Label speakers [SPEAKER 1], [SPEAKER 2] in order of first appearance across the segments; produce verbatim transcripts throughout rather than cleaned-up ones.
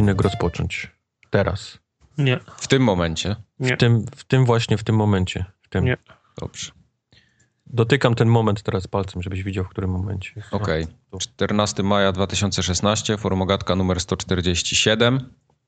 [SPEAKER 1] odcinek rozpocząć. Teraz.
[SPEAKER 2] Nie.
[SPEAKER 3] W tym momencie?
[SPEAKER 1] Nie. W tym, w tym właśnie, w tym momencie. W tym.
[SPEAKER 2] Nie.
[SPEAKER 3] Dobrze.
[SPEAKER 1] Dotykam ten moment teraz palcem, żebyś widział, w którym momencie.
[SPEAKER 3] Okej. Okay. czternastego maja dwa tysiące szesnastego, Formogatka numer sto czterdzieści siedem.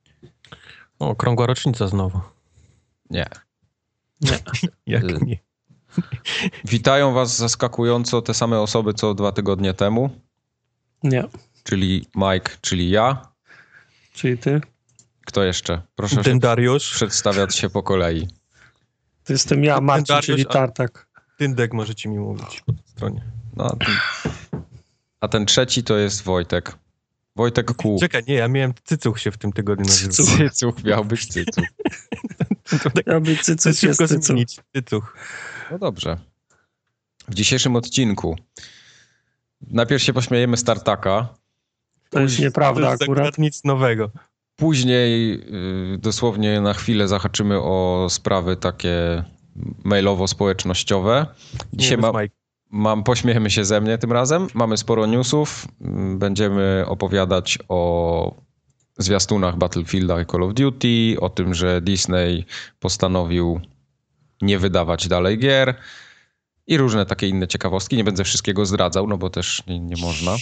[SPEAKER 1] O, okrągła rocznica znowu.
[SPEAKER 3] Nie.
[SPEAKER 1] Nie. Jak nie?
[SPEAKER 3] Witają was zaskakująco te same osoby, co dwa tygodnie temu.
[SPEAKER 2] Nie.
[SPEAKER 3] Czyli Mike, czyli ja.
[SPEAKER 2] Czyli ty.
[SPEAKER 3] Kto jeszcze? Proszę
[SPEAKER 1] Ten Dariusz.
[SPEAKER 3] przedstawiać się po kolei.
[SPEAKER 2] To jestem ja, Marcin,
[SPEAKER 1] Dariusz,
[SPEAKER 2] czyli Tartak.
[SPEAKER 1] Tyndek możecie mi mówić po tej stronie.
[SPEAKER 3] No, a, ten, a ten trzeci to jest Wojtek. Wojtek Q.
[SPEAKER 1] Czekaj, nie, ja miałem cycuch się w tym tygodniu nazywał.
[SPEAKER 3] Cycuch, cycuch miał być cycuch.
[SPEAKER 2] Miał być cycuch, jest cycuch.
[SPEAKER 1] cycuch.
[SPEAKER 3] No dobrze. W dzisiejszym odcinku najpierw się pośmiejemy z Tartaka.
[SPEAKER 2] To jest nieprawda
[SPEAKER 1] to jest
[SPEAKER 2] akurat.
[SPEAKER 1] Nic nowego.
[SPEAKER 3] Później y, dosłownie na chwilę zahaczymy o sprawy takie mailowo-społecznościowe. Dzisiaj ma, mam, pośmiejemy się ze mnie tym razem. Mamy sporo newsów. Będziemy opowiadać o zwiastunach Battlefielda i Call of Duty, o tym, że Disney postanowił nie wydawać dalej gier i różne takie inne ciekawostki. Nie będę wszystkiego zdradzał, no bo też nie, nie można.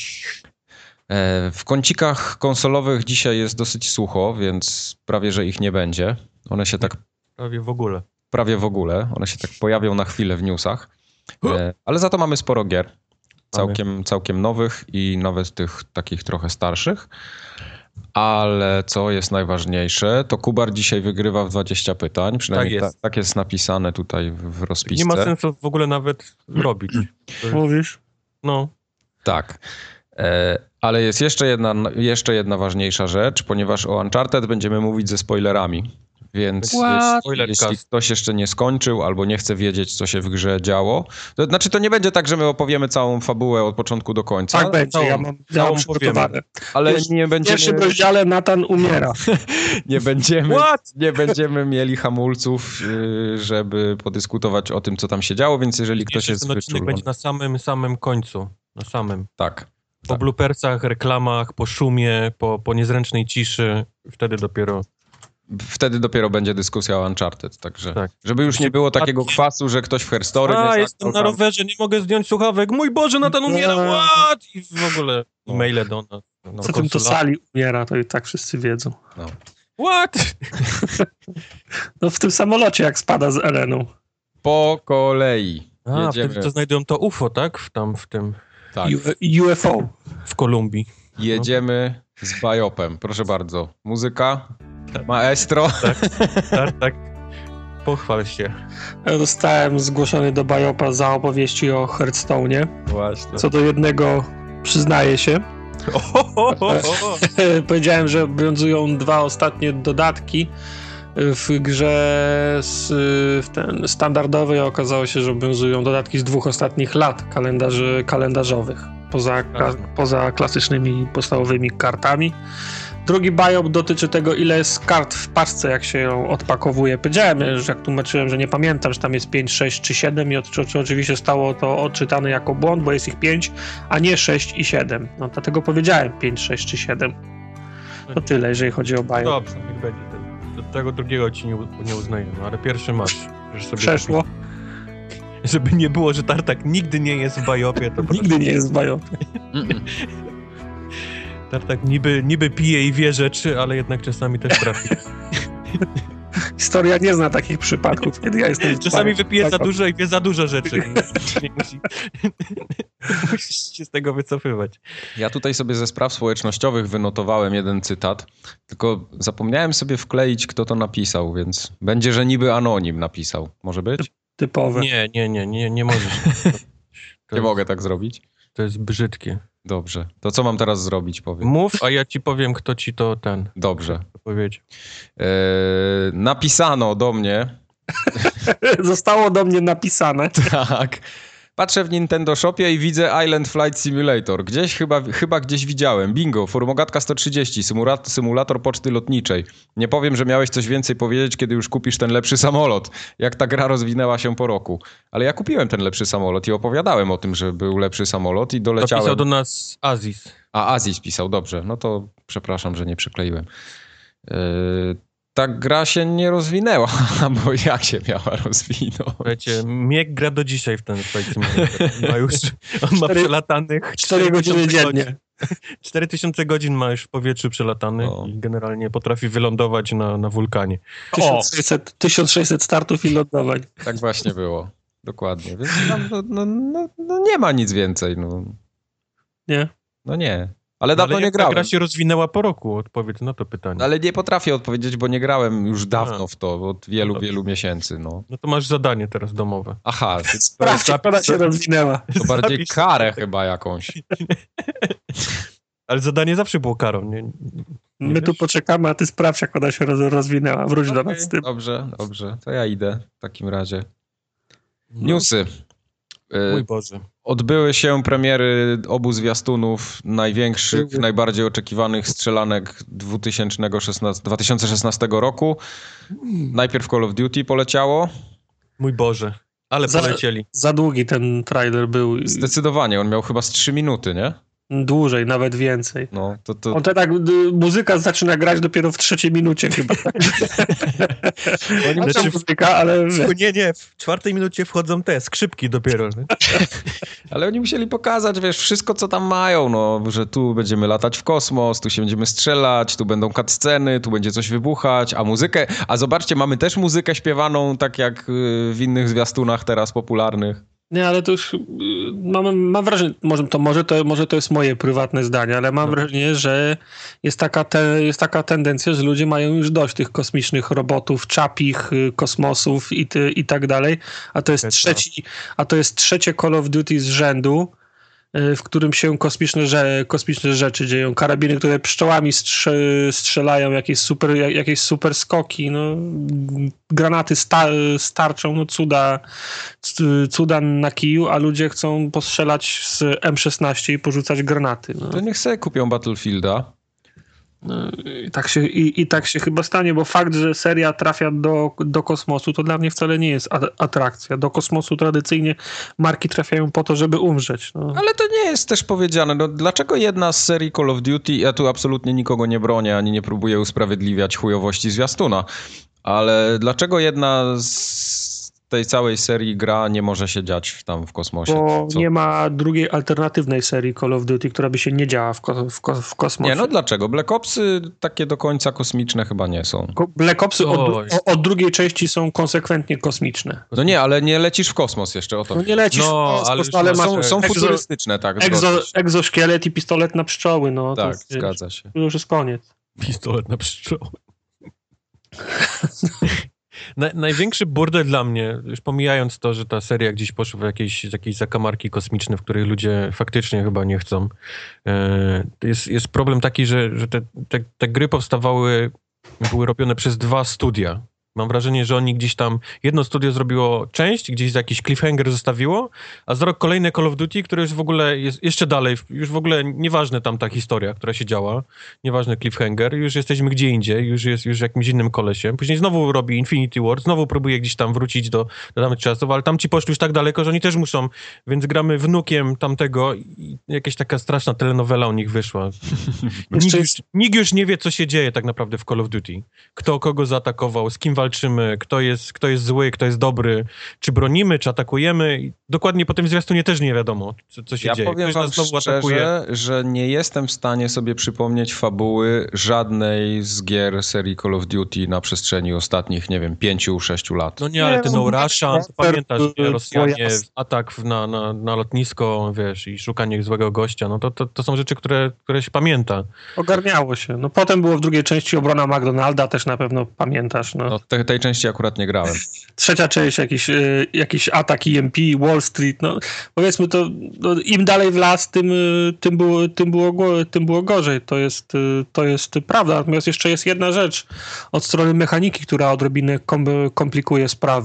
[SPEAKER 3] W kącikach konsolowych dzisiaj jest dosyć sucho, więc prawie, że ich nie będzie. One się tak...
[SPEAKER 1] Prawie w ogóle.
[SPEAKER 3] Prawie w ogóle. One się tak pojawią na chwilę w newsach. Ale za to mamy sporo gier. Całkiem, całkiem nowych i nawet tych takich trochę starszych. Ale co jest najważniejsze, to Kubar dzisiaj wygrywa w dwadzieścia pytań. Przynajmniej tak jest, ta, tak jest napisane tutaj w rozpisce.
[SPEAKER 1] Nie ma sensu w ogóle nawet robić.
[SPEAKER 2] Mówisz?
[SPEAKER 1] No.
[SPEAKER 3] Tak. E, ale jest jeszcze jedna, jeszcze jedna ważniejsza rzecz, ponieważ o Uncharted będziemy mówić ze spoilerami. Więc jeśli, jeśli ktoś jeszcze nie skończył albo nie chce wiedzieć, co się w grze działo, to znaczy to nie będzie tak, że my opowiemy całą fabułę od początku do końca.
[SPEAKER 2] Tak będzie, ja mam, ja mam przygotowane.
[SPEAKER 3] Ale nie będziemy...
[SPEAKER 2] W pierwszym rozdziale Nathan umiera.
[SPEAKER 3] nie, będziemy, nie będziemy mieli hamulców, żeby podyskutować o tym, co tam się działo, więc jeżeli ktoś
[SPEAKER 1] Jeszcze
[SPEAKER 3] jest
[SPEAKER 1] ten odcinek
[SPEAKER 3] wyczulony...
[SPEAKER 1] będzie na samym, samym końcu. Na samym.
[SPEAKER 3] Tak.
[SPEAKER 1] Po
[SPEAKER 3] tak.
[SPEAKER 1] bloopersach, reklamach, po szumie, po, po niezręcznej ciszy. Wtedy dopiero...
[SPEAKER 3] Wtedy dopiero będzie dyskusja o Uncharted, także
[SPEAKER 1] tak.
[SPEAKER 3] żeby już nie było takiego kwasu, że ktoś w Herstory...
[SPEAKER 1] A,
[SPEAKER 3] nie
[SPEAKER 1] jestem na rowerze, nie mogę zdjąć słuchawek, mój Boże, Nathan umiera, what? I w ogóle no. maile do nas. No,
[SPEAKER 2] co tym to Sali umiera, to i tak wszyscy wiedzą.
[SPEAKER 3] No.
[SPEAKER 1] What?
[SPEAKER 2] No w tym samolocie, jak spada z Eleną.
[SPEAKER 3] Po kolei.
[SPEAKER 1] A,
[SPEAKER 3] Jedziemy.
[SPEAKER 1] wtedy to znajdują to U F O, tak? W, tam w tym...
[SPEAKER 3] Tak.
[SPEAKER 2] U F O.
[SPEAKER 1] W Kolumbii.
[SPEAKER 3] Jedziemy no. z Bajopem. Proszę bardzo. Muzyka. Maestro.
[SPEAKER 1] Tak, tak, tak. Pochwal się.
[SPEAKER 2] Ja zostałem zgłoszony do Bajopa za opowieści o Hearthstone'ie.
[SPEAKER 3] Właśnie.
[SPEAKER 2] Co do jednego przyznaję się.
[SPEAKER 1] Oh, oh, oh, oh.
[SPEAKER 2] Powiedziałem, że obowiązują dwa ostatnie dodatki w grze z, w ten standardowej. Okazało się, że obowiązują dodatki z dwóch ostatnich lat kalendarzy, kalendarzowych. Poza, poza klasycznymi, podstawowymi kartami. Drugi bajop dotyczy tego, ile jest kart w paczce, jak się ją odpakowuje. Powiedziałem, że jak tłumaczyłem, że nie pamiętam, że tam jest pięć, sześć czy siedem i od, oczywiście stało to odczytane jako błąd, bo jest ich pięć, a nie sześć i siedem. No dlatego powiedziałem pięć, sześć czy siedem. To tyle, jeżeli chodzi o bajop.
[SPEAKER 1] Dobrze, niech będzie. Do tego drugiego ci nie, nie uznaję, no, ale pierwszy masz. Sobie
[SPEAKER 2] przeszło.
[SPEAKER 1] Żeby, żeby nie było, że Tartak nigdy nie jest w bajopie. To
[SPEAKER 2] nigdy nie jest w bajopie.
[SPEAKER 1] Tartak niby, niby pije i wie rzeczy, ale jednak czasami też trafi.
[SPEAKER 2] Historia nie zna takich przypadków, kiedy ja jestem...
[SPEAKER 1] Czasami wypije za dużo i wie za dużo rzeczy. Nie musi, musisz się z tego wycofywać.
[SPEAKER 3] Ja tutaj sobie ze spraw społecznościowych wynotowałem jeden cytat, tylko zapomniałem sobie wkleić, kto to napisał, więc będzie, że niby anonim napisał. Może być?
[SPEAKER 2] Typowe.
[SPEAKER 1] Nie, nie, nie, nie, nie możesz. To
[SPEAKER 3] nie
[SPEAKER 1] jest,
[SPEAKER 3] mogę tak zrobić?
[SPEAKER 1] To jest brzydkie.
[SPEAKER 3] Dobrze. To co mam teraz zrobić, powiem?
[SPEAKER 1] Mów, a ja ci powiem, kto ci to ten...
[SPEAKER 3] Dobrze.
[SPEAKER 1] powiedział.
[SPEAKER 3] Eee, napisano do mnie...
[SPEAKER 2] Zostało do mnie napisane.
[SPEAKER 3] Tak. Patrzę w Nintendo Shopie i widzę Island Flight Simulator. Gdzieś chyba, chyba gdzieś widziałem. Bingo, Formogatka sto trzydzieści, symulator, symulator poczty lotniczej. Nie powiem, że miałeś coś więcej powiedzieć, kiedy już kupisz ten lepszy samolot. Jak ta gra rozwinęła się po roku. Ale ja kupiłem ten lepszy samolot i opowiadałem o tym, że był lepszy samolot i doleciałem...
[SPEAKER 1] Napisał do nas Aziz.
[SPEAKER 3] A, Aziz pisał, dobrze. No to przepraszam, że nie przykleiłem. Ta gra się nie rozwinęła, bo jak się miała rozwinąć?
[SPEAKER 1] Wiecie, Miek gra do dzisiaj w ten Flight Simulator. Ma już, on ma
[SPEAKER 2] cztery,
[SPEAKER 1] przelatanych
[SPEAKER 2] cztery godziny dziennie.
[SPEAKER 1] cztery tysiące godzin ma już w powietrzu przelatanych no. i generalnie potrafi wylądować na, na wulkanie.
[SPEAKER 2] tysiąc sześćset, tysiąc sześćset startów i lądowań.
[SPEAKER 3] Tak właśnie było. Dokładnie. Więc tam, no, no, no, no nie ma nic więcej. No.
[SPEAKER 2] Nie?
[SPEAKER 3] No nie. Ale dawno
[SPEAKER 1] ale
[SPEAKER 3] nie grałem.
[SPEAKER 1] Ta gra się rozwinęła po roku, odpowiedz na to pytanie.
[SPEAKER 3] Ale nie potrafię odpowiedzieć, bo nie grałem już dawno A. w to, od wielu, no wielu miesięcy. No.
[SPEAKER 1] no to masz zadanie teraz domowe.
[SPEAKER 3] Aha.
[SPEAKER 2] Sprawdź, jak ona się rozwinęła.
[SPEAKER 3] To bardziej Zapisz karę sobie. Chyba jakąś.
[SPEAKER 1] Ale zadanie zawsze było karą. Nie, nie
[SPEAKER 2] My wiesz? Tu poczekamy, a ty sprawdź, jak ona się rozwinęła. Wróć okay. do nas z tym.
[SPEAKER 3] Dobrze, dobrze. To ja idę w takim razie. No. Newsy.
[SPEAKER 1] Mój Boże.
[SPEAKER 3] Odbyły się premiery obu zwiastunów największych, najbardziej oczekiwanych strzelanek dwa tysiące szesnastego roku. Najpierw Call of Duty poleciało.
[SPEAKER 1] Mój Boże, ale
[SPEAKER 2] za,
[SPEAKER 1] polecieli.
[SPEAKER 2] Za długi ten trailer był.
[SPEAKER 3] Zdecydowanie, on miał chyba z trzy minuty, nie?
[SPEAKER 2] Dłużej, nawet więcej.
[SPEAKER 3] No, to, to...
[SPEAKER 2] On to tak, muzyka zaczyna grać dopiero w trzeciej minucie chyba.
[SPEAKER 1] Oni znaczy, muzyka, ale... Nie, nie, w czwartej minucie wchodzą te skrzypki dopiero. Nie?
[SPEAKER 3] Ale oni musieli pokazać, wiesz, wszystko co tam mają, no, że tu będziemy latać w kosmos, tu się będziemy strzelać, tu będą cutsceny, tu będzie coś wybuchać, a muzykę... A zobaczcie, mamy też muzykę śpiewaną, tak jak w innych zwiastunach teraz popularnych.
[SPEAKER 2] Nie, ale to już mam, mam wrażenie, może to, może, to, może to jest moje prywatne zdanie, ale mam no. wrażenie, że jest taka, te, jest taka tendencja, że ludzie mają już dość tych kosmicznych robotów, czapich, kosmosów i, ty, i tak dalej, a to jest trzeci, a to jest trzecie Call of Duty z rzędu, w którym się kosmiczne, że, kosmiczne rzeczy dzieją. Karabiny, które pszczołami strze, strzelają, jakieś super, jakieś super skoki, no, granaty sta, starczą, no cuda, cuda na kiju, a ludzie chcą postrzelać z M szesnaście i porzucać granaty. No.
[SPEAKER 3] To niech sobie kupią Battlefielda.
[SPEAKER 2] No, i, tak się, i, I tak się chyba stanie, bo fakt, że seria trafia do, do kosmosu, to dla mnie wcale nie jest atrakcja. Do kosmosu tradycyjnie marki trafiają po to, żeby umrzeć. No.
[SPEAKER 3] Ale to nie jest też powiedziane. No, dlaczego jedna z serii Call of Duty, ja tu absolutnie nikogo nie bronię, ani nie próbuję usprawiedliwiać chujowości zwiastuna, ale dlaczego jedna z tej całej serii gra nie może się dziać tam w kosmosie?
[SPEAKER 2] Bo
[SPEAKER 3] Co?
[SPEAKER 2] nie ma drugiej alternatywnej serii Call of Duty, która by się nie działa w, ko- w, ko- w kosmosie.
[SPEAKER 3] Nie, no dlaczego? Black Opsy takie do końca kosmiczne chyba nie są.
[SPEAKER 2] Black Opsy od, od drugiej części są konsekwentnie kosmiczne.
[SPEAKER 3] No nie, ale nie lecisz w kosmos jeszcze, o to.
[SPEAKER 2] No nie lecisz
[SPEAKER 1] no,
[SPEAKER 2] w kosmos, ale, ale
[SPEAKER 3] są,
[SPEAKER 2] masz
[SPEAKER 3] są futurystyczne, tak.
[SPEAKER 2] Egzo, egzoszkielet i pistolet na pszczoły, no.
[SPEAKER 3] Tak,
[SPEAKER 2] to,
[SPEAKER 3] zgadza
[SPEAKER 2] wiesz,
[SPEAKER 3] się.
[SPEAKER 2] To już jest koniec.
[SPEAKER 1] Pistolet na pszczoły. Na, największy burdel dla mnie, już pomijając to, że ta seria gdzieś poszła w jakieś, jakieś zakamarki kosmiczne, w których ludzie faktycznie chyba nie chcą, e, jest, jest problem taki, że, że te, te, te gry powstawały, były robione przez dwa studia. Mam wrażenie, że oni gdzieś tam, jedno studio zrobiło część, gdzieś jakiś cliffhanger zostawiło, a za rok kolejne Call of Duty, które już w ogóle jest jeszcze dalej, już w ogóle nieważne tam ta historia, która się działa, nieważny cliffhanger, już jesteśmy gdzie indziej, już jest już jakimś innym kolesiem. Później znowu robi Infinity Ward, znowu próbuje gdzieś tam wrócić do, do tamtych czasów, ale tam ci poszli już tak daleko, że oni też muszą, więc gramy wnukiem tamtego i jakaś taka straszna telenowela u nich wyszła. Nikt już, nikt już nie wie, co się dzieje tak naprawdę w Call of Duty. Kto kogo zaatakował, z kim walczymy, kto jest, kto jest zły, kto jest dobry, czy bronimy, czy atakujemy. Dokładnie po tym zwiastunie też nie wiadomo, co, co się
[SPEAKER 3] ja
[SPEAKER 1] dzieje.
[SPEAKER 3] Ja powiem wam szczerze, atakuje. że nie jestem w stanie sobie przypomnieć fabuły żadnej z gier serii Call of Duty na przestrzeni ostatnich, nie wiem, pięciu, sześciu lat.
[SPEAKER 1] No nie, ale ty no Russia, pamiętasz, Rosjanie, atak na, na, na lotnisko, wiesz, i szukanie złego gościa, no to, to, to są rzeczy, które, które się pamięta.
[SPEAKER 2] Ogarniało się. No potem było w drugiej części obrona McDonalda, też na pewno pamiętasz. No.
[SPEAKER 3] No, te, tej części akurat nie grałem.
[SPEAKER 2] Trzecia część, jakiś, y, jakiś atak E M P, Wall Street, no powiedzmy to, no, im dalej w las, tym, tym, było, tym, było, tym było gorzej. To jest, to jest prawda. Natomiast jeszcze jest jedna rzecz od strony mechaniki, która odrobinę kom, komplikuje sprawy.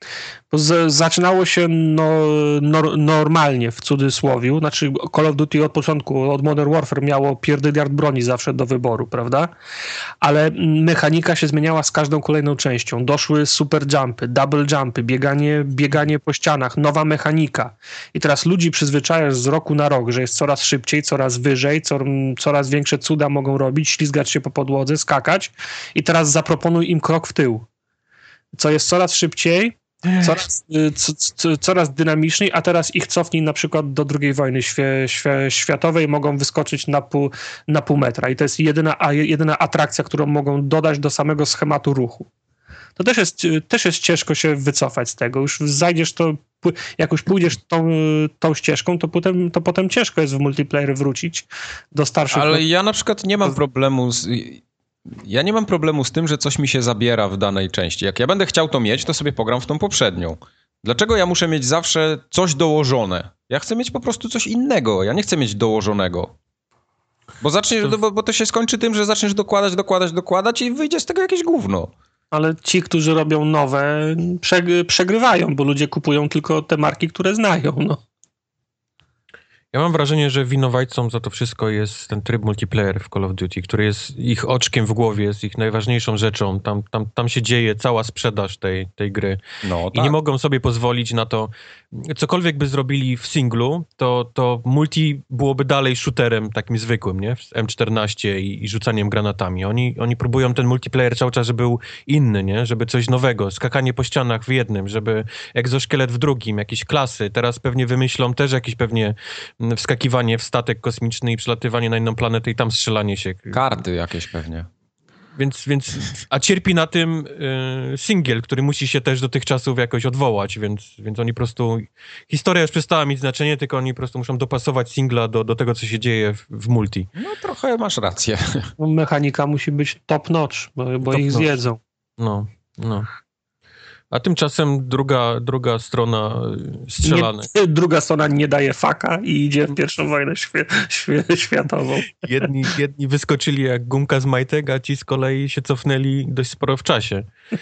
[SPEAKER 2] Bo z, zaczynało się no, no, normalnie, w cudzysłowie. Znaczy Call of Duty od początku, od Modern Warfare miało pierdyliard broni zawsze do wyboru, prawda? Ale mechanika się zmieniała z każdą kolejną częścią. Doszły super jumpy, double jumpy, bieganie, bieganie po ścianach, nowa mechanika. I teraz ludzi przyzwyczajasz z roku na rok, że jest coraz szybciej, coraz wyżej, co, coraz większe cuda mogą robić, ślizgać się po podłodze, skakać. I teraz zaproponuj im krok w tył. Co jest coraz szybciej, Coraz, co, co, coraz dynamiczniej, a teraz ich cofnij na przykład do drugiej wojny świe, świe, światowej, mogą wyskoczyć na pół, na pół metra i to jest jedyna, a jedyna atrakcja, którą mogą dodać do samego schematu ruchu. To też jest, też jest ciężko się wycofać z tego. Już zajdziesz to, jak już pójdziesz tą, tą ścieżką, to potem, to potem ciężko jest w multiplayer wrócić do starszych...
[SPEAKER 3] Ale ja na przykład nie mam problemu z... Ja nie mam problemu z tym, że coś mi się zabiera w danej części. Jak ja będę chciał to mieć, to sobie pogram w tą poprzednią. Dlaczego ja muszę mieć zawsze coś dołożone? Ja chcę mieć po prostu coś innego. Ja nie chcę mieć dołożonego. Bo, zaczniesz, to... Bo, bo to się skończy tym, że zaczniesz dokładać, dokładać, dokładać i wyjdzie z tego jakieś gówno.
[SPEAKER 2] Ale ci, którzy robią nowe, przeg- przegrywają, bo ludzie kupują tylko te marki, które znają, no.
[SPEAKER 1] Ja mam wrażenie, że winowajcą za to wszystko jest ten tryb multiplayer w Call of Duty, który jest ich oczkiem w głowie, jest ich najważniejszą rzeczą. Tam, tam, tam się dzieje cała sprzedaż tej, tej gry. No, tak. I nie mogą sobie pozwolić na to. Cokolwiek by zrobili w singlu, to, to multi byłoby dalej shooterem takim zwykłym, nie? Z M czternaście i, i rzucaniem granatami. Oni, oni próbują ten multiplayer cały czas, żeby był inny, nie? Żeby coś nowego. Skakanie po ścianach w jednym, żeby egzoszkielet w drugim, jakieś klasy. Teraz pewnie wymyślą też jakieś pewnie wskakiwanie w statek kosmiczny i przelatywanie na inną planetę i tam strzelanie się.
[SPEAKER 3] Karty jakieś pewnie.
[SPEAKER 1] Więc, więc, a cierpi na tym y, singiel, który musi się też do tych czasów jakoś odwołać, więc, więc oni po prostu... Historia już przestała mieć znaczenie, tylko oni po prostu muszą dopasować singla do, do tego, co się dzieje w, w multi.
[SPEAKER 3] No trochę masz rację.
[SPEAKER 2] Mechanika musi być top notch, bo, bo top ich notch. Zjedzą.
[SPEAKER 1] No, no. A tymczasem druga, druga strona strzelany.
[SPEAKER 2] Nie, druga strona nie daje faka i idzie w pierwszą wojnę świe, świe, światową.
[SPEAKER 1] Jedni, jedni wyskoczyli jak gumka z majtek, a ci z kolei się cofnęli dość sporo w czasie.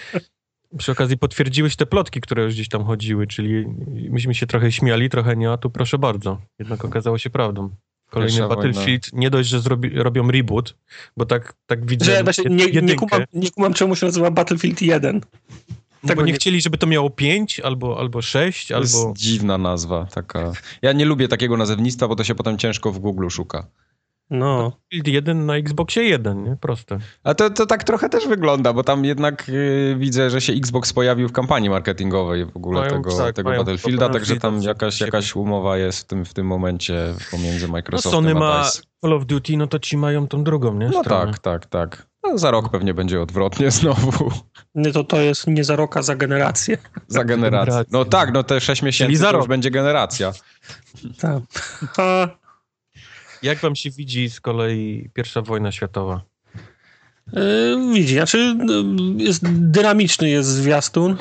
[SPEAKER 1] Przy okazji potwierdziłeś te plotki, które już gdzieś tam chodziły, czyli myśmy się trochę śmiali, trochę nie, a tu proszę bardzo. Jednak okazało się prawdą. Kolejny Pierwsza Battlefield, wojna. Nie dość, że zrobi, robią reboot, bo tak, tak widzę...
[SPEAKER 2] Że ja nie, nie, nie, kumam, nie kumam, czemu się nazywa Battlefield jeden.
[SPEAKER 1] No bo nie, nie chcieli, żeby to miało pięć albo, albo sześć,
[SPEAKER 3] to
[SPEAKER 1] albo...
[SPEAKER 3] jest dziwna nazwa taka. Ja nie lubię takiego nazewnictwa, bo to się potem ciężko w Google szuka.
[SPEAKER 2] No.
[SPEAKER 1] Battlefield jeden na Xboxie jeden, nie? Proste.
[SPEAKER 3] A to, to tak trochę też wygląda, bo tam jednak yy, widzę, że się Xbox pojawił w kampanii marketingowej w ogóle mają, tego, tak, tego Battlefielda, także tam jakaś, jakaś umowa jest w tym, w tym momencie pomiędzy Microsoftem
[SPEAKER 1] no Sony
[SPEAKER 3] a
[SPEAKER 1] ma
[SPEAKER 3] DICE.
[SPEAKER 1] Call of Duty, no to ci mają tą drugą, nie?
[SPEAKER 3] No
[SPEAKER 1] Stronę.
[SPEAKER 3] tak, tak, tak. No, za rok pewnie będzie odwrotnie znowu.
[SPEAKER 2] Nie, to to jest nie za rok, a za generację.
[SPEAKER 3] Za generację. No tak, no te sześć miesięcy to już będzie generacja.
[SPEAKER 2] Tak. A...
[SPEAKER 1] Jak wam się widzi z kolei pierwsza wojna światowa?
[SPEAKER 2] Yy, widzi, znaczy jest, dynamiczny jest zwiastun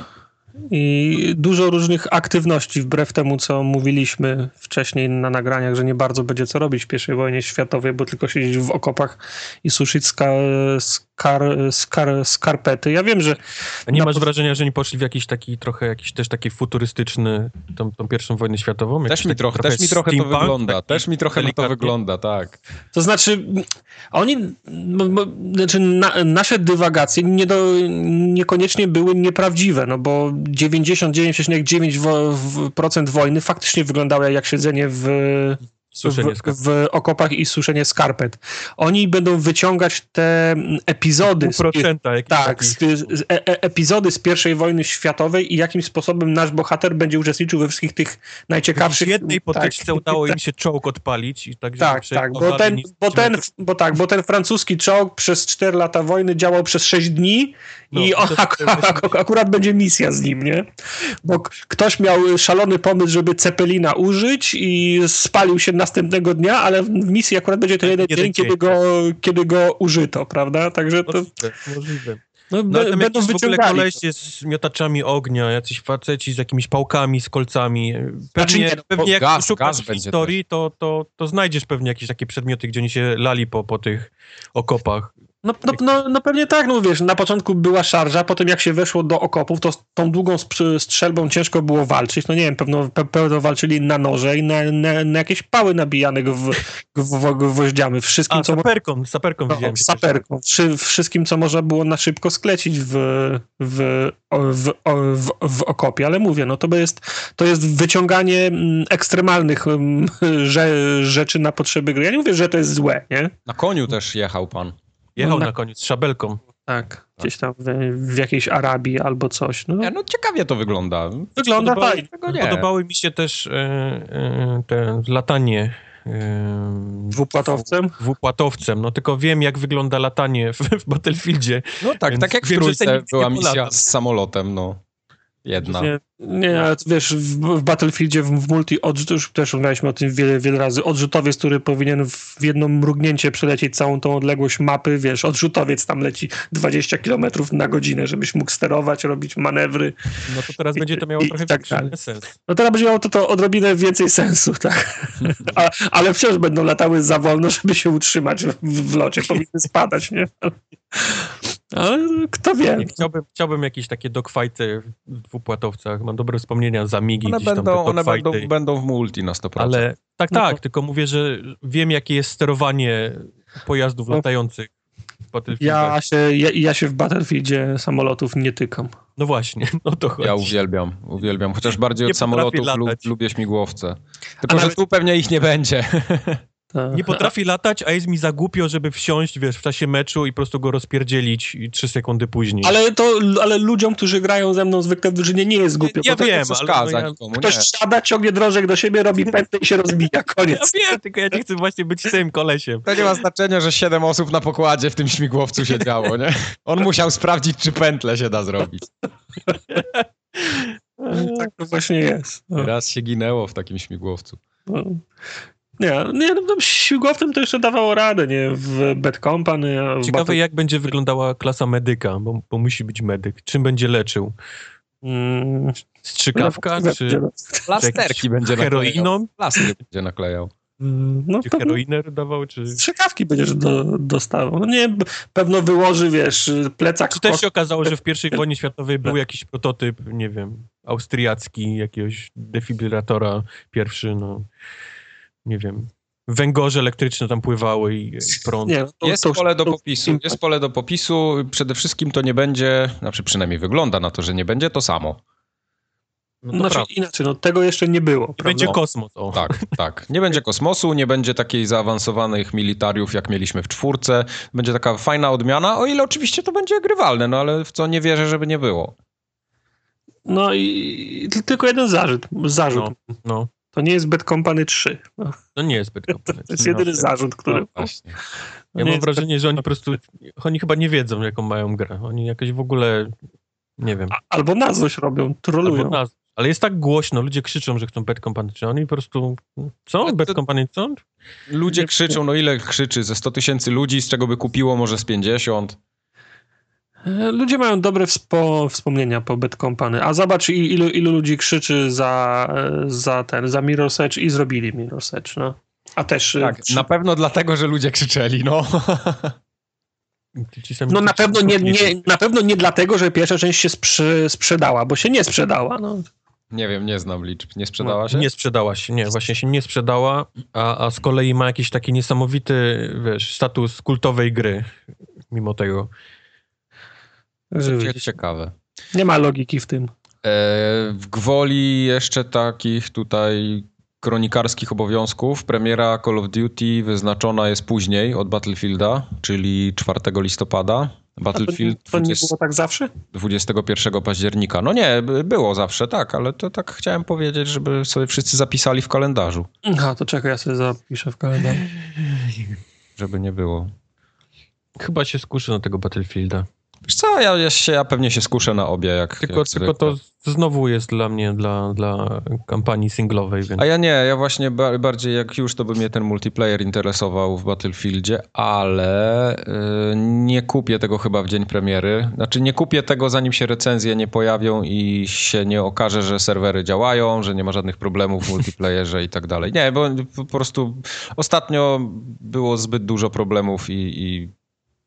[SPEAKER 2] i dużo różnych aktywności, wbrew temu, co mówiliśmy wcześniej na nagraniach, że nie bardzo będzie co robić w pierwszej wojnie światowej, bo tylko siedzieć w okopach i suszyć skar, skar, skar, skarpety. Ja wiem, że...
[SPEAKER 1] A nie masz po... wrażenia, że nie poszli w jakiś taki trochę, jakiś też taki futurystyczny, tą, tą pierwszą wojnę światową?
[SPEAKER 3] Też mi, trochę, też mi trochę to wygląda. Też mi trochę na to wygląda, tak.
[SPEAKER 2] To znaczy, oni, znaczy na, nasze dywagacje nie do, niekoniecznie były nieprawdziwe, no bo dziewięćdziesiąt dziewięć przecinek dziewięć procent wojny faktycznie wyglądało jak siedzenie w, w, w okopach i suszenie skarpet. Oni będą wyciągać te epizody, z, tak, z, z, e, epizody z pierwszej wojny światowej i jakim sposobem nasz bohater będzie uczestniczył we wszystkich tych najciekawszych...
[SPEAKER 1] W jednej potyczce tak, udało im się czołg odpalić. I tak,
[SPEAKER 2] tak, tak, bo ten, bo, ten, bo tak, bo ten francuski czołg przez cztery lata wojny działał przez sześć dni no, i on, ak- ak- akurat będzie misja z nim, nie? Bo ktoś miał szalony pomysł, żeby Cepelina użyć i spalił się następnego dnia, ale w misji akurat będzie to jeden, jeden dzień, kiedy go, kiedy go użyto, prawda? Także to...
[SPEAKER 1] Możliwe, możliwe.
[SPEAKER 2] No,
[SPEAKER 1] no, ale
[SPEAKER 2] będą
[SPEAKER 1] w ogóle koleś jest z miotaczami ognia, jacyś faceci z jakimiś pałkami, z kolcami. Pewnie, znaczy nie, pewnie jak
[SPEAKER 3] gaz,
[SPEAKER 1] szukasz
[SPEAKER 3] gaz
[SPEAKER 1] w historii, to, to, to znajdziesz pewnie jakieś takie przedmioty, gdzie oni się lali po, po tych okopach.
[SPEAKER 2] No, no, no, no pewnie tak, no wiesz, na początku była szarża, potem jak się weszło do okopów, to z tą długą strzelbą ciężko było walczyć, no nie wiem, pewno, pe, pewno walczyli na noże i na, na, na jakieś pały nabijane w, w, w, gwoździami, wszystkim,
[SPEAKER 1] A,
[SPEAKER 2] co...
[SPEAKER 1] saperką, saperką
[SPEAKER 2] no,
[SPEAKER 1] widziałem.
[SPEAKER 2] Saperką, Wszy, wszystkim, co można było na szybko sklecić w, w, w, w, w okopie, ale mówię, no to jest, to jest wyciąganie ekstremalnych rzeczy na potrzeby gry. Ja nie mówię, że to jest złe, nie?
[SPEAKER 3] Na koniu też jechał pan.
[SPEAKER 1] Jechał
[SPEAKER 2] no,
[SPEAKER 1] na koniec z szabelką.
[SPEAKER 2] Tak, gdzieś tam w, w jakiejś Arabii albo coś. No,
[SPEAKER 3] ja, no ciekawie to wygląda.
[SPEAKER 2] Wygląda
[SPEAKER 1] Podobały,
[SPEAKER 2] fajnie.
[SPEAKER 1] Podobały mi się też e, e, te latanie e,
[SPEAKER 2] dwupłatowcem.
[SPEAKER 1] Dwupłatowcem. No tylko wiem, jak wygląda latanie w, w Battlefieldzie.
[SPEAKER 3] No tak, tak jak w
[SPEAKER 1] wiem,
[SPEAKER 3] trójce była misja z samolotem, no. Jedna.
[SPEAKER 2] Nie, nie, ale wiesz, w, w Battlefieldzie w, w multi odrzut, już też rozmawialiśmy o tym wiele, wiele razy, odrzutowiec, który powinien w jedno mrugnięcie przelecieć całą tą odległość mapy, wiesz, odrzutowiec tam leci dwadzieścia kilometrów na godzinę, żebyś mógł sterować, robić manewry.
[SPEAKER 1] No to teraz i, będzie to miało
[SPEAKER 2] i,
[SPEAKER 1] trochę
[SPEAKER 2] i tak
[SPEAKER 1] większy sens.
[SPEAKER 2] No teraz będzie miało to, to odrobinę więcej sensu, tak? A, ale wciąż będą latały za wolno, żeby się utrzymać w, w locie, powinny spadać, nie? Ale kto wie.
[SPEAKER 1] Nie, chciałbym, chciałbym jakieś takie dogfighty w dwupłatowcach. Mam dobre wspomnienia z Amigi.
[SPEAKER 3] One,
[SPEAKER 1] gdzieś
[SPEAKER 3] będą,
[SPEAKER 1] tam
[SPEAKER 3] one będą, będą w multi na sto procent.
[SPEAKER 1] Ale tak,
[SPEAKER 2] no
[SPEAKER 1] tak,
[SPEAKER 2] to...
[SPEAKER 1] tylko mówię, że wiem, jakie jest sterowanie pojazdów no. latających w Battlefieldzie.
[SPEAKER 2] Ja się, ja, ja się w Battlefieldzie samolotów nie tykam.
[SPEAKER 1] No właśnie, no to chodzi.
[SPEAKER 3] Ja uwielbiam, uwielbiam. Chociaż bardziej nie od samolotów lub, lubię śmigłowce. Tylko, nawet... że tu pewnie ich nie będzie.
[SPEAKER 2] Tak.
[SPEAKER 1] Nie potrafi latać, a jest mi za głupio, żeby wsiąść, wiesz, w czasie meczu i po prostu go rozpierdzielić i trzy sekundy później.
[SPEAKER 2] Ale to, ale ludziom, którzy grają ze mną zwykle w drużynie, nie jest głupio.
[SPEAKER 1] Ja, ja wiem,
[SPEAKER 3] ale...
[SPEAKER 1] ale...
[SPEAKER 3] No ja...
[SPEAKER 2] Ktoś wsiada, ciągnie drążek do siebie, robi pętlę i się rozbija, koniec.
[SPEAKER 1] Ja wiem, tylko ja nie chcę właśnie być tym kolesiem.
[SPEAKER 3] To nie ma znaczenia, że siedem osób na pokładzie w tym śmigłowcu siedziało, nie? On musiał sprawdzić, czy pętlę się da zrobić.
[SPEAKER 2] Tak to właśnie jest.
[SPEAKER 3] No. Raz się ginęło w takim śmigłowcu.
[SPEAKER 2] No. Nie, nie no, śmigłowcem to jeszcze dawało radę, nie? W Bad Company. W
[SPEAKER 1] Ciekawe,
[SPEAKER 2] Battle...
[SPEAKER 1] jak będzie wyglądała klasa medyka, bo, bo musi być medyk. Czym będzie leczył?
[SPEAKER 2] Mm.
[SPEAKER 1] Strzykawka?
[SPEAKER 2] No,
[SPEAKER 1] czy
[SPEAKER 3] plasterki będzie
[SPEAKER 1] heroiną?
[SPEAKER 3] Plaster będzie naklejał.
[SPEAKER 1] No, czy heroinę dawał, czy...
[SPEAKER 2] Strzykawki będziesz do, dostawał. No nie, pewno wyłoży, wiesz, plecak...
[SPEAKER 1] Czy też się okazało, że w pierwszej wojnie światowej był jakiś prototyp, nie wiem, austriacki, jakiegoś defibrylatora pierwszy, no... Nie wiem, węgorze elektryczne tam pływały i prąd.
[SPEAKER 2] Nie, to,
[SPEAKER 3] jest
[SPEAKER 2] to,
[SPEAKER 3] pole do
[SPEAKER 2] to,
[SPEAKER 3] popisu, jest pole do popisu. Przede wszystkim to nie będzie, znaczy przynajmniej wygląda na to, że nie będzie to samo.
[SPEAKER 2] No to znaczy prawda. Inaczej, no tego jeszcze nie było.
[SPEAKER 1] Nie będzie kosmos. O.
[SPEAKER 3] Tak, tak. Nie będzie kosmosu, nie będzie takiej zaawansowanych militariów, jak mieliśmy w czwórce. Będzie taka fajna odmiana, o ile oczywiście to będzie grywalne, no ale w co nie wierzę, żeby nie było.
[SPEAKER 2] No i tylko jeden zarzut. zarzut.
[SPEAKER 1] No, no.
[SPEAKER 2] To nie jest Bad Company trzy. No.
[SPEAKER 1] To nie jest Bad Company.
[SPEAKER 2] To jest jedyny no, zarzut, który...
[SPEAKER 3] No, właśnie.
[SPEAKER 1] Ja mam wrażenie, że oni po prostu... Oni chyba nie wiedzą, jaką mają grę. Oni jakoś w ogóle... Nie wiem.
[SPEAKER 2] Albo na złość robią, trolują.
[SPEAKER 1] Na... Ale jest tak głośno, ludzie krzyczą, że chcą Bad Company. Czy oni po prostu... Co?
[SPEAKER 3] No
[SPEAKER 1] Bad Company co?
[SPEAKER 3] Ludzie krzyczą, no ile krzyczy? Ze sto tysięcy ludzi, z czego by kupiło może z pięćdziesiąt.
[SPEAKER 2] Ludzie mają dobre wspo- wspomnienia po Bad Company, a zobacz ilu, ilu ludzi krzyczy za, za ten, za Mirror's Edge i zrobili Mirror's Edge, no. A też...
[SPEAKER 3] Tak, przy... na pewno dlatego, że ludzie krzyczeli, no.
[SPEAKER 2] No na pewno nie, nie, na pewno nie dlatego, że pierwsza część się sprzy- sprzedała, bo się nie sprzedała, no.
[SPEAKER 3] Nie wiem, nie znam liczb. Nie sprzedała się?
[SPEAKER 1] Nie sprzedała się, nie. Właśnie się nie sprzedała, a, a z kolei ma jakiś taki niesamowity, wiesz, status kultowej gry, mimo tego.
[SPEAKER 3] Ciekawe.
[SPEAKER 2] Nie ma logiki w tym.
[SPEAKER 3] W gwoli jeszcze takich tutaj kronikarskich obowiązków. Premiera Call of Duty wyznaczona jest później od Battlefielda, czyli czwartego listopada. Battlefield
[SPEAKER 2] to, to nie było tak zawsze?
[SPEAKER 3] dwudziestego pierwszego października. No nie, było zawsze, tak, ale to tak chciałem powiedzieć, żeby sobie wszyscy zapisali w kalendarzu.
[SPEAKER 2] Aha, to czekaj, ja sobie zapiszę w kalendarzu.
[SPEAKER 3] Żeby nie było.
[SPEAKER 1] Chyba się skuszę na tego Battlefielda.
[SPEAKER 3] Wiesz co, ja, ja, się, ja pewnie się skuszę na obie. Jak,
[SPEAKER 1] tylko
[SPEAKER 3] jak
[SPEAKER 1] tylko to znowu jest dla mnie, dla, dla kampanii singlowej. Więc...
[SPEAKER 3] A ja nie, ja właśnie ba- bardziej jak już to by mnie ten multiplayer interesował w Battlefieldzie, ale yy, nie kupię tego chyba w dzień premiery. Znaczy nie kupię tego zanim się recenzje nie pojawią i się nie okaże, że serwery działają, że nie ma żadnych problemów w multiplayerze i tak dalej. Nie, bo po prostu ostatnio było zbyt dużo problemów i... i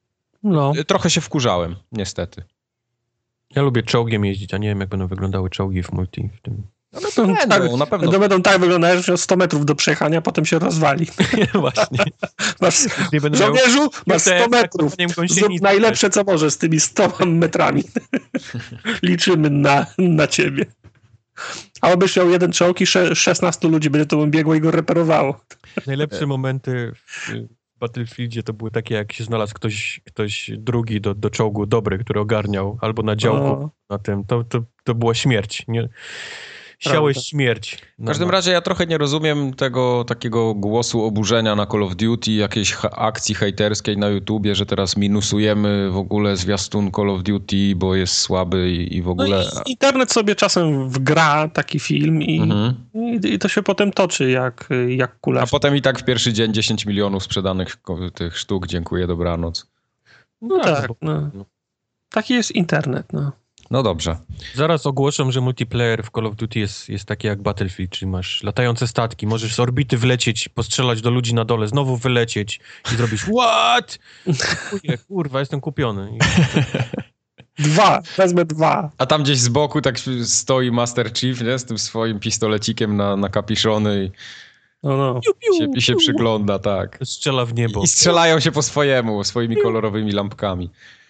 [SPEAKER 2] No.
[SPEAKER 3] Trochę się wkurzałem, niestety.
[SPEAKER 1] Ja lubię czołgiem jeździć, a nie wiem, jak będą wyglądały czołgi w multi. W tym.
[SPEAKER 3] No, no to będą, tak, na pewno.
[SPEAKER 2] Będą, będą tak wyglądać, że miał sto metrów do przejechania, potem się rozwali.
[SPEAKER 1] Właśnie.
[SPEAKER 2] Masz, żołnierzu, masz sto metrów. Zrób najlepsze, co możesz z tymi sto metrami. Liczymy na, na ciebie. A byś miał jeden czołg i szesnastu ludzi będzie to biegło i go reperowało.
[SPEAKER 1] Najlepsze momenty w Battlefieldzie to były takie, jak się znalazł ktoś, ktoś drugi do, do czołgu dobry, który ogarniał, albo na działku o. na tym. To, to, to była śmierć. Nie? Siałeś Prawda. śmierć.
[SPEAKER 3] W każdym razie ja trochę nie rozumiem tego takiego głosu oburzenia na Call of Duty, jakiejś ha- akcji hejterskiej na YouTubie, że teraz minusujemy w ogóle zwiastun Call of Duty, bo jest słaby i, i w ogóle...
[SPEAKER 2] No i internet sobie czasem wgra taki film i, mhm. i, i to się potem toczy jak, jak kula.
[SPEAKER 3] A potem i tak w pierwszy dzień dziesięć milionów sprzedanych tych sztuk, dziękuję, dobranoc.
[SPEAKER 2] No, no tak, no. Taki jest internet, no.
[SPEAKER 3] No dobrze.
[SPEAKER 1] Zaraz ogłoszę, że multiplayer w Call of Duty jest, jest taki jak Battlefield, czyli masz latające statki, możesz z orbity wlecieć, postrzelać do ludzi na dole, znowu wylecieć i zrobisz what? Kurwa, kurwa, jestem kupiony. I...
[SPEAKER 2] Dwa, wezmę dwa.
[SPEAKER 3] A tam gdzieś z boku tak stoi Master Chief, nie? Z tym swoim pistolecikiem na, na kapiszony i,
[SPEAKER 2] no, no.
[SPEAKER 3] Piu, piu, się, i się przygląda, tak.
[SPEAKER 1] Strzela w niebo.
[SPEAKER 3] I strzelają się po swojemu, swoimi kolorowymi lampkami.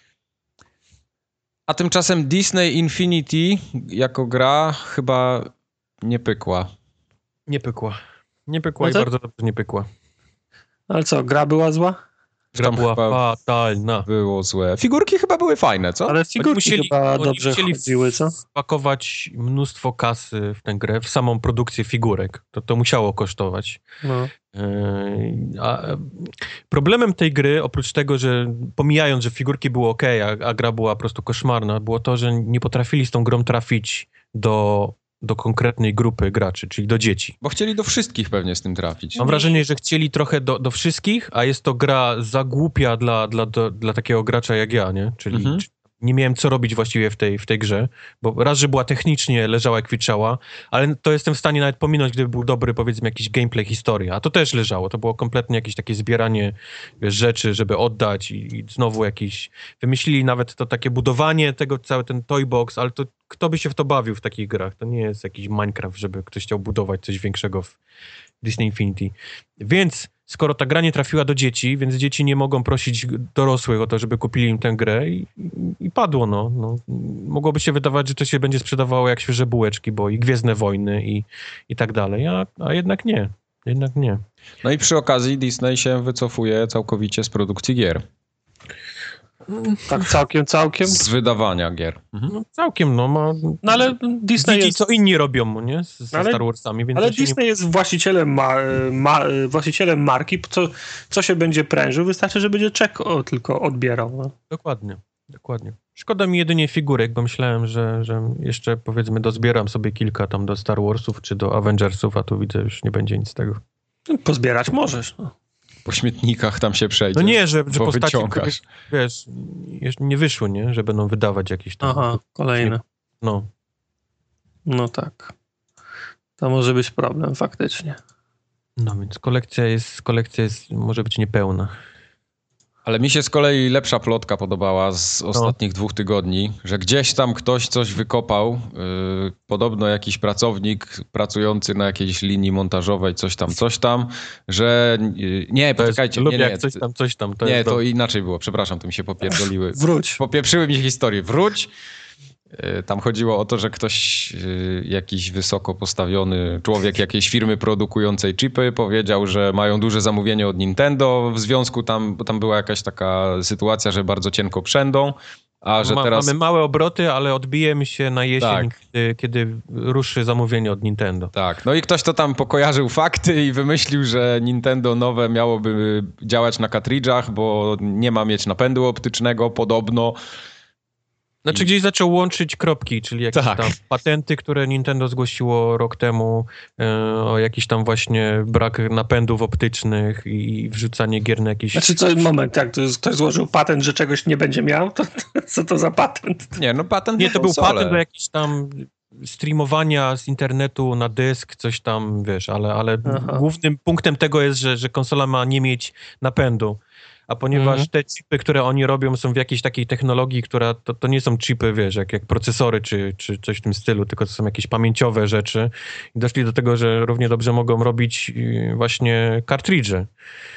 [SPEAKER 3] A tymczasem Disney Infinity jako gra chyba nie pykła.
[SPEAKER 1] Nie pykła. Nie pykła
[SPEAKER 2] no
[SPEAKER 1] i
[SPEAKER 2] to...
[SPEAKER 1] bardzo dobrze nie pykła.
[SPEAKER 2] Ale co, gra była zła?
[SPEAKER 1] Gra była fatalna.
[SPEAKER 3] Było złe. Figurki chyba były fajne, co?
[SPEAKER 2] Ale figurki musieli, chyba dobrze
[SPEAKER 1] chcieli
[SPEAKER 2] chodziły, co?
[SPEAKER 1] wpakować mnóstwo kasy w tę grę, w samą produkcję figurek. To, to musiało kosztować.
[SPEAKER 2] No.
[SPEAKER 1] A problemem tej gry, oprócz tego, że pomijając, że figurki były ok, a, a gra była po prostu koszmarna, było to, że nie potrafili z tą grą trafić do, do konkretnej grupy graczy, czyli do dzieci.
[SPEAKER 3] Bo chcieli do wszystkich pewnie z tym trafić.
[SPEAKER 1] Mam wrażenie, że chcieli trochę do, do wszystkich, a jest to gra za głupia dla, dla, do, dla takiego gracza jak ja, nie? Czyli mhm. nie miałem co robić właściwie w tej, w tej grze, bo raz, że była technicznie, leżała jak kwiczała, ale to jestem w stanie nawet pominąć, gdyby był dobry, powiedzmy, jakiś gameplay, historia, a to też leżało, to było kompletnie jakieś takie zbieranie, wiesz, rzeczy, żeby oddać i, i znowu jakiś, wymyślili nawet to takie budowanie tego, cały ten toy box, ale to kto by się w to bawił w takich grach? To nie jest jakiś Minecraft, żeby ktoś chciał budować coś większego w Disney Infinity. Więc skoro ta gra nie trafiła do dzieci, więc dzieci nie mogą prosić dorosłych o to, żeby kupili im tę grę i, i padło, no. no. Mogłoby się wydawać, że to się będzie sprzedawało jak świeże bułeczki, bo i Gwiezdne Wojny i, i tak dalej, a, a jednak nie. Jednak nie.
[SPEAKER 3] No i przy okazji Disney się wycofuje całkowicie z produkcji gier.
[SPEAKER 2] Tak całkiem, całkiem?
[SPEAKER 3] Z wydawania gier.
[SPEAKER 1] Mhm. No, całkiem, no ma...
[SPEAKER 2] No ale Disney
[SPEAKER 1] widzi,
[SPEAKER 2] jest...
[SPEAKER 1] co inni robią, nie? Z, z
[SPEAKER 2] ale,
[SPEAKER 1] Star Warsami. Więc
[SPEAKER 2] ale Disney nie... jest właścicielem, ma, ma, właścicielem marki, co, co się będzie prężył, wystarczy, że będzie czek o, tylko odbierał. No.
[SPEAKER 1] Dokładnie, dokładnie. Szkoda mi jedynie figurek, bo myślałem, że, że jeszcze powiedzmy dozbieram sobie kilka tam do Star Warsów czy do Avengersów, a tu widzę, już nie będzie nic z tego.
[SPEAKER 2] Pozbierać możesz, no.
[SPEAKER 3] Po śmietnikach tam się przejdzie.
[SPEAKER 1] No nie, że, że postaci, które, wiesz, jeszcze nie wyszły, nie? Że będą wydawać jakieś tam...
[SPEAKER 2] Aha, kolejne.
[SPEAKER 1] No.
[SPEAKER 2] No tak. To może być problem, faktycznie.
[SPEAKER 1] No więc kolekcja jest, kolekcja jest, może być niepełna.
[SPEAKER 3] Ale mi się z kolei lepsza plotka podobała z ostatnich no. dwóch tygodni, że gdzieś tam ktoś coś wykopał, yy, podobno jakiś pracownik pracujący na jakiejś linii montażowej, coś tam, coś tam, że yy, nie, poczekajcie.
[SPEAKER 1] Lubię
[SPEAKER 3] nie, nie,
[SPEAKER 1] jak coś tam, coś tam. To
[SPEAKER 3] nie,
[SPEAKER 1] jest
[SPEAKER 3] to
[SPEAKER 1] do...
[SPEAKER 3] inaczej było, przepraszam, to mi się popierdoliły.
[SPEAKER 2] Wróć.
[SPEAKER 3] Popieprzyły mi się historie. Wróć. Tam chodziło o to, że ktoś, jakiś wysoko postawiony człowiek jakiejś firmy produkującej chipy powiedział, że mają duże zamówienie od Nintendo w związku tam, bo tam była jakaś taka sytuacja, że bardzo cienko przędą, a że
[SPEAKER 1] Ma,
[SPEAKER 3] teraz...
[SPEAKER 1] Mamy małe obroty, ale odbijemy się na jesień, tak. kiedy, kiedy ruszy zamówienie od Nintendo.
[SPEAKER 3] Tak, no i ktoś to tam pokojarzył fakty i wymyślił, że Nintendo nowe miałoby działać na kartridżach, bo nie ma mieć napędu optycznego podobno.
[SPEAKER 1] Znaczy gdzieś zaczął łączyć kropki, czyli jakieś tak. tam patenty, które Nintendo zgłosiło rok temu, e, o jakiś tam właśnie brak napędów optycznych i wrzucanie gier na jakieś...
[SPEAKER 2] Znaczy co, moment, jak to jest, ktoś złożył patent, że czegoś nie będzie miał, to, to co to za patent?
[SPEAKER 3] Nie, no patent
[SPEAKER 1] Nie, to był patent do jakichś tam streamowania z internetu na dysk, coś tam, wiesz, ale, ale głównym punktem tego jest, że, że konsola ma nie mieć napędu. a ponieważ
[SPEAKER 2] Mhm.
[SPEAKER 1] te chipy, które oni robią, są w jakiejś takiej technologii, która to, to nie są chipy, wiesz, jak, jak procesory czy, czy coś w tym stylu, tylko to są jakieś pamięciowe rzeczy i doszli do tego, że równie dobrze mogą robić y, właśnie kartridże.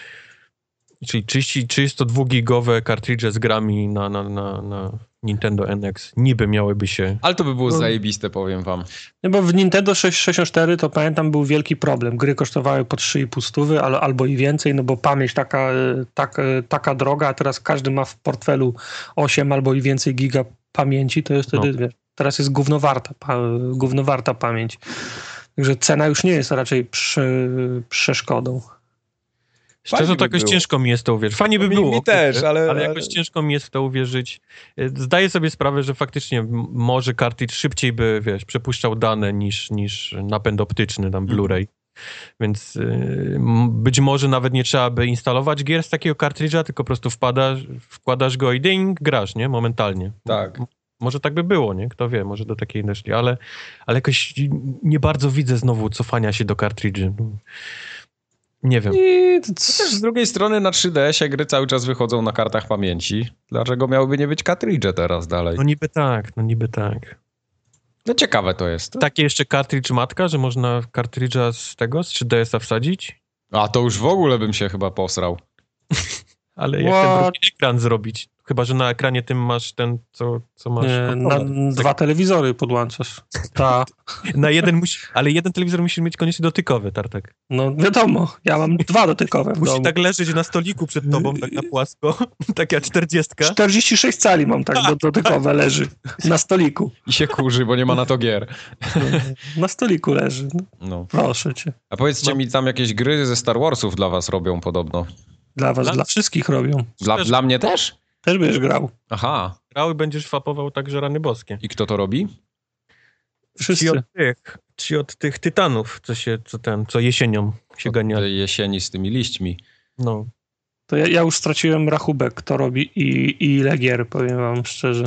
[SPEAKER 1] Czyli trzydziestodziewięć gigowe kartridże z grami na, na, na, na Nintendo N X niby miałyby się...
[SPEAKER 3] Ale to by było
[SPEAKER 2] No.
[SPEAKER 3] zajebiste, powiem wam.
[SPEAKER 2] No bo w Nintendo sześćdziesiąt cztery to pamiętam był wielki problem. Gry kosztowały po trzy i pół stówy al, albo i więcej, no bo pamięć taka, tak, taka droga, a teraz każdy ma w portfelu osiem albo i więcej giga pamięci, to jest wtedy,
[SPEAKER 1] No.
[SPEAKER 2] wiesz, teraz jest gównowarta, pa, gównowarta pamięć. Także cena już nie jest raczej przy, przeszkodą.
[SPEAKER 1] Szczerze,
[SPEAKER 3] Fajnie
[SPEAKER 1] to
[SPEAKER 3] by
[SPEAKER 1] jakoś
[SPEAKER 3] było.
[SPEAKER 1] ciężko mi jest to uwierzyć. Fajnie by
[SPEAKER 3] Mi-
[SPEAKER 1] było.
[SPEAKER 3] mi też,
[SPEAKER 1] wiecie,
[SPEAKER 3] ale-
[SPEAKER 1] ale
[SPEAKER 3] ale-
[SPEAKER 1] jakoś ciężko mi jest w to uwierzyć. Zdaję sobie sprawę, że faktycznie m- może kartridż szybciej by, wiesz, przepuszczał dane niż, niż napęd optyczny, tam Blu-ray. Więc y, m- być może nawet nie trzeba by instalować gier z takiego kartridża, tylko po prostu wpadasz, wkładasz go i ding, grasz, nie? Momentalnie.
[SPEAKER 3] Tak.
[SPEAKER 1] M- Może tak by było, nie? Kto wie, może do takiej doszli, ale, ale jakoś nie bardzo widzę znowu cofania się do kartridży. No. Nie wiem.
[SPEAKER 2] I to
[SPEAKER 3] Też z drugiej strony na trzy D S-ie gry cały czas wychodzą na kartach pamięci. Dlaczego miałyby nie być kartridże teraz dalej?
[SPEAKER 1] No niby tak, no niby tak.
[SPEAKER 3] No ciekawe to jest.
[SPEAKER 1] Takie jeszcze kartridż matka, że można kartridża z tego, z trzy D S a wsadzić,
[SPEAKER 3] A to już w ogóle bym się chyba posrał.
[SPEAKER 1] ale jak
[SPEAKER 2] What?
[SPEAKER 1] ten drugi ekran zrobić? Chyba, że na ekranie tym masz ten, co, co masz...
[SPEAKER 2] nie, na
[SPEAKER 1] kontroler.
[SPEAKER 2] dwa telewizory podłączasz. Ta.
[SPEAKER 1] Na jeden musi, ale jeden telewizor musi mieć koniecznie dotykowy, Tartak.
[SPEAKER 2] No wiadomo, ja mam dwa dotykowe w
[SPEAKER 1] Musi
[SPEAKER 2] domu.
[SPEAKER 1] tak leżeć na stoliku przed tobą, tak na płasko, taka czterdziestka.
[SPEAKER 2] czterdzieści sześć cali mam tak do, dotykowe, leży na stoliku.
[SPEAKER 3] I się kurzy, bo nie ma na to gier.
[SPEAKER 2] Na stoliku leży. No,
[SPEAKER 3] No.
[SPEAKER 2] proszę cię.
[SPEAKER 3] A powiedzcie
[SPEAKER 1] No.
[SPEAKER 3] mi, tam jakieś gry ze Star Warsów dla was robią podobno.
[SPEAKER 2] Dla was,
[SPEAKER 1] Dla-
[SPEAKER 2] dla wszystkich robią.
[SPEAKER 3] Dla,
[SPEAKER 1] Też-
[SPEAKER 3] dla mnie też?
[SPEAKER 2] Też będziesz grał.
[SPEAKER 3] Aha.
[SPEAKER 1] Grały będziesz fapował także rany boskie.
[SPEAKER 3] I kto to robi?
[SPEAKER 1] Ci
[SPEAKER 2] Wszyscy.
[SPEAKER 1] od tych, ci od tych tytanów, co się, co ten, co jesienią się
[SPEAKER 3] Od
[SPEAKER 1] ganiali.
[SPEAKER 3] tej jesieni z tymi liśćmi.
[SPEAKER 1] No.
[SPEAKER 2] To ja, ja już straciłem rachubek, kto robi i, i ile gier, powiem wam szczerze.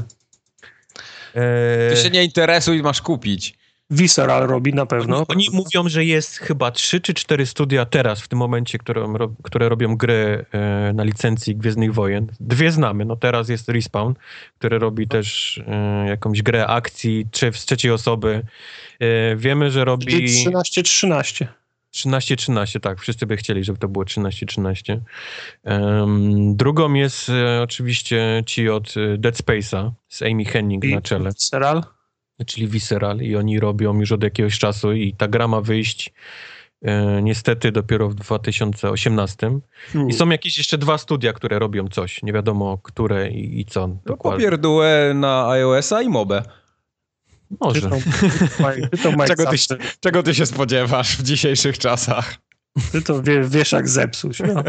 [SPEAKER 1] Eee,
[SPEAKER 3] Ty się nie interesuj, masz kupić.
[SPEAKER 2] Visceral robi na pewno.
[SPEAKER 1] Oni, oni mówią, że jest chyba trzy czy cztery studia teraz, w tym momencie, które, ro, które robią gry e, na licencji Gwiezdnych Wojen. Dwie znamy. No teraz jest Respawn, który robi też e, jakąś grę akcji czy z trzeciej osoby. E, wiemy, że robi
[SPEAKER 2] trzynaście trzynaście.
[SPEAKER 1] trzynaście trzynaście, tak. Wszyscy by chcieli, żeby to było trzynaście trzynaście. Um, drugą jest e, oczywiście ci od e, Dead Space'a z Amy Hennig na czele.
[SPEAKER 2] Visceral.
[SPEAKER 1] Czyli Visceral i oni robią już od jakiegoś czasu i ta gra ma wyjść e, niestety dopiero w dwa tysiące osiemnastym. I są jakieś jeszcze dwa studia, które robią coś. Nie wiadomo, które i, i co.
[SPEAKER 3] No
[SPEAKER 1] Dokładnie.
[SPEAKER 3] popierdółę na iOS-a i mobę.
[SPEAKER 1] Może.
[SPEAKER 2] Ty to, ty to, Mike,
[SPEAKER 3] Czego ty,
[SPEAKER 2] zawsze-
[SPEAKER 3] czego ty się spodziewasz w dzisiejszych czasach?
[SPEAKER 2] ty to wie, wiesz jak zepsuć. No.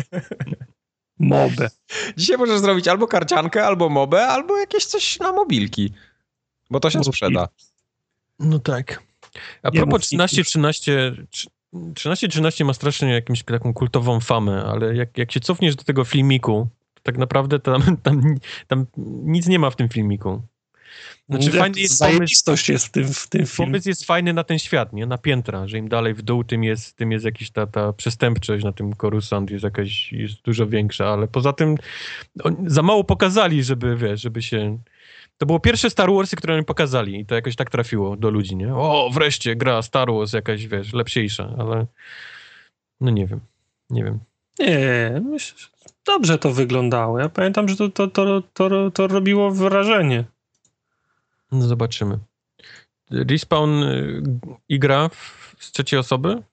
[SPEAKER 2] Mobę.
[SPEAKER 3] Dzisiaj możesz zrobić albo karciankę, albo mobę, albo jakieś coś na mobilki. Bo to się
[SPEAKER 2] Mobilki.
[SPEAKER 3] sprzeda.
[SPEAKER 1] No tak. A
[SPEAKER 2] Nie
[SPEAKER 1] propos
[SPEAKER 2] mów
[SPEAKER 1] trzynaście trzynaście, trzynaście trzynaście ma strasznie jakąś taką kultową famę, ale jak, jak się cofniesz do tego filmiku, to tak naprawdę tam, tam, tam nic nie ma w tym filmiku. Znaczy
[SPEAKER 2] Jak
[SPEAKER 1] fajny jest pomysł,
[SPEAKER 2] zajebistość jest w tym, w tym filmie.
[SPEAKER 1] pomysł jest fajny na ten świat, nie? Na piętra, że im dalej w dół, tym jest, tym jest jakaś ta, ta przestępczość na tym Coruscant jest jakaś, jest dużo większa, ale poza tym on, za mało pokazali, żeby, wiesz, żeby się... To było pierwsze Star Warsy, które oni pokazali i to jakoś tak trafiło do ludzi, nie? O, wreszcie gra Star Wars jakaś, wiesz, lepsiejsza, ale no nie wiem, nie wiem.
[SPEAKER 2] Nie, myślę, że dobrze to wyglądało. Ja pamiętam, że to, to, to, to, to robiło wrażenie.
[SPEAKER 1] No zobaczymy. Respawn y, i gra w, z trzeciej osoby?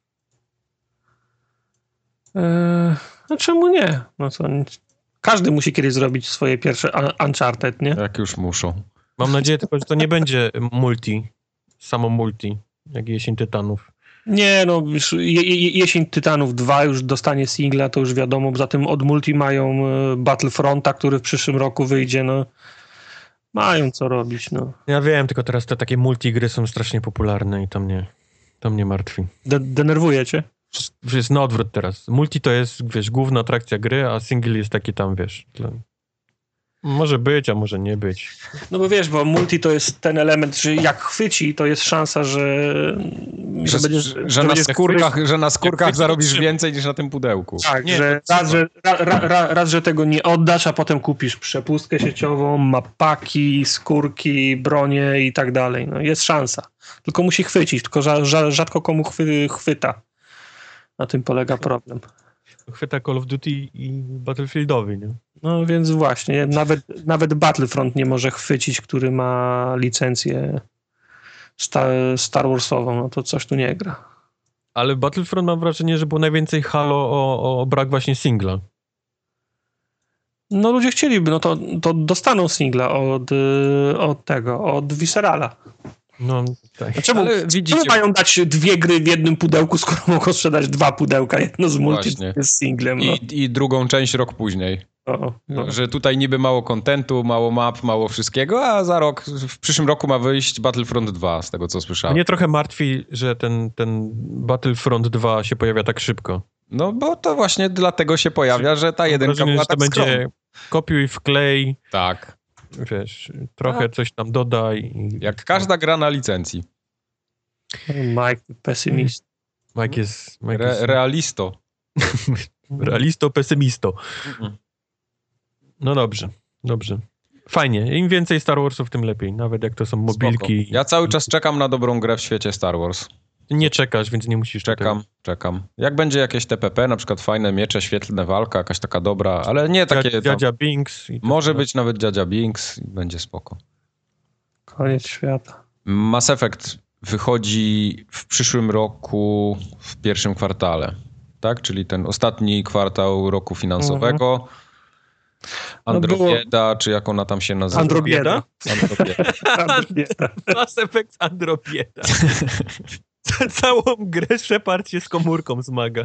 [SPEAKER 2] Eee, no czemu nie? No co, każdy musi kiedyś zrobić swoje pierwsze un- Uncharted, nie?
[SPEAKER 3] Jak już muszą.
[SPEAKER 1] Mam nadzieję tylko, że to nie będzie multi, samo multi, jak Jesień Tytanów.
[SPEAKER 2] Nie, no już je, je, Jesień Tytanów dwa już dostanie singla, to już wiadomo. Poza tym od multi mają e, Battlefronta, który w przyszłym roku wyjdzie, no. Mają co robić, no.
[SPEAKER 1] Ja wiem, tylko teraz te takie multigry są strasznie popularne i to mnie, to mnie martwi.
[SPEAKER 2] De- denerwuje cię?
[SPEAKER 1] Jest na odwrót teraz. Multi to jest, wiesz, główna atrakcja gry, a single jest taki tam, wiesz. Dla... Może być, a może nie być.
[SPEAKER 2] No bo wiesz, bo multi to jest ten element, że jak chwyci, to jest szansa, że...
[SPEAKER 3] Że, że, będziesz, że, że, na, skórkach, chwyci, że na skórkach zarobisz więcej niż na tym pudełku.
[SPEAKER 2] Tak, nie, że raz, że, ra, ra, ra, raz, że tego nie oddasz, a potem kupisz przepustkę sieciową, mapaki, skórki, bronie i tak dalej. No jest szansa. Tylko musi chwycić, tylko ża, ża, rzadko komu chwy, chwyta. Na tym polega problem.
[SPEAKER 1] Chwyta Call of Duty i Battlefieldowy, nie?
[SPEAKER 2] No więc właśnie, nawet, nawet Battlefront nie może chwycić, który ma licencję Star, Star Warsową, no to coś tu nie gra.
[SPEAKER 1] Ale Battlefront mam wrażenie, że było najwięcej halo o, o brak właśnie singla.
[SPEAKER 2] No ludzie chcieliby, no to, to dostaną singla od, od tego, od Viscerala.
[SPEAKER 1] No, tak.
[SPEAKER 2] Czemu, czemu mają dać dwie gry w jednym pudełku, skoro mogą sprzedać dwa pudełka, jedno z multi, z singlem. No.
[SPEAKER 3] I, I drugą część rok później. O, no. Że tutaj niby mało kontentu, mało map, mało wszystkiego, a za rok, w przyszłym roku ma wyjść Battlefront dwa, z tego co słyszałem.
[SPEAKER 1] Mnie trochę martwi, że ten, ten Battlefront dwa się pojawia tak szybko.
[SPEAKER 3] No bo to właśnie dlatego się pojawia, że ta jedynka była tak
[SPEAKER 1] będzie skromna. Kopiuj, wklej.
[SPEAKER 3] Tak.
[SPEAKER 1] Wiesz, trochę a. coś tam dodaj. I...
[SPEAKER 3] Jak każda gra na licencji.
[SPEAKER 2] Mike, pesymist.
[SPEAKER 1] Mike jest... Mike
[SPEAKER 3] Re,
[SPEAKER 1] jest...
[SPEAKER 3] Realisto.
[SPEAKER 1] Realisto, pesymisto. Mm-mm. No dobrze, dobrze. Fajnie. Im więcej Star Warsów, tym lepiej. Nawet jak to są mobilki.
[SPEAKER 3] Spoko. Ja cały czas czekam na dobrą grę w świecie Star Wars.
[SPEAKER 1] Nie czekasz, więc nie musisz.
[SPEAKER 3] Czekam, tutaj. czekam. Jak będzie jakieś T P P, na przykład fajne miecze, świetlne walka, jakaś taka dobra, ale nie takie...
[SPEAKER 1] Dziadzia Binks. I
[SPEAKER 3] może być nawet Dziadzia Binks i będzie spoko.
[SPEAKER 2] Koniec świata.
[SPEAKER 3] Mass Effect wychodzi w przyszłym roku w pierwszym kwartale, tak? Czyli ten ostatni kwartał roku finansowego. Mhm. Androbieda, no czy jak ona tam się nazywa?
[SPEAKER 2] Androbieda?
[SPEAKER 3] Androbieda.
[SPEAKER 1] Androbieda. Mass Effect Androbieda. Całą grę Shepard się z komórką zmaga.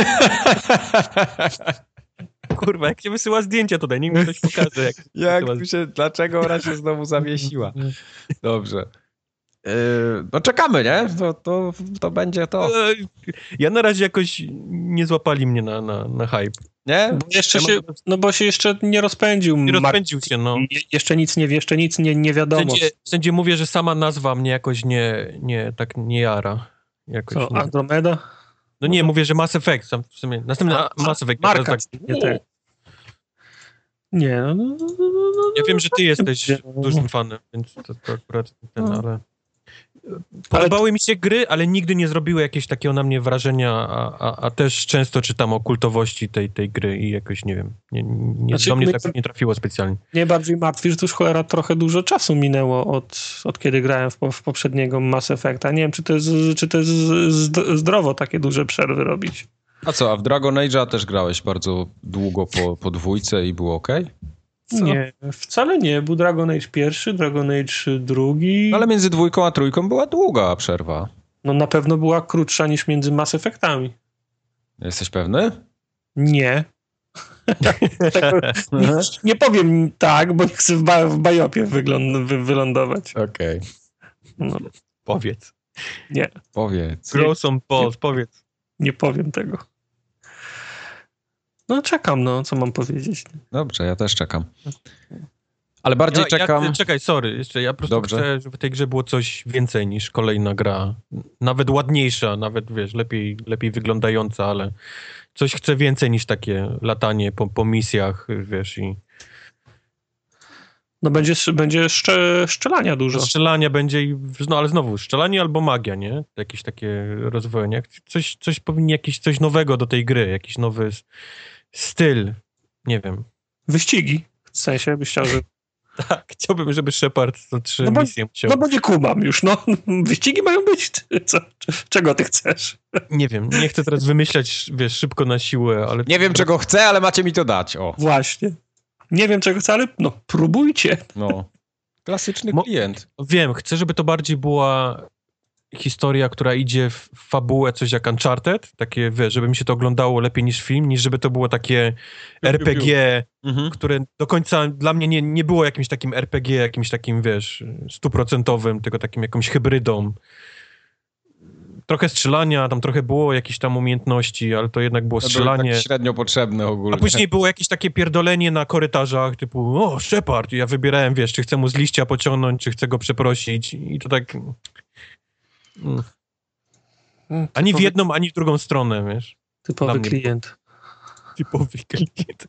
[SPEAKER 1] Kurwa, jak się wysyła zdjęcia tutaj, niech mi ktoś pokaże. Jak,
[SPEAKER 3] jak tu się, dlaczego ona się znowu zawiesiła? Dobrze. Yy, no czekamy, nie? To, to, to będzie to.
[SPEAKER 1] Ja na razie jakoś nie złapali mnie na, na, na hype.
[SPEAKER 3] Nie?
[SPEAKER 2] Bo jeszcze się, no bo się jeszcze nie rozpędził.
[SPEAKER 1] Nie rozpędził się, no.
[SPEAKER 2] Je, jeszcze nic nie, jeszcze nic nie, nie wiadomo.
[SPEAKER 1] Wszędzie, wszędzie mówię, że sama nazwa mnie jakoś nie, nie tak nie jara. Jakoś
[SPEAKER 2] Co,
[SPEAKER 1] nie.
[SPEAKER 2] Andromeda?
[SPEAKER 1] No nie, mówię, że Mass Effect. W sumie, następny a, Mass Effect.
[SPEAKER 2] Marka.
[SPEAKER 1] Tak,
[SPEAKER 2] nie, tak. nie no, no, no, no,
[SPEAKER 1] ja wiem, że ty jesteś dużym fanem, więc to, to akurat ten, no. ale... Podobały ale... mi się gry, ale nigdy nie zrobiły jakiegoś takiego na mnie wrażenia, a, a, a też często czytam o kultowości tej, tej gry i jakoś, nie wiem, nie, nie, znaczy, do mnie tak nie trafiło specjalnie.
[SPEAKER 2] Mnie bardziej martwi, że to już cholera trochę dużo czasu minęło od, od kiedy grałem w, w poprzedniego Mass Effecta. Nie wiem, czy to jest, czy to jest zdrowo takie duże przerwy robić.
[SPEAKER 3] A co, a w Dragon Age'a też grałeś bardzo długo po, po dwójce i było okej?
[SPEAKER 2] Co? Nie, wcale nie. Był Dragon Age pierwszy, Dragon Age drugi.
[SPEAKER 3] Ale między dwójką a trójką była długa przerwa.
[SPEAKER 2] No na pewno była krótsza niż między Mass Effectami.
[SPEAKER 3] Jesteś pewny?
[SPEAKER 2] Nie. nie, nie powiem tak, bo chcę w, ba- w bajopie wygląd- wy- wylądować.
[SPEAKER 3] Okej. Okay.
[SPEAKER 1] No. Powiedz.
[SPEAKER 2] Nie.
[SPEAKER 3] Powiedz.
[SPEAKER 1] Grow some balls, powiedz.
[SPEAKER 2] Nie powiem tego. No czekam, no, co mam powiedzieć.
[SPEAKER 3] Dobrze, ja też czekam. Ale bardziej
[SPEAKER 1] ja,
[SPEAKER 3] czekam...
[SPEAKER 1] Ja, czekaj, sorry, jeszcze ja po prostu Dobrze. chcę, żeby w tej grze było coś więcej niż kolejna gra. Nawet ładniejsza, nawet, wiesz, lepiej, lepiej wyglądająca, ale coś chcę więcej niż takie latanie po, po misjach, wiesz, i...
[SPEAKER 2] No będzie, będzie szcze, szczelania dużo.
[SPEAKER 1] Strzelania będzie, i, no ale znowu, strzelanie albo magia, nie? Jakieś takie rozwojenie. Coś, coś powinni, jakieś coś nowego do tej gry, jakiś nowy styl, nie wiem.
[SPEAKER 2] Wyścigi, w sensie byś chciał, że...
[SPEAKER 1] Tak, chciałbym, żeby Shepard to trzy
[SPEAKER 2] no bo,
[SPEAKER 1] misje musiał.
[SPEAKER 2] No bo nie kumam już, no. Wyścigi mają być. Co, czego ty chcesz?
[SPEAKER 1] Nie wiem, nie chcę teraz wymyślać, wiesz, szybko na siłę, ale...
[SPEAKER 3] Nie wiem, czego chcę, ale macie mi to dać, o.
[SPEAKER 2] Właśnie. Nie wiem, czego chcę, ale no, próbujcie.
[SPEAKER 3] No. Klasyczny klient.
[SPEAKER 1] Mo- wiem, chcę, żeby to bardziej była historia, która idzie w fabułę, coś jak Uncharted, takie, wiesz, żeby mi się to oglądało lepiej niż film, niż żeby to było takie R P G, mhm. które do końca dla mnie nie, nie było jakimś takim R P G, jakimś takim, wiesz, stuprocentowym, tylko takim jakąś hybrydą. trochę strzelania, tam trochę było jakieś tam umiejętności, ale to jednak było strzelanie.
[SPEAKER 3] Tak średnio potrzebne ogólnie.
[SPEAKER 1] A później było jakieś takie pierdolenie na korytarzach, typu, o, Shepard, ja wybierałem, wiesz, czy chcę mu z liścia pociągnąć, czy chcę go przeprosić i to tak... Mm. Ani w jedną, ani w drugą stronę, wiesz.
[SPEAKER 2] Typowy klient.
[SPEAKER 1] Typowy klient.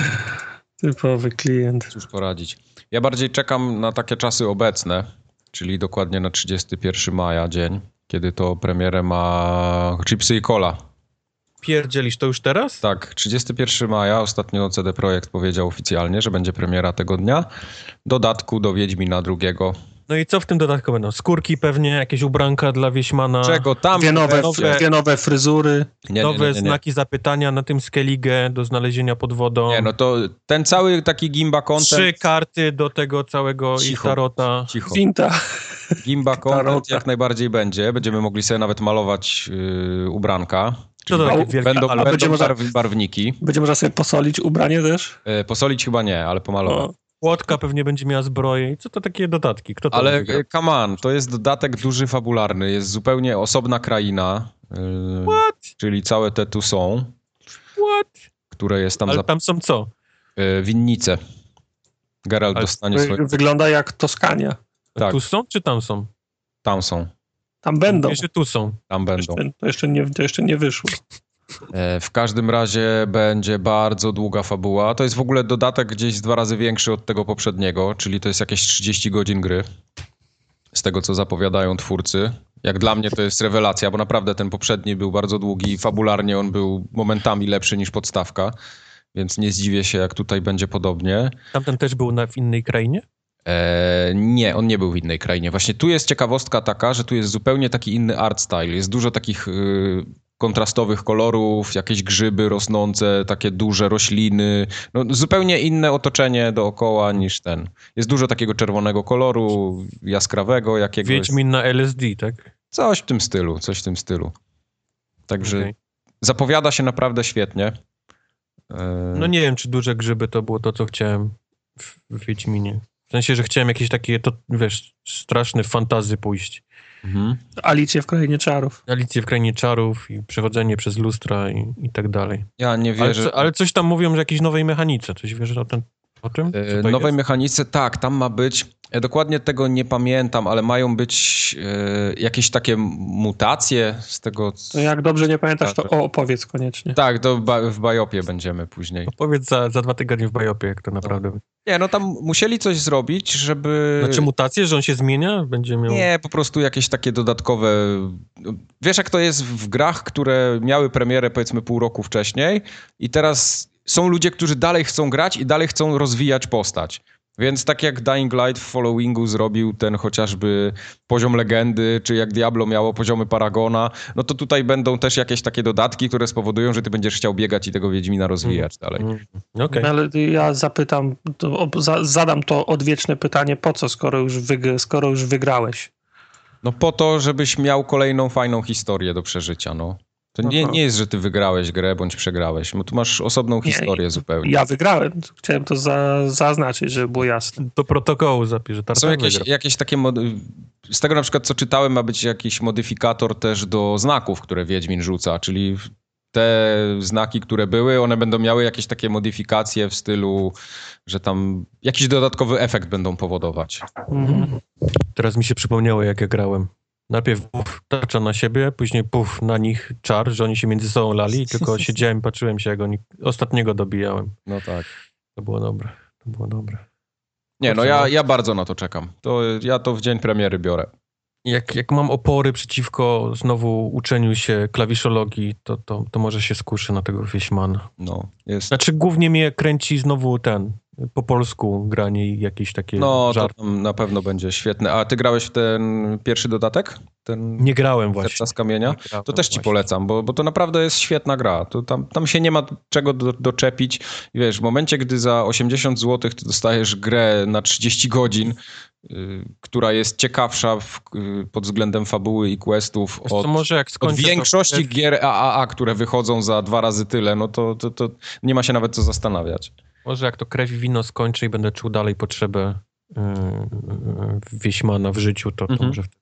[SPEAKER 2] Typowy klient.
[SPEAKER 3] Cóż poradzić. Ja bardziej czekam na takie czasy obecne, czyli dokładnie na trzydziestego pierwszego maja, dzień, kiedy to premierę ma Chipsy i Cola.
[SPEAKER 1] Pierdzielisz to już teraz?
[SPEAKER 3] Tak, trzydziestego pierwszego maja ostatnio C D Projekt powiedział oficjalnie, że będzie premiera tego dnia. Dodatku do Wiedźmina drugiego.
[SPEAKER 1] No i co w tym dodatku będą? Skórki pewnie, jakieś ubranka dla Wieśmana.
[SPEAKER 3] Czego tam?
[SPEAKER 2] Dwie nowe, nowe, dwie nowe fryzury.
[SPEAKER 3] Nie, nie,
[SPEAKER 1] nowe
[SPEAKER 3] nie, nie, nie.
[SPEAKER 1] znaki zapytania na tym Skellige do znalezienia pod wodą.
[SPEAKER 3] Nie, no to ten cały taki Gimba content...
[SPEAKER 1] Trzy karty do tego całego
[SPEAKER 3] Cicho,
[SPEAKER 1] ich tarota.
[SPEAKER 3] Cicho.
[SPEAKER 2] Winta.
[SPEAKER 3] Gimba content
[SPEAKER 2] Tarota.
[SPEAKER 3] jak najbardziej będzie. Będziemy mogli sobie nawet malować yy, ubranka.
[SPEAKER 1] Co to takie wielkie
[SPEAKER 3] Będą,
[SPEAKER 1] ala?
[SPEAKER 3] będą
[SPEAKER 2] Będzie można-
[SPEAKER 3] barw, barwniki.
[SPEAKER 2] Będzie można sobie posolić ubranie też?
[SPEAKER 3] Yy, posolić chyba nie, ale pomalować.
[SPEAKER 2] O,
[SPEAKER 1] Płotka pewnie będzie miała zbroję. I co to takie dodatki? Kto to
[SPEAKER 3] Ale
[SPEAKER 1] wygra?
[SPEAKER 3] e, come on, to jest dodatek duży, fabularny. Jest zupełnie osobna kraina. Yy,
[SPEAKER 1] What?
[SPEAKER 3] czyli całe te tu są,
[SPEAKER 1] What?
[SPEAKER 3] które jest tam
[SPEAKER 1] Ale
[SPEAKER 3] za
[SPEAKER 1] tam są co?
[SPEAKER 3] yy, winnice. Geralt
[SPEAKER 1] Ale
[SPEAKER 3] dostanie
[SPEAKER 2] wy-
[SPEAKER 3] swoje...
[SPEAKER 2] Wygląda jak Toskania.
[SPEAKER 3] Tak.
[SPEAKER 1] Tu są czy tam są?
[SPEAKER 3] Tam są,
[SPEAKER 2] Tam będą.
[SPEAKER 1] Wiesz, że tu są.
[SPEAKER 3] tam będą.
[SPEAKER 2] Jeszcze, to, jeszcze nie, to jeszcze nie wyszło.
[SPEAKER 3] E, W każdym razie będzie bardzo długa fabuła. To jest w ogóle dodatek gdzieś z dwa razy większy od tego poprzedniego, czyli to jest jakieś trzydzieści godzin gry. Z tego, co zapowiadają twórcy. Jak dla mnie to jest rewelacja, bo naprawdę ten poprzedni był bardzo długi. Fabularnie on był momentami lepszy niż podstawka, więc nie zdziwię się, jak tutaj będzie podobnie.
[SPEAKER 1] Tamten też był na, w innej krainie?
[SPEAKER 3] E, nie, on nie był w innej krainie. Właśnie tu jest ciekawostka taka, że tu jest zupełnie taki inny art style. Jest dużo takich y, kontrastowych kolorów, jakieś grzyby rosnące, takie duże rośliny. No, zupełnie inne otoczenie dookoła niż ten. Jest dużo takiego czerwonego koloru, jaskrawego jakiegoś.
[SPEAKER 1] Wiedźmin na L S D, tak?
[SPEAKER 3] Coś w tym stylu, coś w tym stylu. Także
[SPEAKER 1] Okej.
[SPEAKER 3] zapowiada się naprawdę świetnie. E,
[SPEAKER 1] No nie wiem, czy duże grzyby to było to, co chciałem w, w Wiedźminie. W sensie, że chciałem jakieś takie, to, wiesz, straszne fantazy pójść.
[SPEAKER 3] mhm.
[SPEAKER 2] Alicję w Krainie Czarów.
[SPEAKER 1] Alicję w Krainie Czarów i przechodzenie przez lustra i, i tak dalej.
[SPEAKER 3] Ja nie
[SPEAKER 1] Ale,
[SPEAKER 3] wierzę.
[SPEAKER 1] co, ale coś tam mówią, że jakiejś nowej mechanice. Coś wiesz o, ten, o tym? Co
[SPEAKER 3] E,
[SPEAKER 1] to
[SPEAKER 3] Nowej
[SPEAKER 1] jest?
[SPEAKER 3] mechanice, tak, tam ma być, e, dokładnie tego nie pamiętam, ale mają być e, jakieś takie mutacje z tego...
[SPEAKER 2] To jak dobrze nie pamiętasz, to
[SPEAKER 3] Tak.
[SPEAKER 2] o, opowiedz koniecznie.
[SPEAKER 3] Tak, to ba- w Bajopie będziemy później.
[SPEAKER 1] Opowiedz za, za dwa tygodnie w Bajopie, jak to naprawdę...
[SPEAKER 3] Nie, no tam musieli coś zrobić, żeby...
[SPEAKER 1] Znaczy mutacje, że on się zmienia? Będzie miał...
[SPEAKER 3] Nie, po prostu jakieś takie dodatkowe... Wiesz, jak to jest w grach, które miały premierę powiedzmy pół roku wcześniej i teraz są ludzie, którzy dalej chcą grać i dalej chcą rozwijać postać. Więc tak jak Dying Light w Followingu zrobił ten chociażby poziom legendy, czy jak Diablo miało poziomy Paragona, no to tutaj będą też jakieś takie dodatki, które spowodują, że ty będziesz chciał biegać i tego Wiedźmina rozwijać dalej.
[SPEAKER 1] Mm, Okej.
[SPEAKER 2] No, ale ja zapytam, to, o, za, zadam to odwieczne pytanie, po co, skoro już, wyg- skoro już wygrałeś?
[SPEAKER 3] No po to, żebyś miał kolejną fajną historię do przeżycia, no. To nie,
[SPEAKER 2] Aha.
[SPEAKER 3] nie jest, że ty wygrałeś grę, bądź przegrałeś. No tu masz osobną
[SPEAKER 2] Nie,
[SPEAKER 3] historię zupełnie.
[SPEAKER 2] Ja wygrałem. Chciałem to za, zaznaczyć, żeby było jasne.
[SPEAKER 1] Do protokołu zapisz, że
[SPEAKER 3] Są
[SPEAKER 1] Tartan
[SPEAKER 3] jakieś,
[SPEAKER 1] wygra.
[SPEAKER 3] jakieś takie... Mod... Z tego na przykład, co czytałem, ma być jakiś modyfikator też do znaków, które Wiedźmin rzuca, czyli te znaki, które były, one będą miały jakieś takie modyfikacje w stylu, że tam jakiś dodatkowy efekt będą powodować.
[SPEAKER 2] Mhm.
[SPEAKER 1] Teraz mi się przypomniało, jak ja grałem. Najpierw puf, tarcza na siebie, później puf, na nich czar, że oni się między sobą lali, tylko siedziałem, patrzyłem się, jak oni... Ostatniego dobijałem.
[SPEAKER 3] No tak.
[SPEAKER 1] To było dobre. To było dobre.
[SPEAKER 3] Nie, no ja, ja bardzo na to czekam. To ja to w dzień premiery biorę.
[SPEAKER 1] Jak, jak mam opory przeciwko znowu uczeniu się klawiszologii, to, to, to może się skuszę na tego Wieśmana.
[SPEAKER 3] No, jest...
[SPEAKER 1] Znaczy głównie mnie kręci znowu ten, po polsku granie i jakieś takie
[SPEAKER 3] No, to
[SPEAKER 1] żarty.
[SPEAKER 3] tam na pewno będzie świetne. A ty grałeś w ten pierwszy dodatek? Ten
[SPEAKER 1] Nie grałem właśnie.
[SPEAKER 3] Serca z kamienia?
[SPEAKER 1] Nie grałem
[SPEAKER 3] To też ci
[SPEAKER 1] właśnie.
[SPEAKER 3] polecam, bo, bo to naprawdę jest świetna gra. To tam, tam się nie ma czego do, doczepić. I wiesz, w momencie, gdy za osiemdziesiąt złotych ty dostajesz grę na trzydzieści godzin, y, która jest ciekawsza w, y, pod względem fabuły i questów
[SPEAKER 1] Wiesz
[SPEAKER 3] od,
[SPEAKER 1] co, może jak
[SPEAKER 3] od
[SPEAKER 1] skończę
[SPEAKER 3] większości
[SPEAKER 1] to,
[SPEAKER 3] gier A A A, które wychodzą za dwa razy tyle, no to, to, to nie ma się nawet co zastanawiać.
[SPEAKER 1] może jak to krew i wino skończę i będę czuł dalej potrzebę yy, yy, Wieśmana w życiu, to, to
[SPEAKER 3] Mhm.
[SPEAKER 1] może wtedy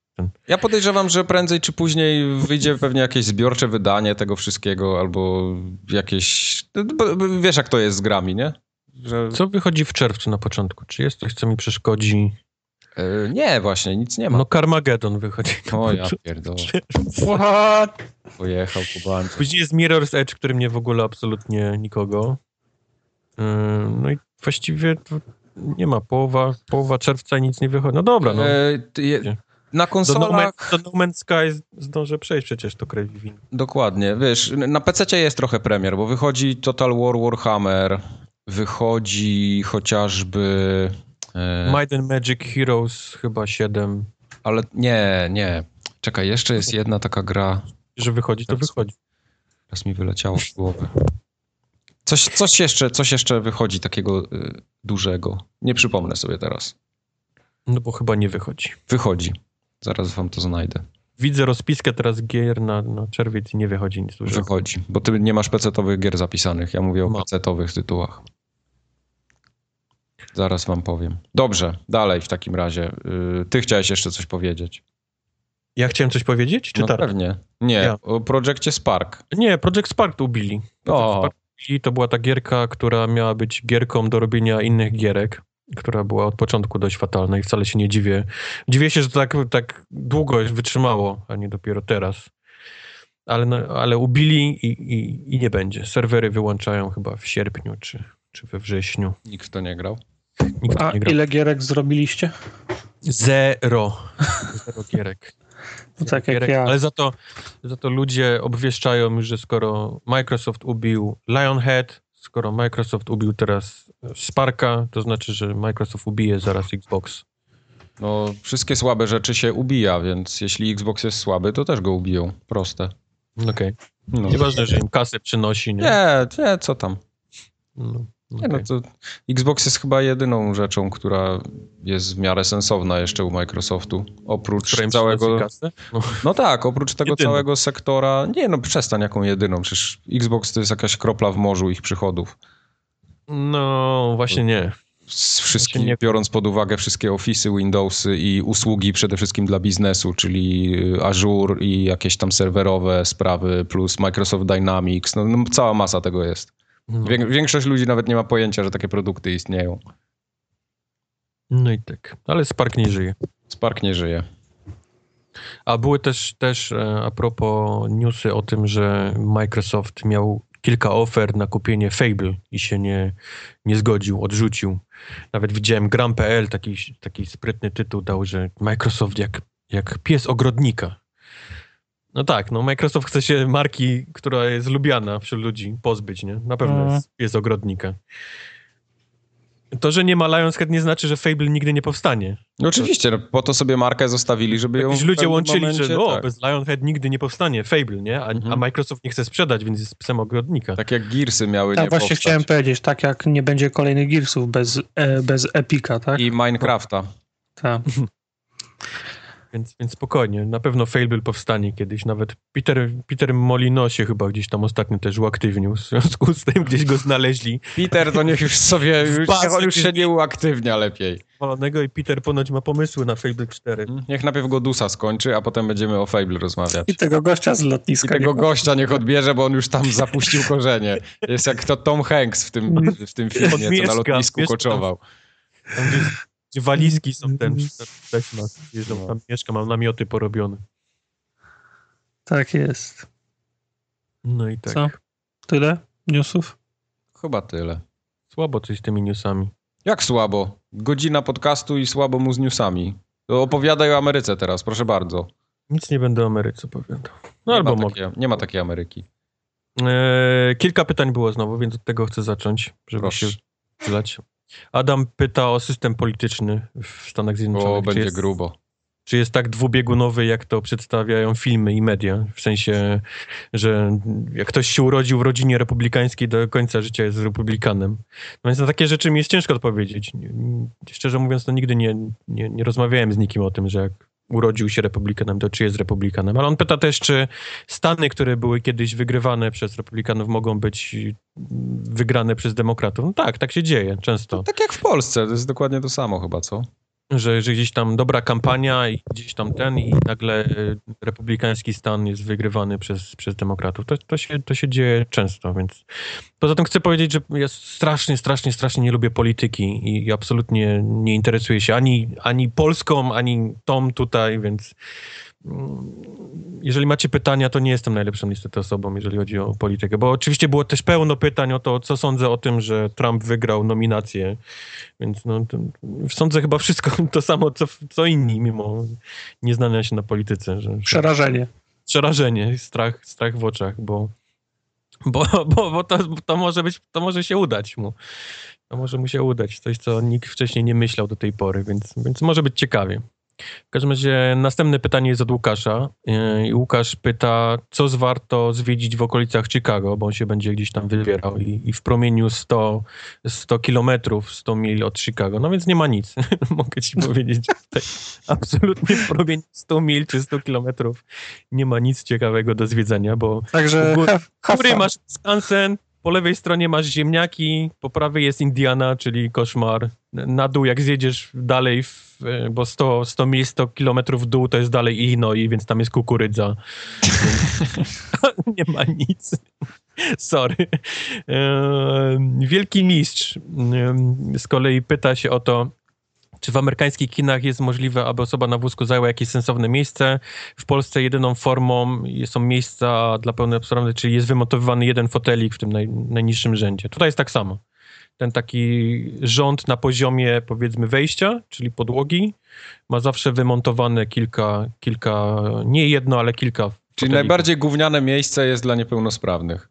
[SPEAKER 1] ten...
[SPEAKER 3] Ja podejrzewam, że prędzej czy później wyjdzie pewnie jakieś zbiorcze wydanie tego wszystkiego, albo jakieś... Wiesz, jak to jest z grami, nie?
[SPEAKER 1] Że... Co wychodzi w czerwcu na początku? Czy jest coś, co mi przeszkodzi?
[SPEAKER 3] Yy, nie, właśnie, nic nie ma.
[SPEAKER 1] No Carmageddon wychodzi.
[SPEAKER 3] O ja pierdolę.
[SPEAKER 2] What?
[SPEAKER 3] Pojechał po bandzie.
[SPEAKER 1] Później jest Mirror's Edge, który mnie w ogóle absolutnie nikogo. Yy, no i właściwie nie ma. Połowa, połowa czerwca i nic nie wychodzi. No dobra, no. Yy, je...
[SPEAKER 3] Na konsolach...
[SPEAKER 1] Do No, no Man's Sky zdążę przejść przecież to krew win.
[SPEAKER 3] Dokładnie, wiesz, na pececie jest trochę premier, bo wychodzi Total War Warhammer, wychodzi chociażby...
[SPEAKER 1] E... Might and Magic Heroes chyba siedem.
[SPEAKER 3] Ale nie, nie. Czekaj, jeszcze jest jedna taka gra...
[SPEAKER 1] Że wychodzi, to wychodzi.
[SPEAKER 3] Teraz mi wyleciało w głowę. Coś, coś, jeszcze, coś jeszcze wychodzi takiego y, dużego. Nie przypomnę sobie teraz.
[SPEAKER 1] No bo chyba nie wychodzi.
[SPEAKER 3] Wychodzi. Zaraz wam to znajdę.
[SPEAKER 1] Widzę rozpiskę teraz gier na, na czerwiec i nie wychodzi nic dużego.
[SPEAKER 3] Wychodzi, bo ty nie masz pecetowych gier zapisanych. Ja mówię o Mam. pecetowych tytułach. Zaraz wam powiem. Dobrze, dalej w takim razie. Ty chciałeś jeszcze coś powiedzieć.
[SPEAKER 1] Ja chciałem coś powiedzieć? Czy
[SPEAKER 3] no
[SPEAKER 1] tak?
[SPEAKER 3] Pewnie. Nie, ja. O projekcie Spark.
[SPEAKER 1] Nie, Project Spark to ubili. Project Spark ubili. To była ta gierka, która miała być gierką do robienia innych gierek, która była od początku dość fatalna i wcale się nie dziwię. Dziwię się, że to tak, tak długo wytrzymało, a nie dopiero teraz. Ale, no, ale ubili i, i, i nie będzie. Serwery wyłączają chyba w sierpniu czy, czy we wrześniu.
[SPEAKER 3] Nikt w to nie grał.
[SPEAKER 2] Nikt a nie grał. Ile gierek zrobiliście?
[SPEAKER 1] Zero. Zero gierek.
[SPEAKER 2] No tak jak ja.
[SPEAKER 1] Ale za to, za to ludzie obwieszczają już, że skoro Microsoft ubił Lionhead, skoro Microsoft ubił teraz Sparka, to znaczy, że Microsoft ubije zaraz Xbox.
[SPEAKER 3] No, wszystkie słabe rzeczy się ubija, więc jeśli Xbox jest słaby, to też go ubiją. Proste.
[SPEAKER 1] Okej. Okay. No. Nieważne, że im kasę przynosi, nie?
[SPEAKER 3] Nie, nie, co tam.
[SPEAKER 1] No.
[SPEAKER 3] Okay. Nie, no to Xbox jest chyba jedyną rzeczą, która jest w miarę sensowna jeszcze u Microsoftu. Oprócz Którym całego... No. no tak, oprócz tego jedyną. całego sektora... Nie, no przestań jaką jedyną. Przecież Xbox to jest jakaś kropla w morzu ich przychodów.
[SPEAKER 1] No, właśnie nie.
[SPEAKER 3] Z wszystkim, nie... biorąc pod uwagę wszystkie Office'y, Windowsy i usługi przede wszystkim dla biznesu, czyli Azure i jakieś tam serwerowe sprawy, plus Microsoft Dynamics. No, no cała masa tego jest. No. Większość ludzi nawet nie ma pojęcia, że takie produkty istnieją.
[SPEAKER 1] No i tak. Ale Spark nie żyje.
[SPEAKER 3] Spark nie żyje.
[SPEAKER 1] A były też, też a propos newsy o tym, że Microsoft miał kilka ofert na kupienie Fable i się nie, nie zgodził, odrzucił. Nawet widziałem gram kropka p l, taki, taki sprytny tytuł dał, że Microsoft jak, jak pies ogrodnika. No tak, no Microsoft chce się marki, która jest lubiana wśród ludzi, pozbyć, nie? Na pewno mm. jest, jest ogrodnika. To, że nie ma Lionhead, nie znaczy, że Fable nigdy nie powstanie.
[SPEAKER 3] No oczywiście, no, po to sobie markę zostawili, żeby ją...
[SPEAKER 1] Jakieś ludzie łączyli, momencie, że no, tak. bez Lionhead nigdy nie powstanie Fable, nie? A, mm-hmm. a Microsoft nie chce sprzedać, więc jest psem ogrodnika.
[SPEAKER 3] Tak jak Gearsy miały
[SPEAKER 2] tak,
[SPEAKER 3] nie
[SPEAKER 2] właśnie
[SPEAKER 3] powstać.
[SPEAKER 2] Chciałem powiedzieć, tak jak nie będzie kolejnych Gearsów bez, e, bez Epica, tak?
[SPEAKER 3] I Minecrafta.
[SPEAKER 2] Tak.
[SPEAKER 1] Więc, więc spokojnie, na pewno Fable powstanie kiedyś. Nawet Peter, Peter Molyneux się chyba gdzieś tam ostatnio też uaktywnił. W związku z tym gdzieś go znaleźli.
[SPEAKER 3] Peter to niech już sobie, już, niech on już się nie uaktywnia lepiej.
[SPEAKER 1] Walonego i Peter ponoć ma pomysły na Fable cztery.
[SPEAKER 3] Niech najpierw Godusa skończy, a potem będziemy o Fable rozmawiać.
[SPEAKER 2] I tego gościa z lotniska.
[SPEAKER 3] I tego gościa niech odbierze, bo on już tam zapuścił korzenie. Jest jak to Tom Hanks w tym, w tym filmie, co na lotnisku koczował.
[SPEAKER 1] Tam, tam gdzie, gdzie walizki są ten, też ma, jeżdżą, tam mieszka, mam namioty porobione.
[SPEAKER 2] Tak jest.
[SPEAKER 1] No i tak.
[SPEAKER 2] Co? Tyle newsów?
[SPEAKER 3] Chyba tyle.
[SPEAKER 1] Słabo coś z tymi newsami.
[SPEAKER 3] Jak słabo? Godzina podcastu i słabo mu z newsami. To opowiadaj o Ameryce teraz, proszę bardzo.
[SPEAKER 1] Nic nie będę o Ameryce opowiadał. No
[SPEAKER 3] nie
[SPEAKER 1] albo
[SPEAKER 3] ma
[SPEAKER 1] mogę.
[SPEAKER 3] Takie, nie ma takiej Ameryki.
[SPEAKER 1] Eee, kilka pytań było znowu, więc od tego chcę zacząć, żeby
[SPEAKER 3] Proszę.
[SPEAKER 1] się wylać. Adam pyta o system polityczny w Stanach Zjednoczonych.
[SPEAKER 3] O, będzie
[SPEAKER 1] jest,
[SPEAKER 3] grubo.
[SPEAKER 1] Czy jest tak dwubiegunowy, jak to przedstawiają filmy i media? W sensie, że jak ktoś się urodził w rodzinie republikańskiej, do końca życia jest republikanem. No więc na takie rzeczy mi jest ciężko odpowiedzieć. Szczerze mówiąc, to nigdy nie, nie, nie rozmawiałem z nikim o tym, że jak urodził się republikanem, to czy jest republikanem. Ale on pyta też, czy Stany, które były kiedyś wygrywane przez republikanów, mogą być wygrane przez demokratów. No tak, tak się dzieje często.
[SPEAKER 3] No, tak jak w Polsce, to jest dokładnie to samo chyba, co?
[SPEAKER 1] że, że gdzieś tam dobra kampania i gdzieś tam ten i nagle republikański stan jest wygrywany przez, przez demokratów. To, to, się, to się dzieje często, więc poza tym chcę powiedzieć, że ja strasznie, strasznie, strasznie nie lubię polityki i, i absolutnie nie interesuję się ani, ani Polską, ani tą tutaj, więc jeżeli macie pytania, to nie jestem najlepszą niestety osobą, jeżeli chodzi o politykę, bo oczywiście było też pełno pytań o to, co sądzę o tym, że Trump wygrał nominację, więc no, to, sądzę chyba wszystko to samo, co, co inni, mimo nieznania się na polityce. Że,
[SPEAKER 2] przerażenie.
[SPEAKER 1] Przerażenie, strach, strach w oczach, bo, bo, bo, bo to, to może być, to może się udać mu. To może mu się udać, coś, co nikt wcześniej nie myślał do tej pory, więc, więc może być ciekawie. W każdym razie następne pytanie jest od Łukasza. I Łukasz pyta, co warto zwiedzić w okolicach Chicago, bo on się będzie gdzieś tam wybierał i, i w promieniu sto, sto kilometrów, sto mil od Chicago. No więc nie ma nic. Mogę ci powiedzieć, że tutaj absolutnie w promieniu sto mil czy sto kilometrów nie ma nic ciekawego do zwiedzenia, bo
[SPEAKER 2] Także
[SPEAKER 1] u góry masz Wisconsin, po lewej stronie masz ziemniaki, po prawej jest Indiana, czyli koszmar. Na dół, jak zjedziesz dalej, w, bo sto, sto mil, sto kilometrów w dół, to jest dalej Illinois, więc tam jest kukurydza. Nie ma nic. Sorry. Wielki mistrz z kolei pyta się o to, czy w amerykańskich kinach jest możliwe, aby osoba na wózku zajęła jakieś sensowne miejsce? W Polsce jedyną formą są miejsca dla pełnosprawnych, czyli jest wymontowany jeden fotelik w tym naj, najniższym rzędzie. Tutaj jest tak samo. Ten taki rząd na poziomie, powiedzmy, wejścia, czyli podłogi, ma zawsze wymontowane kilka, kilka nie jedno, ale kilka
[SPEAKER 3] Czyli
[SPEAKER 1] fotelików.
[SPEAKER 3] najbardziej gówniane miejsce jest dla niepełnosprawnych.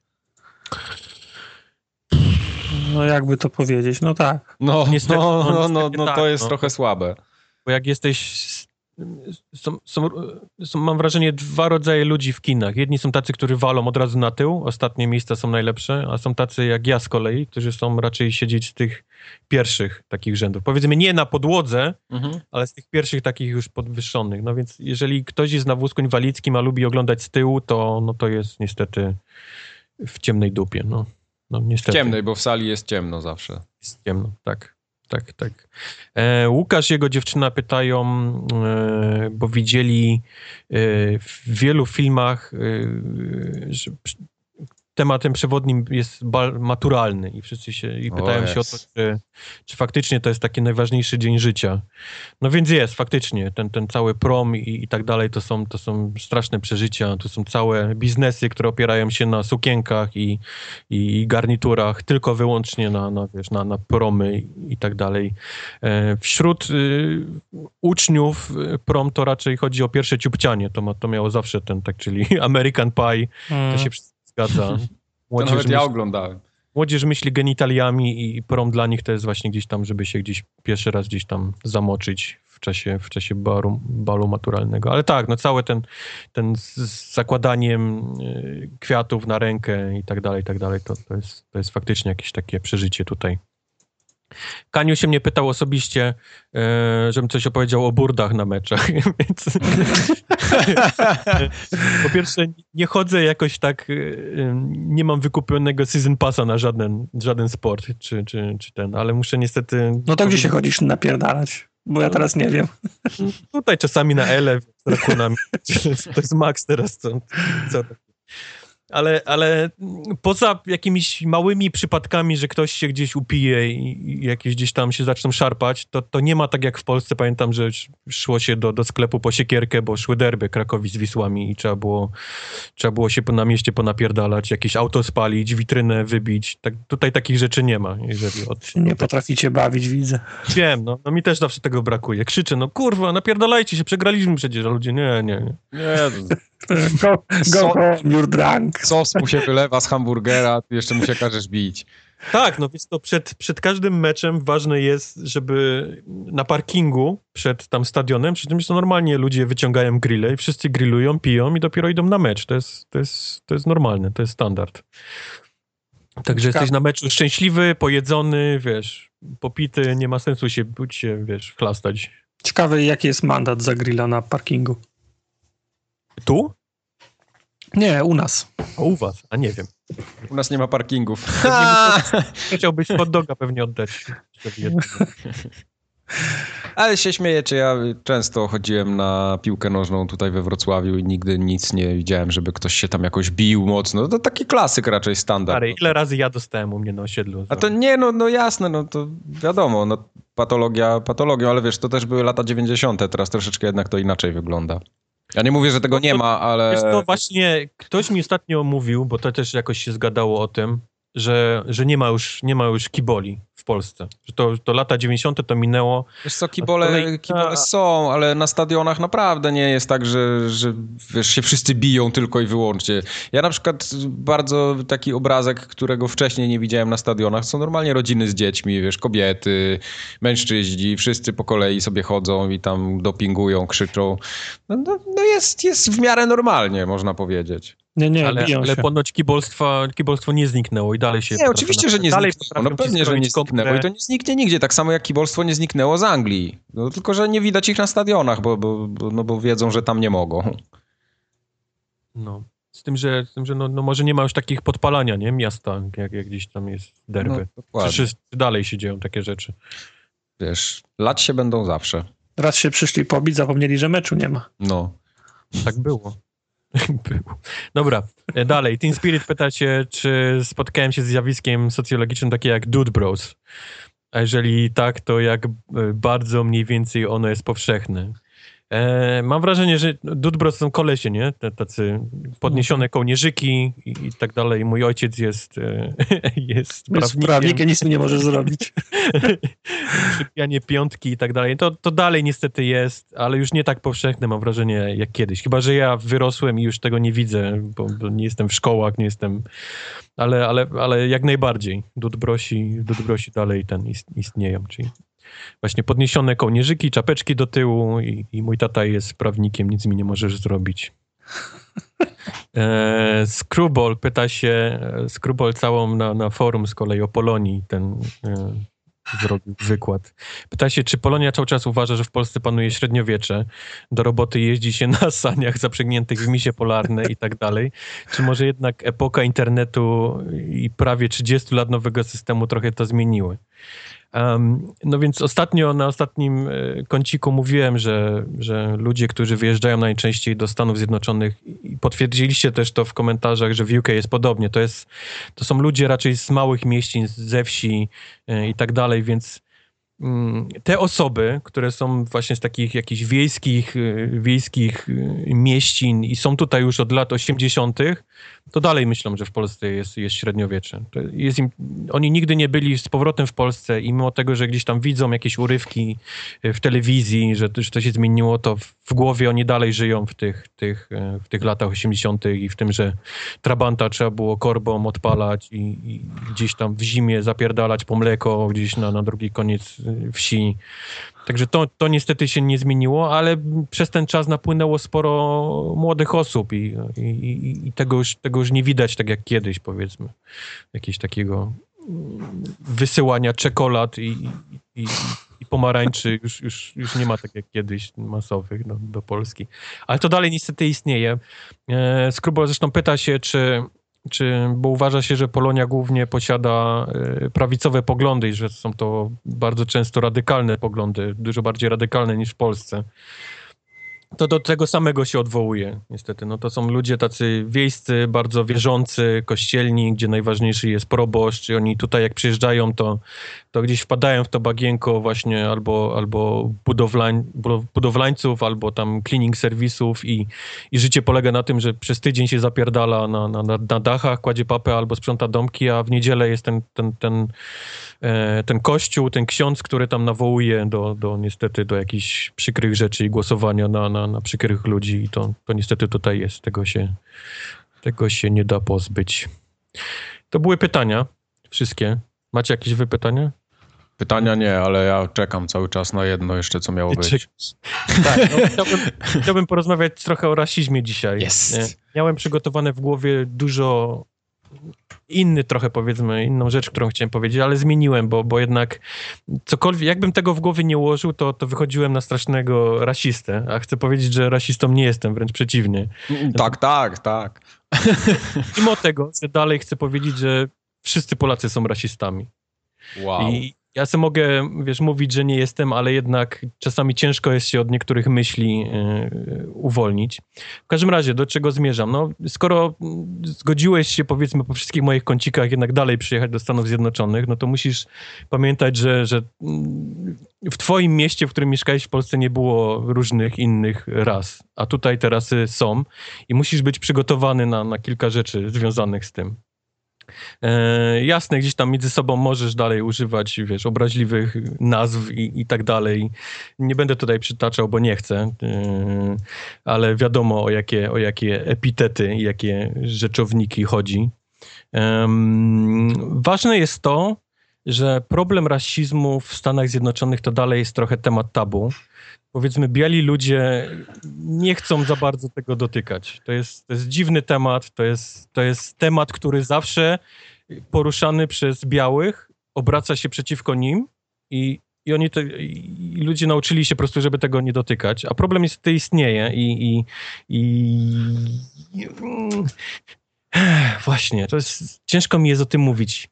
[SPEAKER 2] No jakby to powiedzieć, no tak.
[SPEAKER 3] No,
[SPEAKER 1] Niestety,
[SPEAKER 3] no,
[SPEAKER 1] no,
[SPEAKER 3] no, no,
[SPEAKER 1] niestety
[SPEAKER 3] no
[SPEAKER 1] tak,
[SPEAKER 3] to jest
[SPEAKER 1] no.
[SPEAKER 3] trochę słabe.
[SPEAKER 1] Bo jak jesteś... Są, są, są, mam wrażenie, dwa rodzaje ludzi w kinach. Jedni są tacy, którzy walą od razu na tył, ostatnie miejsca są najlepsze, a są tacy jak ja z kolei, którzy są raczej siedzieć z tych pierwszych takich rzędów. Powiedzmy nie na podłodze, mhm. ale z tych pierwszych takich już podwyższonych. No więc jeżeli ktoś jest na wózku inwalidzkim, a lubi oglądać z tyłu, to, no to jest niestety w ciemnej dupie. No, no niestety.
[SPEAKER 3] W ciemnej, bo w sali jest ciemno zawsze.
[SPEAKER 1] Jest ciemno, tak. Tak, tak. E, Łukasz i jego dziewczyna pytają, e, bo widzieli e, w wielu filmach, e, że tematem przewodnim jest bal maturalny i wszyscy się i pytają się o to, czy, czy faktycznie to jest taki najważniejszy dzień życia. No więc jest, faktycznie. Ten, ten cały prom i, i tak dalej, to są, to są straszne przeżycia. To są całe biznesy, które opierają się na sukienkach i, i, i garniturach, tylko wyłącznie na, na, wiesz, na, na promy i, i tak dalej. E, wśród y, uczniów prom to raczej chodzi o pierwsze ciupcianie. To, ma, to miało zawsze ten, tak, czyli American Pie,
[SPEAKER 2] Mm.
[SPEAKER 1] to się zgadza.
[SPEAKER 3] Młodzież to nawet ja myśli, oglądałem.
[SPEAKER 1] Młodzież myśli genitaliami i prom dla nich to jest właśnie gdzieś tam, żeby się gdzieś pierwszy raz gdzieś tam zamoczyć w czasie, w czasie baru, balu maturalnego. Ale tak, no cały ten, ten z, z zakładaniem y, kwiatów na rękę i tak dalej, i tak dalej, to, to, jest, to jest faktycznie jakieś takie przeżycie tutaj. Kaniu się mnie pytał osobiście, e, żebym coś opowiedział o burdach na meczach, więc po pierwsze nie chodzę jakoś tak, e, nie mam wykupionego season passa na żaden, żaden sport, czy, czy, czy ten, ale muszę niestety...
[SPEAKER 2] No to gdzie się chodzisz napierdalać? Bo ja teraz nie wiem.
[SPEAKER 1] Tutaj czasami na Ele, z rakunami. To jest Max teraz, co, co Ale, ale poza jakimiś małymi przypadkami, że ktoś się gdzieś upije i jakieś gdzieś tam się zaczną szarpać, to, to nie ma tak jak w Polsce. Pamiętam, że szło się do, do sklepu po siekierkę, bo szły derby Krakowi z Wisłami i trzeba było, trzeba było się na mieście ponapierdalać, jakieś auto spalić, witrynę wybić. Tak, tutaj takich rzeczy nie ma. Jeżeli od,
[SPEAKER 2] nie
[SPEAKER 1] od...
[SPEAKER 2] potraficie bawić, widzę.
[SPEAKER 1] Wiem, no, no mi też zawsze tego brakuje. Krzyczę, no kurwa, napierdalajcie się, przegraliśmy przecież, a ludzie nie, nie, nie.
[SPEAKER 3] Nie,
[SPEAKER 2] Go, go so, home, you're drunk.
[SPEAKER 3] Sos mu się wylewa z hamburgera, ty jeszcze mu się każesz bić.
[SPEAKER 1] Tak, no więc to przed, przed każdym meczem ważne jest, żeby na parkingu przed tam stadionem, przy tym, że to normalnie ludzie wyciągają grille i wszyscy grillują, piją i dopiero idą na mecz. To jest, to jest, to jest normalne, to jest standard. Także Ciekawe. Jesteś na meczu szczęśliwy, pojedzony, wiesz, popity, nie ma sensu się być się, wiesz, chlastać.
[SPEAKER 2] Ciekawe, jaki jest mandat za grilla na parkingu.
[SPEAKER 1] Tu?
[SPEAKER 2] Nie, u nas.
[SPEAKER 1] A u was? A nie wiem.
[SPEAKER 3] U nas nie ma parkingów.
[SPEAKER 1] Chciałbyś hot doga pewnie oddać.
[SPEAKER 3] Ale się śmiejecie, ja często chodziłem na piłkę nożną tutaj we Wrocławiu i nigdy nic nie widziałem, żeby ktoś się tam jakoś bił mocno. To taki klasyk raczej, standard.
[SPEAKER 1] Stary, ile razy ja dostałem u mnie na osiedlu?
[SPEAKER 3] A to nie, no, no jasne, no to wiadomo, no patologia patologią, ale wiesz, to też były lata dziewięćdziesiąte, teraz troszeczkę jednak to inaczej wygląda. Ja nie mówię, że tego nie ma, ale...
[SPEAKER 1] Wiesz, to właśnie ktoś mi ostatnio mówił, bo to też jakoś się zgadało o tym, że, że nie ma już, nie ma już kiboli w Polsce. Że to, to lata dziewięćdziesiąte to minęło.
[SPEAKER 3] Wiesz co, kibole, kibole są, ale na stadionach naprawdę nie jest tak, że, że wiesz, się wszyscy biją tylko i wyłącznie. Ja na przykład bardzo taki obrazek, którego wcześniej nie widziałem na stadionach, są normalnie rodziny z dziećmi, wiesz, kobiety, mężczyźni, wszyscy po kolei sobie chodzą i tam dopingują, krzyczą. No, no, no jest, jest w miarę normalnie, można powiedzieć.
[SPEAKER 2] Nie, nie,
[SPEAKER 1] ale, ale ponoć kibolstwa, kibolstwo nie zniknęło i dalej się...
[SPEAKER 3] Nie, oczywiście, że nie
[SPEAKER 1] dalej
[SPEAKER 3] zniknęło. No pewnie, że nie zniknęło i to nie zniknie nigdzie. Tak samo jak kibolstwo nie zniknęło z Anglii. No, tylko, że nie widać ich na stadionach, bo, bo, bo, no, bo wiedzą, że tam nie mogą.
[SPEAKER 1] No, z tym, że, z tym, że no, no może nie ma już takich podpalania, nie? Miasta, jak, jak gdzieś tam jest derby. No, Przecież dalej się dzieją takie rzeczy.
[SPEAKER 3] Wiesz, lać się będą zawsze.
[SPEAKER 2] Raz się przyszli pobić, zapomnieli, że meczu nie ma.
[SPEAKER 3] No.
[SPEAKER 1] Tak było. Dobra, dalej. Teen Spirit pyta cię, czy spotkałem się z zjawiskiem socjologicznym takie jak Dude Bros. A jeżeli tak, to jak bardzo mniej więcej ono jest powszechne. E, mam wrażenie, że Dude Bros są kolesie, nie? Tacy podniesione kołnierzyki i, i tak dalej. Mój ojciec jest e, jest prawnikiem.
[SPEAKER 2] prawnikiem, nic mi nie możesz zrobić.
[SPEAKER 1] Przypijanie piątki i tak dalej. To, to dalej niestety jest, ale już nie tak powszechne, mam wrażenie, jak kiedyś. Chyba że ja wyrosłem i już tego nie widzę, bo, bo nie jestem w szkołach, nie jestem... Ale, ale, ale jak najbardziej. Dude Brosi, Dude Brosi dalej ten istnieją, czyli właśnie podniesione kołnierzyki, czapeczki do tyłu i, i mój tata jest prawnikiem, nic mi nie możesz zrobić. E, Screwball pyta się, Screwball całą na, na forum z kolei o Polonii ten e, zrobił wykład. Pyta się, czy Polonia cały czas uważa, że w Polsce panuje średniowiecze, do roboty jeździ się na saniach zaprzęgniętych w misie polarne i tak dalej, czy może jednak epoka internetu i prawie trzydziestu lat nowego systemu trochę to zmieniły. Um, no więc ostatnio, na ostatnim y, kąciku mówiłem, że, że ludzie, którzy wyjeżdżają najczęściej do Stanów Zjednoczonych i potwierdziliście też to w komentarzach, że w U K jest podobnie. To, jest, to są ludzie raczej z małych mieścin, ze wsi y, i tak dalej, więc te osoby, które są właśnie z takich jakichś wiejskich, wiejskich mieścin i są tutaj już od lat osiemdziesiątych, to dalej myślą, że w Polsce jest, jest średniowiecze. To jest im, oni nigdy nie byli z powrotem w Polsce i mimo tego, że gdzieś tam widzą jakieś urywki w telewizji, że, że to się zmieniło, to w głowie oni dalej żyją w tych, tych, w tych latach osiemdziesiątych i w tym, że trabanta trzeba było korbą odpalać i, i gdzieś tam w zimie zapierdalać po mleko gdzieś na, na drugi koniec wsi. Także to, to niestety się nie zmieniło, ale przez ten czas napłynęło sporo młodych osób i, i, i, i tego, już, tego już nie widać tak jak kiedyś, powiedzmy. Jakiegoś takiego wysyłania czekolad i, i, i pomarańczy już, już, już nie ma tak jak kiedyś masowych do, do Polski. Ale to dalej niestety istnieje. E, Screwball zresztą pyta się, czy Czy, bo uważa się, że Polonia głównie posiada y, prawicowe poglądy i że są to bardzo często radykalne poglądy, dużo bardziej radykalne niż w Polsce. To do tego samego się odwołuje, niestety. No to są ludzie tacy wiejscy, bardzo wierzący, kościelni, gdzie najważniejszy jest proboszcz i oni tutaj jak przyjeżdżają, to, to gdzieś wpadają w to bagienko właśnie albo, albo budowlań, budowlańców, albo tam cleaning serwisów i, i życie polega na tym, że przez tydzień się zapierdala na, na, na dachach, kładzie papę albo sprząta domki, a w niedzielę jest ten, ten, ten, ten kościół, ten ksiądz, który tam nawołuje do, do niestety do jakichś przykrych rzeczy i głosowania na, na, na przykrych ludzi i to, to niestety tutaj jest. Tego się, tego się nie da pozbyć. To były pytania. Wszystkie. Macie jakieś wy pytania?
[SPEAKER 3] Pytania nie, ale ja czekam cały czas na jedno jeszcze, co miało być.
[SPEAKER 1] Tak, no, chciałbym, chciałbym porozmawiać trochę o rasizmie dzisiaj.
[SPEAKER 3] Jest.
[SPEAKER 1] Miałem przygotowane w głowie dużo inny trochę, powiedzmy, inną rzecz, którą chciałem powiedzieć, ale zmieniłem, bo, bo jednak cokolwiek, jakbym tego w głowie nie ułożył, to, to wychodziłem na strasznego rasistę, a chcę powiedzieć, że rasistą nie jestem, wręcz przeciwnie.
[SPEAKER 3] Tak, tak, tak.
[SPEAKER 1] Mimo tego, że dalej chcę powiedzieć, że wszyscy Polacy są rasistami.
[SPEAKER 3] Wow.
[SPEAKER 1] I, Ja sobie mogę, wiesz, mówić, że nie jestem, ale jednak czasami ciężko jest się od niektórych myśli yy, uwolnić. W każdym razie, do czego zmierzam? No, skoro zgodziłeś się, powiedzmy, po wszystkich moich kącikach jednak dalej przyjechać do Stanów Zjednoczonych, no to musisz pamiętać, że, że w twoim mieście, w którym mieszkałeś w Polsce, nie było różnych innych ras, a tutaj te rasy są i musisz być przygotowany na, na kilka rzeczy związanych z tym. E, jasne, gdzieś tam między sobą możesz dalej używać, wiesz, obraźliwych nazw i, i tak dalej. Nie będę tutaj przytaczał, bo nie chcę, e, ale wiadomo o jakie, o jakie epitety i jakie rzeczowniki chodzi. E, ważne jest to, że problem rasizmu w Stanach Zjednoczonych to dalej jest trochę temat tabu. Powiedzmy, biali ludzie nie chcą za bardzo tego dotykać. To jest, to jest dziwny temat, to jest, to jest temat, który zawsze poruszany przez białych obraca się przeciwko nim i, i oni to, i ludzie nauczyli się po prostu, żeby tego nie dotykać. A problem jest, to istnieje i, i, i, i właśnie, to jest, ciężko mi jest o tym mówić.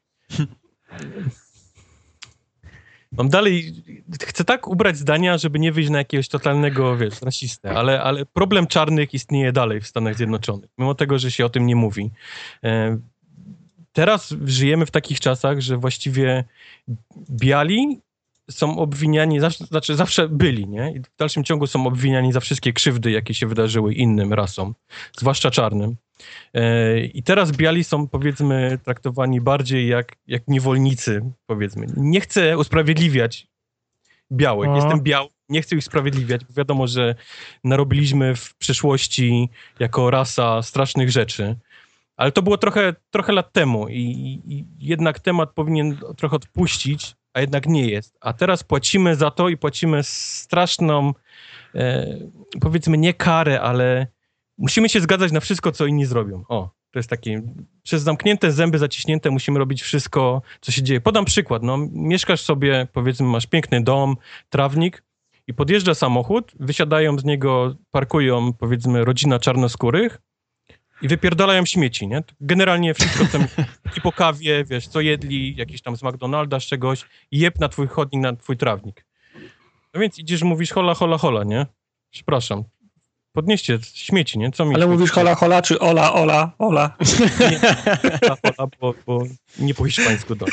[SPEAKER 1] Mam dalej, chcę tak ubrać zdania, żeby nie wyjść na jakiegoś totalnego, wiesz, rasistę, ale, ale problem czarnych istnieje dalej w Stanach Zjednoczonych, mimo tego, że się o tym nie mówi. E, teraz żyjemy w takich czasach, że właściwie biali są obwiniani, zawsze, znaczy zawsze byli, nie? I w dalszym ciągu są obwiniani za wszystkie krzywdy, jakie się wydarzyły innym rasom, zwłaszcza czarnym. E, I teraz biali są, powiedzmy, traktowani bardziej jak, jak niewolnicy, powiedzmy. Nie chcę usprawiedliwiać białych.
[SPEAKER 2] No.
[SPEAKER 1] Jestem biały, nie chcę ich usprawiedliwiać, bo wiadomo, że narobiliśmy w przeszłości jako rasa strasznych rzeczy. Ale to było trochę, trochę lat temu i, i jednak temat powinien trochę odpuścić, a jednak nie jest. A teraz płacimy za to i płacimy straszną, e, powiedzmy, nie karę, ale musimy się zgadzać na wszystko, co inni zrobią. O, to jest takie, przez zamknięte zęby, zaciśnięte musimy robić wszystko, co się dzieje. Podam przykład, no, mieszkasz sobie, powiedzmy, masz piękny dom, trawnik i podjeżdża samochód, wysiadają z niego, parkują, powiedzmy, rodzina czarnoskórych i wypierdalają śmieci, nie? Generalnie wszystko, co i po kawie, wiesz, co jedli, jakieś tam z McDonalda, z czegoś, i jeb na twój chodnik, na twój trawnik. No więc idziesz, mówisz hola, hola, hola, nie? Przepraszam. Podnieście śmieci, nie? Co mi
[SPEAKER 2] Ale
[SPEAKER 1] śmieci?
[SPEAKER 2] mówisz hola, hola, czy ola, ola, ola?
[SPEAKER 1] Nie, hola, hola, bo, bo nie po hiszpańsku do.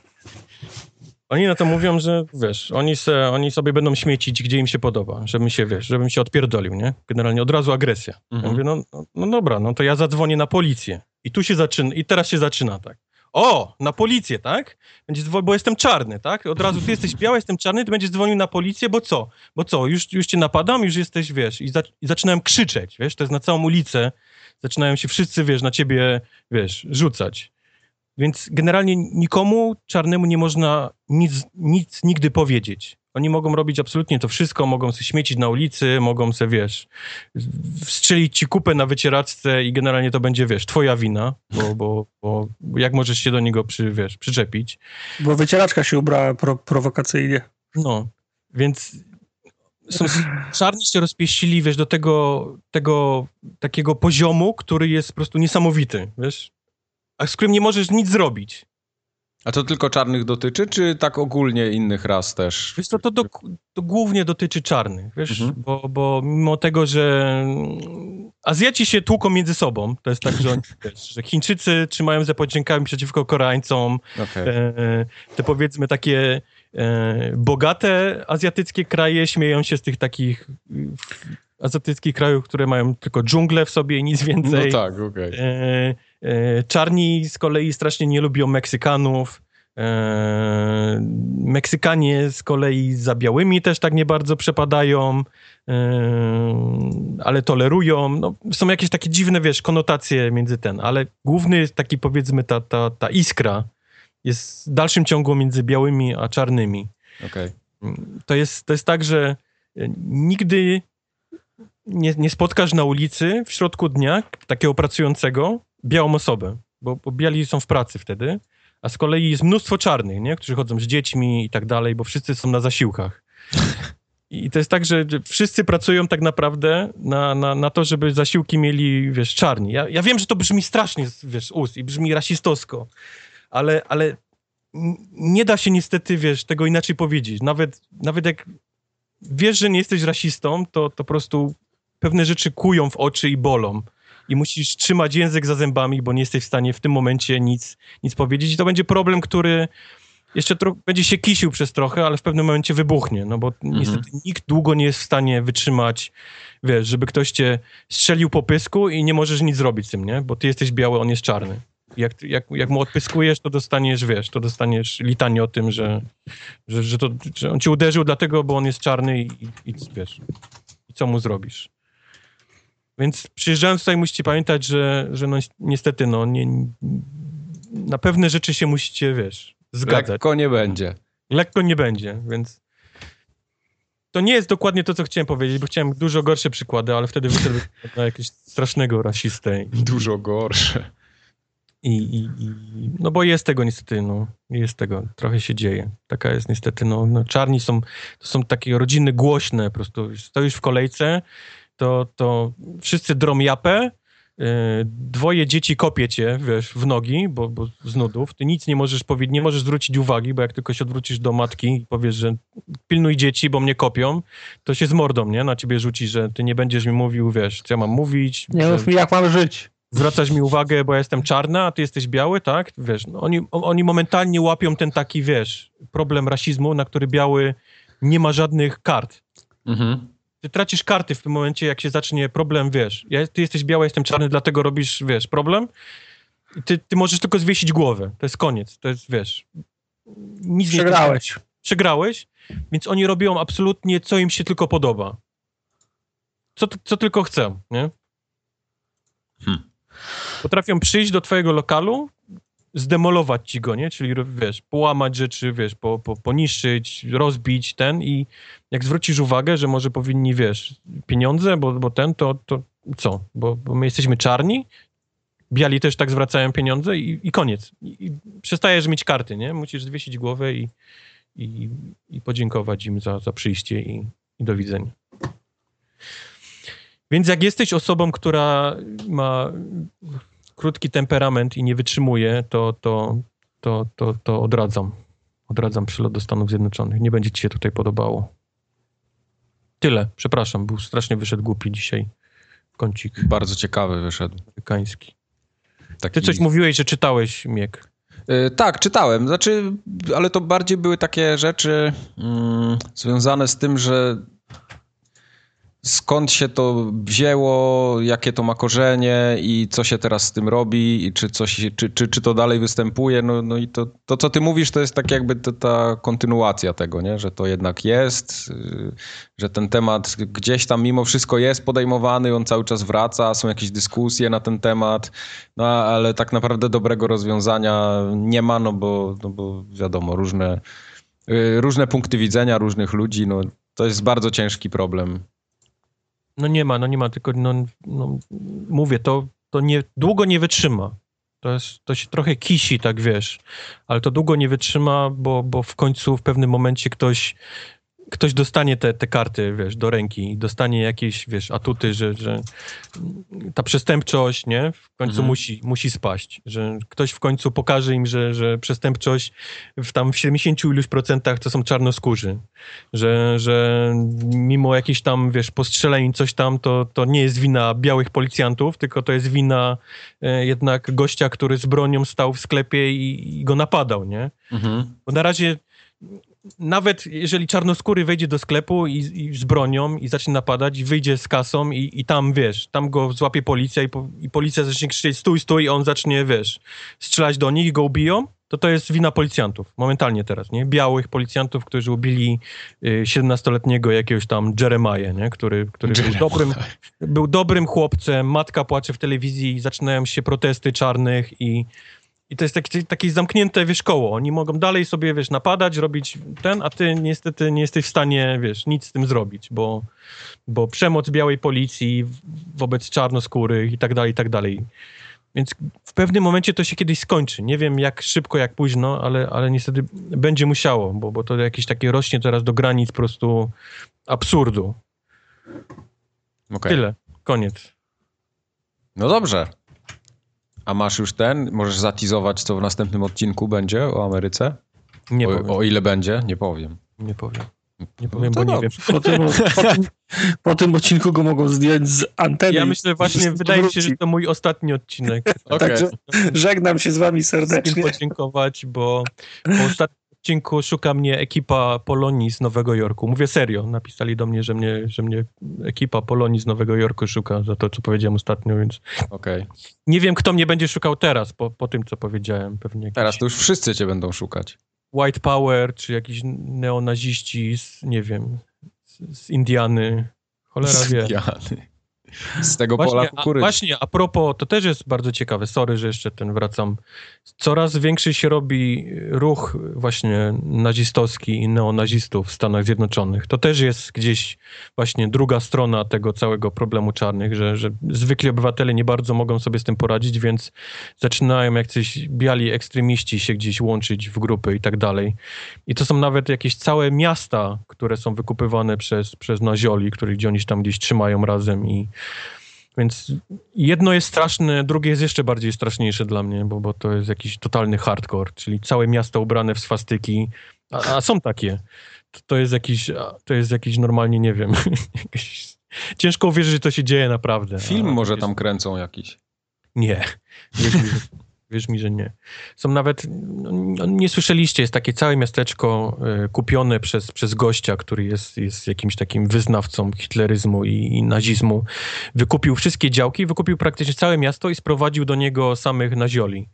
[SPEAKER 1] Oni na to mówią, że wiesz, oni, se, oni sobie będą śmiecić, gdzie im się podoba, żebym się, wiesz, żebym się odpierdolił, nie? Generalnie od razu agresja. Mhm. Ja mówię, no, no, no dobra, no to ja zadzwonię na policję. I tu się zaczyna, i teraz się zaczyna, tak. O, na policję, tak? Będzie dzwonił, bo jestem czarny, tak? Od razu, ty jesteś biały, jestem czarny, ty będziesz dzwonił na policję, bo co? Bo co, już, już cię napadam, już jesteś, wiesz, i, za, i zaczynają krzyczeć, wiesz, to jest na całą ulicę, zaczynają się wszyscy, wiesz, na ciebie, wiesz, rzucać. Więc generalnie nikomu czarnemu nie można nic, nic nigdy powiedzieć. Oni mogą robić absolutnie to wszystko, mogą się śmiecić na ulicy, mogą se, wiesz, strzelić ci kupę na wycieraczce i generalnie to będzie, wiesz, twoja wina, bo, bo, bo jak możesz się do niego, przy, wiesz, przyczepić.
[SPEAKER 2] Bo wycieraczka się ubrała pro, prowokacyjnie.
[SPEAKER 1] No, więc są, czarni się rozpieścili, wiesz, do tego, tego takiego poziomu, który jest po prostu niesamowity, wiesz, a z którym nie możesz nic zrobić.
[SPEAKER 3] A to tylko czarnych dotyczy, czy tak ogólnie innych ras też?
[SPEAKER 1] Wiesz co, to, do, to głównie dotyczy czarnych, wiesz,
[SPEAKER 3] mhm.
[SPEAKER 1] bo, bo mimo tego, że Azjaci się tłuką między sobą, to jest tak, że, oni, wiesz, że Chińczycy trzymają za podziękami przeciwko Koreańcom,
[SPEAKER 3] okay.
[SPEAKER 1] e, te powiedzmy takie e, bogate azjatyckie kraje śmieją się z tych takich azjatyckich krajów, które mają tylko dżunglę w sobie i nic więcej.
[SPEAKER 3] No tak, okej. Okay.
[SPEAKER 1] E, e, czarni z kolei strasznie nie lubią Meksykanów. E, Meksykanie z kolei za białymi też tak nie bardzo przepadają, e, ale tolerują. No, są jakieś takie dziwne, wiesz, konotacje między ten, ale główny taki, powiedzmy, ta, ta, ta iskra jest w dalszym ciągu między białymi a czarnymi.
[SPEAKER 3] Okay.
[SPEAKER 1] To jest, to jest tak, że nigdy nie, nie spotkasz na ulicy w środku dnia takiego pracującego białą osobę, bo, bo biali są w pracy wtedy, a z kolei jest mnóstwo czarnych, nie? Którzy chodzą z dziećmi i tak dalej, bo wszyscy są na zasiłkach. I to jest tak, że wszyscy pracują tak naprawdę na, na, na to, żeby zasiłki mieli, wiesz, czarni. Ja, ja wiem, że to brzmi strasznie, wiesz, z ust i brzmi rasistowsko, ale, ale nie da się niestety, wiesz, tego inaczej powiedzieć. Nawet, nawet jak wiesz, że nie jesteś rasistą, to, to po prostu pewne rzeczy kłują w oczy i bolą. I musisz trzymać język za zębami, bo nie jesteś w stanie w tym momencie nic, nic powiedzieć. I to będzie problem, który jeszcze tro- będzie się kisił przez trochę, ale w pewnym momencie wybuchnie. No bo mhm. niestety nikt długo nie jest w stanie wytrzymać, wiesz, żeby ktoś cię strzelił po pysku i nie możesz nic zrobić z tym, nie? Bo ty jesteś biały, on jest czarny. Jak, jak, jak mu odpyskujesz, to dostaniesz, wiesz, to dostaniesz litanię o tym, że, że, że, to, że on cię uderzył dlatego, bo on jest czarny i, i, i wiesz, i co mu zrobisz. Więc przyjeżdżając tutaj musicie pamiętać, że, że no niestety, no, nie, na pewne rzeczy się musicie, wiesz, zgadzać.
[SPEAKER 3] Lekko nie będzie.
[SPEAKER 1] Lekko nie będzie, więc to nie jest dokładnie to, co chciałem powiedzieć, bo chciałem dużo gorsze przykłady, ale wtedy wyszedł na jakiegoś strasznego rasistę.
[SPEAKER 3] Dużo gorsze.
[SPEAKER 1] I, i, i, no bo jest tego niestety, no, jest tego, trochę się dzieje. Taka jest niestety, no, no czarni są, to są takie rodziny głośne, po prostu stoisz w kolejce, to, to wszyscy drą japę, yy, dwoje dzieci kopie cię, wiesz, w nogi, bo, bo z nudów, ty nic nie możesz powiedzieć, nie możesz zwrócić uwagi, bo jak tylko się odwrócisz do matki i powiesz, że pilnuj dzieci, bo mnie kopią, to się z mordą, nie, na ciebie rzuci, że ty nie będziesz mi mówił, wiesz, co ja mam mówić.
[SPEAKER 2] Nie
[SPEAKER 1] że...
[SPEAKER 2] mów mi, jak mam żyć.
[SPEAKER 1] Zwracasz mi uwagę, bo ja jestem czarna, a ty jesteś biały, tak? Wiesz, no oni, oni momentalnie łapią ten taki, wiesz, problem rasizmu, na który biały nie ma żadnych kart. Mhm. Ty tracisz karty w tym momencie, jak się zacznie problem, wiesz, ja, ty jesteś biały, jestem czarny, dlatego robisz, wiesz, problem. Ty, ty możesz tylko zwiesić głowę. To jest koniec. To jest, wiesz... Nic
[SPEAKER 2] Przegrałeś.
[SPEAKER 1] Nie Przegrałeś, więc oni robią absolutnie, co im się tylko podoba. Co, co tylko chcą, nie? Hmm. Potrafią przyjść do twojego lokalu, zdemolować ci go, nie? Czyli, wiesz, połamać rzeczy, wiesz, po, po, poniszczyć, rozbić ten i jak zwrócisz uwagę, że może powinni, wiesz, pieniądze, bo, bo ten, to, to co? Bo, bo my jesteśmy czarni, biali też tak zwracają pieniądze i, i koniec. I, i przestajesz mieć karty, nie? Musisz zwiesić głowę i, i, i podziękować im za, za przyjście i, i do widzenia. Więc jak jesteś osobą, która ma krótki temperament i nie wytrzymuje, to, to, to, to, to odradzam. Odradzam przylot do Stanów Zjednoczonych. Nie będzie ci się tutaj podobało. Tyle. Przepraszam, był strasznie wyszedł głupi dzisiaj kącik.
[SPEAKER 3] Bardzo ciekawy wyszedł.
[SPEAKER 1] Amerykański.
[SPEAKER 3] Taki...
[SPEAKER 1] Ty coś mówiłeś, że czytałeś, Miek.
[SPEAKER 3] Yy, tak, czytałem. Znaczy, ale to bardziej były takie rzeczy mm, związane z tym, że skąd się to wzięło, jakie to ma korzenie i co się teraz z tym robi i czy, coś, czy, czy, czy to dalej występuje. No, no i to, to, co ty mówisz, to jest tak jakby to, ta kontynuacja tego, nie? Że to jednak jest, yy, że ten temat gdzieś tam mimo wszystko jest podejmowany, on cały czas wraca, są jakieś dyskusje na ten temat, no ale tak naprawdę dobrego rozwiązania nie ma, no bo, no bo wiadomo, różne, yy, różne punkty widzenia różnych ludzi, no to jest bardzo ciężki problem.
[SPEAKER 1] No nie ma, no nie ma, tylko no, no, mówię, to, to nie, długo nie wytrzyma. To, jest, to się trochę kisi, tak wiesz, ale to długo nie wytrzyma, bo, bo w końcu w pewnym momencie ktoś, ktoś dostanie te, te karty, wiesz, do ręki i dostanie jakieś, wiesz, atuty, że, że ta przestępczość, nie, w końcu mhm. musi, musi spaść, że ktoś w końcu pokaże im, że, że przestępczość w tam w siedemdziesięciu iluś procentach to są czarnoskórzy, że, że mimo jakichś tam, wiesz, postrzeleń coś tam, to, to nie jest wina białych policjantów, tylko to jest wina e, jednak gościa, który z bronią stał w sklepie i, i go napadał, nie? Mhm. Bo na razie nawet jeżeli czarnoskóry wejdzie do sklepu i, i z bronią i zacznie napadać i wyjdzie z kasą i, i tam, wiesz, tam go złapie policja i, po, i policja zacznie krzyczeć stój, stój i on zacznie, wiesz, strzelać do nich i go ubiją, to to jest wina policjantów. Momentalnie teraz, nie? Białych policjantów, którzy ubili y, siedemnastoletniego jakiegoś tam Jeremiah, nie? Który, który był, dobrym, był dobrym chłopcem, matka płacze w telewizji i zaczynają się protesty czarnych i I to jest takie, takie zamknięte, wiesz, koło. Oni mogą dalej sobie, wiesz, napadać, robić ten, a ty niestety nie jesteś w stanie, wiesz, nic z tym zrobić, bo, bo przemoc białej policji wobec czarnoskórych i tak dalej, i tak dalej. Więc w pewnym momencie to się kiedyś skończy. Nie wiem jak szybko, jak późno, ale, ale niestety będzie musiało, bo, bo to jakieś takie rośnie teraz do granic po prostu absurdu.
[SPEAKER 3] Okay.
[SPEAKER 1] Tyle. Koniec.
[SPEAKER 3] No dobrze. A masz już ten? Możesz zatizować, co w następnym odcinku będzie o Ameryce?
[SPEAKER 1] Nie
[SPEAKER 3] o,
[SPEAKER 1] powiem.
[SPEAKER 3] O ile będzie? Nie powiem.
[SPEAKER 1] Nie powiem. Nie powiem,
[SPEAKER 3] no
[SPEAKER 1] bo nie
[SPEAKER 3] dobrze.
[SPEAKER 1] wiem.
[SPEAKER 2] Po tym, po, tym, po tym odcinku go mogą zdjąć z anteny.
[SPEAKER 1] Ja myślę właśnie, wydaje mi się, że to mój ostatni odcinek.
[SPEAKER 3] Okay.
[SPEAKER 2] Także żegnam się z wami serdecznie.
[SPEAKER 1] Chcę podziękować, bo po ostatnim odcinku szuka mnie ekipa Polonii z Nowego Jorku. Mówię serio, napisali do mnie, że mnie, że mnie ekipa Polonii z Nowego Jorku szuka za to, co powiedziałem ostatnio, więc
[SPEAKER 3] okay.
[SPEAKER 1] Nie wiem, kto mnie będzie szukał teraz, po, po tym, co powiedziałem. Pewnie jakiś...
[SPEAKER 3] Teraz to już wszyscy cię będą szukać.
[SPEAKER 1] White Power, czy jakiś neonaziści z, nie wiem, z, z Indiany. Cholera
[SPEAKER 3] z
[SPEAKER 1] wie.
[SPEAKER 3] Indiany. Z tego
[SPEAKER 1] właśnie,
[SPEAKER 3] pola kukurydzy.
[SPEAKER 1] A, właśnie, a propos, to też jest bardzo ciekawe, sorry, że jeszcze ten wracam. Coraz większy się robi ruch właśnie nazistowski i neonazistów w Stanach Zjednoczonych. To też jest gdzieś właśnie druga strona tego całego problemu czarnych, że, że zwykli obywatele nie bardzo mogą sobie z tym poradzić, więc zaczynają jak coś biali ekstremiści się gdzieś łączyć w grupy i tak dalej. I to są nawet jakieś całe miasta, które są wykupywane przez, przez nazioli, których gdzie oni tam gdzieś trzymają razem i więc jedno jest straszne, drugie jest jeszcze bardziej straszniejsze dla mnie, bo, bo to jest jakiś totalny hardcore, czyli całe miasto ubrane w swastyki, a, a są takie. To, to jest jakiś, to jest jakiś normalnie, nie wiem, jakiś, ciężko uwierzyć, że to się dzieje naprawdę.
[SPEAKER 3] Film
[SPEAKER 1] a,
[SPEAKER 3] może
[SPEAKER 1] jest...
[SPEAKER 3] tam kręcą jakiś.
[SPEAKER 1] Nie, wierz mi, że, wierz mi, że nie. Są nawet, no, nie słyszeliście, jest takie całe miasteczko y, kupione przez, przez gościa, który jest, jest jakimś takim wyznawcą hitleryzmu i, i nazizmu. Wykupił wszystkie działki, wykupił praktycznie całe miasto i sprowadził do niego samych nazioli.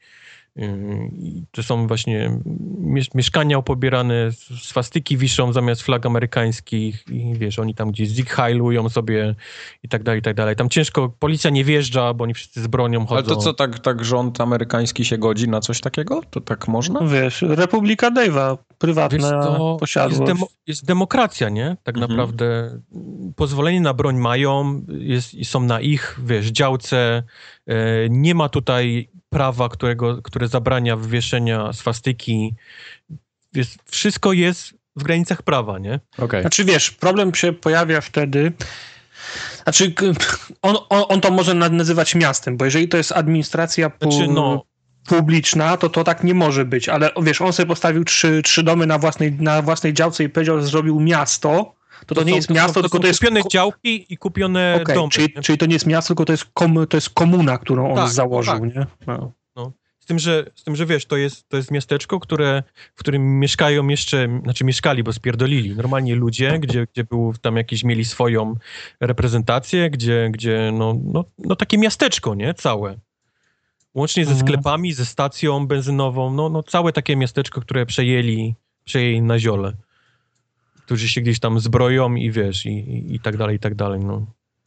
[SPEAKER 1] I to są właśnie mieszkania opobierane, swastyki wiszą zamiast flag amerykańskich i wiesz, oni tam gdzieś zighailują sobie i tak dalej, i tak dalej. Tam ciężko, policja nie wjeżdża, bo oni wszyscy z bronią chodzą.
[SPEAKER 3] Ale to co, tak, tak rząd amerykański się godzi na coś takiego? To tak można?
[SPEAKER 2] Wiesz, Republika Dave'a, prywatna
[SPEAKER 1] to
[SPEAKER 2] posiadłość.
[SPEAKER 1] Jest, demo, jest demokracja, nie? Tak mhm. naprawdę pozwolenie na broń mają, jest, są na ich, wiesz, działce. E, nie ma tutaj prawa, którego, które zabrania wywieszenia swastyki. Jest, wszystko jest w granicach prawa, nie?
[SPEAKER 3] Okay.
[SPEAKER 2] Znaczy wiesz, problem się pojawia wtedy, znaczy on, on, on to może nazywać miastem, bo jeżeli to jest administracja pu- znaczy, no, publiczna, to to tak nie może być, ale wiesz, on sobie postawił trzy, trzy domy na własnej, na własnej działce i powiedział, że zrobił miasto, to to, to nie są, jest miasto, to są, to tylko to jest...
[SPEAKER 1] kupione działki i kupione
[SPEAKER 2] okay,
[SPEAKER 1] domy.
[SPEAKER 2] Czyli, czyli to nie jest miasto, tylko to jest, kom, to jest komuna, którą on
[SPEAKER 1] tak,
[SPEAKER 2] założył,
[SPEAKER 1] tak.
[SPEAKER 2] nie? No.
[SPEAKER 1] No. Z tym, że, z tym, że wiesz, to jest, to jest miasteczko, które, w którym mieszkają jeszcze, znaczy mieszkali, bo spierdolili, normalnie ludzie, gdzie, gdzie był, tam jakieś mieli swoją reprezentację, gdzie, gdzie no, no, no takie miasteczko, nie? Całe. Łącznie ze
[SPEAKER 2] mhm.
[SPEAKER 1] sklepami, ze stacją benzynową, no, no całe takie miasteczko, które przejęli, przejęli naziole, którzy się gdzieś tam zbroją i wiesz, i, i, i tak dalej, i tak dalej, no.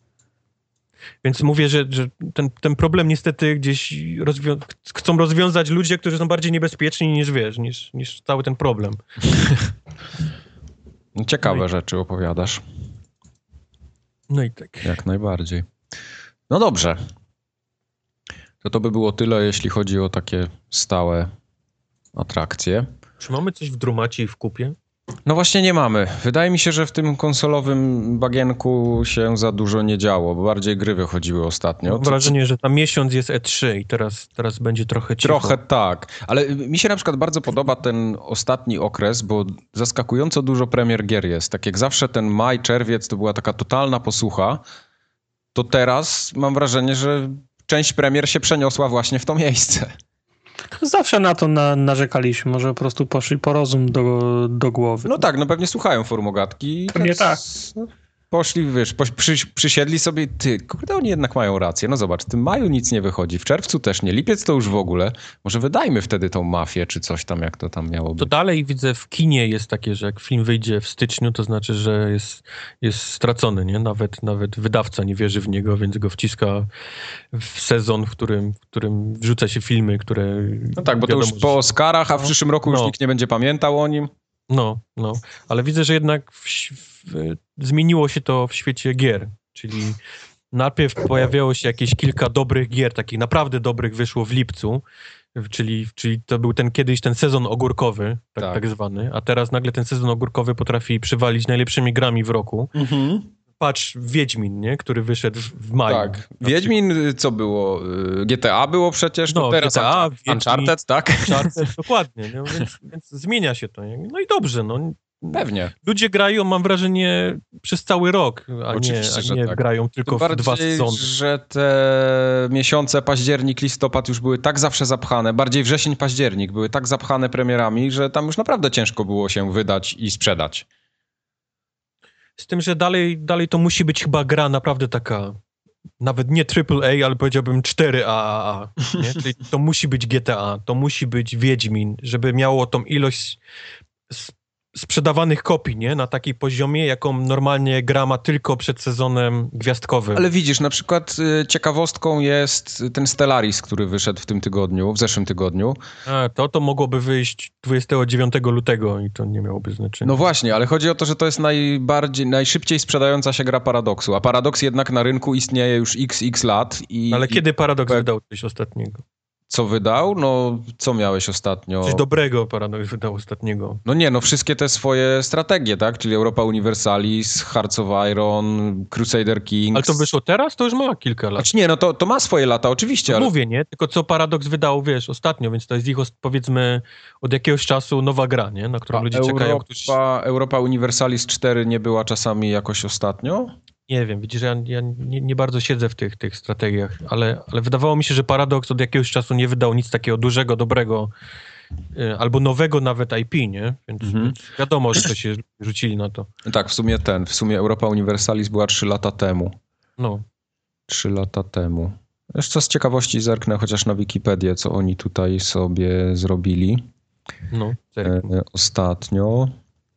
[SPEAKER 1] Więc mówię, że, że ten, ten problem niestety gdzieś rozwią- chcą rozwiązać ludzie, którzy są bardziej niebezpieczni niż wiesz, niż, niż cały ten problem.
[SPEAKER 3] Ciekawe
[SPEAKER 1] no i...
[SPEAKER 3] rzeczy opowiadasz.
[SPEAKER 1] No i tak.
[SPEAKER 3] Jak najbardziej. No dobrze. To to by było tyle, jeśli chodzi o takie stałe atrakcje.
[SPEAKER 1] Czy mamy coś w Drumacie i w Kupie?
[SPEAKER 3] No właśnie nie mamy. Wydaje mi się, że w tym konsolowym bagienku się za dużo nie działo, bo bardziej gry wychodziły ostatnio.
[SPEAKER 1] Mam wrażenie, że tam miesiąc jest E trzy i teraz, teraz będzie trochę cicho.
[SPEAKER 3] Trochę tak, ale mi się na przykład bardzo podoba ten ostatni okres, bo zaskakująco dużo premier gier jest. Tak jak zawsze ten maj, czerwiec to była taka totalna posłucha, to teraz mam wrażenie, że część premier się przeniosła właśnie w to miejsce.
[SPEAKER 2] Zawsze na to na, narzekaliśmy, może po prostu poszli po rozum do, do głowy.
[SPEAKER 3] No tak, no pewnie słuchają formogatki. I
[SPEAKER 2] pewnie tak.
[SPEAKER 3] No, poszli, wiesz, poś, przy, przysiedli sobie, ty, kurde, oni jednak mają rację. No zobacz, w tym maju nic nie wychodzi, w czerwcu też nie, lipiec to już w ogóle. Może wydajmy wtedy tą mafię, czy coś tam, jak to tam miało być.
[SPEAKER 1] To dalej widzę w kinie jest takie, że jak film wyjdzie w styczniu, to znaczy, że jest, jest stracony, nie? Nawet, nawet wydawca nie wierzy w niego, więc go wciska w sezon, w którym, w którym wrzuca się filmy, które...
[SPEAKER 3] No tak, bo
[SPEAKER 1] wiadomo,
[SPEAKER 3] to już po Oscarach, a w przyszłym roku
[SPEAKER 1] no.
[SPEAKER 3] już nikt nie będzie pamiętał o nim.
[SPEAKER 1] No, no, ale widzę, że jednak w, w, zmieniło się to w świecie gier, czyli najpierw pojawiało się jakieś kilka dobrych gier, takich naprawdę dobrych wyszło w lipcu, czyli, czyli to był ten kiedyś ten sezon ogórkowy, tak, tak. tak zwany, a teraz nagle ten sezon ogórkowy potrafi przywalić najlepszymi grami w roku. Mhm. patrz, Wiedźmin, nie? Który wyszedł w maju.
[SPEAKER 3] Tak. Wiedźmin, co było? G T A było przecież,
[SPEAKER 1] no,
[SPEAKER 3] to teraz
[SPEAKER 1] G T A,
[SPEAKER 3] Uncharted, tak?
[SPEAKER 1] Uncharted, dokładnie, no, więc, więc zmienia się to. Nie? No i dobrze, no.
[SPEAKER 3] Pewnie.
[SPEAKER 1] Ludzie grają, mam wrażenie, przez cały rok, a
[SPEAKER 3] Oczywiście,
[SPEAKER 1] nie, a nie
[SPEAKER 3] tak.
[SPEAKER 1] grają tylko
[SPEAKER 3] Tym
[SPEAKER 1] w
[SPEAKER 3] bardziej,
[SPEAKER 1] dwa sezony.
[SPEAKER 3] że te miesiące październik, listopad już były tak zawsze zapchane, bardziej wrzesień, październik były tak zapchane premierami, że tam już naprawdę ciężko było się wydać i sprzedać.
[SPEAKER 1] Z tym, że dalej, dalej to musi być chyba gra naprawdę taka, nawet nie triple A, ale powiedziałbym cztery A A A, nie? Czyli to musi być G T A, to musi być Wiedźmin, żeby miało tą ilość sprzedawanych kopii, nie? Na takiej poziomie, jaką normalnie gra ma tylko przed sezonem gwiazdkowym.
[SPEAKER 3] Ale widzisz, na przykład y, ciekawostką jest ten Stellaris, który wyszedł w tym tygodniu, w zeszłym tygodniu.
[SPEAKER 1] A, to to mogłoby wyjść dwudziestego dziewiątego lutego i to nie miałoby znaczenia.
[SPEAKER 3] No właśnie, ale chodzi o to, że to jest najbardziej, najszybciej sprzedająca się gra Paradoksu, a Paradoks jednak na rynku istnieje już x x lat. I,
[SPEAKER 1] ale kiedy Paradoks
[SPEAKER 3] i...
[SPEAKER 1] wydał coś ostatniego?
[SPEAKER 3] Co wydał? No, co miałeś ostatnio?
[SPEAKER 1] Coś dobrego Paradox wydał ostatniego.
[SPEAKER 3] No nie, no wszystkie te swoje strategie, tak? Czyli Europa Universalis, Hearts of Iron, Crusader Kings.
[SPEAKER 1] Ale to wyszło teraz? To już ma kilka lat.
[SPEAKER 3] Znaczy nie, no to, to ma swoje lata, oczywiście.
[SPEAKER 1] No
[SPEAKER 3] ale...
[SPEAKER 1] Mówię, nie? Tylko co Paradox wydał, wiesz, ostatnio, więc to jest ich, powiedzmy, od jakiegoś czasu nowa gra, nie? Na którą
[SPEAKER 3] A
[SPEAKER 1] ludzie
[SPEAKER 3] Europa,
[SPEAKER 1] czekają. Którzy...
[SPEAKER 3] Europa Universalis cztery nie była czasami jakoś ostatnio?
[SPEAKER 1] Nie wiem, widzisz, ja, ja nie, nie bardzo siedzę w tych, tych strategiach, ale, ale wydawało mi się, że Paradox od jakiegoś czasu nie wydał nic takiego dużego, dobrego, yy, albo nowego nawet I P, nie? Więc,
[SPEAKER 3] Mhm.
[SPEAKER 1] więc wiadomo, że to się rzucili na to.
[SPEAKER 3] Tak, w sumie ten, w sumie Europa Universalis była trzy lata temu.
[SPEAKER 1] No.
[SPEAKER 3] Trzy lata temu. Jeszcze z ciekawości zerknę chociaż na Wikipedię, co oni tutaj sobie zrobili.
[SPEAKER 1] No,
[SPEAKER 3] e, ostatnio.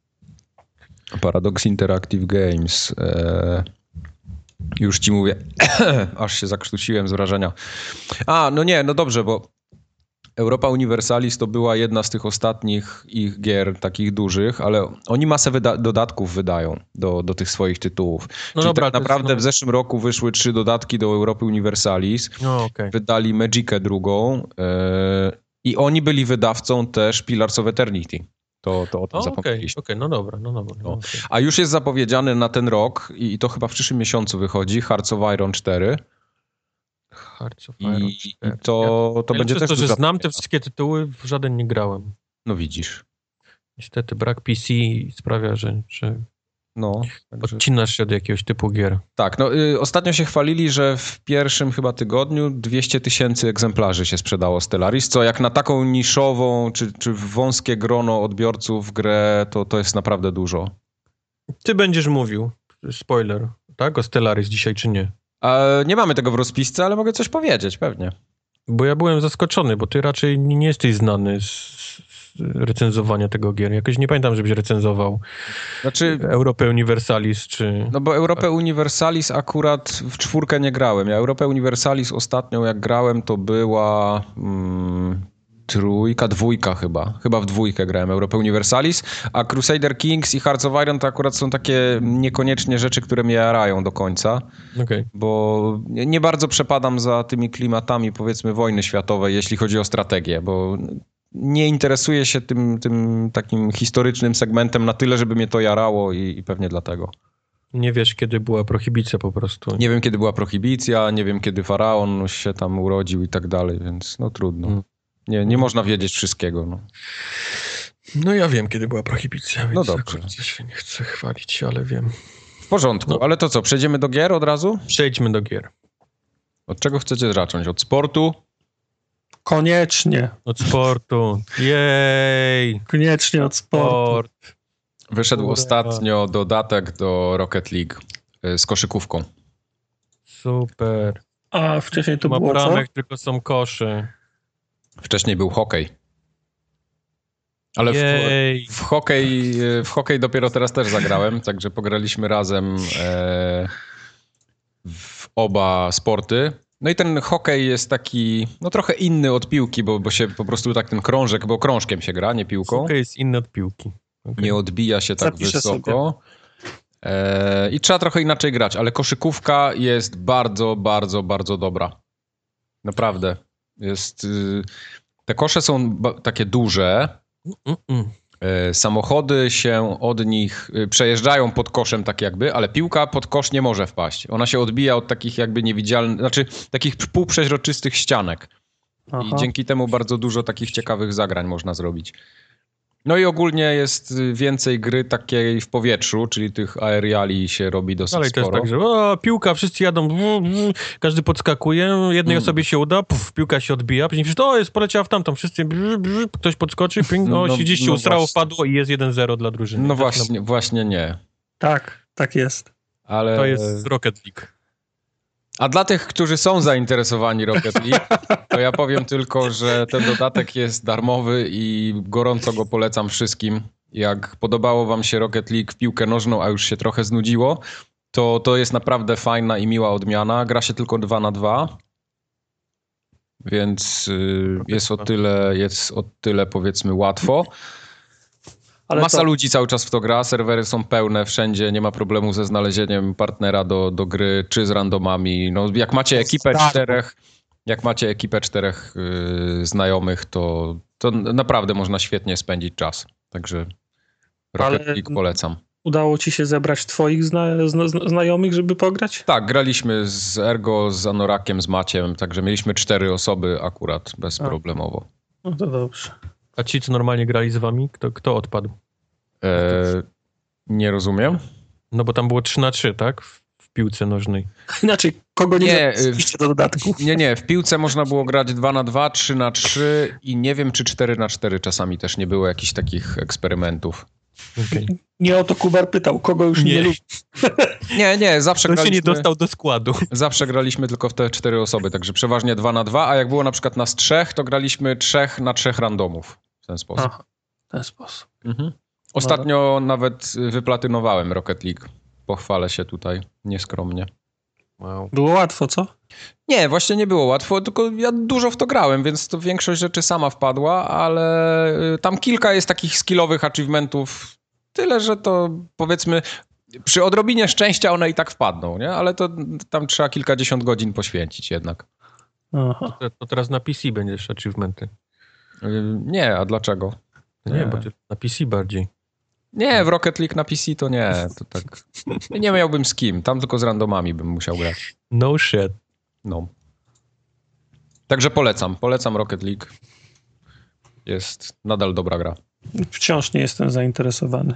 [SPEAKER 3] Paradox Interactive Games. E, już ci mówię, aż się zakrztusiłem z wrażenia. A, no nie, no dobrze, bo Europa Universalis to była jedna z tych ostatnich ich gier takich dużych, ale oni masę wyda- dodatków wydają do, do tych swoich tytułów.
[SPEAKER 1] No
[SPEAKER 3] Czyli
[SPEAKER 1] dobra,
[SPEAKER 3] tak naprawdę
[SPEAKER 1] jest, no...
[SPEAKER 3] w zeszłym roku wyszły trzy dodatki do Europy Universalis.
[SPEAKER 1] No, okay.
[SPEAKER 3] Wydali Magickę drugą yy, i oni byli wydawcą też Pillars of Eternity. To, to o tym zapomnieliśmy.
[SPEAKER 1] Okej, okay, no dobra, no dobra. No, okay.
[SPEAKER 3] A już jest zapowiedziany na ten rok i, i to chyba w przyszłym miesiącu wychodzi Hearts of Iron cztery.
[SPEAKER 1] Hearts of Iron
[SPEAKER 3] I,
[SPEAKER 1] cztery.
[SPEAKER 3] i to, to
[SPEAKER 1] ja
[SPEAKER 3] będzie
[SPEAKER 1] przez
[SPEAKER 3] też...
[SPEAKER 1] to, że znam te wszystkie tytuły, w żaden nie grałem.
[SPEAKER 3] No widzisz.
[SPEAKER 1] Niestety brak P C sprawia, że, że
[SPEAKER 3] no, także...
[SPEAKER 1] odcinasz się od jakiegoś typu gier.
[SPEAKER 3] Tak, no y, ostatnio się chwalili, że w pierwszym chyba tygodniu dwieście tysięcy egzemplarzy się sprzedało Stellaris, co jak na taką niszową czy, czy wąskie grono odbiorców grę, to, to jest naprawdę dużo.
[SPEAKER 1] Ty będziesz mówił, spoiler, tak? O Stellaris dzisiaj czy nie?
[SPEAKER 3] A nie mamy tego w rozpisce, ale mogę coś powiedzieć, pewnie.
[SPEAKER 1] Bo ja byłem zaskoczony, bo ty raczej nie jesteś znany z recenzowania tego gier. Jakoś nie pamiętam, żebyś recenzował znaczy, Europę Universalis, czy...
[SPEAKER 3] No bo Europę Universalis akurat w czwórkę nie grałem. Ja Europę Universalis ostatnią jak grałem, to była mm, trójka, dwójka chyba. Chyba w dwójkę grałem Europę Universalis, a Crusader Kings i Hearts of Iron to akurat są takie niekoniecznie rzeczy, które mnie jarają do końca.
[SPEAKER 1] Okay.
[SPEAKER 3] Bo nie bardzo przepadam za tymi klimatami, powiedzmy, wojny światowej, jeśli chodzi o strategię, bo nie interesuję się tym, tym takim historycznym segmentem na tyle, żeby mnie to jarało i, i pewnie dlatego.
[SPEAKER 1] Nie wiesz, kiedy była prohibicja po prostu.
[SPEAKER 3] Nie wiem, kiedy była prohibicja, nie wiem, kiedy faraon się tam urodził i tak dalej, więc no trudno. Hmm. Nie, nie można wiedzieć wszystkiego. No.
[SPEAKER 1] no ja wiem, kiedy była prohibicja, więc
[SPEAKER 3] no dobrze.
[SPEAKER 1] się nie chcę chwalić, ale wiem.
[SPEAKER 3] W porządku, no. Ale to co, przejdziemy do gier od razu?
[SPEAKER 1] Przejdźmy do gier.
[SPEAKER 3] Od czego chcecie zacząć? Od sportu?
[SPEAKER 2] Koniecznie.
[SPEAKER 1] Od sportu. Jej!
[SPEAKER 2] Koniecznie od sportu. Sport.
[SPEAKER 3] Wyszedł Ura. Ostatnio dodatek do Rocket League z koszykówką.
[SPEAKER 1] Super.
[SPEAKER 2] A wcześniej to
[SPEAKER 1] Ma
[SPEAKER 2] było
[SPEAKER 1] bramek,
[SPEAKER 2] co?
[SPEAKER 1] tylko są kosze.
[SPEAKER 3] Wcześniej był hokej. Ale w, w, hokej, w hokej dopiero teraz też zagrałem, także pograliśmy razem e, w oba sporty. No i ten hokej jest taki, no trochę inny od piłki, bo, bo się po prostu tak ten krążek, bo krążkiem się gra, nie piłką.
[SPEAKER 1] Hokej jest inny od piłki. Okay.
[SPEAKER 3] Nie odbija się tak
[SPEAKER 2] Zapiszę
[SPEAKER 3] wysoko. E, I trzeba trochę inaczej grać, ale koszykówka jest bardzo, bardzo, bardzo dobra. Naprawdę. Jest, y, te kosze są ba- takie duże,
[SPEAKER 1] Mm-mm.
[SPEAKER 3] Samochody się od nich przejeżdżają pod koszem tak jakby, ale piłka pod kosz nie może wpaść. Ona się odbija od takich jakby niewidzialnych, znaczy takich półprzeźroczystych ścianek. Aha. I dzięki temu bardzo dużo takich ciekawych zagrań można zrobić. No i ogólnie jest więcej gry takiej w powietrzu, czyli tych aeriali się robi dosyć
[SPEAKER 1] ale
[SPEAKER 3] sporo.
[SPEAKER 1] Ale to jest tak, że o, piłka, wszyscy jadą, każdy podskakuje, jednej mm. osobie się uda, puf, piłka się odbija, później wszyscy, o, jest, poleciała w tamtą, wszyscy, brz, brz, ktoś podskoczy, ping, o, no, się gdzieś się no ustrało, wpadło i jest jeden zero dla drużyny.
[SPEAKER 3] No właśnie, właśnie nie.
[SPEAKER 2] Tak, tak jest.
[SPEAKER 3] Ale...
[SPEAKER 1] To jest Rocket League.
[SPEAKER 3] A dla tych, którzy są zainteresowani Rocket League, to ja powiem tylko, że ten dodatek jest darmowy i gorąco go polecam wszystkim. Jak podobało wam się Rocket League w piłkę nożną, a już się trochę znudziło, to to jest naprawdę fajna i miła odmiana. Gra się tylko dwa na dwa, więc y, jest o tyle, jest o tyle powiedzmy łatwo. Ale Masa to... ludzi cały czas w to gra, serwery są pełne wszędzie, nie ma problemu ze znalezieniem partnera do, do gry, czy z randomami. No, jak macie ekipę czterech, jak macie ekipę czterech yy, znajomych, to, to naprawdę można świetnie spędzić czas. Także Rocket Ale... League polecam.
[SPEAKER 2] Udało ci się zebrać twoich zna- zna- znajomych, żeby pograć?
[SPEAKER 3] Tak, graliśmy z Ergo, z Anorakiem, z Maciem, także mieliśmy cztery osoby akurat bezproblemowo.
[SPEAKER 2] No to dobrze.
[SPEAKER 1] A ci, co normalnie grali z wami, kto, kto odpadł?
[SPEAKER 3] Eee, nie rozumiem.
[SPEAKER 1] No bo tam było trzy na trzy, tak? W, w piłce nożnej.
[SPEAKER 2] Inaczej, kogo nie, nie zapisaliście do dodatku?
[SPEAKER 3] Nie, nie. W piłce można było grać dwa na dwa, trzy na trzy i nie wiem, czy cztery na cztery czasami też nie było jakichś takich eksperymentów.
[SPEAKER 2] Okay. Nie o to Kubar pytał, kogo już nie, nie lubi.
[SPEAKER 3] Nie, nie, zawsze
[SPEAKER 1] to
[SPEAKER 3] graliśmy...
[SPEAKER 1] się nie dostał do składu.
[SPEAKER 3] Zawsze graliśmy tylko w te cztery osoby, także przeważnie dwa na dwa, a jak było na przykład nas trzech, to graliśmy trzech na trzech randomów. W ten sposób.
[SPEAKER 2] Aha, w ten sposób.
[SPEAKER 3] Mhm. Ostatnio no. nawet wyplatynowałem Rocket League. Pochwalę się tutaj nieskromnie.
[SPEAKER 2] Wow. Było łatwo, co?
[SPEAKER 3] Nie, właśnie nie było łatwo, tylko ja dużo w to grałem, więc to większość rzeczy sama wpadła, ale tam kilka jest takich skillowych achievementów, tyle, że to powiedzmy przy odrobinie szczęścia one i tak wpadną, nie? Ale to tam trzeba kilkadziesiąt godzin poświęcić jednak.
[SPEAKER 1] Aha. To, to teraz na P C będziesz achievementy.
[SPEAKER 3] Nie, a dlaczego?
[SPEAKER 1] Nie, nie bo na P C bardziej.
[SPEAKER 3] Nie, w Rocket League na P C to nie, to tak. Nie miałbym z kim, tam tylko z randomami bym musiał grać.
[SPEAKER 1] No shit.
[SPEAKER 3] No. Także polecam, polecam Rocket League. Jest nadal dobra gra.
[SPEAKER 2] Wciąż nie jestem zainteresowany.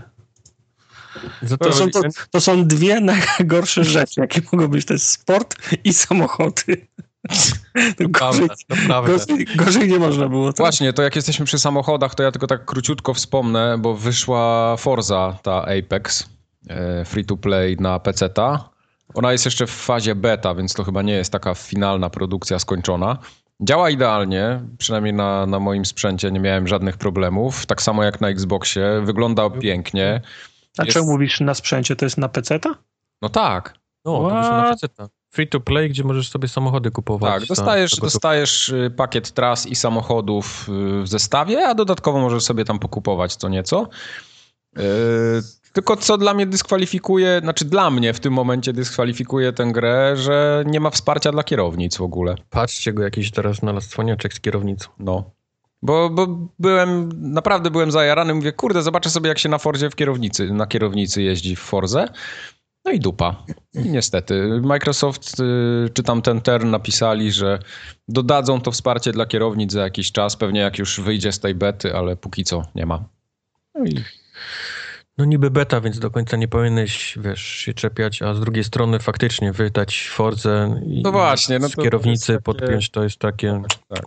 [SPEAKER 2] To są, to, to są dwie najgorsze rzeczy, jakie mogą być. To jest sport i samochody. To gorzej, gorzej, gorzej nie można było. Tak?
[SPEAKER 3] Właśnie, to jak jesteśmy przy samochodach, to ja tylko tak króciutko wspomnę, bo wyszła Forza, ta Apex, free to play na peceta. Ona jest jeszcze w fazie beta, więc to chyba nie jest taka finalna produkcja skończona. Działa idealnie, przynajmniej na, na moim sprzęcie nie miałem żadnych problemów. Tak samo jak na Xboxie, wygląda pięknie.
[SPEAKER 2] A jest... czemu mówisz na sprzęcie? To jest na peceta?
[SPEAKER 3] No tak.
[SPEAKER 1] No, to wyszło na peceta. Free to play, gdzie możesz sobie samochody kupować.
[SPEAKER 3] Tak, dostajesz, dostajesz pakiet tras i samochodów w zestawie, a dodatkowo możesz sobie tam pokupować co nieco. Yy, tylko co dla mnie dyskwalifikuje, znaczy dla mnie w tym momencie dyskwalifikuje tę grę, że nie ma wsparcia dla kierownic w ogóle.
[SPEAKER 1] Patrzcie go, jakiś teraz znalazł cwaniaczek z kierownicą.
[SPEAKER 3] No. Bo, bo byłem, naprawdę byłem zajarany, mówię, kurde, zobaczę sobie jak się na Forzie w kierownicy, na kierownicy jeździ w Forze. No i dupa. I niestety Microsoft y, czy tam ten Tern napisali, że dodadzą to wsparcie dla kierownic za jakiś czas, pewnie jak już wyjdzie z tej bety, ale póki co nie ma.
[SPEAKER 1] No, i... no niby beta, więc do końca nie powinieneś, wiesz, się czepiać, a z drugiej strony faktycznie wydać Forzę i
[SPEAKER 3] no właśnie, no
[SPEAKER 1] z kierownicy takie... podpiąć, to jest takie...
[SPEAKER 3] Tak.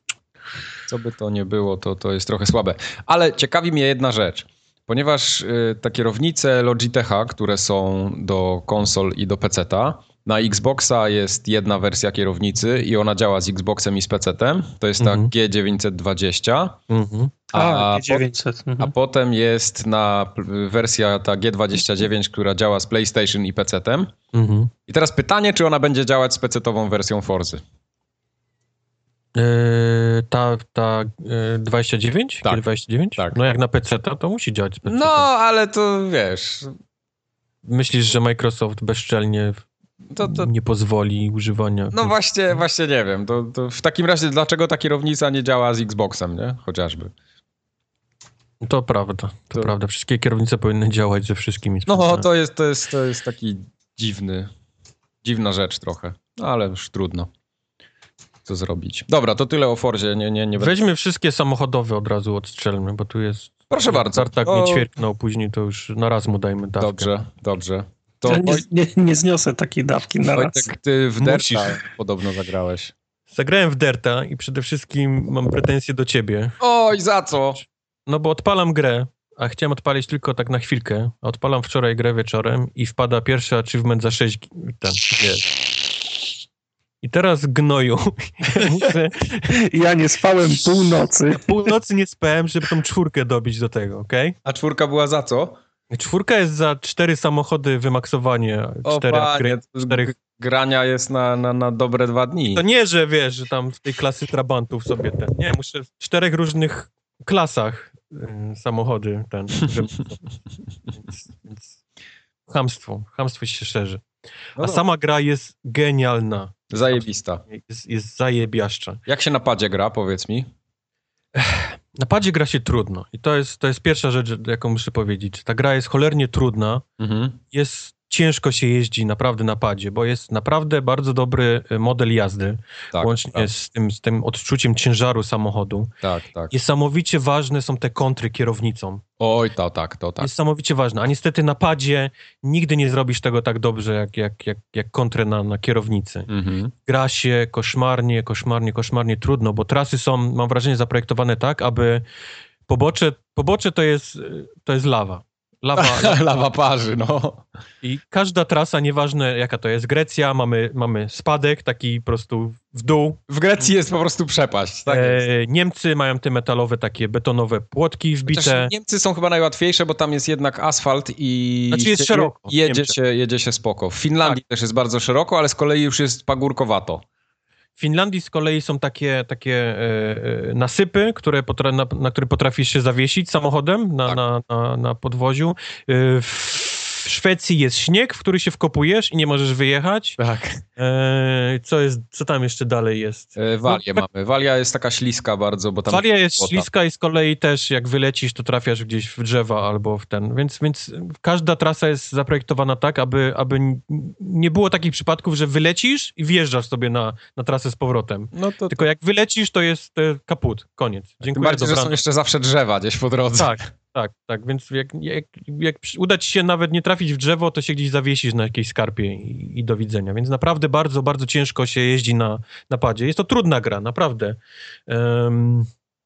[SPEAKER 3] Co by to nie było, to, to jest trochę słabe. Ale ciekawi mnie jedna rzecz. Ponieważ y, te kierownice Logitecha, które są do konsol i do peceta, na Xboxa jest jedna wersja kierownicy i ona działa z Xboxem i z pecetem. To jest ta mm-hmm. G dziewięćset dwadzieścia. Mm-hmm.
[SPEAKER 2] A, a, G dziewięćset.
[SPEAKER 3] Po, mm-hmm. a potem jest na wersja ta G dwadzieścia dziewięć, która działa z PlayStation i pecetem. Mm-hmm. I teraz pytanie, czy ona będzie działać z pecetową wersją Forzy?
[SPEAKER 1] Yy, ta ta yy, dwadzieścia dziewięć?
[SPEAKER 3] Tak.
[SPEAKER 1] G dwadzieścia dziewięć?
[SPEAKER 3] Tak.
[SPEAKER 1] No jak na peceta, to musi działać z pecetem.
[SPEAKER 3] No, ale to wiesz...
[SPEAKER 1] Myślisz, że Microsoft bezczelnie to, to... nie pozwoli używania?
[SPEAKER 3] No właśnie, właśnie nie wiem. To, to w takim razie dlaczego ta kierownica nie działa z Xboxem, nie? Chociażby.
[SPEAKER 1] To prawda, to, to prawda. Wszystkie kierownice powinny działać ze wszystkimi.
[SPEAKER 3] No, to jest, to jest, to jest taki dziwny, dziwna rzecz trochę, no, ale już trudno. Co zrobić. Dobra, to tyle o Fordzie. Nie, nie, nie
[SPEAKER 1] Weźmy wszystkie samochodowe od razu odstrzelmy, bo tu jest...
[SPEAKER 3] Proszę bardzo.
[SPEAKER 1] Tartak
[SPEAKER 3] o...
[SPEAKER 1] nie ćwierknął, później to już na raz mu dajmy dawkę.
[SPEAKER 3] Dobrze, dobrze. To
[SPEAKER 2] ja nie, nie, nie zniosę takiej dawki na raz.
[SPEAKER 3] Wojtek, ty w Derta podobno zagrałeś.
[SPEAKER 1] Zagrałem w Derta i przede wszystkim mam pretensje do ciebie.
[SPEAKER 3] Oj, za co?
[SPEAKER 1] No bo odpalam grę, a chciałem odpalić tylko tak na chwilkę. A odpalam wczoraj grę wieczorem i wpada pierwszy achievement za sześć... Ten, wiesz. I teraz gnoju. Muszę...
[SPEAKER 2] Ja nie spałem północy.
[SPEAKER 1] Północy nie spałem, żeby tą czwórkę dobić do tego, okej? Okay?
[SPEAKER 3] A czwórka była za co?
[SPEAKER 1] Czwórka jest za cztery samochody wymaksowanie.
[SPEAKER 3] O
[SPEAKER 1] cztery
[SPEAKER 3] panie,
[SPEAKER 1] czterech...
[SPEAKER 3] grania jest na, na, na dobre dwa dni.
[SPEAKER 1] To nie, że wiesz, że tam w tej klasy trabantów sobie ten... Nie, muszę w czterech różnych klasach y, samochody ten... Żeby... więc, więc... Chamstwo. Chamstwo się szerzy.
[SPEAKER 3] No
[SPEAKER 1] A no. Sama gra jest genialna.
[SPEAKER 3] Zajebista.
[SPEAKER 1] Jest, jest zajebiaszcza.
[SPEAKER 3] Jak się na padzie gra, powiedz mi?
[SPEAKER 1] Na padzie gra się trudno. I to jest, to jest pierwsza rzecz, jaką muszę powiedzieć. Ta gra jest cholernie trudna. Mhm. Jest ciężko się jeździ naprawdę na padzie, bo jest naprawdę bardzo dobry model jazdy. Tak, łącznie tak. Z, tym, z tym odczuciem ciężaru samochodu.
[SPEAKER 3] Tak, tak.
[SPEAKER 1] Niesamowicie ważne są te kontry kierownicą.
[SPEAKER 3] Oj, to tak, to tak.
[SPEAKER 1] Niesamowicie ważne. A niestety na padzie nigdy nie zrobisz tego tak dobrze, jak, jak, jak, jak kontrę na, na kierownicy. Mhm. Gra się koszmarnie, koszmarnie, koszmarnie trudno, bo trasy są, mam wrażenie, zaprojektowane tak, aby pobocze, pobocze to jest, to jest lawa. Lawa, lawa.
[SPEAKER 3] Lawa parzy, no.
[SPEAKER 1] I każda trasa, nieważne jaka to jest, Grecja, mamy, mamy spadek taki po prostu w dół.
[SPEAKER 3] W Grecji jest po prostu przepaść, tak jest.
[SPEAKER 1] E, Niemcy mają te metalowe, takie betonowe płotki wbite.
[SPEAKER 3] Chociaż Niemcy są chyba najłatwiejsze, bo tam jest jednak asfalt i
[SPEAKER 1] znaczy jest szeroko.
[SPEAKER 3] Jedzie się, jedzie się spoko. W Finlandii tak. też jest bardzo szeroko, ale z kolei już jest pagórkowato.
[SPEAKER 1] W Finlandii z kolei są takie, takie e, nasypy, które potra- na, na które potrafisz się zawiesić samochodem na, tak. na, na, na podwoziu. E, w Szwecji jest śnieg, w który się wkopujesz i nie możesz wyjechać.
[SPEAKER 3] Tak.
[SPEAKER 1] E, co jest, co tam jeszcze dalej jest?
[SPEAKER 3] E, Walię no, mamy. Walia jest taka śliska bardzo, bo tam...
[SPEAKER 1] Walia jest błota. Śliska i z kolei też jak wylecisz, to trafiasz gdzieś w drzewa albo w ten. Więc, więc każda trasa jest zaprojektowana tak, aby, aby nie było takich przypadków, że wylecisz i wjeżdżasz sobie na, na trasę z powrotem. No to, Tylko jak wylecisz, to jest kaput. Koniec. Dziękuję.
[SPEAKER 3] Tym bardziej, że są jeszcze zawsze drzewa gdzieś po drodze.
[SPEAKER 1] Tak. Tak, tak, więc jak, jak, jak uda ci się nawet nie trafić w drzewo, to się gdzieś zawiesisz na jakiejś skarpie i, i do widzenia. Więc naprawdę bardzo, bardzo ciężko się jeździ na, na padzie. Jest to trudna gra, naprawdę. Um,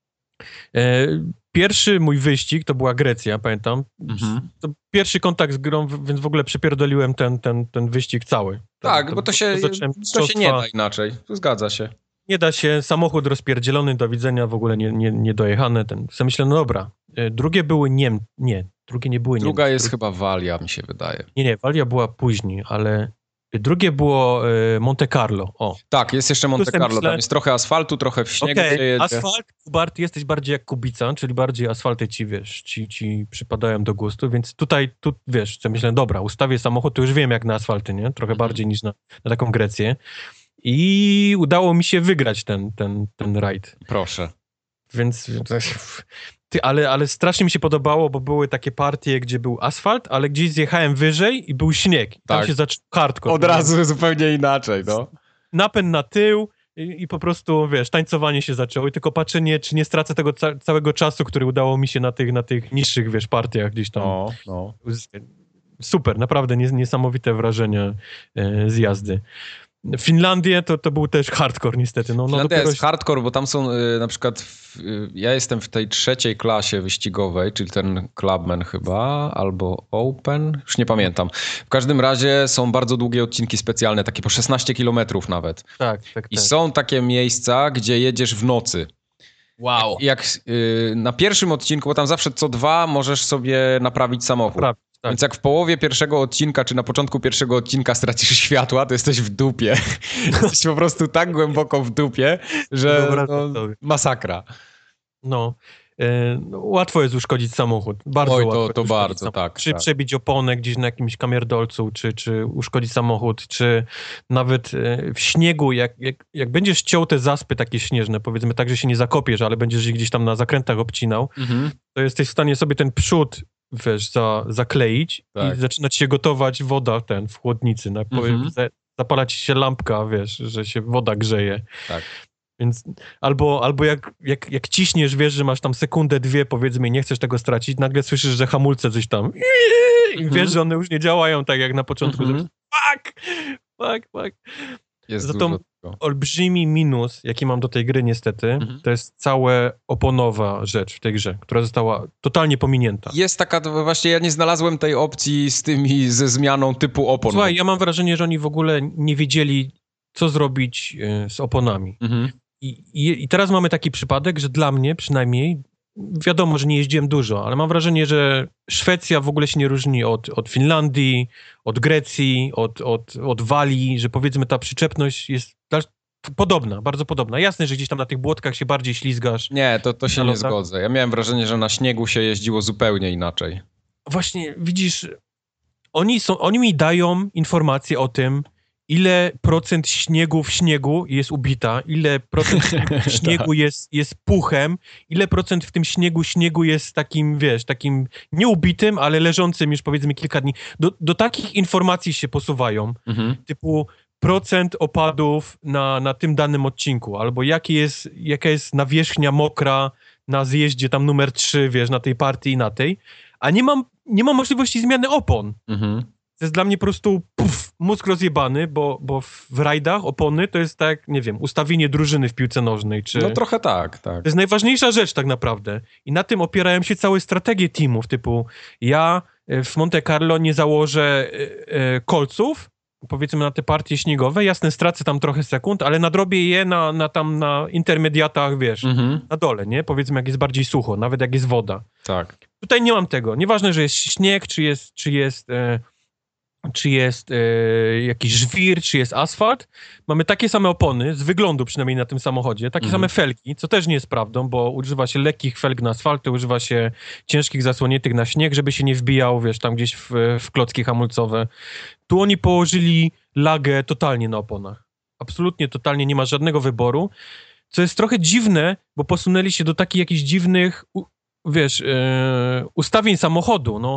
[SPEAKER 1] e, pierwszy mój wyścig to była Grecja, pamiętam. Mhm. To pierwszy kontakt z grą, więc w ogóle przepierdoliłem ten, ten, ten wyścig cały.
[SPEAKER 3] Tak,
[SPEAKER 1] to,
[SPEAKER 3] bo to się, to, to się nie da inaczej. Zgadza się.
[SPEAKER 1] Nie da się, samochód rozpierdzielony, do widzenia, w ogóle nie, nie, nie dojechane. Ten. Sobie myślę, no dobra. Drugie były Niem... Nie, drugie nie były
[SPEAKER 3] Druga
[SPEAKER 1] Niemcy.
[SPEAKER 3] jest Dru... chyba Walia, mi się wydaje.
[SPEAKER 1] Nie, nie, Walia była później, ale drugie było Monte Carlo. O.
[SPEAKER 3] Tak, jest jeszcze Monte Carlo. Myślę... Tam jest trochę asfaltu, trochę w śniegu.
[SPEAKER 1] Okej, okay. Asfalt, Bart, jesteś bardziej jak Kubica, czyli bardziej asfalty ci, wiesz, ci, ci przypadają do gustu, więc tutaj, tu, wiesz, co myślę, dobra, ustawię samochód, to już wiem jak na asfalty, nie? Trochę mhm. bardziej niż na, na taką Grecję. I udało mi się wygrać ten, ten, ten rajd.
[SPEAKER 3] Proszę.
[SPEAKER 1] Więc... Ty, ale, ale strasznie mi się podobało, bo były takie partie, gdzie był asfalt, ale gdzieś zjechałem wyżej i był śnieg. Tam tak. się zaczął hardcore.
[SPEAKER 3] Od razu nie? Zupełnie inaczej, no.
[SPEAKER 1] Napęd na tył i, i po prostu, wiesz, tańcowanie się zaczęło i tylko patrzenie, czy nie stracę tego ca- całego czasu, który udało mi się na tych, na tych niższych, wiesz, partiach gdzieś tam.
[SPEAKER 3] No, no.
[SPEAKER 1] Super, naprawdę nies- niesamowite wrażenia e, z jazdy. Finlandię to, to był też hardcore niestety. No,
[SPEAKER 3] Finlandia
[SPEAKER 1] no
[SPEAKER 3] jest hardcore, bo tam są y, na przykład, w, y, ja jestem w tej trzeciej klasie wyścigowej, czyli ten Clubman chyba, albo Open, już nie pamiętam. W każdym razie są bardzo długie odcinki specjalne, takie po szesnaście kilometrów nawet.
[SPEAKER 1] Tak, tak,
[SPEAKER 3] I
[SPEAKER 1] tak.
[SPEAKER 3] są takie miejsca, gdzie jedziesz w nocy.
[SPEAKER 1] Wow.
[SPEAKER 3] Jak, jak y, na pierwszym odcinku, bo tam zawsze co dwa możesz sobie naprawić samochód. Napraw. Tak. Więc jak w połowie pierwszego odcinka, czy na początku pierwszego odcinka stracisz światła, to jesteś w dupie. Jesteś po prostu tak głęboko w dupie, że no, masakra.
[SPEAKER 1] No. E, no, łatwo jest uszkodzić samochód. Bardzo
[SPEAKER 3] Oj,
[SPEAKER 1] łatwo.
[SPEAKER 3] To, to bardzo, samochód. tak.
[SPEAKER 1] Czy
[SPEAKER 3] tak.
[SPEAKER 1] przebić oponę gdzieś na jakimś kamierdolcu, czy, czy uszkodzić samochód, czy nawet e, w śniegu, jak, jak, jak będziesz ciął te zaspy takie śnieżne, powiedzmy tak, że się nie zakopiesz, ale będziesz je gdzieś tam na zakrętach obcinał, mhm. to jesteś w stanie sobie ten przód, wiesz, za, zakleić tak. i zaczynać się gotować woda ten w chłodnicy. Na, mhm. za, zapalać się lampka, wiesz, że się woda grzeje. Tak. Więc albo, albo jak, jak, jak ciśniesz, wiesz, że masz tam sekundę, dwie, powiedzmy, i nie chcesz tego stracić, nagle słyszysz, że hamulce coś tam i mhm. wiesz, że one już nie działają tak jak na początku. Mhm. Fuck! Fuck, fuck.
[SPEAKER 3] Jest
[SPEAKER 1] Za to olbrzymi minus, jaki mam do tej gry niestety, mhm. to jest całe oponowa rzecz w tej grze, która została totalnie pominięta.
[SPEAKER 3] Jest taka, właśnie ja nie znalazłem tej opcji z tymi, ze zmianą typu opon.
[SPEAKER 1] Słuchaj, ja mam wrażenie, że oni w ogóle nie wiedzieli, co zrobić z oponami. Mhm. I, i, I teraz mamy taki przypadek, że dla mnie przynajmniej, wiadomo, że nie jeździłem dużo, ale mam wrażenie, że Szwecja w ogóle się nie różni od, od Finlandii, od Grecji, od, od, od Walii, że powiedzmy ta przyczepność jest podobna, bardzo podobna. Jasne, że gdzieś tam na tych błotkach się bardziej ślizgasz.
[SPEAKER 3] Nie, to, to się nie zgodzę. Ja miałem wrażenie, że na śniegu się jeździło zupełnie inaczej.
[SPEAKER 1] Właśnie, widzisz, oni, są, oni mi dają informacje o tym, ile procent śniegu w śniegu jest ubita, ile procent śniegu jest, jest puchem, ile procent w tym śniegu śniegu jest takim, wiesz, takim nieubitym, ale leżącym już powiedzmy kilka dni. Do, do takich informacji się posuwają, mhm. typu procent opadów na, na tym danym odcinku, albo jakie jest, jaka jest nawierzchnia mokra na zjeździe tam numer trzy, wiesz, na tej partii i na tej, a nie mam, nie mam możliwości zmiany opon. Mhm. To jest dla mnie po prostu puf, mózg rozjebany, bo, bo w rajdach opony to jest tak, nie wiem, ustawienie drużyny w piłce nożnej. Czy...
[SPEAKER 3] No trochę tak, tak.
[SPEAKER 1] To jest najważniejsza rzecz tak naprawdę. I na tym opierają się całe strategie teamów, typu ja w Monte Carlo nie założę e, e, kolców, powiedzmy na te partie śniegowe, jasne, stracę tam trochę sekund, ale nadrobię je na, na tam na intermediatach, wiesz, mhm. na dole, nie? Powiedzmy, jak jest bardziej sucho, nawet jak jest woda.
[SPEAKER 3] Tak.
[SPEAKER 1] Tutaj nie mam tego. Nieważne, że jest śnieg, czy jest, czy jest e, czy jest e, jakiś żwir, czy jest asfalt. Mamy takie same opony, z wyglądu przynajmniej na tym samochodzie, takie mhm. same felgi, co też nie jest prawdą, bo używa się lekkich felg na asfalty, używa się ciężkich zasłoniętych na śnieg, żeby się nie wbijał, wiesz, tam gdzieś w, w klocki hamulcowe. Tu oni położyli lagę totalnie na oponach. Absolutnie, totalnie nie ma żadnego wyboru, co jest trochę dziwne, bo posunęli się do takich jakichś dziwnych, u, wiesz, e, ustawień samochodu, no.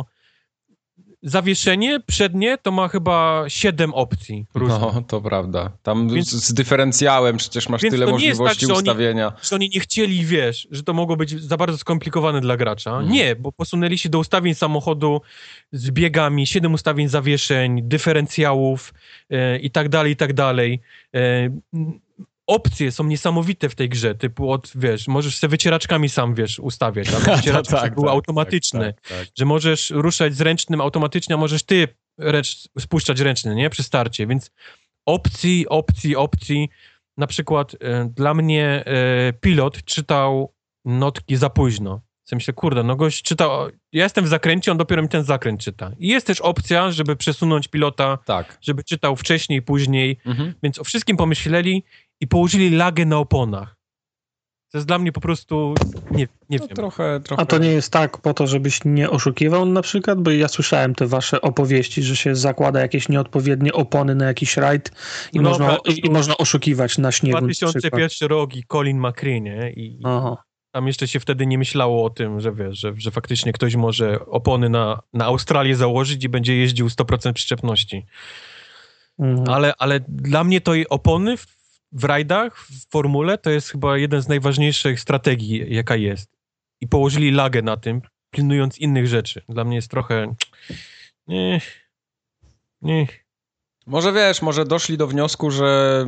[SPEAKER 1] Zawieszenie przednie to ma chyba siedem opcji różnych.
[SPEAKER 3] No, to prawda. Tam więc, z dyferencjałem przecież masz tyle możliwości tak, ustawienia.
[SPEAKER 1] Że oni, że oni nie chcieli, wiesz, że to mogło być za bardzo skomplikowane dla gracza. Hmm. Nie, bo posunęli się do ustawień samochodu z biegami, siedem ustawień zawieszeń, dyferencjałów e, i tak dalej, i tak dalej. E, Opcje są niesamowite w tej grze, typu od, wiesz, możesz sobie wycieraczkami sam, wiesz, ustawiać, albo wycieraczki tak, były tak, automatyczne, tak, tak, tak. że możesz ruszać z ręcznym automatycznie, a możesz ty recz, spuszczać ręczny, nie, przy starcie, więc opcji, opcji, opcji, na przykład e, dla mnie e, pilot czytał notki za późno. W sensie, kurde, no gość czytał, ja jestem w zakręcie, on dopiero mi ten zakręt czyta. I jest też opcja, żeby przesunąć pilota, tak. żeby czytał wcześniej, później, mhm. więc o wszystkim pomyśleli i położyli lagę na oponach. To jest dla mnie po prostu, nie, nie no, wiem.
[SPEAKER 2] Trochę, trochę... A to nie jest tak po to, żebyś nie oszukiwał na przykład? Bo ja słyszałem te wasze opowieści, że się zakłada jakieś nieodpowiednie opony na jakiś rajd i, no, można, i, i można oszukiwać na śniegu.
[SPEAKER 1] dwa tysiące pierwszy rok i Colin McRae, nie? I, Aha. Tam jeszcze się wtedy nie myślało o tym, że wiesz, że, że faktycznie ktoś może opony na, na Australię założyć i będzie jeździł sto procent przyczepności. Mhm. Ale, ale dla mnie to opony w, w rajdach, w formule, to jest chyba jeden z najważniejszych strategii, jaka jest. I położyli lagę na tym, pilnując innych rzeczy. Dla mnie jest trochę... Nie, nie.
[SPEAKER 3] Może wiesz, może doszli do wniosku, że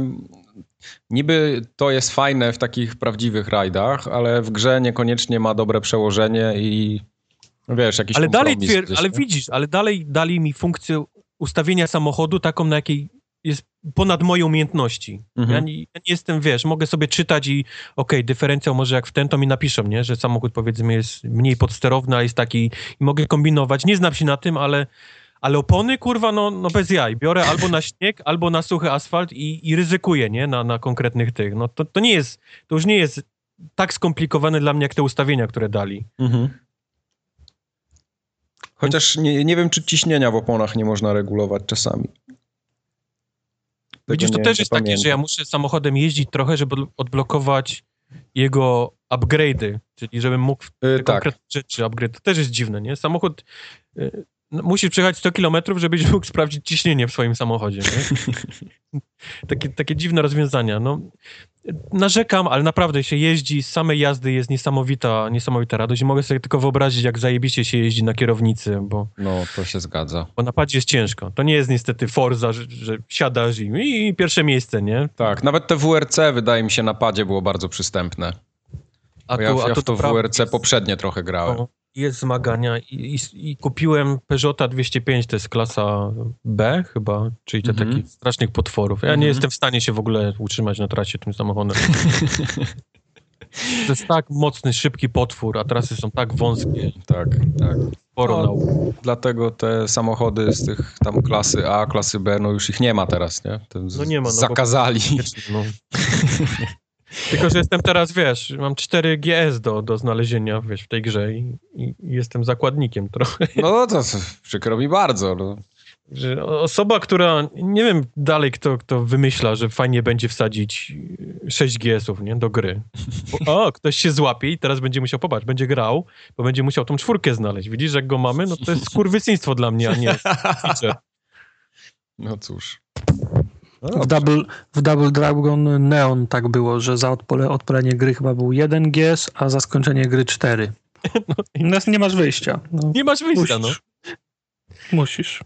[SPEAKER 3] niby to jest fajne w takich prawdziwych rajdach, ale w grze niekoniecznie ma dobre przełożenie i wiesz, jakiś
[SPEAKER 1] ale dalej twier- gdzieś, ale widzisz, ale dalej dali mi funkcję ustawienia samochodu taką, na jakiej jest ponad moje umiejętności. Mhm. Ja, nie, ja nie jestem, wiesz, mogę sobie czytać i okej, okay, dyferencjał może jak w ten, to mi napiszą, nie, że samochód powiedzmy jest mniej podsterowny, a jest taki i mogę kombinować. Nie znam się na tym, ale Ale opony, kurwa, no, no bez jaj. Biorę albo na śnieg, albo na suchy asfalt i, i ryzykuję, nie? Na, na konkretnych tych. No to, to nie jest, to już nie jest tak skomplikowane dla mnie, jak te ustawienia, które dali. Mhm.
[SPEAKER 3] Chociaż nie, nie wiem, czy ciśnienia w oponach nie można regulować czasami.
[SPEAKER 1] Tego Widzisz, to nie, też jest pamiętam. takie, że ja muszę samochodem jeździć trochę, żeby odblokować jego upgrade'y, czyli żebym mógł te
[SPEAKER 3] Yy,
[SPEAKER 1] konkretne
[SPEAKER 3] tak.
[SPEAKER 1] rzeczy upgrade. To też jest dziwne, nie? Samochód... Yy, no, musisz przejechać sto kilometrów, żebyś mógł sprawdzić ciśnienie w swoim samochodzie, nie? takie, takie dziwne rozwiązania. No, narzekam, ale naprawdę się jeździ, z samej jazdy jest niesamowita, niesamowita radość i mogę sobie tylko wyobrazić, jak zajebiście się jeździ na kierownicy, bo...
[SPEAKER 3] No, to się zgadza.
[SPEAKER 1] Bo na padzie jest ciężko. To nie jest niestety Forza, że, że siadasz i, i pierwsze miejsce, nie?
[SPEAKER 3] Tak, nawet te W R C wydaje mi się na padzie było bardzo przystępne. A tu, ja, ja a to, w to W R C jest, poprzednie trochę grałem.
[SPEAKER 1] No, jest zmagania i, i, i kupiłem Peugeota dwieście pięć, to jest klasa B chyba, czyli te
[SPEAKER 3] Mhm.
[SPEAKER 1] takich strasznych potworów. Ja
[SPEAKER 3] Mhm.
[SPEAKER 1] nie jestem w stanie się w ogóle utrzymać na trasie tym samochodem. To jest tak mocny, szybki potwór, a trasy są tak wąskie.
[SPEAKER 3] Tak, tak.
[SPEAKER 1] Sporo
[SPEAKER 3] No,
[SPEAKER 1] nauki.
[SPEAKER 3] dlatego te samochody z tych tam klasy A, klasy B, no już ich nie ma teraz, nie? Z,
[SPEAKER 1] No nie ma. No,
[SPEAKER 3] zakazali.
[SPEAKER 1] Bo... No. Tylko, że jestem teraz, wiesz, mam cztery G S do, do znalezienia, wiesz, w tej grze i, i jestem zakładnikiem trochę.
[SPEAKER 3] No to przykro mi bardzo, no.
[SPEAKER 1] Że osoba, która, nie wiem dalej kto, kto wymyśla, że fajnie będzie wsadzić sześć G S-ów, nie, do gry. Bo, o, ktoś się złapie i teraz będzie musiał, popatrz, będzie grał, bo będzie musiał tą czwórkę znaleźć. Widzisz, jak go mamy? No to jest skurwysyństwo dla mnie, a nie feature.
[SPEAKER 3] No cóż. No
[SPEAKER 2] w, Double, w Double Dragon Neon tak było, że za odpale, odpalenie gry chyba był jeden G S, a za skończenie gry cztery. No, nie masz wyjścia. No.
[SPEAKER 1] Nie masz wyjścia,
[SPEAKER 2] Musisz.
[SPEAKER 1] no.
[SPEAKER 2] Musisz.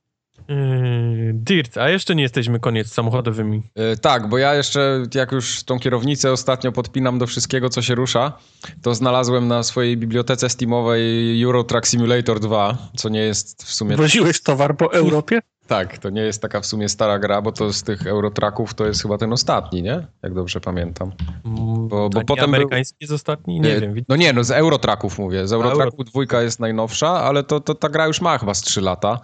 [SPEAKER 1] Yy, Dirt, a jeszcze nie jesteśmy koniec samochodowymi.
[SPEAKER 3] Yy, tak, bo ja jeszcze, jak już tą kierownicę ostatnio podpinam do wszystkiego, co się rusza, to znalazłem na swojej bibliotece Steamowej Euro Truck Simulator dwa, co nie jest w sumie...
[SPEAKER 2] Woziłeś towar po Europie?
[SPEAKER 3] Tak, to nie jest taka w sumie stara gra, bo to z tych Eurotracków to jest chyba ten ostatni, nie? Jak dobrze pamiętam.
[SPEAKER 1] Bo, bo potem amerykański był... jest ostatni? Nie, nie wiem.
[SPEAKER 3] No nie, no z Eurotracków mówię. Z Eurotracków Euro... dwójka jest najnowsza, ale to, to ta gra już ma chyba z trzy lata.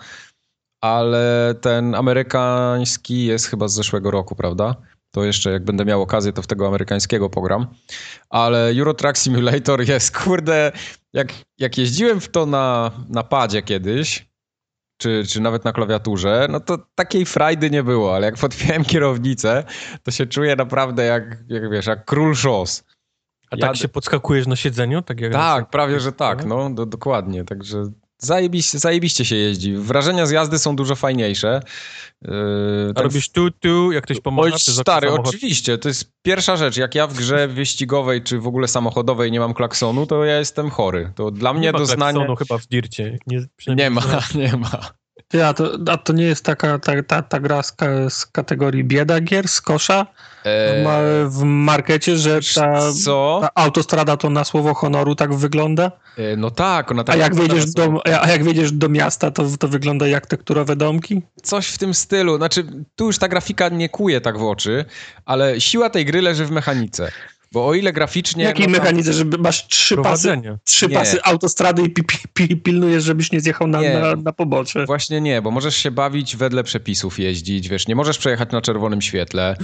[SPEAKER 3] Ale ten amerykański jest chyba z zeszłego roku, prawda? To jeszcze jak będę miał okazję, to w tego amerykańskiego pogram. Ale Euro Truck Simulator jest, kurde, jak, jak jeździłem w to na, na padzie kiedyś, czy, czy nawet na klawiaturze, no to takiej frajdy nie było, ale jak podpiąłem kierownicę, to się czuję naprawdę jak, jak wiesz, jak król szos.
[SPEAKER 1] A Jadę... tak się podskakujesz na siedzeniu? Tak, jak
[SPEAKER 3] tak prawie, że tak, no do, dokładnie, także... Zajebiście, zajebiście się jeździ. Wrażenia z jazdy są dużo fajniejsze.
[SPEAKER 1] Yy, A ten... robisz tu, tu, jak ktoś pomaga?
[SPEAKER 3] Oj, stary, oczywiście. To jest pierwsza rzecz. Jak ja w grze wyścigowej, czy w ogóle samochodowej nie mam klaksonu, to ja jestem chory. To dla
[SPEAKER 1] nie
[SPEAKER 3] mnie
[SPEAKER 1] ma
[SPEAKER 3] doznanie...
[SPEAKER 1] klaksonu chyba w Dircie.
[SPEAKER 3] Nie, nie ma, nie ma.
[SPEAKER 2] A to, a to nie jest taka ta, ta, ta gra z, ka, z kategorii bieda gier, z kosza eee, w, w markecie, że ta, ta autostrada to na słowo honoru tak wygląda?
[SPEAKER 3] Eee, no tak. Ona tak
[SPEAKER 2] a, jak wjedziesz do, a jak wjedziesz do miasta, to, to wygląda jak tekturowe domki?
[SPEAKER 3] Coś w tym stylu. Znaczy, tu już ta grafika nie kuje tak w oczy, ale siła tej gry leży w mechanice. Bo o ile graficznie...
[SPEAKER 2] Jakiej
[SPEAKER 3] no tam...
[SPEAKER 2] mechanice, żeby masz trzy pasy, trzy pasy autostrady i pi, pi, pi, pilnujesz, żebyś nie zjechał na, nie. na, na pobocze?
[SPEAKER 3] Właśnie nie, bo możesz się bawić wedle przepisów jeździć, wiesz, nie możesz przejechać na czerwonym świetle,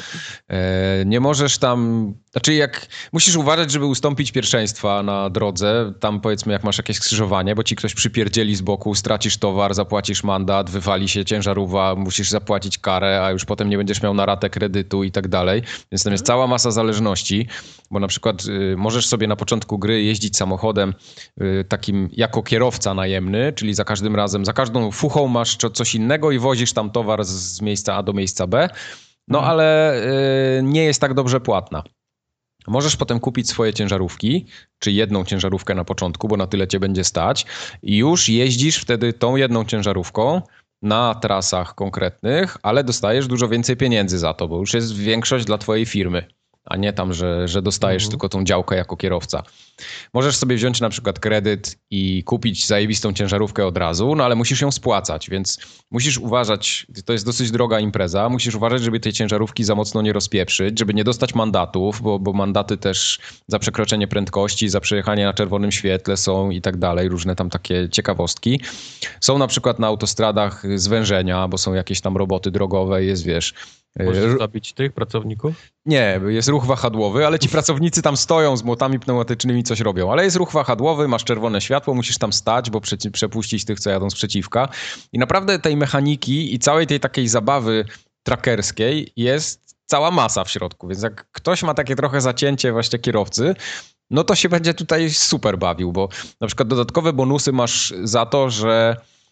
[SPEAKER 3] e, nie możesz tam... Znaczy jak... Musisz uważać, żeby ustąpić pierwszeństwa na drodze, tam powiedzmy jak masz jakieś skrzyżowanie, bo ci ktoś przypierdzieli z boku, stracisz towar, zapłacisz mandat, wywali się ciężarówka, musisz zapłacić karę, a już potem nie będziesz miał na ratę kredytu i tak dalej. Więc tam jest cała masa zależności. Bo na przykład y, możesz sobie na początku gry jeździć samochodem y, takim jako kierowca najemny, czyli za każdym razem, za każdą fuchą masz coś innego i wozisz tam towar z, z miejsca A do miejsca B, no mhm. ale y, nie jest tak dobrze płatna. Możesz potem kupić swoje ciężarówki, czy jedną ciężarówkę na początku, bo na tyle cię będzie stać i już jeździsz wtedy tą jedną ciężarówką na trasach konkretnych, ale dostajesz dużo więcej pieniędzy za to, bo już jest większość dla twojej firmy. A nie tam, że, że dostajesz mhm. tylko tą działkę jako kierowca. Możesz sobie wziąć na przykład kredyt i kupić zajebistą ciężarówkę od razu, no ale musisz ją spłacać, więc musisz uważać, to jest dosyć droga impreza, musisz uważać, żeby tej ciężarówki za mocno nie rozpieprzyć, żeby nie dostać mandatów, bo, bo mandaty też za przekroczenie prędkości, za przejechanie na czerwonym świetle są i tak dalej, różne tam takie ciekawostki. Są na przykład na autostradach zwężenia, bo są jakieś tam roboty drogowe, jest wiesz...
[SPEAKER 1] Możesz zabić tych pracowników?
[SPEAKER 3] Nie, jest ruch wahadłowy, ale ci pracownicy tam stoją z młotami pneumatycznymi, coś robią. Ale jest ruch wahadłowy, masz czerwone światło, musisz tam stać, bo prze- przepuścić tych, co jadą sprzeciwka. I naprawdę tej mechaniki i całej tej takiej zabawy trackerskiej jest cała masa w środku, więc jak ktoś ma takie trochę zacięcie właśnie kierowcy, no to się będzie tutaj super bawił, bo na przykład dodatkowe bonusy masz za to, że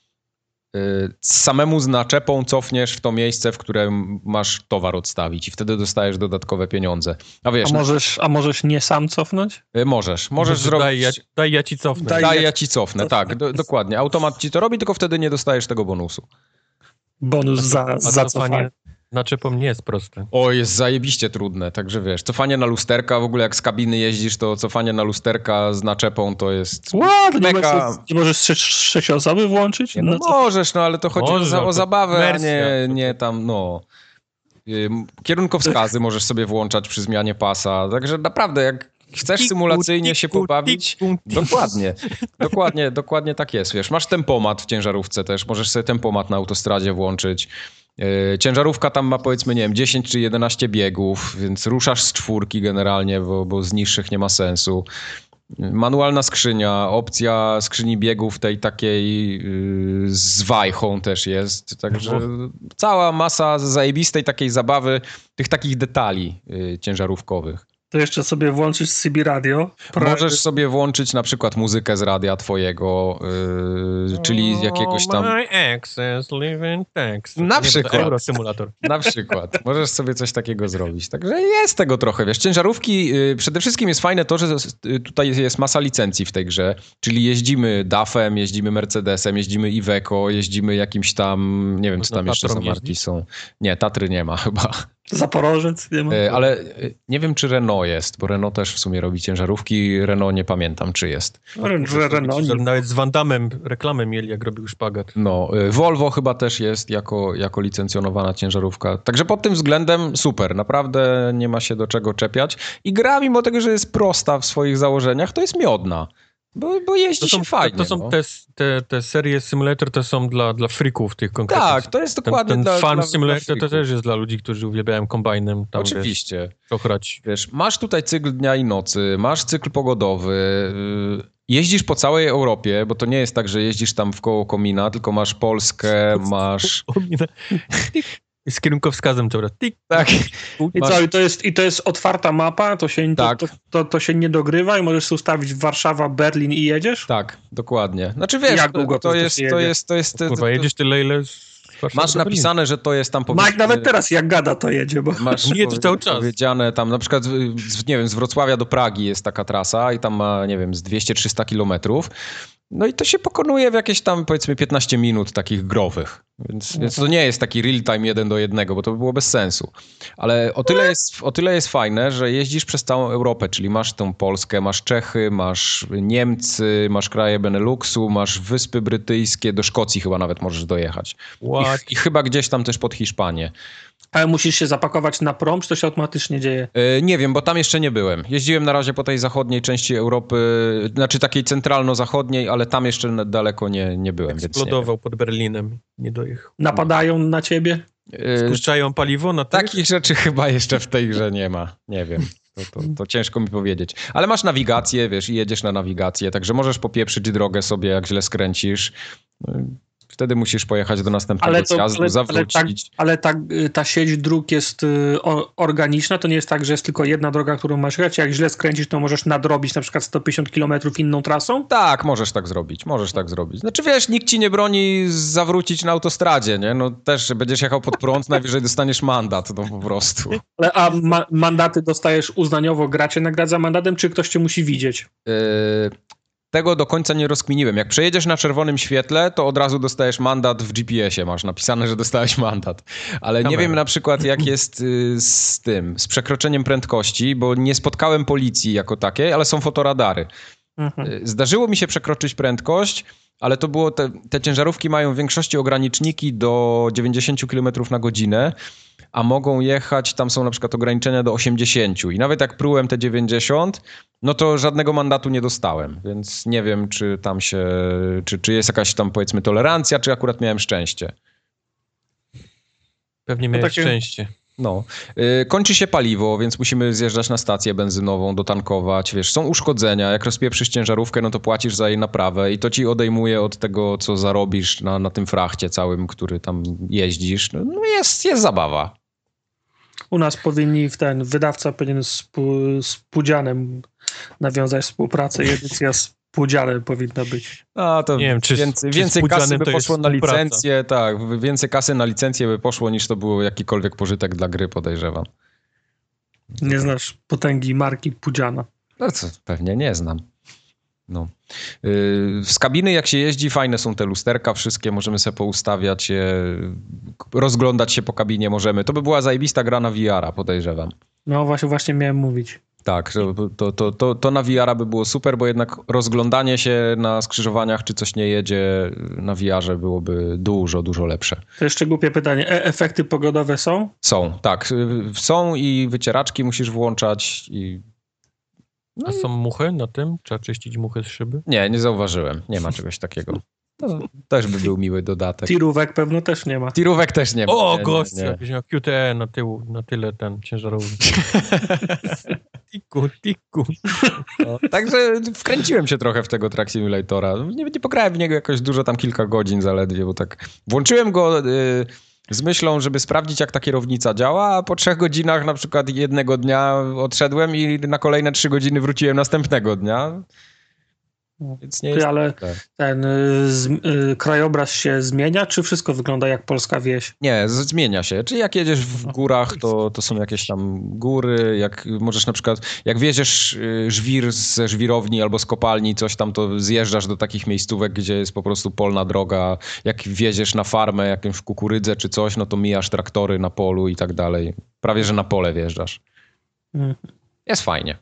[SPEAKER 3] samemu z naczepą cofniesz w to miejsce, w którym masz towar odstawić i wtedy dostajesz dodatkowe pieniądze. A wiesz...
[SPEAKER 2] A możesz, a możesz nie sam cofnąć?
[SPEAKER 3] Możesz. Możesz zrobić...
[SPEAKER 1] Daj ja, daj ja ci cofnę.
[SPEAKER 3] Daj, daj ja ci cofnę, cofnę. tak, do, dokładnie. Automat ci to robi, tylko wtedy nie dostajesz tego bonusu.
[SPEAKER 2] Bonus za,
[SPEAKER 1] a
[SPEAKER 2] za cofanie.
[SPEAKER 1] Naczepą nie jest proste.
[SPEAKER 3] O, jest zajebiście trudne, także wiesz, cofanie na lusterka, w ogóle jak z kabiny jeździsz, to cofanie na lusterka z naczepą to jest
[SPEAKER 2] What? Nie,
[SPEAKER 3] mega...
[SPEAKER 2] możesz, nie możesz trzech, trzech osoby włączyć?
[SPEAKER 3] Nie, no, no możesz, no ale to chodzi Może, o, o zabawę, wersja. a nie, nie tam, no... Kierunkowskazy możesz sobie włączać przy zmianie pasa, także naprawdę jak chcesz symulacyjnie się pobawić, dokładnie, dokładnie, dokładnie tak jest, wiesz, masz tempomat w ciężarówce też, możesz sobie tempomat na autostradzie włączyć. Yy, ciężarówka tam ma powiedzmy, nie wiem, dziesięć czy jedenaście biegów, więc ruszasz z czwórki generalnie, bo, bo z niższych nie ma sensu. Manualna skrzynia, opcja skrzyni biegów tej takiej yy, z wajchą też jest, także cała masa zajebistej takiej zabawy, tych takich detali yy, ciężarówkowych.
[SPEAKER 2] To jeszcze sobie włączyć C B radio.
[SPEAKER 3] Możesz sobie włączyć na przykład muzykę z radia twojego, yy, czyli jakiegoś tam...
[SPEAKER 1] My access, live in Texas.
[SPEAKER 3] Na przykład.
[SPEAKER 1] Eurosymulator.
[SPEAKER 3] Na przykład. Możesz sobie coś takiego zrobić. Także jest tego trochę, wiesz. Ciężarówki, yy, przede wszystkim jest fajne to, że tutaj jest masa licencji w tej grze, czyli jeździmy dafem, jeździmy Mercedesem, jeździmy Iveco, jeździmy jakimś tam, nie wiem, co tam jeszcze za marki są. Nie, Tatry nie ma chyba.
[SPEAKER 2] Zaporożec nie ma.
[SPEAKER 3] Ale nie wiem, czy Renault jest, bo Renault też w sumie robi ciężarówki. Renault nie pamiętam, czy jest.
[SPEAKER 2] Że Renault nie.
[SPEAKER 1] Nawet z Van Dammem reklamę mieli, jak robił szpagat.
[SPEAKER 3] No, Volvo chyba też jest jako, jako licencjonowana ciężarówka. Także pod tym względem super. Naprawdę nie ma się do czego czepiać. I gra, mimo tego, że jest prosta w swoich założeniach, to jest miodna. Bo, bo jeździ
[SPEAKER 1] to są,
[SPEAKER 3] się fajnie.
[SPEAKER 1] To są
[SPEAKER 3] no.
[SPEAKER 1] te, te, te serie Simulator, to są dla, dla freaków tych konkretnych.
[SPEAKER 3] Tak, to jest dokładnie
[SPEAKER 1] ten, ten
[SPEAKER 3] dla,
[SPEAKER 1] Farm
[SPEAKER 3] dla,
[SPEAKER 1] Simulator
[SPEAKER 3] dla
[SPEAKER 1] to też jest dla ludzi, którzy uwielbiają kombajnem. Tam,
[SPEAKER 3] Oczywiście.
[SPEAKER 1] Wiesz, ochrać.
[SPEAKER 3] Wiesz, masz tutaj cykl dnia i nocy, masz cykl pogodowy, jeździsz po całej Europie, bo to nie jest tak, że jeździsz tam w koło komina, tylko masz Polskę, masz...
[SPEAKER 1] Z kierunkowskazem to tik,
[SPEAKER 3] tak.
[SPEAKER 2] I co, i to jest, i to jest otwarta mapa, to się,
[SPEAKER 3] tak.
[SPEAKER 2] to, to, to się nie dogrywa i możesz sobie ustawić Warszawa, Berlin i jedziesz?
[SPEAKER 3] Tak, dokładnie. Znaczy wiesz,
[SPEAKER 2] Jak długo
[SPEAKER 3] to, to, jest, to jest... To jest, to jest
[SPEAKER 1] Kurwa, jedziesz tyle, ile...
[SPEAKER 3] Masz napisane, że to jest tam...
[SPEAKER 2] Mike nawet teraz jak gada, to jedzie, bo...
[SPEAKER 3] Masz
[SPEAKER 1] nie, to cały czas.
[SPEAKER 3] powiedziane tam, na przykład, z, nie wiem, z Wrocławia do Pragi jest taka trasa i tam ma, nie wiem, z dwieście trzysta kilometrów. No i to się pokonuje w jakieś tam, powiedzmy, piętnaście minut takich growych. Więc, mhm. więc to nie jest taki real time jeden do jednego, bo to by było bez sensu. Ale o tyle, jest, o tyle jest fajne, że jeździsz przez całą Europę, czyli masz tą Polskę, masz Czechy, masz Niemcy, masz kraje Beneluxu, masz Wyspy Brytyjskie, do Szkocji chyba nawet możesz dojechać. I, I chyba gdzieś tam też pod Hiszpanię.
[SPEAKER 2] Ale musisz się zapakować na prom, czy to się automatycznie dzieje?
[SPEAKER 3] Yy, nie wiem, bo tam jeszcze nie byłem. Jeździłem na razie po tej zachodniej części Europy, znaczy takiej centralno-zachodniej, ale tam jeszcze daleko nie, nie byłem.
[SPEAKER 1] Eksplodował
[SPEAKER 3] więc nie
[SPEAKER 1] pod Berlinem, nie dojechał.
[SPEAKER 2] Napadają na ciebie?
[SPEAKER 3] Yy,
[SPEAKER 1] Spuszczają paliwo na tych?
[SPEAKER 3] Takich rzeczy chyba jeszcze w tej grze nie ma. Nie wiem. To, to, to ciężko mi powiedzieć. Ale masz nawigację, wiesz, i jedziesz na nawigację, także możesz popieprzyć drogę sobie, jak źle skręcisz. Wtedy musisz pojechać do następnego ale to, zjazdu, ale, zawrócić.
[SPEAKER 2] Ale, ta, ale ta, ta sieć dróg jest y, organiczna, to nie jest tak, że jest tylko jedna droga, którą masz jechać. Jak źle skręcisz, to możesz nadrobić na przykład sto pięćdziesiąt kilometrów inną trasą?
[SPEAKER 3] Tak, możesz tak zrobić, możesz tak zrobić. Znaczy wiesz, nikt ci nie broni zawrócić na autostradzie, nie? No też będziesz jechał pod prąd, najwyżej dostaniesz mandat, no po prostu.
[SPEAKER 2] Ale, a ma, mandaty dostajesz uznaniowo, gra cię nagradza mandatem, czy ktoś cię musi widzieć?
[SPEAKER 3] Yy... Tego do końca nie rozkminiłem. Jak przejedziesz na czerwonym świetle, to od razu dostajesz mandat w G P S ie. Masz napisane, że dostałeś mandat. Ale nie wiem na przykład, jak jest z tym, z przekroczeniem prędkości, bo nie spotkałem policji jako takiej, ale są fotoradary. Mhm. Zdarzyło mi się przekroczyć prędkość, ale to było, te, te ciężarówki mają w większości ograniczniki do dziewięćdziesiąt kilometrów na godzinę, a mogą jechać, tam są na przykład ograniczenia do osiemdziesiąt i nawet jak prułem te dziewięćdziesiąt, no to żadnego mandatu nie dostałem, więc nie wiem, czy tam się, czy, czy jest jakaś tam powiedzmy tolerancja, czy akurat miałem szczęście.
[SPEAKER 1] Pewnie miałeś no takie... szczęście.
[SPEAKER 3] No. Yy, kończy się paliwo, więc musimy zjeżdżać na stację benzynową, dotankować, wiesz, są uszkodzenia, jak rozpieprzysz ciężarówkę, no to płacisz za jej naprawę i to ci odejmuje od tego, co zarobisz na, na tym frachcie całym, który tam jeździsz. No jest, jest zabawa.
[SPEAKER 2] U nas powinni w ten wydawca powinien z, pu, z Pudzianem nawiązać współpracę i edycja z Pudzianem powinna być.
[SPEAKER 3] A to
[SPEAKER 1] nie wiem, czy,
[SPEAKER 3] więcej,
[SPEAKER 1] czy
[SPEAKER 3] więcej kasy by
[SPEAKER 1] to
[SPEAKER 3] poszło na licencję, tak, więcej kasy na licencję by poszło niż to był jakikolwiek pożytek dla gry, podejrzewam.
[SPEAKER 2] Nie znasz potęgi marki Pudziana.
[SPEAKER 3] No co, pewnie nie znam. No. Yy, z kabiny jak się jeździ, fajne są te lusterka wszystkie, możemy sobie poustawiać je, rozglądać się po kabinie możemy. To by była zajebista gra na V R a, podejrzewam.
[SPEAKER 2] No właśnie, właśnie miałem mówić.
[SPEAKER 3] Tak, to, to, to, to na V R a by było super, bo jednak rozglądanie się na skrzyżowaniach, czy coś nie jedzie na V R ze byłoby dużo, dużo lepsze.
[SPEAKER 2] To jeszcze głupie pytanie. E- efekty pogodowe są?
[SPEAKER 3] Są, tak. Są i wycieraczki musisz włączać i...
[SPEAKER 1] No A są muchy na tym? Trzeba czyścić muchy z szyby?
[SPEAKER 3] Nie, nie zauważyłem. Nie ma czegoś takiego. To też by był miły dodatek.
[SPEAKER 2] Tirówek pewno też nie ma.
[SPEAKER 3] Tirówek też nie ma.
[SPEAKER 1] O,
[SPEAKER 3] nie,
[SPEAKER 1] gość,
[SPEAKER 3] nie, nie.
[SPEAKER 1] jakbyś miał Q T E na tył, na tyle ten ciężarowy. tiku, tiku.
[SPEAKER 3] No, także wkręciłem się trochę w tego Truck Simulatora. Nie, nie pograłem w niego jakoś dużo, tam kilka godzin zaledwie, bo tak włączyłem go... Yy, z myślą, żeby sprawdzić, jak ta kierownica działa, a po trzech godzinach na przykład jednego dnia odszedłem i na kolejne trzy godziny wróciłem następnego dnia. Więc nie
[SPEAKER 2] Ty,
[SPEAKER 3] jest...
[SPEAKER 2] ale ten y, z, y, krajobraz się zmienia, czy wszystko wygląda jak polska wieś?
[SPEAKER 3] Nie, z- zmienia się. Czyli jak jedziesz w górach, to, to są jakieś tam góry, jak możesz na przykład, jak wieziesz y, żwir ze żwirowni albo z kopalni, coś tam, to zjeżdżasz do takich miejscówek, gdzie jest po prostu polna droga. Jak wieziesz na farmę jakąś kukurydzę czy coś, no to mijasz traktory na polu i tak dalej. Prawie, że na pole wjeżdżasz.
[SPEAKER 2] Mhm.
[SPEAKER 3] Jest fajnie.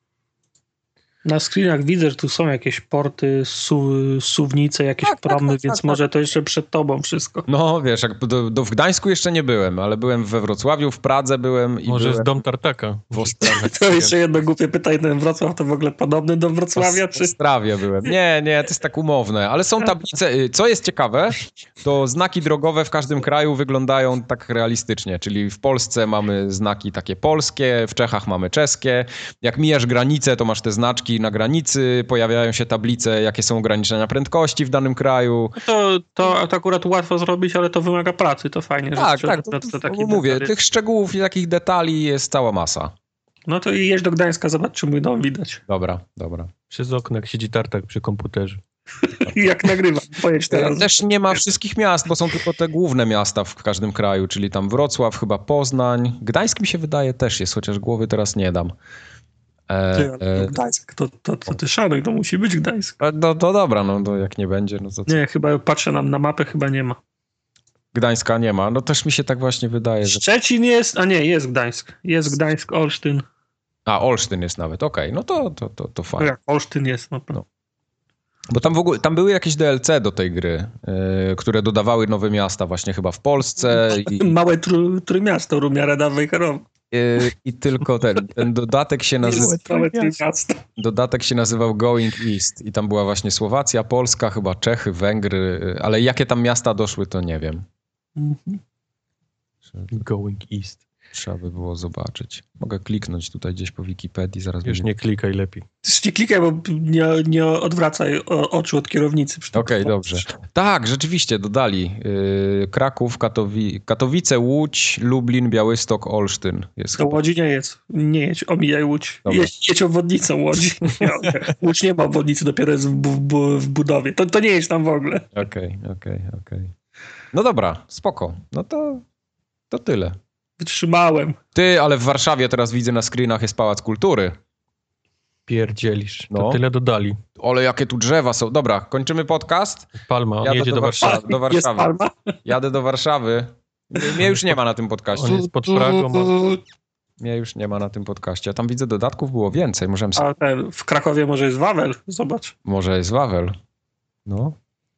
[SPEAKER 2] Na screenach widzę, że tu są jakieś porty, su, suwnice, jakieś
[SPEAKER 3] Tak, tak,
[SPEAKER 2] promy,
[SPEAKER 3] tak,
[SPEAKER 2] więc
[SPEAKER 3] tak,
[SPEAKER 2] może
[SPEAKER 3] tak.
[SPEAKER 2] to jeszcze przed tobą wszystko.
[SPEAKER 3] No wiesz, jak do, do w Gdańsku jeszcze nie byłem, ale byłem we Wrocławiu, w Pradze byłem i
[SPEAKER 1] Może
[SPEAKER 3] byłem
[SPEAKER 1] jest dom Tartaka.
[SPEAKER 3] w Ostrawie.
[SPEAKER 2] To jeszcze jedno głupie pytanie, ten Wrocław to w ogóle podobny do Wrocławia,
[SPEAKER 3] W
[SPEAKER 2] czy...
[SPEAKER 3] Ostrawie byłem. Nie, nie, to jest tak umowne, ale są tablice. y, Co jest ciekawe, to znaki drogowe w każdym kraju wyglądają tak realistycznie, czyli w Polsce mamy znaki takie polskie, w Czechach mamy czeskie. Jak mijasz granicę, to masz te znaczki na granicy, pojawiają się tablice, jakie są ograniczenia prędkości w danym kraju.
[SPEAKER 2] To, to, to akurat łatwo zrobić, ale to wymaga pracy, to fajnie.
[SPEAKER 3] Tak,
[SPEAKER 2] że
[SPEAKER 3] tak,
[SPEAKER 2] to,
[SPEAKER 3] to,
[SPEAKER 2] to,
[SPEAKER 3] to,
[SPEAKER 2] taki
[SPEAKER 3] to mówię,
[SPEAKER 2] detal.
[SPEAKER 3] tych szczegółów i takich detali jest cała masa.
[SPEAKER 2] No to i jedź do Gdańska, zobacz, czy mój dom widać.
[SPEAKER 3] Dobra, dobra.
[SPEAKER 1] Przez okno, jak siedzi Tartak przy komputerze.
[SPEAKER 2] I jak nagrywam, pojedź teraz.
[SPEAKER 3] Też nie ma wszystkich miast, bo są tylko te główne miasta w każdym kraju, czyli tam Wrocław, chyba Poznań. Gdańsk mi się wydaje też jest, chociaż głowy teraz nie dam. E,
[SPEAKER 2] Ty, ale to
[SPEAKER 3] e,
[SPEAKER 2] Gdańsk, to, to, to ty szanuj, to musi być Gdańsk.
[SPEAKER 3] no to dobra, no to jak nie będzie, no to co?
[SPEAKER 2] Nie, chyba patrzę nam na mapę, chyba nie ma.
[SPEAKER 3] Gdańska nie ma, no też mi się tak właśnie wydaje, że...
[SPEAKER 2] Szczecin jest, a nie, jest Gdańsk. Jest Gdańsk, Olsztyn.
[SPEAKER 3] A, Olsztyn jest nawet, okej, no to, to, to, to
[SPEAKER 2] No
[SPEAKER 3] fajnie.
[SPEAKER 2] jak Olsztyn jest, no.
[SPEAKER 3] No. Bo tam w ogóle, tam były jakieś D L C do tej gry, yy, które dodawały nowe miasta właśnie chyba w Polsce i,
[SPEAKER 2] Małe tr- trójmiasto, Rumiara Dawaj Karol.
[SPEAKER 3] yy, i tylko ten, ten dodatek się nazywa...
[SPEAKER 2] Małe trójmiasto.
[SPEAKER 3] Dodatek się nazywał Going East i tam była właśnie Słowacja, Polska, chyba Czechy, Węgry, ale jakie tam miasta doszły, to nie wiem.
[SPEAKER 2] Mhm.
[SPEAKER 1] Going East.
[SPEAKER 3] Trzeba by było zobaczyć. Mogę kliknąć tutaj gdzieś po Wikipedii, zaraz
[SPEAKER 1] Już
[SPEAKER 3] będzie...
[SPEAKER 1] nie klikaj lepiej.
[SPEAKER 2] Też nie klikaj, bo nie, nie odwracaj o, oczu od kierownicy. przy tym.
[SPEAKER 3] Okej, dobrze. Tak, rzeczywiście, dodali. Yy, Kraków, Katowi... Katowice, Łódź, Lublin, Białystok, Olsztyn. Jest
[SPEAKER 2] Do
[SPEAKER 3] chyba.
[SPEAKER 2] Łodzi nie jedź. Nie jedź, omijaj Łódź.
[SPEAKER 3] Dobra.
[SPEAKER 2] Jedź, jedź obwodnicą Łodzi. Nie, Łódź nie ma obwodnicy, dopiero jest w, bu, bu, w budowie. To, to nie jedź tam w ogóle.
[SPEAKER 3] Okej, okej, okej. No dobra, spoko. No to, to tyle.
[SPEAKER 2] Wytrzymałem.
[SPEAKER 3] Ty, ale w Warszawie teraz widzę na screenach jest Pałac Kultury.
[SPEAKER 1] Pierdzielisz. To
[SPEAKER 3] No.
[SPEAKER 1] tyle dodali.
[SPEAKER 3] Ale jakie tu drzewa są. Dobra, kończymy podcast.
[SPEAKER 1] Palma, on
[SPEAKER 3] Jadę
[SPEAKER 1] jedzie
[SPEAKER 3] do
[SPEAKER 1] do Warszawy.
[SPEAKER 3] Warszawy. Do
[SPEAKER 2] Jest
[SPEAKER 3] Warszawy.
[SPEAKER 2] Palma.
[SPEAKER 3] Jadę do Warszawy. Mnie już nie ma na tym podcaście.
[SPEAKER 1] On jest pod Pragą. a-
[SPEAKER 3] Mnie już nie ma na tym podcaście. A tam widzę dodatków było więcej. Możemy sobie...
[SPEAKER 2] A ten, w Krakowie może jest Wawel. Zobacz.
[SPEAKER 3] Może jest Wawel. No.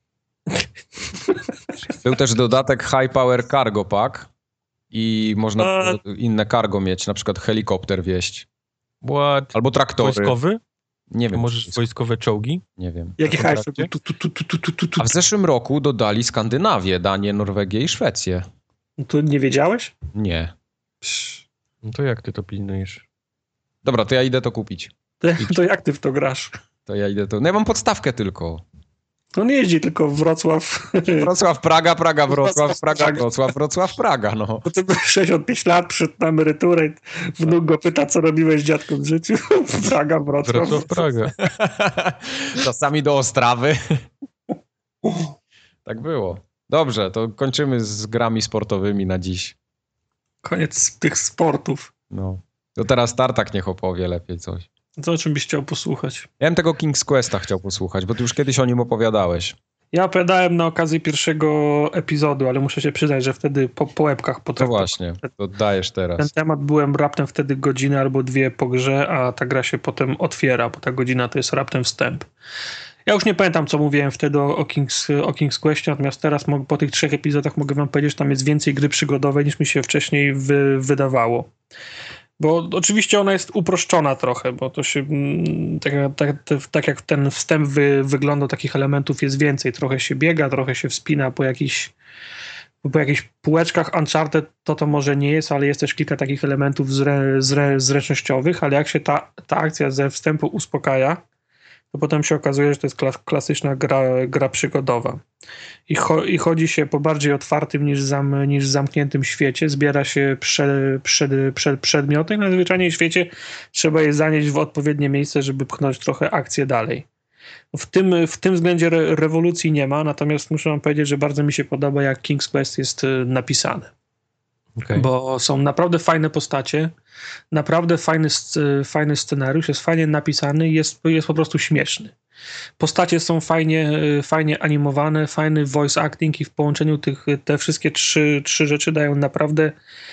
[SPEAKER 3] Był też dodatek High Power Cargo Pack i można
[SPEAKER 2] A.
[SPEAKER 3] inne cargo mieć, na przykład helikopter wieść.
[SPEAKER 1] What?
[SPEAKER 3] Albo traktory.
[SPEAKER 1] Wojskowy?
[SPEAKER 3] Nie wiem.
[SPEAKER 1] Możesz wojskowe czołgi?
[SPEAKER 3] Nie wiem.
[SPEAKER 2] Jakie
[SPEAKER 1] Na
[SPEAKER 2] hajsy?
[SPEAKER 1] kontrakcie?
[SPEAKER 2] Tu, tu, tu, tu, tu, tu, tu, tu.
[SPEAKER 3] A w zeszłym roku dodali Skandynawię, Danię, Norwegię i Szwecję.
[SPEAKER 2] Tu nie wiedziałeś?
[SPEAKER 3] Nie.
[SPEAKER 1] No to jak ty to pilnujesz?
[SPEAKER 3] Dobra, to ja idę to kupić.
[SPEAKER 2] To, to jak ty w to grasz?
[SPEAKER 3] To ja idę to... No ja mam podstawkę tylko.
[SPEAKER 2] On jeździ tylko Wrocław...
[SPEAKER 3] Wrocław, Praga, Praga, Wrocław, Praga, Wrocław, Wrocław, Praga, no.
[SPEAKER 2] Bo ty sześćdziesiąt pięć lat, przyszedł na emeryturę, wnuk go pyta, co robiłeś dziadku w życiu. Praga, Wrocław.
[SPEAKER 1] Wrocław, Praga.
[SPEAKER 3] Czasami do Ostrawy. Tak było. Dobrze, to kończymy z grami sportowymi na dziś.
[SPEAKER 2] Koniec tych sportów.
[SPEAKER 3] No. To teraz Tartak niech opowie lepiej coś.
[SPEAKER 2] Co, o czym byś chciał posłuchać?
[SPEAKER 3] Ja bym tego King's Questa chciał posłuchać, bo ty już kiedyś o nim opowiadałeś.
[SPEAKER 2] Ja opowiadałem na okazji pierwszego epizodu, ale muszę się przyznać, że wtedy po, po łebkach
[SPEAKER 3] No
[SPEAKER 2] potrafiłem.
[SPEAKER 3] właśnie, to dajesz teraz.
[SPEAKER 2] Ten temat byłem raptem wtedy godzinę albo dwie po grze, a ta gra się potem otwiera, bo ta godzina to jest raptem wstęp. Ja już nie pamiętam, co mówiłem wtedy o, o, King's, o King's Questie, natomiast teraz mo- po tych trzech epizodach mogę wam powiedzieć, że tam jest więcej gry przygodowej, niż mi się wcześniej wy- wydawało. Bo oczywiście ona jest uproszczona trochę, bo to się, mm, tak, tak, tak jak ten wstęp wy, wyglądał, takich elementów jest więcej. Trochę się biega, trochę się wspina po jakichś po jakichś półeczkach. Uncharted to to może nie jest, ale jest też kilka takich elementów zre, zre, zręcznościowych, ale jak się ta, ta akcja ze wstępu uspokaja, to potem się okazuje, że to jest klas, klasyczna gra, gra przygodowa. I, cho, I chodzi się po bardziej otwartym niż, zam, niż zamkniętym świecie, zbiera się prze, przed, przed, przedmioty i na zwyczajnie świecie trzeba je zanieść w odpowiednie miejsce, żeby pchnąć trochę akcję dalej. W tym, w tym względzie re, rewolucji nie ma, natomiast muszę wam powiedzieć, że bardzo mi się podoba, jak King's Quest jest napisane. Okay. Bo są naprawdę fajne postacie, naprawdę fajny, fajny scenariusz, jest fajnie napisany i jest, jest po prostu śmieszny. Postacie są fajnie, fajnie animowane, fajny voice acting i w połączeniu tych, te wszystkie trzy, trzy rzeczy dają naprawdę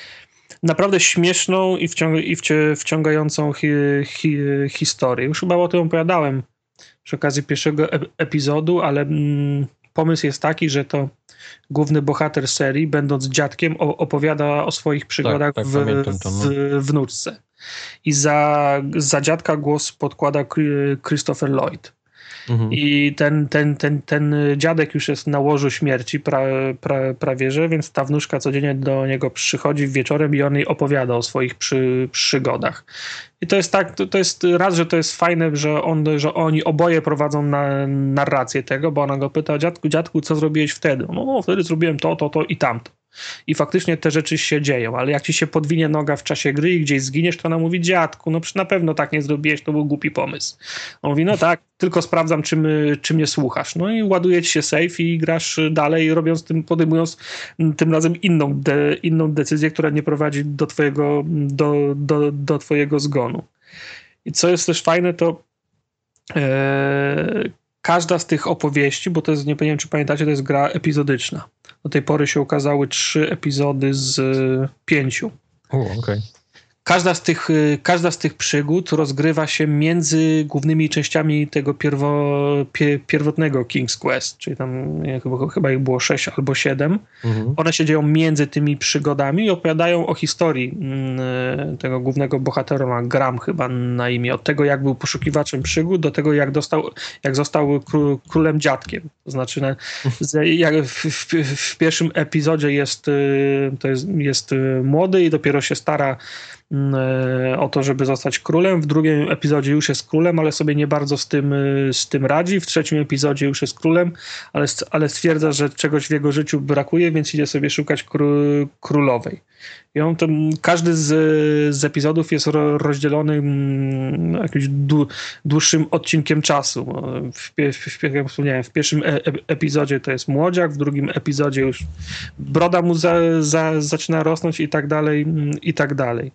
[SPEAKER 2] naprawdę śmieszną i, wciąga, i wciągającą hi, hi, historię. Już chyba o tym opowiadałem przy okazji pierwszego epizodu, ale mm, pomysł jest taki, że to główny bohater serii, będąc dziadkiem, opowiada o swoich przygodach tak, tak, w, to, no. w wnuczce. I za, za dziadka głos podkłada Christopher Lloyd. Mhm. I ten, ten, ten, ten dziadek już jest na łożu śmierci pra, pra, prawie że, więc ta wnuczka codziennie do niego przychodzi wieczorem i on jej opowiada o swoich przy, przygodach. I to jest tak, to, to jest raz, że to jest fajne, że, on, że oni oboje prowadzą na, narrację tego, bo ona go pyta, dziadku, dziadku, co zrobiłeś wtedy? No, no wtedy zrobiłem to, to, to i tamto. I faktycznie te rzeczy się dzieją, ale jak ci się podwinie noga w czasie gry i gdzieś zginiesz, to ona mówi, dziadku, no na pewno tak nie zrobiłeś, to był głupi pomysł. On mówi, no tak, tylko sprawdzam, czy, my, czy mnie słuchasz. No i ładuje ci się save i grasz dalej, robiąc tym, podejmując tym razem inną, de, inną decyzję, która nie prowadzi do twojego, do, do, do twojego zgonu. I co jest też fajne, to ee, każda z tych opowieści, bo to jest, nie wiem, czy pamiętacie, to jest gra epizodyczna. Do tej pory się ukazały trzy epizody z pięciu.
[SPEAKER 1] O, okej. Okay.
[SPEAKER 2] Każda z tych, każda z tych przygód rozgrywa się między głównymi częściami tego pierwo, pie, pierwotnego King's Quest, czyli tam nie, chyba, chyba ich było sześć albo siedem. Mhm. One się dzieją między tymi przygodami i opowiadają o historii mm, tego głównego bohatera, Graham chyba na imię, od tego jak był poszukiwaczem przygód do tego jak, dostał, jak został kró, królem dziadkiem. To znaczy na, jak w, w, w pierwszym epizodzie jest, to jest, jest młody i dopiero się stara o to, żeby zostać królem. W drugim epizodzie już jest królem, ale sobie nie bardzo z tym, z tym radzi. W trzecim epizodzie już jest królem, ale, ale stwierdza, że czegoś w jego życiu brakuje, więc idzie sobie szukać kró- królowej. I on ten, każdy z, z epizodów jest ro, rozdzielony mm, jakimś dłu, dłuższym odcinkiem czasu. W, w, w, jak wspomniałem, w pierwszym e, epizodzie to jest młodziak, w drugim epizodzie już broda mu za, za, zaczyna rosnąć i tak dalej, i tak dalej.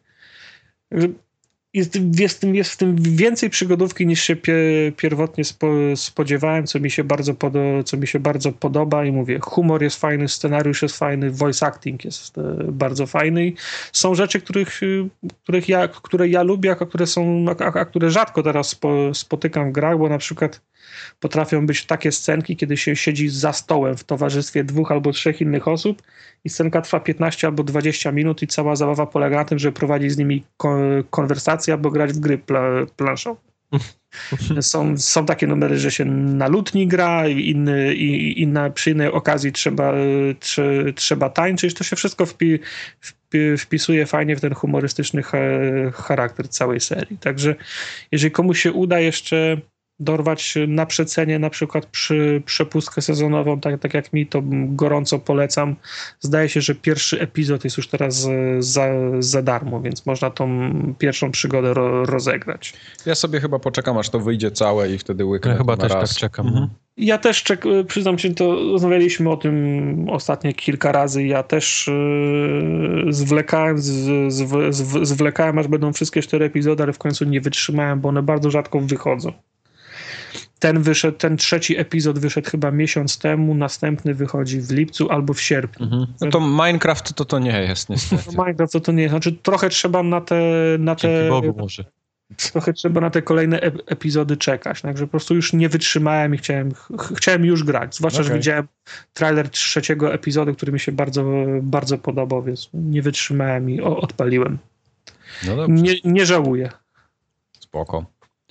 [SPEAKER 2] Jest, jest, jest w tym więcej przygodówki niż się pie, pierwotnie spo, spodziewałem, co mi, się bardzo podo, co mi się bardzo podoba i mówię, humor jest fajny, scenariusz jest fajny, voice acting jest e, bardzo fajny i są rzeczy, których, których ja, które ja lubię, a które, są, a, a które rzadko teraz spo, spotykam w grach, bo na przykład potrafią być takie scenki, kiedy się siedzi za stołem w towarzystwie dwóch albo trzech innych osób i scenka trwa piętnaście albo dwadzieścia minut i cała zabawa polega na tym, żeby prowadzić z nimi kon- konwersację albo grać w gry pla- planszowe. Są, są takie numery, że się na lutni gra i, inny, i inna, przy innej okazji trzeba, trze, trzeba tańczyć. To się wszystko wpi, wpi, wpisuje fajnie w ten humorystyczny ha, charakter całej serii. Także jeżeli komuś się uda jeszcze dorwać na przecenie, na przykład przy przepustkę sezonową, tak, tak jak mi, to gorąco polecam. Zdaje się, że pierwszy epizod jest już teraz za, za darmo, więc można tą pierwszą przygodę ro, rozegrać.
[SPEAKER 3] Ja sobie chyba poczekam, aż to wyjdzie całe i wtedy łyknę.
[SPEAKER 1] Ja chyba
[SPEAKER 3] na
[SPEAKER 1] też
[SPEAKER 3] raz.
[SPEAKER 1] tak czekam.
[SPEAKER 2] Mhm. Ja też czek, przyznam się, to rozmawialiśmy o tym ostatnio kilka razy. Ja też yy, zwlekałem, z, z, z, zwlekałem, aż będą wszystkie cztery epizody, ale w końcu nie wytrzymałem, bo one bardzo rzadko wychodzą. Ten wyszedł, ten trzeci epizod wyszedł chyba miesiąc temu, następny wychodzi w lipcu albo w sierpniu.
[SPEAKER 3] Mhm. No to Minecraft to to nie jest niestety.
[SPEAKER 2] No Minecraft to, to nie jest. Znaczy trochę trzeba na te... Na te
[SPEAKER 1] Dzięki Bogu może.
[SPEAKER 2] Trochę trzeba na te kolejne ep- epizody czekać, także po prostu już nie wytrzymałem i chciałem, ch- chciałem już grać, zwłaszcza, okay. że widziałem trailer trzeciego epizodu, który mi się bardzo, bardzo podobał, więc nie wytrzymałem i o- odpaliłem.
[SPEAKER 3] No dobrze.
[SPEAKER 2] Nie, nie żałuję.
[SPEAKER 3] Spoko.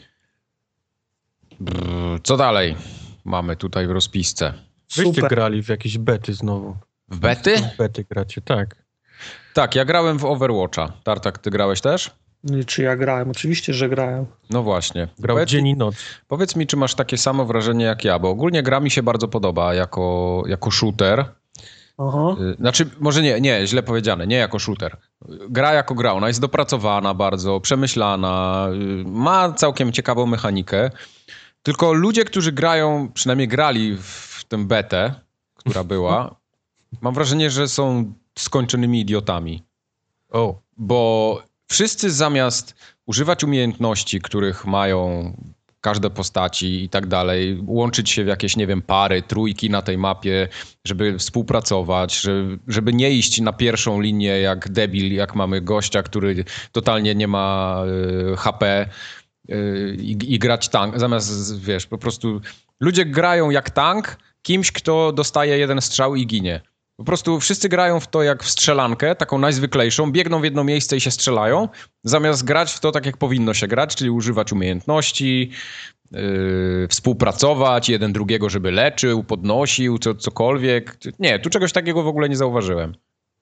[SPEAKER 3] Brr, co dalej mamy tutaj w rozpisce?
[SPEAKER 1] Wyście grali w jakieś bety znowu.
[SPEAKER 3] W bety?
[SPEAKER 1] W bety gracie, tak.
[SPEAKER 3] Tak, ja grałem w Overwatcha. Tartak, ty grałeś też?
[SPEAKER 2] Czy ja grałem? Oczywiście, że grałem.
[SPEAKER 3] No właśnie.
[SPEAKER 1] Grał
[SPEAKER 3] powiedz,
[SPEAKER 1] dzień i noc.
[SPEAKER 3] Powiedz mi, czy masz takie samo wrażenie jak ja, bo ogólnie gra mi się bardzo podoba jako, jako shooter.
[SPEAKER 2] Aha.
[SPEAKER 3] Znaczy, może nie, nie, źle powiedziane, nie jako shooter. Gra jako gra, ona jest dopracowana bardzo, przemyślana, ma całkiem ciekawą mechanikę. Tylko ludzie, którzy grają, przynajmniej grali w tę betę, która była, mam wrażenie, że są skończonymi idiotami.
[SPEAKER 1] O.
[SPEAKER 3] Bo wszyscy zamiast używać umiejętności, których mają każde postaci i tak dalej, łączyć się w jakieś, nie wiem, pary, trójki na tej mapie, żeby współpracować, żeby, żeby nie iść na pierwszą linię jak debil, jak mamy gościa, który totalnie nie ma y, H P y, i, i grać tank. Zamiast, wiesz, po prostu ludzie grają jak tank, kimś, kto dostaje jeden strzał i ginie. Po prostu wszyscy grają w to jak w strzelankę, taką najzwyklejszą, biegną w jedno miejsce i się strzelają, zamiast grać w to tak, jak powinno się grać, czyli używać umiejętności, yy, współpracować, jeden drugiego, żeby leczył, podnosił, co, cokolwiek. Nie, tu czegoś takiego w ogóle nie zauważyłem.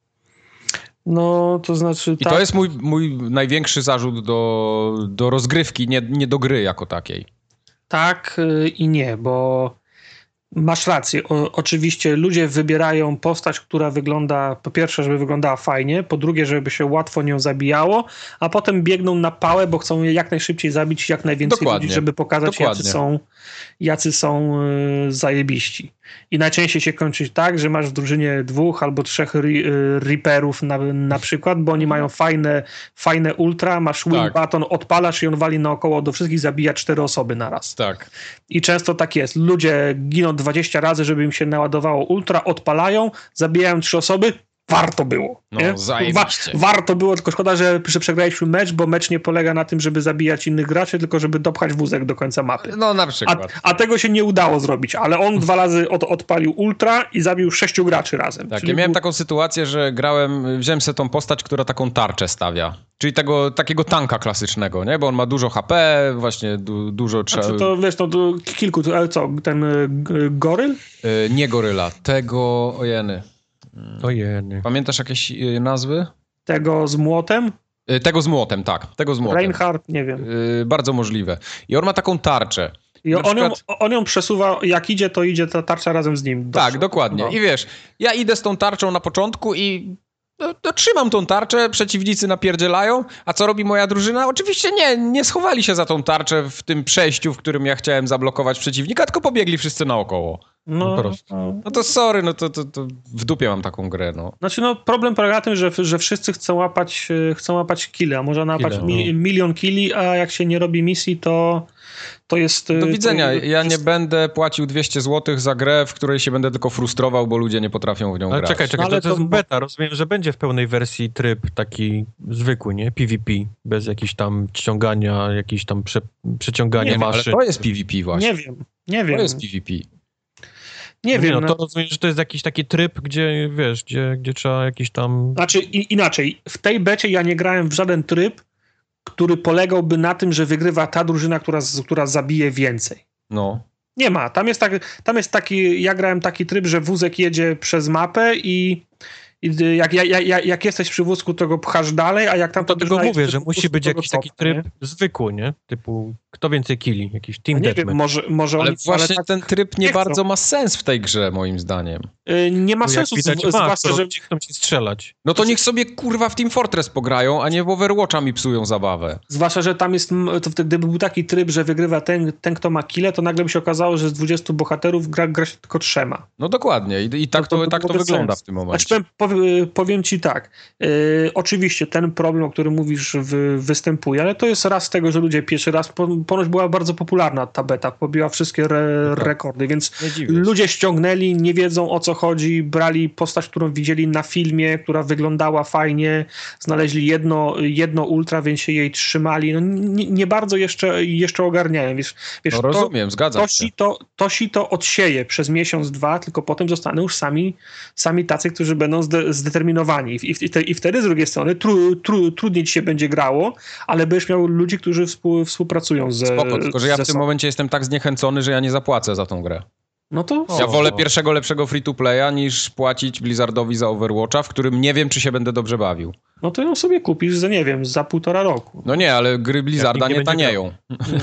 [SPEAKER 2] No, to znaczy...
[SPEAKER 3] I
[SPEAKER 2] tak.
[SPEAKER 3] to jest mój, mój największy zarzut do, do rozgrywki, nie, nie do gry jako takiej.
[SPEAKER 2] Tak yy, i nie, bo... Masz rację. O, oczywiście ludzie wybierają postać, która wygląda, po pierwsze, żeby wyglądała fajnie, po drugie, żeby się łatwo nią zabijało, a potem biegną na pałę, bo chcą je jak najszybciej zabić jak najwięcej
[SPEAKER 3] Dokładnie.
[SPEAKER 2] ludzi, żeby pokazać,
[SPEAKER 3] Dokładnie.
[SPEAKER 2] jacy są, jacy są yy, zajebiści. I najczęściej się kończy tak, że masz w drużynie dwóch albo trzech ri, yy, Reaperów na, na przykład, bo oni mają fajne, fajne ultra, masz win
[SPEAKER 3] Tak.
[SPEAKER 2] button, odpalasz i on wali naokoło do wszystkich, zabija cztery osoby naraz.
[SPEAKER 3] Tak.
[SPEAKER 2] I często tak jest. Ludzie giną dwadzieścia razy, żeby im się naładowało ultra, odpalają, zabijają trzy osoby. Warto było.
[SPEAKER 3] No,
[SPEAKER 2] nie?
[SPEAKER 3] zajebiście.
[SPEAKER 2] Wa- warto było, tylko szkoda, że, że przegraliśmy mecz, bo mecz nie polega na tym, żeby zabijać innych graczy, tylko żeby dopchać wózek do końca mapy.
[SPEAKER 3] No na
[SPEAKER 2] A,
[SPEAKER 3] przykład.
[SPEAKER 2] a tego się nie udało zrobić, ale on dwa razy od, odpalił ultra i zabił sześciu graczy razem.
[SPEAKER 3] Tak,
[SPEAKER 2] Czyli
[SPEAKER 3] ja miałem
[SPEAKER 2] był...
[SPEAKER 3] taką sytuację, że grałem, wziąłem sobie tą postać, która taką tarczę stawia. Czyli tego, takiego tanka klasycznego, nie? Bo on ma dużo H P, właśnie du, dużo trzeba...
[SPEAKER 2] Znaczy to wiesz, no to kilku, ale co, ten y, goryl?
[SPEAKER 3] Yy, nie goryla, tego... Ojeny.
[SPEAKER 1] Ojej.
[SPEAKER 3] Pamiętasz jakieś yy, nazwy?
[SPEAKER 2] Tego z młotem?
[SPEAKER 3] Yy, tego z młotem, tak. Tego z młotem.
[SPEAKER 2] Reinhardt, nie wiem.
[SPEAKER 3] Yy, bardzo możliwe. I on ma taką tarczę.
[SPEAKER 2] I on,
[SPEAKER 3] przykład...
[SPEAKER 2] ją, on ją przesuwa, jak idzie, to idzie ta tarcza razem z nim.
[SPEAKER 3] Tak, dokładnie.
[SPEAKER 2] No.
[SPEAKER 3] I wiesz, ja idę z tą tarczą na początku i no, no, trzymam tą tarczę, przeciwnicy napierdzielają, a co robi moja drużyna? Oczywiście nie, nie schowali się za tą tarczę w tym przejściu, w którym ja chciałem zablokować przeciwnika, tylko pobiegli wszyscy naokoło.
[SPEAKER 2] No,
[SPEAKER 1] po prostu.
[SPEAKER 2] no.
[SPEAKER 3] No to sorry, no to, to, to w dupie mam taką grę, no.
[SPEAKER 2] Znaczy no problem polega na tym, że, że wszyscy chcą łapać, chcą łapać kile, a można łapać
[SPEAKER 1] Kile,
[SPEAKER 2] mi, milion kili, a jak się nie robi misji, to, to jest...
[SPEAKER 3] Do widzenia,
[SPEAKER 2] to,
[SPEAKER 3] ja nie będę płacił dwieście złotych za grę, w której się będę tylko frustrował, bo ludzie nie potrafią w nią
[SPEAKER 1] Ale
[SPEAKER 3] grać.
[SPEAKER 1] czekaj, czekaj,
[SPEAKER 2] No, ale
[SPEAKER 1] to, to jest
[SPEAKER 2] to-
[SPEAKER 1] beta. Rozumiem, że będzie w pełnej wersji tryb taki zwykły, nie? PvP, bez jakichś tam ściągania, jakichś tam prze, przeciągania
[SPEAKER 2] Nie wiem,
[SPEAKER 3] Ale
[SPEAKER 1] maszyn.
[SPEAKER 3] to jest PvP właśnie.
[SPEAKER 2] Nie wiem, nie wiem.
[SPEAKER 3] To jest PvP.
[SPEAKER 2] Nie
[SPEAKER 1] No
[SPEAKER 2] wiem.
[SPEAKER 1] no,
[SPEAKER 2] no.
[SPEAKER 1] to rozumiem, że to jest jakiś taki tryb, gdzie, wiesz, gdzie, gdzie trzeba jakiś tam...
[SPEAKER 2] Znaczy i, inaczej, w tej becie ja nie grałem w żaden tryb, który polegałby na tym, że wygrywa ta drużyna, która, z- która zabije więcej.
[SPEAKER 3] No.
[SPEAKER 2] Nie ma. Tam jest, tak, tam jest taki, ja grałem taki tryb, że wózek jedzie przez mapę i, Jak, jak, jak, jak jesteś przy wózku, to go pchasz dalej, a jak tam
[SPEAKER 1] to
[SPEAKER 2] to
[SPEAKER 1] tego mówię, że
[SPEAKER 2] wózku,
[SPEAKER 1] musi być jakiś taki
[SPEAKER 2] cofnę,
[SPEAKER 1] tryb
[SPEAKER 2] nie?
[SPEAKER 1] zwykły, nie? Typu kto więcej killi, jakiś team
[SPEAKER 2] No nie
[SPEAKER 1] deathmatch.
[SPEAKER 2] wiem, może, może
[SPEAKER 3] Ale
[SPEAKER 2] oni,
[SPEAKER 3] właśnie
[SPEAKER 2] ale
[SPEAKER 3] ten tryb nie,
[SPEAKER 2] nie chcą.
[SPEAKER 3] bardzo ma sens w tej grze, moim zdaniem.
[SPEAKER 2] y, nie ma
[SPEAKER 1] No
[SPEAKER 2] sensu,
[SPEAKER 1] jak widać,
[SPEAKER 2] z,
[SPEAKER 1] ma,
[SPEAKER 2] zwłaszcza, że
[SPEAKER 1] chcą ci strzelać.
[SPEAKER 3] No to niech sobie kurwa w Team Fortress pograją, a nie w Overwatcha mi psują zabawę.
[SPEAKER 2] Zwłaszcza, że tam jest, to wtedy gdyby był taki tryb, że wygrywa ten, ten kto ma kile, to nagle by się okazało, że z dwudziestu bohaterów gra, gra się tylko trzema.
[SPEAKER 3] No dokładnie i, i tak to,
[SPEAKER 2] to, to,
[SPEAKER 3] tak to
[SPEAKER 2] to
[SPEAKER 3] wygląda
[SPEAKER 2] sens.
[SPEAKER 3] w tym momencie.
[SPEAKER 2] Znaczy, powiem, powiem ci tak, yy, oczywiście ten problem, o którym mówisz, wy, występuje, ale to jest raz z tego, że ludzie pierwszy raz, ponoć była bardzo popularna ta beta, pobiła wszystkie re,
[SPEAKER 3] no tak.
[SPEAKER 2] rekordy, więc
[SPEAKER 3] dziwię się.
[SPEAKER 2] ludzie ściągnęli, nie wiedzą o co chodzi, brali postać, którą widzieli na filmie, która wyglądała fajnie, znaleźli jedno, jedno ultra, więc się jej trzymali, no nie, nie bardzo jeszcze, jeszcze ogarniają, wiesz, wiesz
[SPEAKER 3] No rozumiem,
[SPEAKER 2] to,
[SPEAKER 3] zgadzam
[SPEAKER 2] to
[SPEAKER 3] się.
[SPEAKER 2] si to, to si to odsieje przez miesiąc, dwa, tylko potem zostaną już sami, sami tacy, którzy będą zde, zdeterminowani I, i, te, i wtedy z drugiej strony tru, tru, trudniej ci się będzie grało, ale będziesz miał ludzi, którzy współ, współpracują ze
[SPEAKER 3] Spoko, tylko że ja w
[SPEAKER 2] ze
[SPEAKER 3] tym
[SPEAKER 2] sobą.
[SPEAKER 3] momencie jestem tak zniechęcony, że ja nie zapłacę za tą grę.
[SPEAKER 2] No to
[SPEAKER 3] Ja
[SPEAKER 1] O.
[SPEAKER 3] wolę pierwszego, lepszego free-to-playa niż płacić Blizzardowi za Overwatcha, w którym nie wiem, czy się będę dobrze bawił.
[SPEAKER 2] No to ją sobie kupisz za, nie wiem, za półtora roku.
[SPEAKER 3] No nie, ale gry Blizzarda
[SPEAKER 1] nikt nie
[SPEAKER 3] nie
[SPEAKER 1] będzie
[SPEAKER 3] tanieją.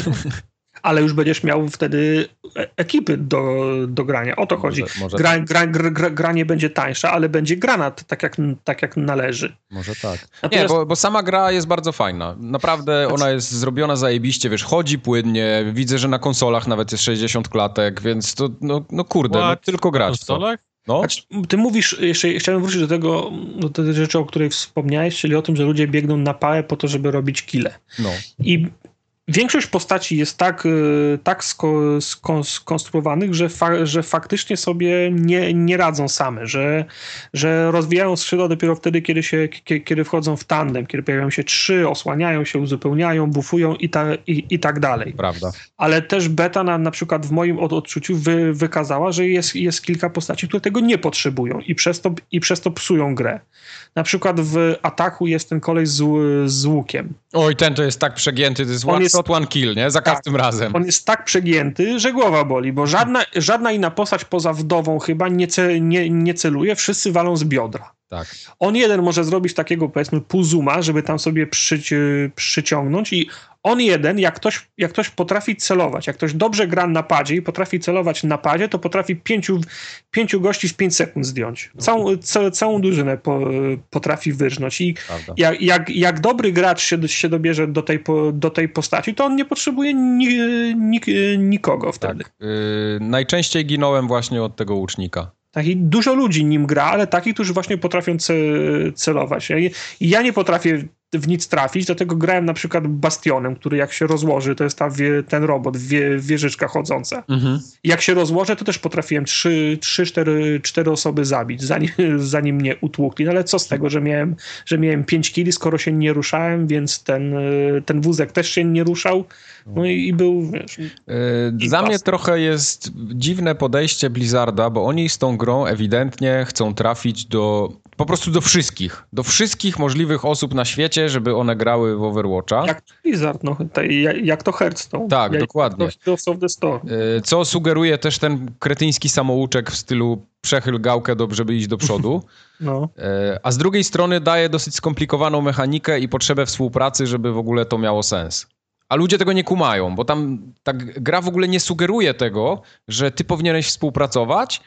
[SPEAKER 2] Ale już będziesz miał wtedy e- ekipy do, do grania. O to chodzi.
[SPEAKER 3] Może, może,
[SPEAKER 2] Gra,
[SPEAKER 3] tak,
[SPEAKER 2] gra, gra, gra, gra nie będzie tańsza, ale będzie grana t- tak jak, tak jak należy.
[SPEAKER 3] może tak. Nie,
[SPEAKER 2] Natomiast-
[SPEAKER 3] bo, bo sama gra jest bardzo fajna. Naprawdę ona jest zrobiona zajebiście, wiesz, chodzi płynnie, widzę, że na konsolach nawet jest sześćdziesiąt klatek, więc to, no, no kurde, no,
[SPEAKER 1] What?
[SPEAKER 3] tylko
[SPEAKER 1] Na
[SPEAKER 3] grać w to.
[SPEAKER 1] konsolach?
[SPEAKER 3] No,
[SPEAKER 2] Znaczy, ty mówisz, jeszcze chciałem wrócić do tego, do tej rzeczy, o której wspomniałeś, czyli o tym, że ludzie biegną na pałę po to, żeby robić kile.
[SPEAKER 3] no.
[SPEAKER 2] I większość postaci jest tak, y, tak sko, sko, skonstruowanych, że, fa, że faktycznie sobie nie, nie radzą same, że, że rozwijają skrzydła dopiero wtedy, kiedy, się, kiedy, kiedy wchodzą w tandem, kiedy pojawiają się trzy, osłaniają się, uzupełniają, bufują i, ta, i, i tak dalej.
[SPEAKER 3] Prawda.
[SPEAKER 2] Ale też beta na, na przykład w moim od, odczuciu wy, wykazała, że jest, jest kilka postaci, które tego nie potrzebują i przez to, i przez to psują grę. Na przykład w Ataku jest ten koleś z, z łukiem.
[SPEAKER 3] Oj, ten to jest tak przegięty, to jest
[SPEAKER 2] On
[SPEAKER 3] one
[SPEAKER 2] jest-
[SPEAKER 3] shot, one kill, nie? Za każdym razem.
[SPEAKER 2] On jest tak przegięty, że głowa boli, bo żadna, żadna inna postać poza wdową chyba nie, ce, nie, nie celuje, wszyscy walą z biodra.
[SPEAKER 3] Tak.
[SPEAKER 2] On jeden może zrobić takiego, powiedzmy, pół zooma, żeby tam sobie przyci przyciągnąć i on jeden, jak ktoś, jak ktoś potrafi celować, jak ktoś dobrze gra na padzie i potrafi celować na padzie, to potrafi pięciu, pięciu gości w pięć sekund zdjąć. Całą, ca, całą drużynę po, potrafi wyrżnąć i
[SPEAKER 3] Prawda.
[SPEAKER 2] jak, jak, jak dobry gracz się, się dobierze do tej, po, do tej postaci, to on nie potrzebuje ni, ni, nikogo wtedy.
[SPEAKER 3] Tak. Yy, najczęściej ginąłem właśnie od tego łucznika.
[SPEAKER 2] Tak, i dużo ludzi nim gra, ale takich, którzy właśnie potrafią ce celować. I ja nie potrafię w nic trafić, dlatego grałem na przykład Bastionem, który jak się rozłoży, to jest ta wie, ten robot, wie, wieżyczka chodząca.
[SPEAKER 3] Mhm.
[SPEAKER 2] Jak się rozłożę, to też potrafiłem trzy, cztery, cztery osoby zabić, zanim, zanim mnie utłukli. No ale co z tego, że miałem, że miałem pięć kili, skoro się nie ruszałem, więc ten, ten wózek też się nie ruszał. No i, i był, wiesz...
[SPEAKER 3] Yy, za mnie trochę jest dziwne podejście Blizzarda, bo oni z tą grą ewidentnie chcą trafić do, po prostu do wszystkich, do wszystkich możliwych osób na świecie, żeby one grały w Overwatcha.
[SPEAKER 2] Jak to Blizzard, no, tej, jak, jak to Hearthstone.
[SPEAKER 3] Tak,
[SPEAKER 2] jak
[SPEAKER 3] dokładnie.
[SPEAKER 2] To Heroes of the Storm.
[SPEAKER 3] Yy, co sugeruje też ten kretyński samouczek w stylu przechyl gałkę, do, żeby iść do przodu.
[SPEAKER 2] No.
[SPEAKER 3] Yy, a z drugiej strony daje dosyć skomplikowaną mechanikę i potrzebę współpracy, żeby w ogóle to miało sens. A ludzie tego nie kumają, bo tam ta gra w ogóle nie sugeruje tego, że ty powinieneś współpracować,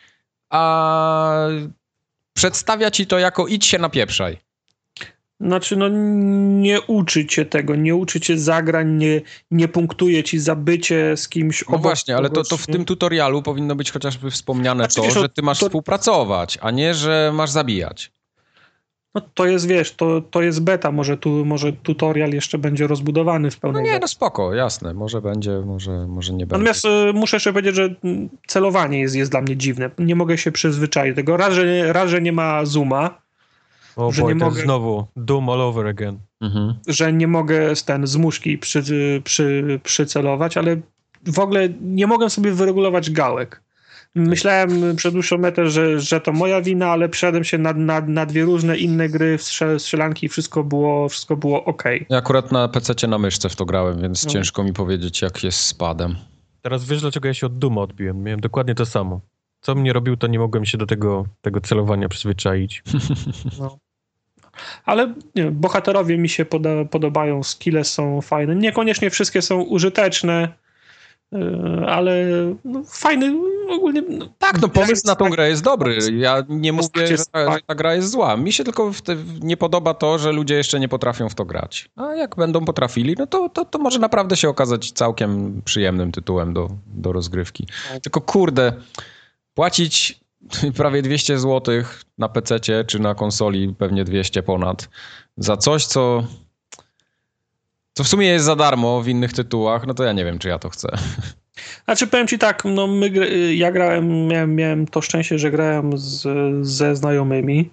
[SPEAKER 3] a przedstawia ci to jako idź się napieprzaj.
[SPEAKER 2] Znaczy, no nie uczy cię tego, nie uczy cię zagrań, nie, nie punktuje ci za bycie z kimś
[SPEAKER 3] No
[SPEAKER 2] obok
[SPEAKER 3] właśnie, ale to,
[SPEAKER 2] kogoś,
[SPEAKER 3] to w
[SPEAKER 2] nie?
[SPEAKER 3] tym tutorialu powinno być chociażby wspomniane
[SPEAKER 2] Znaczy,
[SPEAKER 3] to,
[SPEAKER 2] wiesz,
[SPEAKER 3] że ty masz
[SPEAKER 2] to-
[SPEAKER 3] współpracować, a nie, że masz zabijać.
[SPEAKER 2] No to jest, wiesz, to, to jest beta, może, tu, może tutorial jeszcze będzie rozbudowany w
[SPEAKER 3] No
[SPEAKER 2] pełnej
[SPEAKER 3] nie,
[SPEAKER 2] wersji.
[SPEAKER 3] no spoko, jasne, może będzie, może, może nie będzie.
[SPEAKER 2] Natomiast y, muszę jeszcze powiedzieć, że mm, celowanie jest, jest dla mnie dziwne. Nie mogę się przyzwyczaić do tego. Raz, że, raz, że nie ma zooma,
[SPEAKER 1] O
[SPEAKER 2] że
[SPEAKER 1] boy,
[SPEAKER 2] nie
[SPEAKER 1] to
[SPEAKER 2] mogę-
[SPEAKER 1] jest znowu Doom all over again.
[SPEAKER 3] Mhm.
[SPEAKER 2] że nie mogę z ten z muszki przy, przy, przycelować, ale w ogóle nie mogę sobie wyregulować gałek. Myślałem przez dłuższą metę, że, że to moja wina, ale przeszedłem się na, na, na dwie różne inne gry, strzel, strzelanki i wszystko było, wszystko było okej.
[SPEAKER 3] Ja akurat na pececie na myszce w to grałem, więc
[SPEAKER 2] No.
[SPEAKER 3] ciężko mi powiedzieć, jak jest z padem.
[SPEAKER 1] Teraz wiesz, dlaczego ja się od Dooma odbiłem. Miałem dokładnie to samo. co mnie robił, to nie mogłem się do tego, tego celowania przyzwyczaić.
[SPEAKER 2] No. Ale nie, bohaterowie mi się poda, podobają, skille są fajne. Niekoniecznie wszystkie są użyteczne, yy, ale no, fajny ogólnie. No,
[SPEAKER 3] tak, no pomysł na tą grę jest dobry. Ja nie mówię, że ta, że ta gra jest zła. Mi się tylko w te, nie podoba to, że ludzie jeszcze nie potrafią w to grać. A jak będą potrafili, no to, to, to może naprawdę się okazać całkiem przyjemnym tytułem do, do rozgrywki. Tylko kurde, płacić prawie dwieście złotych na pececie czy na konsoli, pewnie dwieście ponad, za coś, co, co w sumie jest za darmo w innych tytułach, no to ja nie wiem, czy ja to chcę.
[SPEAKER 2] Znaczy powiem ci tak, no my, ja grałem, miałem, miałem to szczęście, że grałem z, ze znajomymi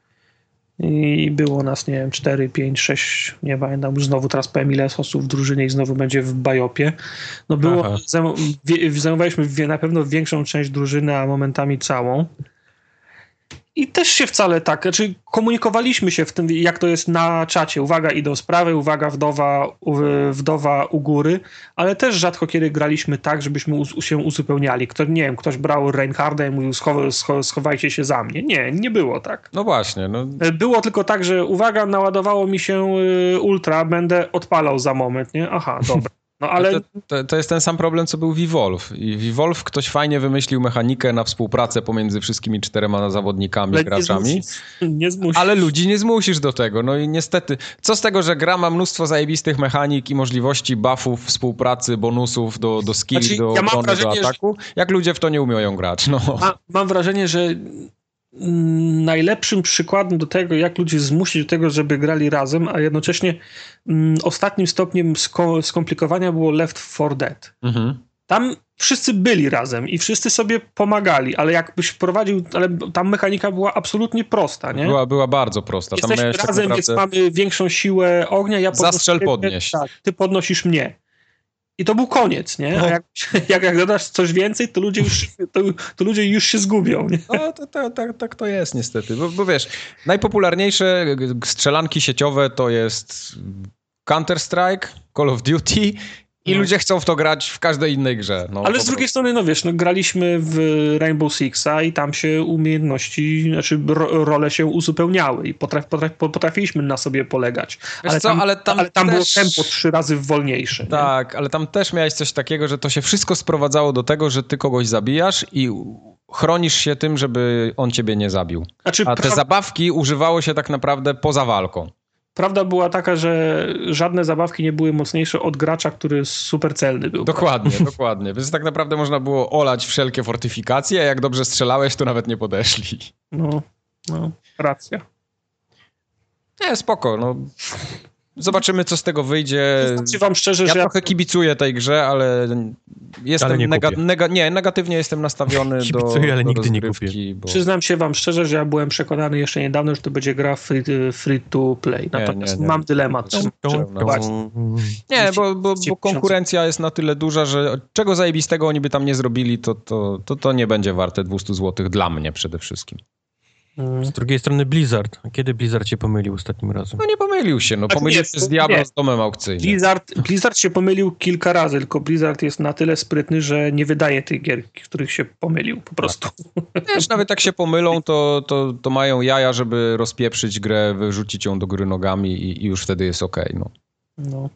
[SPEAKER 2] i było nas, nie wiem, cztery, pięć, sześć, nie pamiętam, już znowu teraz powiem ile jest osób w drużynie i znowu będzie w Bajopie. No było, zajmowaliśmy na pewno większą część drużyny, a momentami całą. I też się wcale tak, znaczy komunikowaliśmy się w tym, jak to jest na czacie. Uwaga, idą sprawy, uwaga, wdowa, wdowa u góry, ale też rzadko kiedy graliśmy tak, żebyśmy u, się uzupełniali. Kto, nie wiem, ktoś brał Reinharda i mówił schow, schow, schowajcie się za mnie. Nie, nie było tak.
[SPEAKER 3] No właśnie. No.
[SPEAKER 2] Było tylko tak, że uwaga, naładowało mi się ultra, będę odpalał za moment, nie? Aha, dobra. No, ale...
[SPEAKER 3] To, to, to jest ten sam problem, co był w Evolve. I w Evolve ktoś fajnie wymyślił mechanikę na współpracę pomiędzy wszystkimi czterema zawodnikami, ale graczami.
[SPEAKER 2] Nie zmusisz. Nie zmusisz.
[SPEAKER 3] Ale ludzi nie zmusisz do tego. No i niestety, co z tego, że gra ma mnóstwo zajebistych mechanik i możliwości buffów, współpracy, bonusów do, do skilli, znaczy, do
[SPEAKER 2] ja
[SPEAKER 3] obrony, do ataku, że... jak ludzie w to nie umieją grać. No.
[SPEAKER 2] Ma, mam wrażenie, że najlepszym przykładem do tego, jak ludzi zmusić do tego, żeby grali razem, a jednocześnie mm, ostatnim stopniem sko- skomplikowania było Left four Dead. Mhm. Tam wszyscy byli razem i wszyscy sobie pomagali, ale jakbyś wprowadził, ale tam mechanika była absolutnie prosta, nie?
[SPEAKER 3] Była, była bardzo prosta.
[SPEAKER 2] Jesteśmy
[SPEAKER 3] tam
[SPEAKER 2] razem,
[SPEAKER 3] tak naprawdę...
[SPEAKER 2] więc mamy większą siłę ognia, ja podnoszę...
[SPEAKER 3] Zastrzel, podnieś.
[SPEAKER 2] Tak, ty podnosisz mnie. I to był koniec, nie? A jak, jak, jak dodasz coś więcej, to ludzie już, to, to ludzie już się zgubią, nie?
[SPEAKER 3] No, to, to, to, tak to jest niestety. Bo, bo wiesz, najpopularniejsze strzelanki sieciowe to jest Counter-Strike, Call of Duty i no. ludzie chcą w to grać w każdej innej grze. No,
[SPEAKER 2] ale z drugiej strony, no wiesz, no, graliśmy w Rainbow Sixa i tam się umiejętności, znaczy ro, role się uzupełniały i potraf, potraf, potrafiliśmy na sobie polegać. Ale,
[SPEAKER 3] co,
[SPEAKER 2] tam,
[SPEAKER 3] ale tam,
[SPEAKER 2] ale tam
[SPEAKER 3] też...
[SPEAKER 2] było tempo trzy razy wolniejsze.
[SPEAKER 3] Tak,
[SPEAKER 2] nie?
[SPEAKER 3] ale tam też miałeś coś takiego, że to się wszystko sprowadzało do tego, że ty kogoś zabijasz i chronisz się tym, żeby on ciebie nie zabił. Znaczy, A te pra... zabawki używało się tak naprawdę poza walką.
[SPEAKER 2] Prawda była taka, że żadne zabawki nie były mocniejsze od gracza, który super celny był.
[SPEAKER 3] Dokładnie, prawda? dokładnie. Więc tak naprawdę można było olać wszelkie fortyfikacje, a jak dobrze strzelałeś, to nawet nie podeszli.
[SPEAKER 2] No, no, racja.
[SPEAKER 3] Nie, spoko, no. Zobaczymy, co z tego wyjdzie.
[SPEAKER 2] Znaczy wam szczerze,
[SPEAKER 3] ja
[SPEAKER 2] że
[SPEAKER 3] trochę ja... kibicuję tej grze, ale jestem
[SPEAKER 1] ale nie,
[SPEAKER 3] nega- nega- nie, negatywnie jestem nastawiony
[SPEAKER 1] kibicuję,
[SPEAKER 3] do,
[SPEAKER 1] ale
[SPEAKER 3] do
[SPEAKER 1] nigdy nie
[SPEAKER 3] kupię.
[SPEAKER 2] Bo... Przyznam się wam szczerze, że ja byłem przekonany jeszcze niedawno, że to będzie gra free, free to play. Natomiast nie, nie, mam nie. dylemat.
[SPEAKER 3] Czy, czy, nie, bo, bo, bo konkurencja jest na tyle duża, że czego zajebistego oni by tam nie zrobili, to, to, to, to nie będzie warte dwieście złotych dla mnie przede wszystkim.
[SPEAKER 1] Z drugiej strony Blizzard. Kiedy Blizzard się pomylił ostatnim razem?
[SPEAKER 3] No nie pomylił się, no pomylił się z Diablo z domem aukcyjnym.
[SPEAKER 2] Blizzard, Blizzard się pomylił kilka razy, tylko Blizzard jest na tyle sprytny, że nie wydaje tych gier, w których się pomylił, po prostu.
[SPEAKER 3] Wiesz, nawet jak się pomylą, to, to, to mają jaja, żeby rozpieprzyć grę, wyrzucić ją do góry nogami i, i już wtedy jest okej, okay, no.
[SPEAKER 2] No.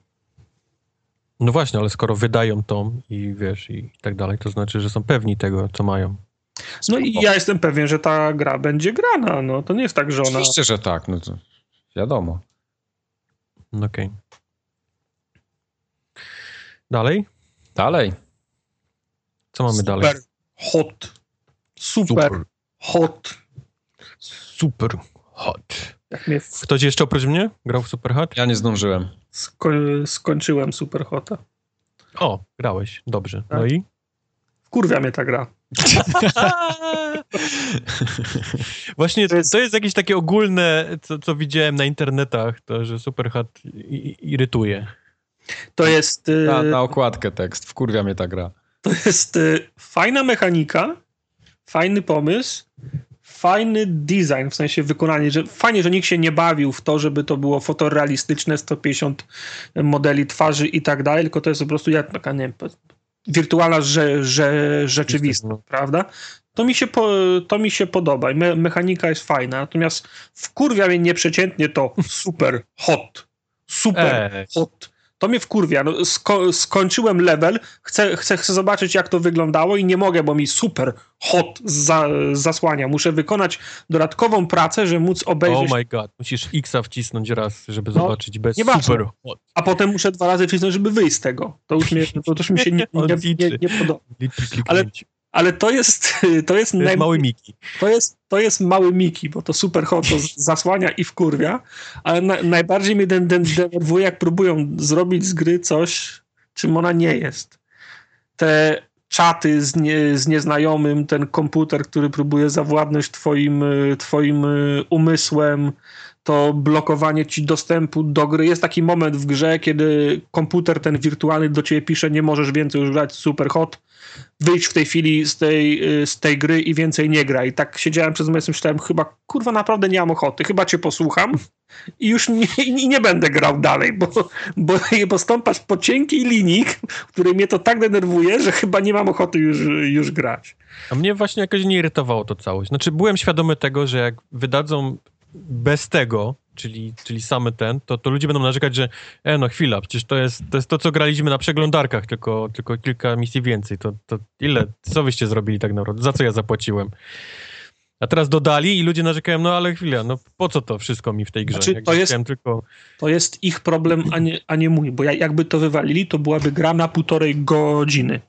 [SPEAKER 1] No właśnie, ale skoro wydają to i wiesz, i tak dalej, to znaczy, że są pewni tego, co mają.
[SPEAKER 2] No i ja jestem pewien, że ta gra będzie grana, no to nie jest tak, że ona...
[SPEAKER 3] Oczywiście, że tak, no to wiadomo.
[SPEAKER 1] Okej. Okay. Dalej?
[SPEAKER 3] Dalej.
[SPEAKER 1] Co mamy
[SPEAKER 2] super
[SPEAKER 1] dalej?
[SPEAKER 2] Super hot. Super, super hot.
[SPEAKER 1] Super hot.
[SPEAKER 2] Jak mnie w...
[SPEAKER 1] Ktoś jeszcze oprócz mnie grał w Super hot?
[SPEAKER 3] Ja nie zdążyłem.
[SPEAKER 2] Sko skończyłem Super hota.
[SPEAKER 1] O, grałeś, dobrze.
[SPEAKER 2] Tak?
[SPEAKER 1] No i?
[SPEAKER 2] Wkurwia mnie ta gra.
[SPEAKER 1] Właśnie to jest... to jest jakieś takie ogólne, co, co widziałem na internetach, to, że Superhot irytuje.
[SPEAKER 2] To jest... Y...
[SPEAKER 3] Na, na okładkę tekst, wkurwia mnie ta gra.
[SPEAKER 2] To jest y, fajna mechanika, fajny pomysł, fajny design, w sensie wykonanie, że fajnie, że nikt się nie bawił w to, żeby to było fotorealistyczne, sto pięćdziesiąt modeli twarzy i tak dalej, tylko to jest po prostu jak taka, nie wiem, wirtualna rze, rze, rzeczywistość, no. Prawda? To mi się, po, to mi się podoba. Me, mechanika jest fajna, natomiast wkurwia mnie nieprzeciętnie to super hot. Super Ej. hot. To mnie wkurwia. No, sko- skończyłem level, chcę, chcę, chcę zobaczyć, jak to wyglądało i nie mogę, bo mi super hot za, zasłania. Muszę wykonać dodatkową pracę, żeby móc obejrzeć...
[SPEAKER 1] Oh my god, musisz X-a wcisnąć raz, żeby no, zobaczyć bez
[SPEAKER 2] super
[SPEAKER 1] ważne.
[SPEAKER 2] hot. A potem muszę dwa razy wcisnąć, żeby wyjść z tego. To już, mnie, to już mi się nie, nie, nie, nie podoba. Ale... Ale to jest... To jest,
[SPEAKER 1] to jest naj... mały Miki.
[SPEAKER 2] To jest, to jest mały Miki, bo to super hot, to zasłania i wkurwia, ale na, najbardziej mnie den, den, denerwuje, jak próbują zrobić z gry coś, czym ona nie jest. Te czaty z, nie, z nieznajomym, ten komputer, który próbuje zawładnąć twoim, twoim umysłem, to blokowanie ci dostępu do gry. Jest taki moment w grze, kiedy komputer ten wirtualny do ciebie pisze, nie możesz więcej już grać super hot, wyjdź w tej chwili z tej, z tej gry i więcej nie graj. I tak siedziałem przez moment, myślałem, chyba kurwa naprawdę nie mam ochoty, chyba cię posłucham i już nie, i nie będę grał dalej, bo, bo, bo stąpasz po cienkiej linii, w której mnie to tak denerwuje, że chyba nie mam ochoty już, już grać.
[SPEAKER 1] A mnie właśnie jakoś nie irytowało to całość. Znaczy byłem świadomy tego, że jak wydadzą bez tego, czyli, czyli samy ten, to, to ludzie będą narzekać, że e, no chwila, przecież to jest, to jest to, co graliśmy na przeglądarkach, tylko, tylko kilka misji więcej. To, to ile, co wyście zrobili tak naprawdę? Za co ja zapłaciłem? A teraz dodali i ludzie narzekają, no ale chwila, no po co to wszystko mi w tej grze?
[SPEAKER 2] Znaczy, to, jest, tylko... to jest ich problem, a nie, a nie mój, bo jakby to wywalili, to byłaby gra na półtorej godziny.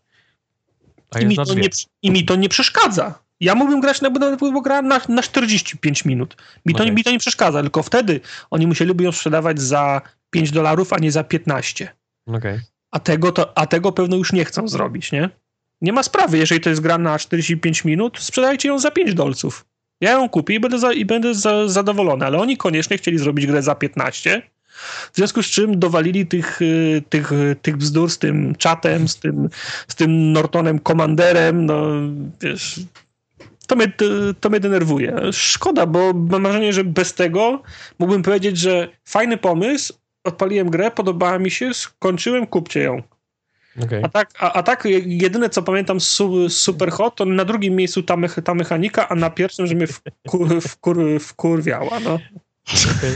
[SPEAKER 1] A
[SPEAKER 2] I, mi to nie, I mi to nie przeszkadza. Ja mógłbym grać na, bo grałem na, na czterdzieści pięć minut. Mi to, okay. mi to nie przeszkadza, tylko wtedy oni musieliby ją sprzedawać za pięć dolarów, a nie za piętnaście.
[SPEAKER 1] Okay.
[SPEAKER 2] A, tego to, a tego pewno już nie chcą zrobić, nie? Nie ma sprawy, jeżeli to jest gra na czterdzieści pięć minut, sprzedajcie ją za pięć dolców. Ja ją kupię i będę, za, i będę za, zadowolony, ale oni koniecznie chcieli zrobić grę za piętnaście, w związku z czym dowalili tych, tych, tych bzdur z tym czatem, z tym, z tym Nortonem Commanderem, no wiesz... To mnie, to mnie denerwuje. Szkoda, bo mam wrażenie, że bez tego mógłbym powiedzieć, że fajny pomysł, odpaliłem grę, podobała mi się, skończyłem, kupcie ją.
[SPEAKER 1] Okay.
[SPEAKER 2] A, tak, a, a tak jedyne, co pamiętam z su, Super Hot, to na drugim miejscu ta, mech, ta mechanika, a na pierwszym, że mnie wkur, wkur, wkurwiała. No.
[SPEAKER 1] Okay.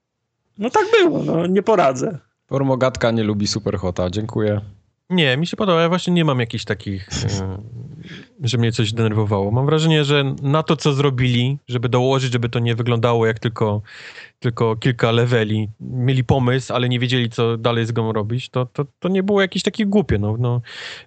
[SPEAKER 2] No tak było, no, nie poradzę.
[SPEAKER 3] Formogatka nie lubi Super Hota, dziękuję.
[SPEAKER 1] Nie, mi się podoba. Ja właśnie nie mam jakichś takich, e, że mnie coś denerwowało. Mam wrażenie, że na to, co zrobili, żeby dołożyć, żeby to nie wyglądało jak tylko, tylko kilka leveli, mieli pomysł, ale nie wiedzieli, co dalej z grą robić, to, to, to nie było jakieś takie głupie. No, no.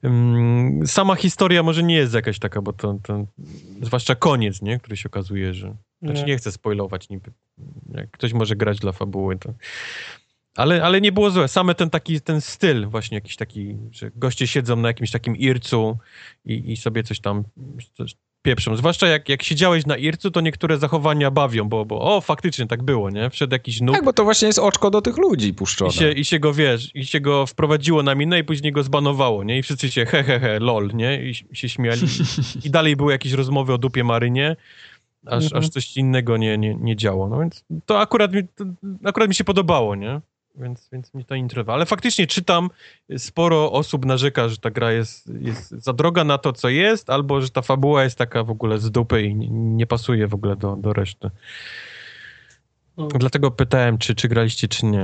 [SPEAKER 1] Um, sama historia może nie jest jakaś taka, bo to, to zwłaszcza koniec, nie? Który się okazuje, że... Znaczy nie chcę spoilować niby. Jak ktoś może grać dla fabuły, to... Ale, ale nie było złe. Same ten taki, ten styl właśnie jakiś taki, że goście siedzą na jakimś takim ircu i, i sobie coś tam coś pieprzą. Zwłaszcza jak, jak siedziałeś na ircu, to niektóre zachowania bawią, bo, bo o, faktycznie tak było, nie? Wszedł jakiś noob.
[SPEAKER 3] Tak, bo to właśnie jest oczko do tych ludzi puszczone.
[SPEAKER 1] I się, i się go, wiesz, i się go wprowadziło na minę i później go zbanowało, nie? I wszyscy się he, he, he, lol, nie? I się śmiali. I, i dalej były jakieś rozmowy o dupie Marynie. Aż, mhm. aż coś innego nie, nie, nie działo. No więc to akurat mi, to akurat mi się podobało, nie? Więc, więc mi to interesowało. Ale faktycznie czytam, sporo osób narzeka, że ta gra jest, jest za droga na to, co jest, albo że ta fabuła jest taka w ogóle z dupy i nie, nie pasuje w ogóle do, do reszty. No. Dlatego pytałem, czy, czy graliście, czy nie.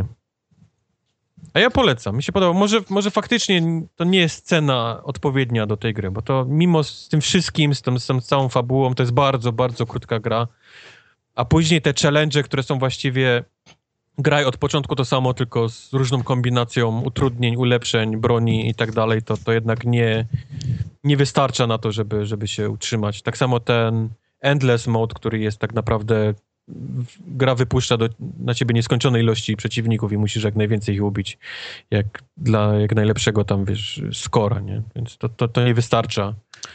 [SPEAKER 1] A ja polecam. Mi się podobało. Może, może faktycznie to nie jest cena odpowiednia do tej gry, bo to mimo z tym wszystkim, z tą, z tą całą fabułą, to jest bardzo, bardzo krótka gra. A później te challenge, które są właściwie... Graj od początku to samo, tylko z różną kombinacją utrudnień, ulepszeń, broni i tak dalej, to, to jednak nie, nie wystarcza na to, żeby, żeby się utrzymać. Tak samo ten Endless Mode, który jest tak naprawdę... Gra wypuszcza do, na ciebie nieskończone ilości przeciwników i musisz jak najwięcej ich ubić, jak dla jak najlepszego tam, wiesz, skora, nie? Więc to, to, to nie wystarcza.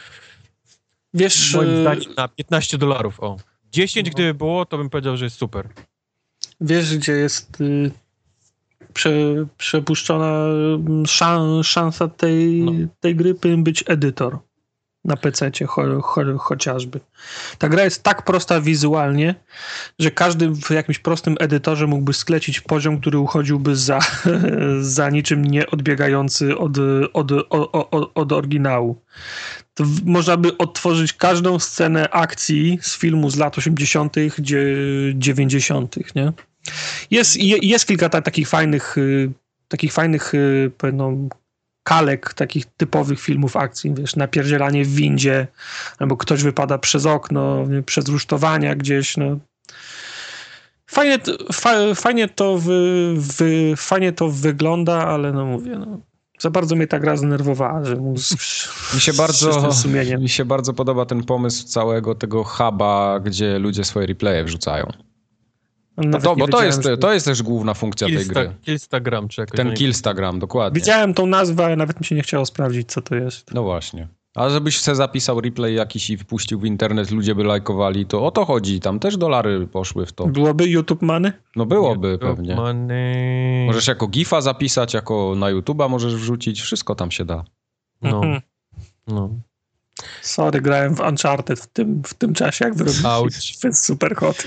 [SPEAKER 2] Wiesz...
[SPEAKER 1] Moim zdaniem na piętnaście dolarów, o. dziesięć no. Gdyby było, to bym powiedział, że jest super.
[SPEAKER 2] Wiesz, gdzie jest y, prze, przepuszczona szan, szansa tej, no. tej gry, powinien być edytor na pececie cho, cho, chociażby. Ta gra jest tak prosta wizualnie, że każdy w jakimś prostym edytorze mógłby sklecić poziom, który uchodziłby za, za niczym nie odbiegający od, od, od, od, od oryginału. to w, można by odtworzyć każdą scenę akcji z filmu z lat osiemdziesiątych, dziewięćdziesiątych, nie? Jest, je, jest kilka ta, takich fajnych, y, takich fajnych y, no, kalek, takich typowych filmów akcji, wiesz, napierdzielanie w windzie, albo ktoś wypada przez okno, nie, przez rusztowania gdzieś, no. Fajnie, fa, fajnie, to wy, wy, fajnie to wygląda, ale no mówię, no, za bardzo mnie ta gra zdenerwowała, że mu z,
[SPEAKER 3] mi się bardzo mi się bardzo podoba ten pomysł całego tego huba, gdzie ludzie swoje replaye wrzucają. No to, bo to jest, to jest też główna funkcja
[SPEAKER 1] Killsta,
[SPEAKER 3] tej gry.
[SPEAKER 1] Killstagram, czy jakoś.
[SPEAKER 3] Ten Killstagram, dokładnie.
[SPEAKER 2] Widziałem tą nazwę, ale nawet mi się nie chciało sprawdzić, co to jest.
[SPEAKER 3] No właśnie. A żebyś sobie zapisał replay jakiś i wpuścił w internet, ludzie by lajkowali, to o to chodzi. Tam też dolary poszły w to.
[SPEAKER 2] Byłoby YouTube Money?
[SPEAKER 3] No byłoby
[SPEAKER 1] YouTube
[SPEAKER 3] pewnie.
[SPEAKER 1] Money.
[SPEAKER 3] Możesz jako gifa zapisać, jako na YouTube'a możesz wrzucić, wszystko tam się da.
[SPEAKER 1] No.
[SPEAKER 2] Mhm.
[SPEAKER 1] no.
[SPEAKER 2] Sorry, grałem w Uncharted w tym, w tym czasie, jak wyrobiliście. To jest super hot.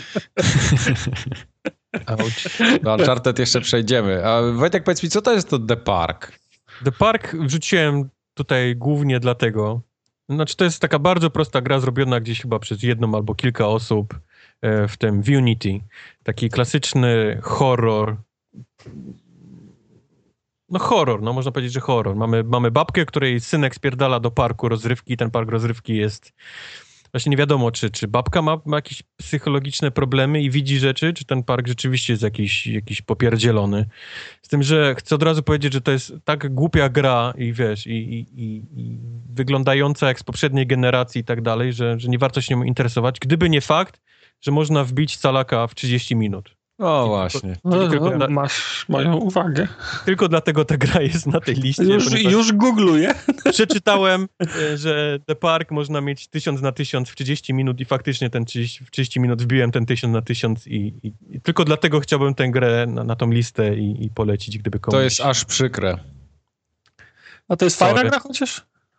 [SPEAKER 3] Do Uncharted jeszcze przejdziemy. A Wojtek, powiedz mi, co to jest to The Park?
[SPEAKER 1] The Park wrzuciłem tutaj głównie dlatego, znaczy to jest taka bardzo prosta gra zrobiona gdzieś chyba przez jedną albo kilka osób w tym w Unity. Taki klasyczny horror. No horror, no można powiedzieć, że horror. Mamy, mamy babkę, której synek spierdala do parku rozrywki. Ten park rozrywki jest... Właśnie nie wiadomo, czy, czy babka ma, ma jakieś psychologiczne problemy i widzi rzeczy, czy ten park rzeczywiście jest jakiś, jakiś popierdzielony. Z tym, że chcę od razu powiedzieć, że to jest tak głupia gra i wiesz, i, i, i, i wyglądająca jak z poprzedniej generacji i tak dalej, że, że nie warto się nią interesować, gdyby nie fakt, że można wbić calaka w trzydzieści minut.
[SPEAKER 3] O, właśnie.
[SPEAKER 2] No, tylko, no, masz moją uwagę.
[SPEAKER 1] Tylko dlatego ta gra jest na tej liście.
[SPEAKER 2] Już, już googluję.
[SPEAKER 1] Przeczytałem, że The Park można mieć tysiąc na tysiąc w trzydzieści minut i faktycznie ten trzydzieści, w trzydzieści minut wbiłem ten tysiąc na tysiąc i, i, i tylko dlatego chciałbym tę grę na, na tą listę i, i polecić, gdyby komuś...
[SPEAKER 3] To jest aż przykre.
[SPEAKER 2] A to jest
[SPEAKER 1] Sorry.
[SPEAKER 2] fajna gra chociaż?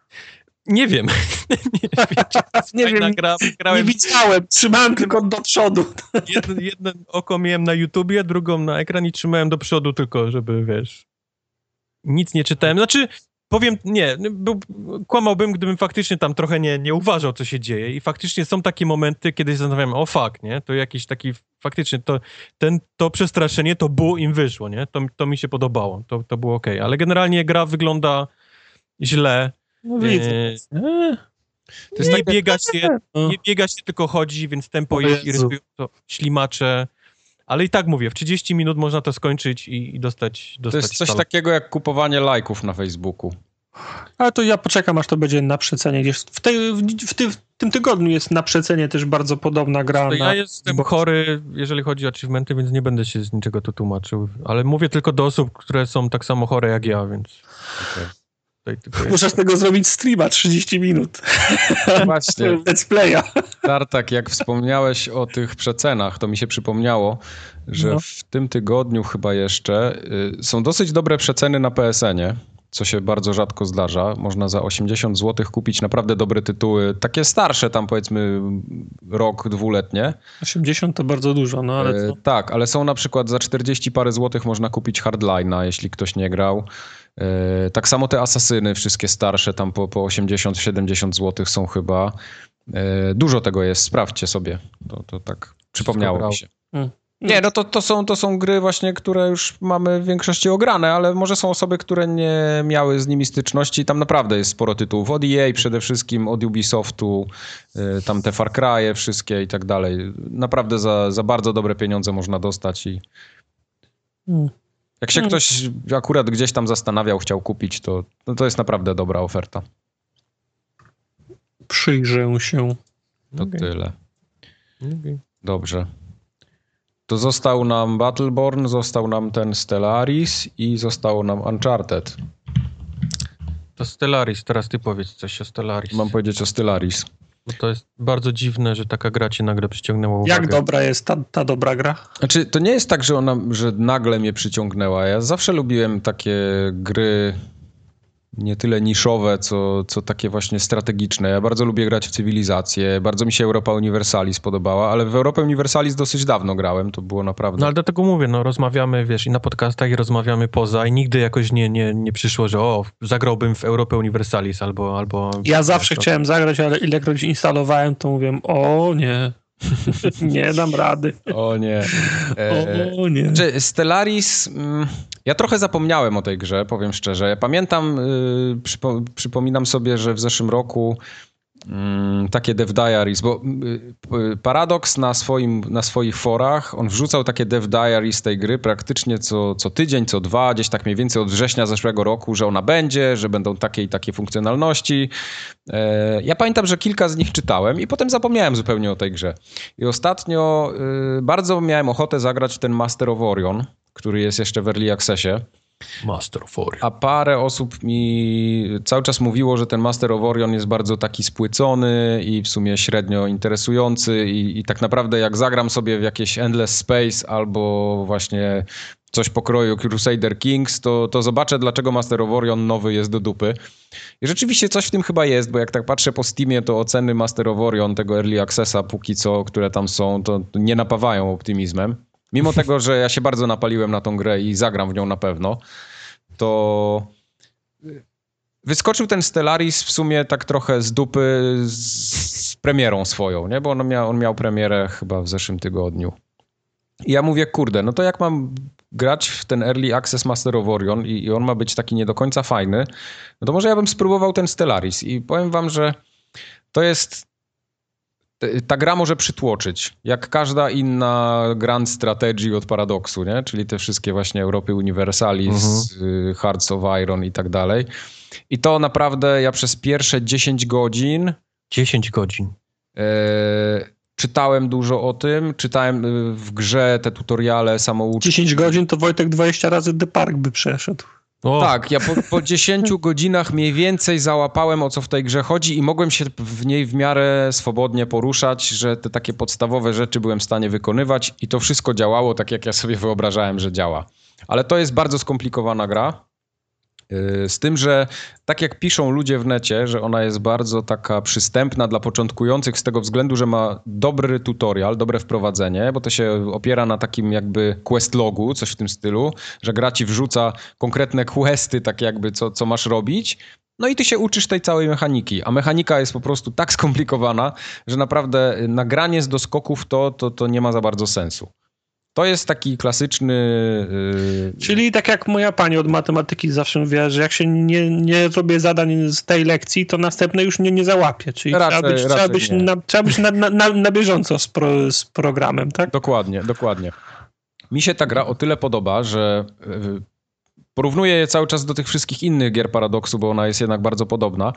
[SPEAKER 1] Nie wiem. nie wiem,
[SPEAKER 2] nie wiem,
[SPEAKER 1] gra. Grałem...
[SPEAKER 2] nie widziałem, trzymałem tylko do przodu.
[SPEAKER 1] Jedno, jedno oko miałem na YouTubie, drugą na ekran i trzymałem do przodu tylko, żeby, wiesz, nic nie czytałem. Znaczy, powiem, nie, był, kłamałbym, gdybym faktycznie tam trochę nie, nie uważał, co się dzieje i faktycznie są takie momenty, kiedy się zastanawiam, o fuck, nie, to jakiś taki, faktycznie, to, ten, to przestraszenie, to było im wyszło, nie, to, to mi się podobało, to, to było okej, ale generalnie gra wygląda źle.
[SPEAKER 2] No widzę.
[SPEAKER 1] Eee, to jest nie, tak, biega się, nie biega się, tylko chodzi, więc tempo i, i rysują to ślimacze. Ale i tak mówię, w trzydzieści minut można to skończyć i, i dostać, dostać
[SPEAKER 3] To jest coś
[SPEAKER 1] stal.
[SPEAKER 3] takiego jak kupowanie lajków na Facebooku.
[SPEAKER 2] Ale to ja poczekam, aż to będzie na przecenie. Gdzieś w, tej, w, w, ty, w tym tygodniu jest na przecenie też bardzo podobna gra.
[SPEAKER 1] To
[SPEAKER 2] na...
[SPEAKER 1] ja jestem chory, jeżeli chodzi o achievementy, więc nie będę się z niczego tu tłumaczył. Ale mówię tylko do osób, które są tak samo chore jak ja, więc... Okay.
[SPEAKER 2] Muszę z tego zrobić streama trzydzieści minut.
[SPEAKER 3] Właśnie.
[SPEAKER 2] Let's playa.
[SPEAKER 3] Tartak, jak wspomniałeś o tych przecenach, to mi się przypomniało, że no. w tym tygodniu chyba jeszcze y, są dosyć dobre przeceny na P S N ie, co się bardzo rzadko zdarza. Można za osiemdziesiąt złotych kupić naprawdę dobre tytuły, takie starsze tam powiedzmy rok, dwuletnie.
[SPEAKER 2] osiemdziesiąt to bardzo dużo, no ale co?
[SPEAKER 3] Y, tak, ale są na przykład za czterdzieści parę złotych można kupić Hardline'a, jeśli ktoś nie grał. Yy, tak samo te asasyny, wszystkie starsze, tam po, po osiemdziesiąt siedemdziesiąt złotych są chyba. Yy, dużo tego jest, sprawdźcie sobie. To, to tak przypomniało mi się. Hmm. Nie, no to, to, są, to są gry właśnie, które już mamy w większości ograne, ale może są osoby, które nie miały z nimi styczności. Tam naprawdę jest sporo tytułów. Od E A przede wszystkim, od Ubisoftu, yy, tam te Far Cry'e wszystkie i tak dalej. Naprawdę za, za bardzo dobre pieniądze można dostać i... Hmm. Jak się ktoś akurat gdzieś tam zastanawiał, chciał kupić, to, no to jest naprawdę dobra oferta.
[SPEAKER 2] Przyjrzę się.
[SPEAKER 3] To okay. Tyle. Okay. Dobrze. To został nam Battleborn, został nam ten Stellaris i zostało nam Uncharted.
[SPEAKER 1] To Stellaris, teraz ty powiedz coś o Stellaris.
[SPEAKER 3] Mam powiedzieć o Stellaris.
[SPEAKER 1] Bo to jest bardzo dziwne, że taka gra cię nagle przyciągnęła uwagę.
[SPEAKER 2] Jak dobra jest ta, ta dobra gra?
[SPEAKER 3] Znaczy, to nie jest tak, że ona, że nagle mnie przyciągnęła. Ja zawsze lubiłem takie gry nie tyle niszowe, co, co takie właśnie strategiczne. Ja bardzo lubię grać w cywilizację, bardzo mi się Europa Universalis podobała, ale w Europę Universalis dosyć dawno grałem, to było naprawdę...
[SPEAKER 1] No ale dlatego mówię, no rozmawiamy, wiesz, i na podcastach, i rozmawiamy poza, i nigdy jakoś nie, nie, nie przyszło, że o, zagrałbym w Europę Universalis albo... albo
[SPEAKER 2] ja zawsze to... chciałem zagrać, ale ilekroć instalowałem, to mówię, o nie... nie dam rady.
[SPEAKER 3] O nie. E,
[SPEAKER 2] o nie.
[SPEAKER 3] Znaczy, Stellaris... Mm, ja trochę zapomniałem o tej grze, powiem szczerze. Ja pamiętam, y, przypo, przypominam sobie, że w zeszłym roku y, takie Dev Diaries, bo y, y, Paradox na, swoim, na swoich forach, on wrzucał takie Dev Diaries tej gry praktycznie co, co tydzień, co dwa, gdzieś tak mniej więcej od września zeszłego roku, że ona będzie, że będą takie i takie funkcjonalności. E, ja pamiętam, że kilka z nich czytałem i potem zapomniałem zupełnie o tej grze. I ostatnio y, bardzo miałem ochotę zagrać w ten Master of Orion, który jest jeszcze w Early Accessie.
[SPEAKER 1] Master of Orion.
[SPEAKER 3] A parę osób mi cały czas mówiło, że ten Master of Orion jest bardzo taki spłycony i w sumie średnio interesujący i, i tak naprawdę jak zagram sobie w jakieś Endless Space albo właśnie coś pokroju Crusader Kings, to, to zobaczę, dlaczego Master of Orion nowy jest do dupy. I rzeczywiście coś w tym chyba jest, bo jak tak patrzę po Steamie, to oceny Master of Orion, tego Early Accessa póki co, które tam są, to, to nie napawają optymizmem. Mimo tego, że ja się bardzo napaliłem na tą grę i zagram w nią na pewno, to wyskoczył ten Stellaris w sumie tak trochę z dupy z premierą swoją, nie? Bo on miał, on miał premierę chyba w zeszłym tygodniu. I ja mówię, kurde, no to jak mam grać w ten Early Access Master of Orion i, i on ma być taki nie do końca fajny, no to może ja bym spróbował ten Stellaris i powiem wam, że to jest... Ta gra może przytłoczyć, jak każda inna Grand Strategy od Paradoxu, nie? Czyli te wszystkie właśnie Europy Universalis, mhm. Hearts of Iron i tak dalej. I to naprawdę ja przez pierwsze dziesięć godzin...
[SPEAKER 1] dziesięć godzin.
[SPEAKER 3] E, czytałem dużo o tym, czytałem w grze te tutoriale samouczki.
[SPEAKER 2] dziesięć godzin to Wojtek dwadzieścia razy The Park by przeszedł.
[SPEAKER 3] O. Tak, ja po, po dziesięciu godzinach mniej więcej załapałem, o co w tej grze chodzi i mogłem się w niej w miarę swobodnie poruszać, że te takie podstawowe rzeczy byłem w stanie wykonywać i to wszystko działało tak, jak ja sobie wyobrażałem, że działa. Ale to jest bardzo skomplikowana gra. Z tym, że tak jak piszą ludzie w necie, że ona jest bardzo taka przystępna dla początkujących z tego względu, że ma dobry tutorial, dobre wprowadzenie, bo to się opiera na takim jakby quest logu, coś w tym stylu, że gra ci wrzuca konkretne questy, tak jakby co, co masz robić. No i ty się uczysz tej całej mechaniki, a mechanika jest po prostu tak skomplikowana, że naprawdę nagranie z doskoków to, to, to nie ma za bardzo sensu. To jest taki klasyczny... Yy...
[SPEAKER 2] Czyli tak jak moja pani od matematyki zawsze mówiła, że jak się nie, nie robię zadań z tej lekcji, to następne już nie, nie załapię. Czyli raczej, trzeba być, trzeba być, na, trzeba być na, na, na bieżąco z, pro, z programem, tak?
[SPEAKER 3] Dokładnie, dokładnie. Mi się ta gra o tyle podoba, że yy, porównuję je cały czas do tych wszystkich innych gier Paradoxu, bo ona jest jednak bardzo podobna.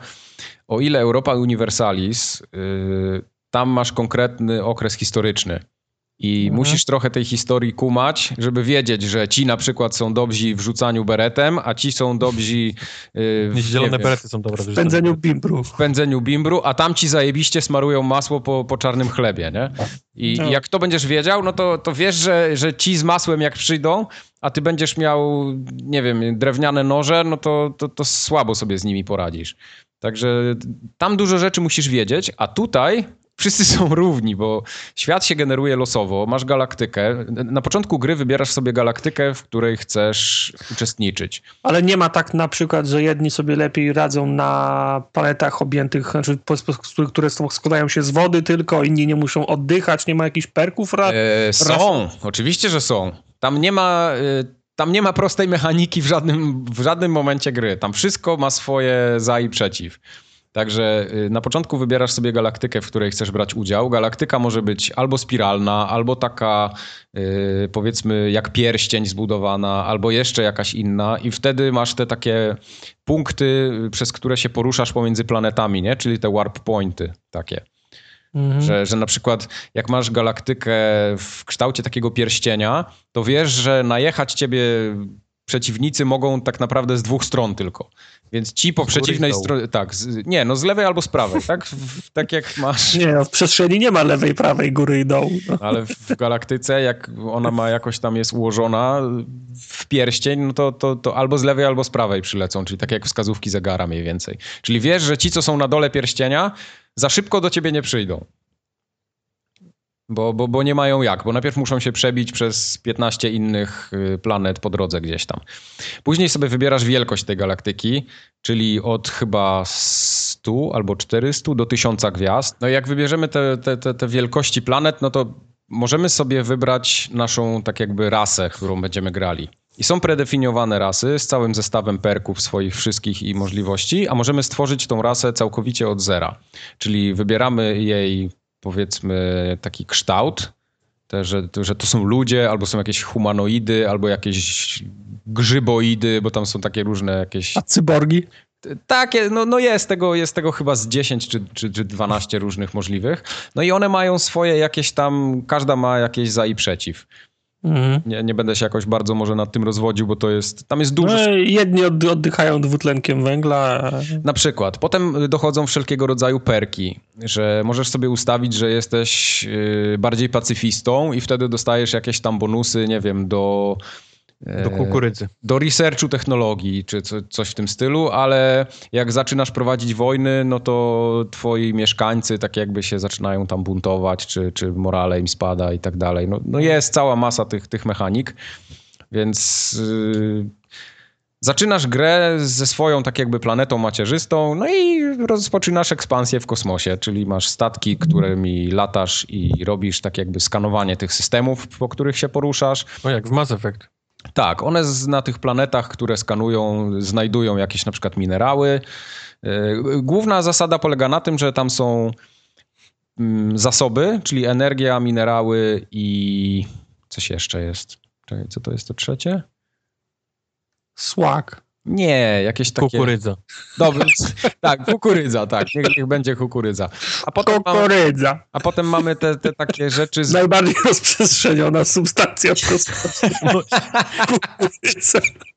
[SPEAKER 3] O ile Europa Universalis, yy, tam masz konkretny okres historyczny. I mhm. musisz trochę tej historii kumać, żeby wiedzieć, że ci na przykład są dobrzy w rzucaniu beretem, a ci są dobrzy... Yy,
[SPEAKER 1] Zielone berety są dobre.
[SPEAKER 2] W pędzeniu bimbru.
[SPEAKER 3] W pędzeniu bimbru, a tam ci zajebiście smarują masło po, po czarnym chlebie, nie? I, no. i jak to będziesz wiedział, no to, to wiesz, że, że ci z masłem jak przyjdą, a ty będziesz miał, nie wiem, drewniane noże, no to, to, to słabo sobie z nimi poradzisz. Także tam dużo rzeczy musisz wiedzieć, a tutaj... Wszyscy są równi, bo świat się generuje losowo, masz galaktykę. Na początku gry wybierasz sobie galaktykę, w której chcesz uczestniczyć.
[SPEAKER 2] Ale nie ma tak na przykład, że jedni sobie lepiej radzą na planetach objętych, znaczy, które składają się z wody tylko, inni nie muszą oddychać, nie ma jakichś perków? Ra-
[SPEAKER 3] e, są, raz... oczywiście, że są. Tam nie ma... Y- Tam nie ma prostej mechaniki w żadnym, w żadnym momencie gry. Tam wszystko ma swoje za i przeciw. Także na początku wybierasz sobie galaktykę, w której chcesz brać udział. Galaktyka może być albo spiralna, albo taka yy, powiedzmy jak pierścień zbudowana, albo jeszcze jakaś inna i wtedy masz te takie punkty, przez które się poruszasz pomiędzy planetami, nie? Czyli te warp pointy takie. Mhm. Że, że na przykład jak masz galaktykę w kształcie takiego pierścienia, to wiesz, że najechać ciebie przeciwnicy mogą tak naprawdę z dwóch stron tylko. Więc ci po przeciwnej stronie... Tak, z, nie, no z lewej albo z prawej, tak? W, tak jak masz...
[SPEAKER 2] Nie, no w przestrzeni nie ma lewej, prawej, góry i dołu. No.
[SPEAKER 3] Ale w galaktyce, jak ona ma jakoś tam jest ułożona w pierścień, no to, to, to albo z lewej, albo z prawej przylecą, czyli tak jak wskazówki zegara mniej więcej. Czyli wiesz, że ci, co są na dole pierścienia, za szybko do ciebie nie przyjdą. Bo, bo, bo nie mają jak, bo najpierw muszą się przebić przez piętnaście innych planet po drodze gdzieś tam. Później sobie wybierasz wielkość tej galaktyki, czyli od chyba stu albo czterystu do tysiąca gwiazd. No i jak wybierzemy te, te, te, te wielkości planet, no to możemy sobie wybrać naszą tak jakby rasę, którą będziemy grali. I są predefiniowane rasy z całym zestawem perków swoich wszystkich i możliwości, a możemy stworzyć tą rasę całkowicie od zera. Czyli wybieramy jej, powiedzmy, taki kształt, te, że, że to są ludzie, albo są jakieś humanoidy, albo jakieś grzyboidy, bo tam są takie różne jakieś...
[SPEAKER 2] A cyborgi?
[SPEAKER 3] Takie, no, no jest, tego, jest tego chyba z dziesięć czy, czy, czy dwanaście różnych możliwych. No i one mają swoje jakieś tam, każda ma jakieś za i przeciw. Mhm. Nie, nie będę się jakoś bardzo może nad tym rozwodził, bo to jest, tam jest dużo...
[SPEAKER 2] No, jedni oddychają dwutlenkiem węgla.
[SPEAKER 3] Na przykład. Potem dochodzą wszelkiego rodzaju perki, że możesz sobie ustawić, że jesteś bardziej pacyfistą i wtedy dostajesz jakieś tam bonusy, nie wiem, do...
[SPEAKER 1] Do kukurydzy.
[SPEAKER 3] Do researchu technologii, czy co, coś w tym stylu, ale jak zaczynasz prowadzić wojny, no to twoi mieszkańcy tak jakby się zaczynają tam buntować, czy, czy morale im spada i tak dalej. No, no jest cała masa tych, tych mechanik, więc yy, zaczynasz grę ze swoją tak jakby planetą macierzystą, no i rozpoczynasz ekspansję w kosmosie, czyli masz statki, którymi latasz i robisz tak jakby skanowanie tych systemów, po których się poruszasz.
[SPEAKER 1] No jak w Mass Effect.
[SPEAKER 3] Tak, one z, na tych planetach, które skanują, znajdują jakieś na przykład minerały. Yy, główna zasada polega na tym, że tam są mm, zasoby, czyli energia, minerały i coś jeszcze jest. Czekaj, co to jest to trzecie?
[SPEAKER 2] Słak.
[SPEAKER 3] Nie, jakieś takie...
[SPEAKER 1] Kukurydza.
[SPEAKER 3] Dobrze, tak, kukurydza, tak, niech, niech będzie kukurydza.
[SPEAKER 2] A potem kukurydza.
[SPEAKER 3] Mamy, a potem mamy te, te takie rzeczy... Z...
[SPEAKER 2] Najbardziej rozprzestrzeniona substancja w kosmosie. Kukurydza.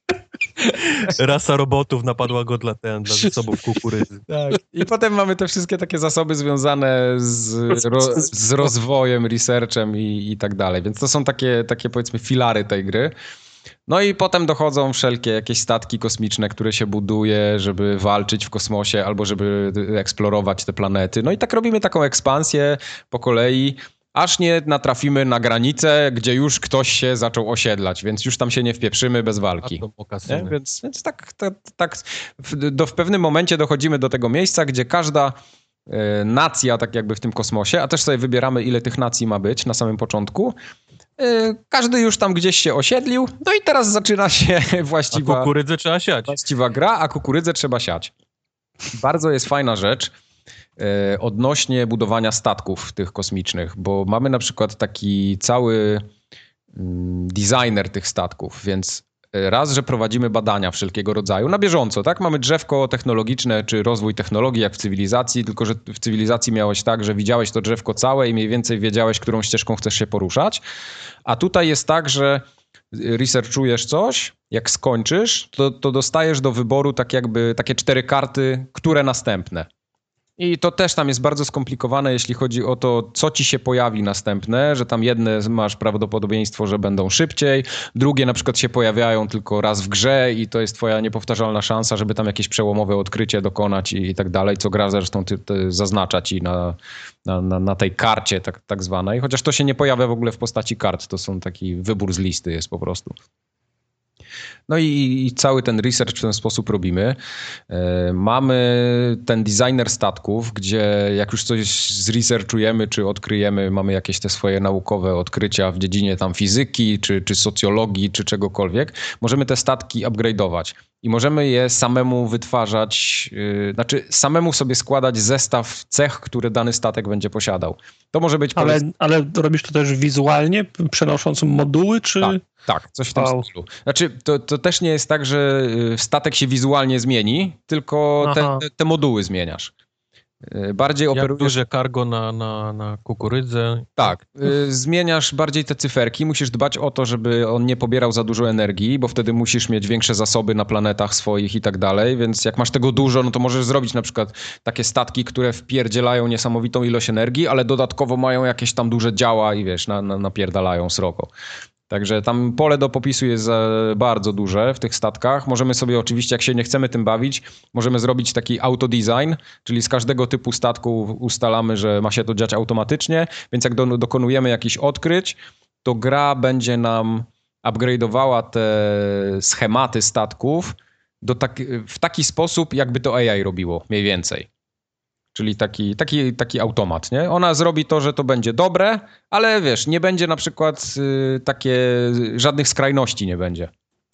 [SPEAKER 1] Rasa robotów napadła go dla, ten, dla zasobów kukurydzy.
[SPEAKER 3] Tak. I potem mamy te wszystkie takie zasoby związane z, ro, z rozwojem, researchem i, i tak dalej. Więc to są takie, takie powiedzmy filary tej gry. No i potem dochodzą wszelkie jakieś statki kosmiczne, które się buduje, żeby walczyć w kosmosie albo żeby eksplorować te planety. No i tak robimy taką ekspansję po kolei, aż nie natrafimy na granicę, gdzie już ktoś się zaczął osiedlać, więc już tam się nie wpieprzymy bez walki. Nie? Więc, więc tak, tak, tak w, do, w pewnym momencie dochodzimy do tego miejsca, gdzie każda e, nacja tak jakby w tym kosmosie, a też sobie wybieramy, ile tych nacji ma być na samym początku, każdy już tam gdzieś się osiedlił, no i teraz zaczyna się właściwa...
[SPEAKER 1] A kukurydzę trzeba siać.
[SPEAKER 3] Właściwa gra, a kukurydzę trzeba siać. Bardzo jest fajna rzecz e, odnośnie budowania statków tych kosmicznych, bo mamy na przykład taki cały mm, designer tych statków, więc raz, że prowadzimy badania wszelkiego rodzaju na bieżąco, tak? Mamy drzewko technologiczne, czy rozwój technologii, jak w cywilizacji, tylko że w cywilizacji miałeś tak, że widziałeś to drzewko całe i mniej więcej wiedziałeś, którą ścieżką chcesz się poruszać. A tutaj jest tak, że researchujesz coś, jak skończysz, to, to dostajesz do wyboru tak jakby takie cztery karty, które następne. I to też tam jest bardzo skomplikowane, jeśli chodzi o to, co ci się pojawi następne, że tam jedne masz prawdopodobieństwo, że będą szybciej, drugie na przykład się pojawiają tylko raz w grze i to jest twoja niepowtarzalna szansa, żeby tam jakieś przełomowe odkrycie dokonać i, i tak dalej, co gra zresztą ty, ty zaznacza ci na, na, na, na tej karcie tak, tak zwanej, chociaż to się nie pojawia w ogóle w postaci kart, to są taki wybór z listy jest po prostu. No i, i cały ten research w ten sposób robimy. E, mamy ten designer statków, gdzie jak już coś zresearchujemy, czy odkryjemy, mamy jakieś te swoje naukowe odkrycia w dziedzinie tam fizyki, czy, czy socjologii, czy czegokolwiek, możemy te statki upgrade'ować. I możemy je samemu wytwarzać, yy, znaczy samemu sobie składać zestaw cech, które dany statek będzie posiadał. To może być...
[SPEAKER 2] Ale, powiedz... ale robisz to też wizualnie, przenosząc moduły, czy...
[SPEAKER 3] Tak, tak coś w tym wow. stylu. Znaczy, to, to też nie jest tak, że statek się wizualnie zmieni, tylko te, te, te moduły zmieniasz. Bardziej
[SPEAKER 1] Jak
[SPEAKER 3] operujesz...
[SPEAKER 1] duże cargo na, na, na kukurydzę.
[SPEAKER 3] Tak. Zmieniasz bardziej te cyferki, musisz dbać o to, żeby on nie pobierał za dużo energii, bo wtedy musisz mieć większe zasoby na planetach swoich i tak dalej, więc jak masz tego dużo, no to możesz zrobić na przykład takie statki, które wpierdzielają niesamowitą ilość energii, ale dodatkowo mają jakieś tam duże działa i wiesz, na, na, napierdalają srogo. Także tam pole do popisu jest bardzo duże w tych statkach. Możemy sobie oczywiście, jak się nie chcemy tym bawić, możemy zrobić taki autodesign, czyli z każdego typu statku ustalamy, że ma się to dziać automatycznie, więc jak do, dokonujemy jakichś odkryć, to gra będzie nam upgrade'owała te schematy statków do tak, w taki sposób, jakby to A I robiło, mniej więcej. Czyli taki, taki, taki automat, nie? Ona zrobi to, że to będzie dobre, ale wiesz, nie będzie na przykład y, takie, żadnych skrajności nie będzie.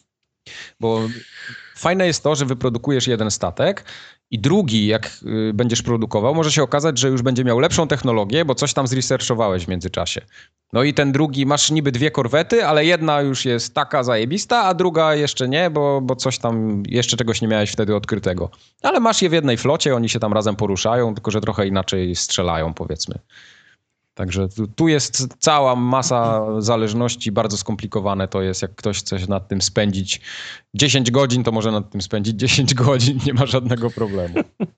[SPEAKER 3] Bo fajne jest to, że wyprodukujesz jeden statek i drugi, jak y, będziesz produkował, może się okazać, że już będzie miał lepszą technologię, bo coś tam zresearchowałeś w międzyczasie. No i ten drugi, masz niby dwie korwety, ale jedna już jest taka zajebista, a druga jeszcze nie, bo, bo coś tam, jeszcze czegoś nie miałeś wtedy odkrytego. Ale masz je w jednej flocie, oni się tam razem poruszają, tylko że trochę inaczej strzelają, powiedzmy. Także tu, tu jest cała masa zależności, bardzo skomplikowane to jest. Jak ktoś chce nad tym spędzić dziesięć godzin, to może nad tym spędzić dziesięć godzin, nie ma żadnego problemu.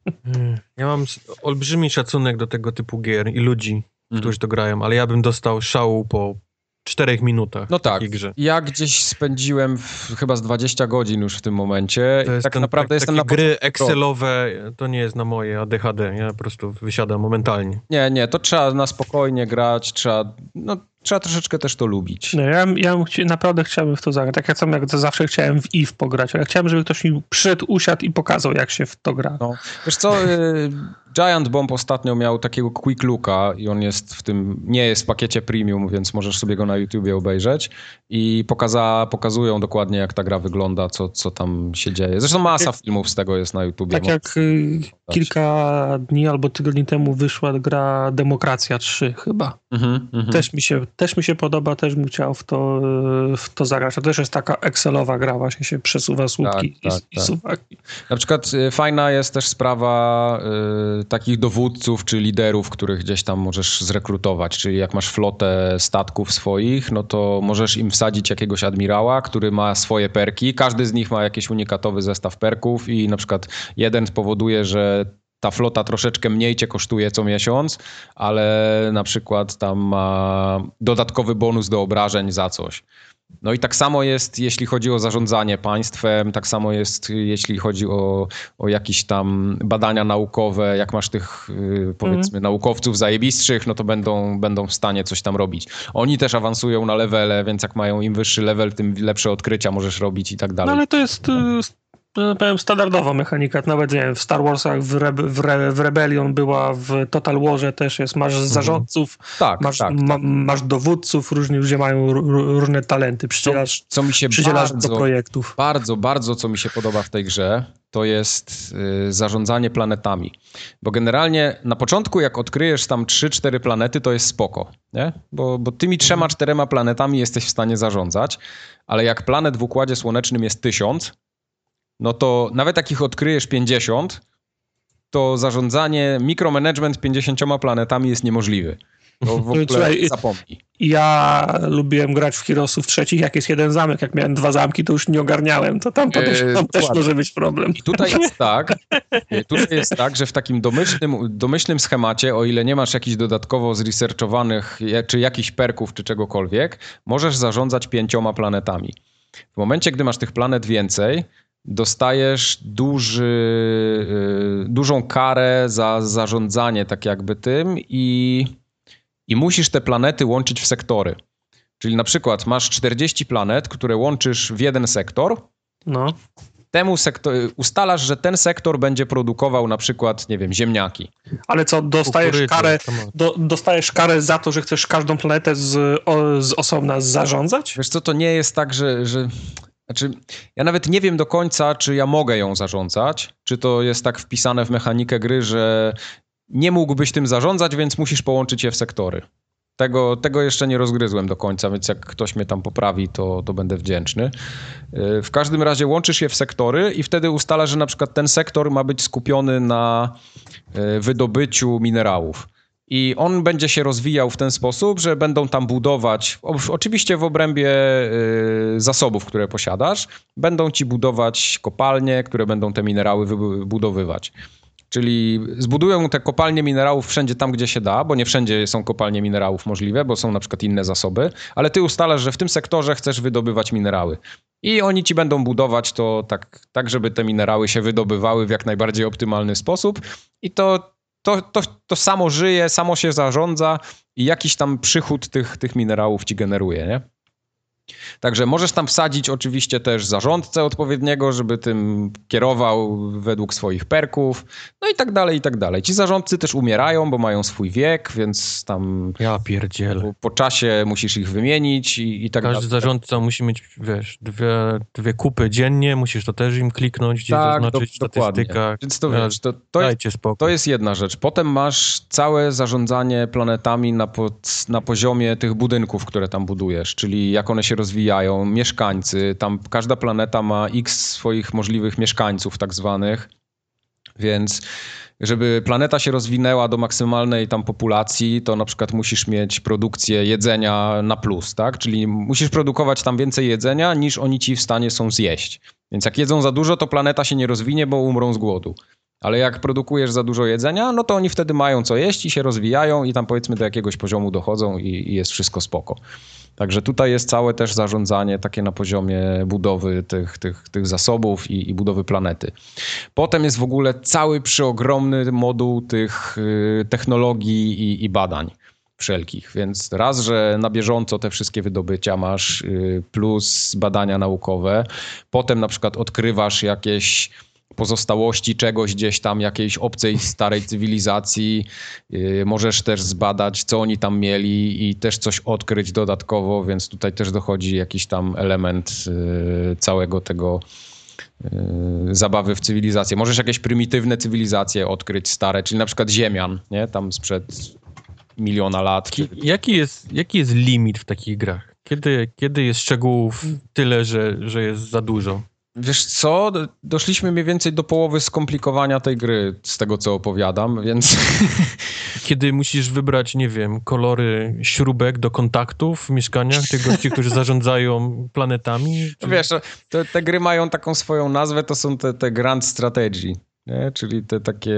[SPEAKER 1] Ja mam olbrzymi szacunek do tego typu gier i ludzi, mm. którzy to grają, ale ja bym dostał szału po czterech minutach.
[SPEAKER 3] No tak,
[SPEAKER 1] grze.
[SPEAKER 3] Ja gdzieś spędziłem w, chyba z dwadzieścia godzin już w tym momencie.
[SPEAKER 1] To jest
[SPEAKER 3] tak
[SPEAKER 1] ten,
[SPEAKER 3] naprawdę
[SPEAKER 1] tak,
[SPEAKER 3] jestem
[SPEAKER 1] takie
[SPEAKER 3] na
[SPEAKER 1] gry Excelowe, to nie jest na moje A D H D, ja po prostu wysiadam momentalnie.
[SPEAKER 3] Nie, nie, to trzeba na spokojnie grać, trzeba, no, trzeba troszeczkę też to lubić.
[SPEAKER 2] No, ja, ja chci- naprawdę chciałbym w to zagrać. Tak jak sam jak zawsze chciałem w E V E pograć, ale chciałem, żeby ktoś mi przyszedł, usiadł i pokazał, jak się w to gra.
[SPEAKER 3] No. Wiesz co, y- Giant Bomb ostatnio miał takiego quick looka i on jest w tym, nie jest w pakiecie premium, więc możesz sobie go na YouTubie obejrzeć i pokaza, pokazują dokładnie, jak ta gra wygląda, co, co tam się dzieje. Zresztą masa
[SPEAKER 2] jak,
[SPEAKER 3] filmów z tego jest na YouTubie.
[SPEAKER 2] Tak jak y, kilka dni albo tygodni temu wyszła gra Demokracja trzy chyba. Mhm, też, mi się, też mi się podoba, też bym chciał w to, w to zagrać. To też jest taka Excelowa gra, właśnie się przesuwa słupki
[SPEAKER 3] tak,
[SPEAKER 2] i,
[SPEAKER 3] tak,
[SPEAKER 2] i
[SPEAKER 3] tak.
[SPEAKER 2] suwaki.
[SPEAKER 3] Na przykład y, fajna jest też sprawa y, takich dowódców czy liderów, których gdzieś tam możesz zrekrutować, czyli jak masz flotę statków swoich, no to możesz im wsadzić jakiegoś admirała, który ma swoje perki, każdy z nich ma jakiś unikatowy zestaw perków i na przykład jeden powoduje, że ta flota troszeczkę mniej cię kosztuje co miesiąc, ale na przykład tam ma dodatkowy bonus do obrażeń za coś. No i tak samo jest, jeśli chodzi o zarządzanie państwem, tak samo jest, jeśli chodzi o, o jakieś tam badania naukowe, jak masz tych, powiedzmy, mm. naukowców zajebistszych, no to będą, będą w stanie coś tam robić. Oni też awansują na levele, więc jak mają im wyższy level, tym lepsze odkrycia możesz robić i tak dalej.
[SPEAKER 2] No ale to jest... powiem, standardowa mechanika, nawet nie wiem, w Star Warsach, w, Re, w, Re, w Rebellion była, w Total Warze też jest, masz zarządców,
[SPEAKER 3] tak,
[SPEAKER 2] masz,
[SPEAKER 3] tak,
[SPEAKER 2] ma,
[SPEAKER 3] tak.
[SPEAKER 2] masz dowódców, różni ludzie mają r, różne talenty, przydzielasz,
[SPEAKER 3] co, co mi się
[SPEAKER 2] przydzielasz
[SPEAKER 3] bardzo,
[SPEAKER 2] do projektów.
[SPEAKER 3] Bardzo, bardzo co mi się podoba w tej grze, to jest y, zarządzanie planetami. Bo generalnie na początku, jak odkryjesz tam trzy cztery planety, to jest spoko, nie? Bo, bo tymi trzema, czterema planetami jesteś w stanie zarządzać, ale jak planet w Układzie Słonecznym jest tysiąc, no to nawet jak ich odkryjesz pięćdziesiąt, to zarządzanie, mikromanagement pięćdziesięcioma planetami jest niemożliwy. To w ogóle Słuchaj, zapomnij.
[SPEAKER 2] Ja lubiłem grać w Heroesów trzecich, jak jest jeden zamek. Jak miałem dwa zamki, to już nie ogarniałem. To tam, to też, tam też może być problem.
[SPEAKER 3] I tutaj jest tak, tutaj jest tak, że w takim domyślnym, domyślnym schemacie, o ile nie masz jakichś dodatkowo zresearchowanych, czy jakichś perków, czy czegokolwiek, możesz zarządzać pięcioma planetami. W momencie, gdy masz tych planet więcej, dostajesz duży, dużą karę za zarządzanie tak jakby tym i, i musisz te planety łączyć w sektory. Czyli na przykład masz czterdzieści planet, które łączysz w jeden sektor.
[SPEAKER 2] No.
[SPEAKER 3] Temu sektor, ustalasz, że ten sektor będzie produkował na przykład, nie wiem, ziemniaki.
[SPEAKER 2] Ale co, dostajesz
[SPEAKER 1] Kukurydzy,
[SPEAKER 2] karę, do, dostajesz karę za to, że chcesz każdą planetę z, o, z osobna zarządzać?
[SPEAKER 3] Wiesz co, to nie jest tak, że... że... Znaczy, ja nawet nie wiem do końca, czy ja mogę ją zarządzać, czy to jest tak wpisane w mechanikę gry, że nie mógłbyś tym zarządzać, więc musisz połączyć je w sektory. Tego, tego jeszcze nie rozgryzłem do końca, więc jak ktoś mnie tam poprawi, to, to będę wdzięczny. W każdym razie łączysz je w sektory i wtedy ustalasz, że na przykład ten sektor ma być skupiony na wydobyciu minerałów. I on będzie się rozwijał w ten sposób, że będą tam budować, oczywiście w obrębie zasobów, które posiadasz, będą ci budować kopalnie, które będą te minerały wybudowywać. Czyli zbudują te kopalnie minerałów wszędzie tam, gdzie się da, bo nie wszędzie są kopalnie minerałów możliwe, bo są na przykład inne zasoby, ale ty ustalasz, że w tym sektorze chcesz wydobywać minerały. I oni ci będą budować to tak, tak żeby te minerały się wydobywały w jak najbardziej optymalny sposób i to, to, to, to samo żyje, samo się zarządza i jakiś tam przychód tych, tych minerałów ci generuje, nie? Także możesz tam wsadzić oczywiście też zarządcę odpowiedniego, żeby tym kierował według swoich perków, no i tak dalej, i tak dalej. Ci zarządcy też umierają, bo mają swój wiek, więc tam
[SPEAKER 1] ja pierdzielę.
[SPEAKER 3] Po, po czasie musisz ich wymienić i, i tak dalej.
[SPEAKER 1] Każdy zarządca musi mieć, wiesz, dwie, dwie kupy dziennie, musisz to też im kliknąć, gdzieś
[SPEAKER 3] tak,
[SPEAKER 1] zaznaczyć
[SPEAKER 3] do,
[SPEAKER 1] w statystykach.
[SPEAKER 3] Dokładnie. Więc to wiesz, to, to, jest, to jest jedna rzecz. Potem masz całe zarządzanie planetami na, pod, na poziomie tych budynków, które tam budujesz, czyli jak one się rozwijają, mieszkańcy, tam każda planeta ma x swoich możliwych mieszkańców tak zwanych, więc żeby planeta się rozwinęła do maksymalnej tam populacji, to na przykład musisz mieć produkcję jedzenia na plus, tak? Czyli musisz produkować tam więcej jedzenia, niż oni ci w stanie są zjeść. Więc jak jedzą za dużo, to planeta się nie rozwinie, bo umrą z głodu. Ale jak produkujesz za dużo jedzenia, no to oni wtedy mają co jeść i się rozwijają i tam powiedzmy do jakiegoś poziomu dochodzą i, i jest wszystko spoko. Także tutaj jest całe też zarządzanie takie na poziomie budowy tych, tych, tych zasobów i, i budowy planety. Potem jest w ogóle cały przeogromny moduł tych y, technologii i, i badań wszelkich, więc raz, że na bieżąco te wszystkie wydobycia masz y, plus badania naukowe, potem na przykład odkrywasz jakieś pozostałości czegoś gdzieś tam, jakiejś obcej, starej cywilizacji. Yy, możesz też zbadać, co oni tam mieli i też coś odkryć dodatkowo, więc tutaj też dochodzi jakiś tam element yy, całego tego yy, zabawy w cywilizację. Możesz jakieś prymitywne cywilizacje odkryć, stare, czyli na przykład Ziemian, nie? Tam sprzed miliona lat.
[SPEAKER 1] Ki- jaki jest, jaki jest limit w takich grach? Kiedy, kiedy jest szczegółów tyle, że, że jest za dużo?
[SPEAKER 3] Wiesz co, doszliśmy mniej więcej do połowy skomplikowania tej gry, z tego co opowiadam, więc...
[SPEAKER 1] Kiedy musisz wybrać, nie wiem, kolory śrubek do kontaktów w mieszkaniach, tych gości, którzy zarządzają planetami? Czy...
[SPEAKER 3] Wiesz, te, te gry mają taką swoją nazwę, to są te, te grand strategy, nie? Czyli te takie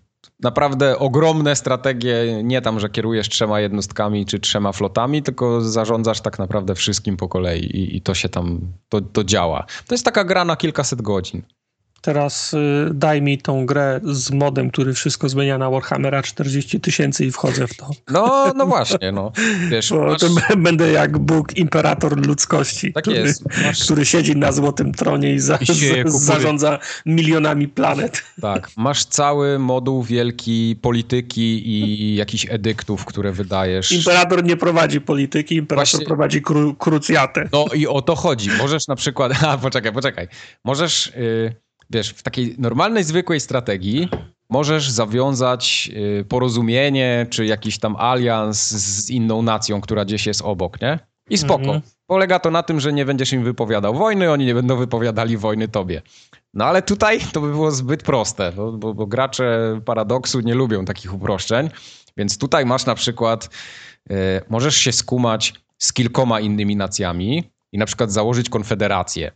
[SPEAKER 3] naprawdę ogromne strategie, nie tam, że kierujesz trzema jednostkami czy trzema flotami, tylko zarządzasz tak naprawdę wszystkim po kolei i, i to się tam, to, to działa. To jest taka gra na kilkaset godzin.
[SPEAKER 2] Teraz y, daj mi tą grę z modem, który wszystko zmienia na Warhammera czterdzieści tysięcy i wchodzę w to.
[SPEAKER 3] No, no właśnie, no. Wiesz,
[SPEAKER 2] masz... Będę jak Bóg, imperator ludzkości,
[SPEAKER 3] tak
[SPEAKER 2] który,
[SPEAKER 3] jest. Masz... który
[SPEAKER 2] siedzi na złotym tronie i, za, I z, zarządza milionami planet.
[SPEAKER 3] Tak, masz cały moduł wielki polityki i jakichś edyktów, które wydajesz.
[SPEAKER 2] Imperator nie prowadzi polityki, imperator Właśnie... prowadzi kru, krucjatę.
[SPEAKER 3] No i o to chodzi. Możesz na przykład... A, poczekaj, poczekaj. Możesz... Yy... Wiesz, w takiej normalnej, zwykłej strategii możesz zawiązać y, porozumienie czy jakiś tam alians z inną nacją, która gdzieś jest obok, nie? I spoko. Mm-hmm. Polega to na tym, że nie będziesz im wypowiadał wojny, oni nie będą wypowiadali wojny tobie. No ale tutaj to by było zbyt proste, bo, bo, bo gracze Paradoksu nie lubią takich uproszczeń, więc tutaj masz na przykład, y, możesz się skumać z kilkoma innymi nacjami i na przykład założyć konfederację.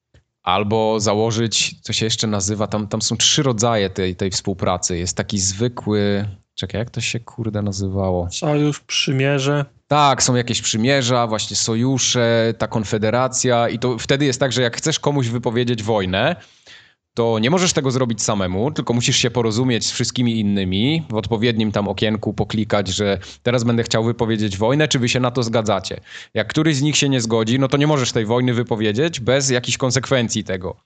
[SPEAKER 3] Albo założyć, co się jeszcze nazywa, tam, tam są trzy rodzaje tej, tej współpracy. Jest taki zwykły... Czekaj, jak to się kurde nazywało?
[SPEAKER 2] Sojusz, przymierze.
[SPEAKER 3] Tak, są jakieś przymierza, właśnie sojusze, ta konfederacja i to wtedy jest tak, że jak chcesz komuś wypowiedzieć wojnę, to nie możesz tego zrobić samemu, tylko musisz się porozumieć z wszystkimi innymi, w odpowiednim tam okienku poklikać, że teraz będę chciał wypowiedzieć wojnę, czy wy się na to zgadzacie. Jak któryś z nich się nie zgodzi, no to nie możesz tej wojny wypowiedzieć bez jakichś konsekwencji tego.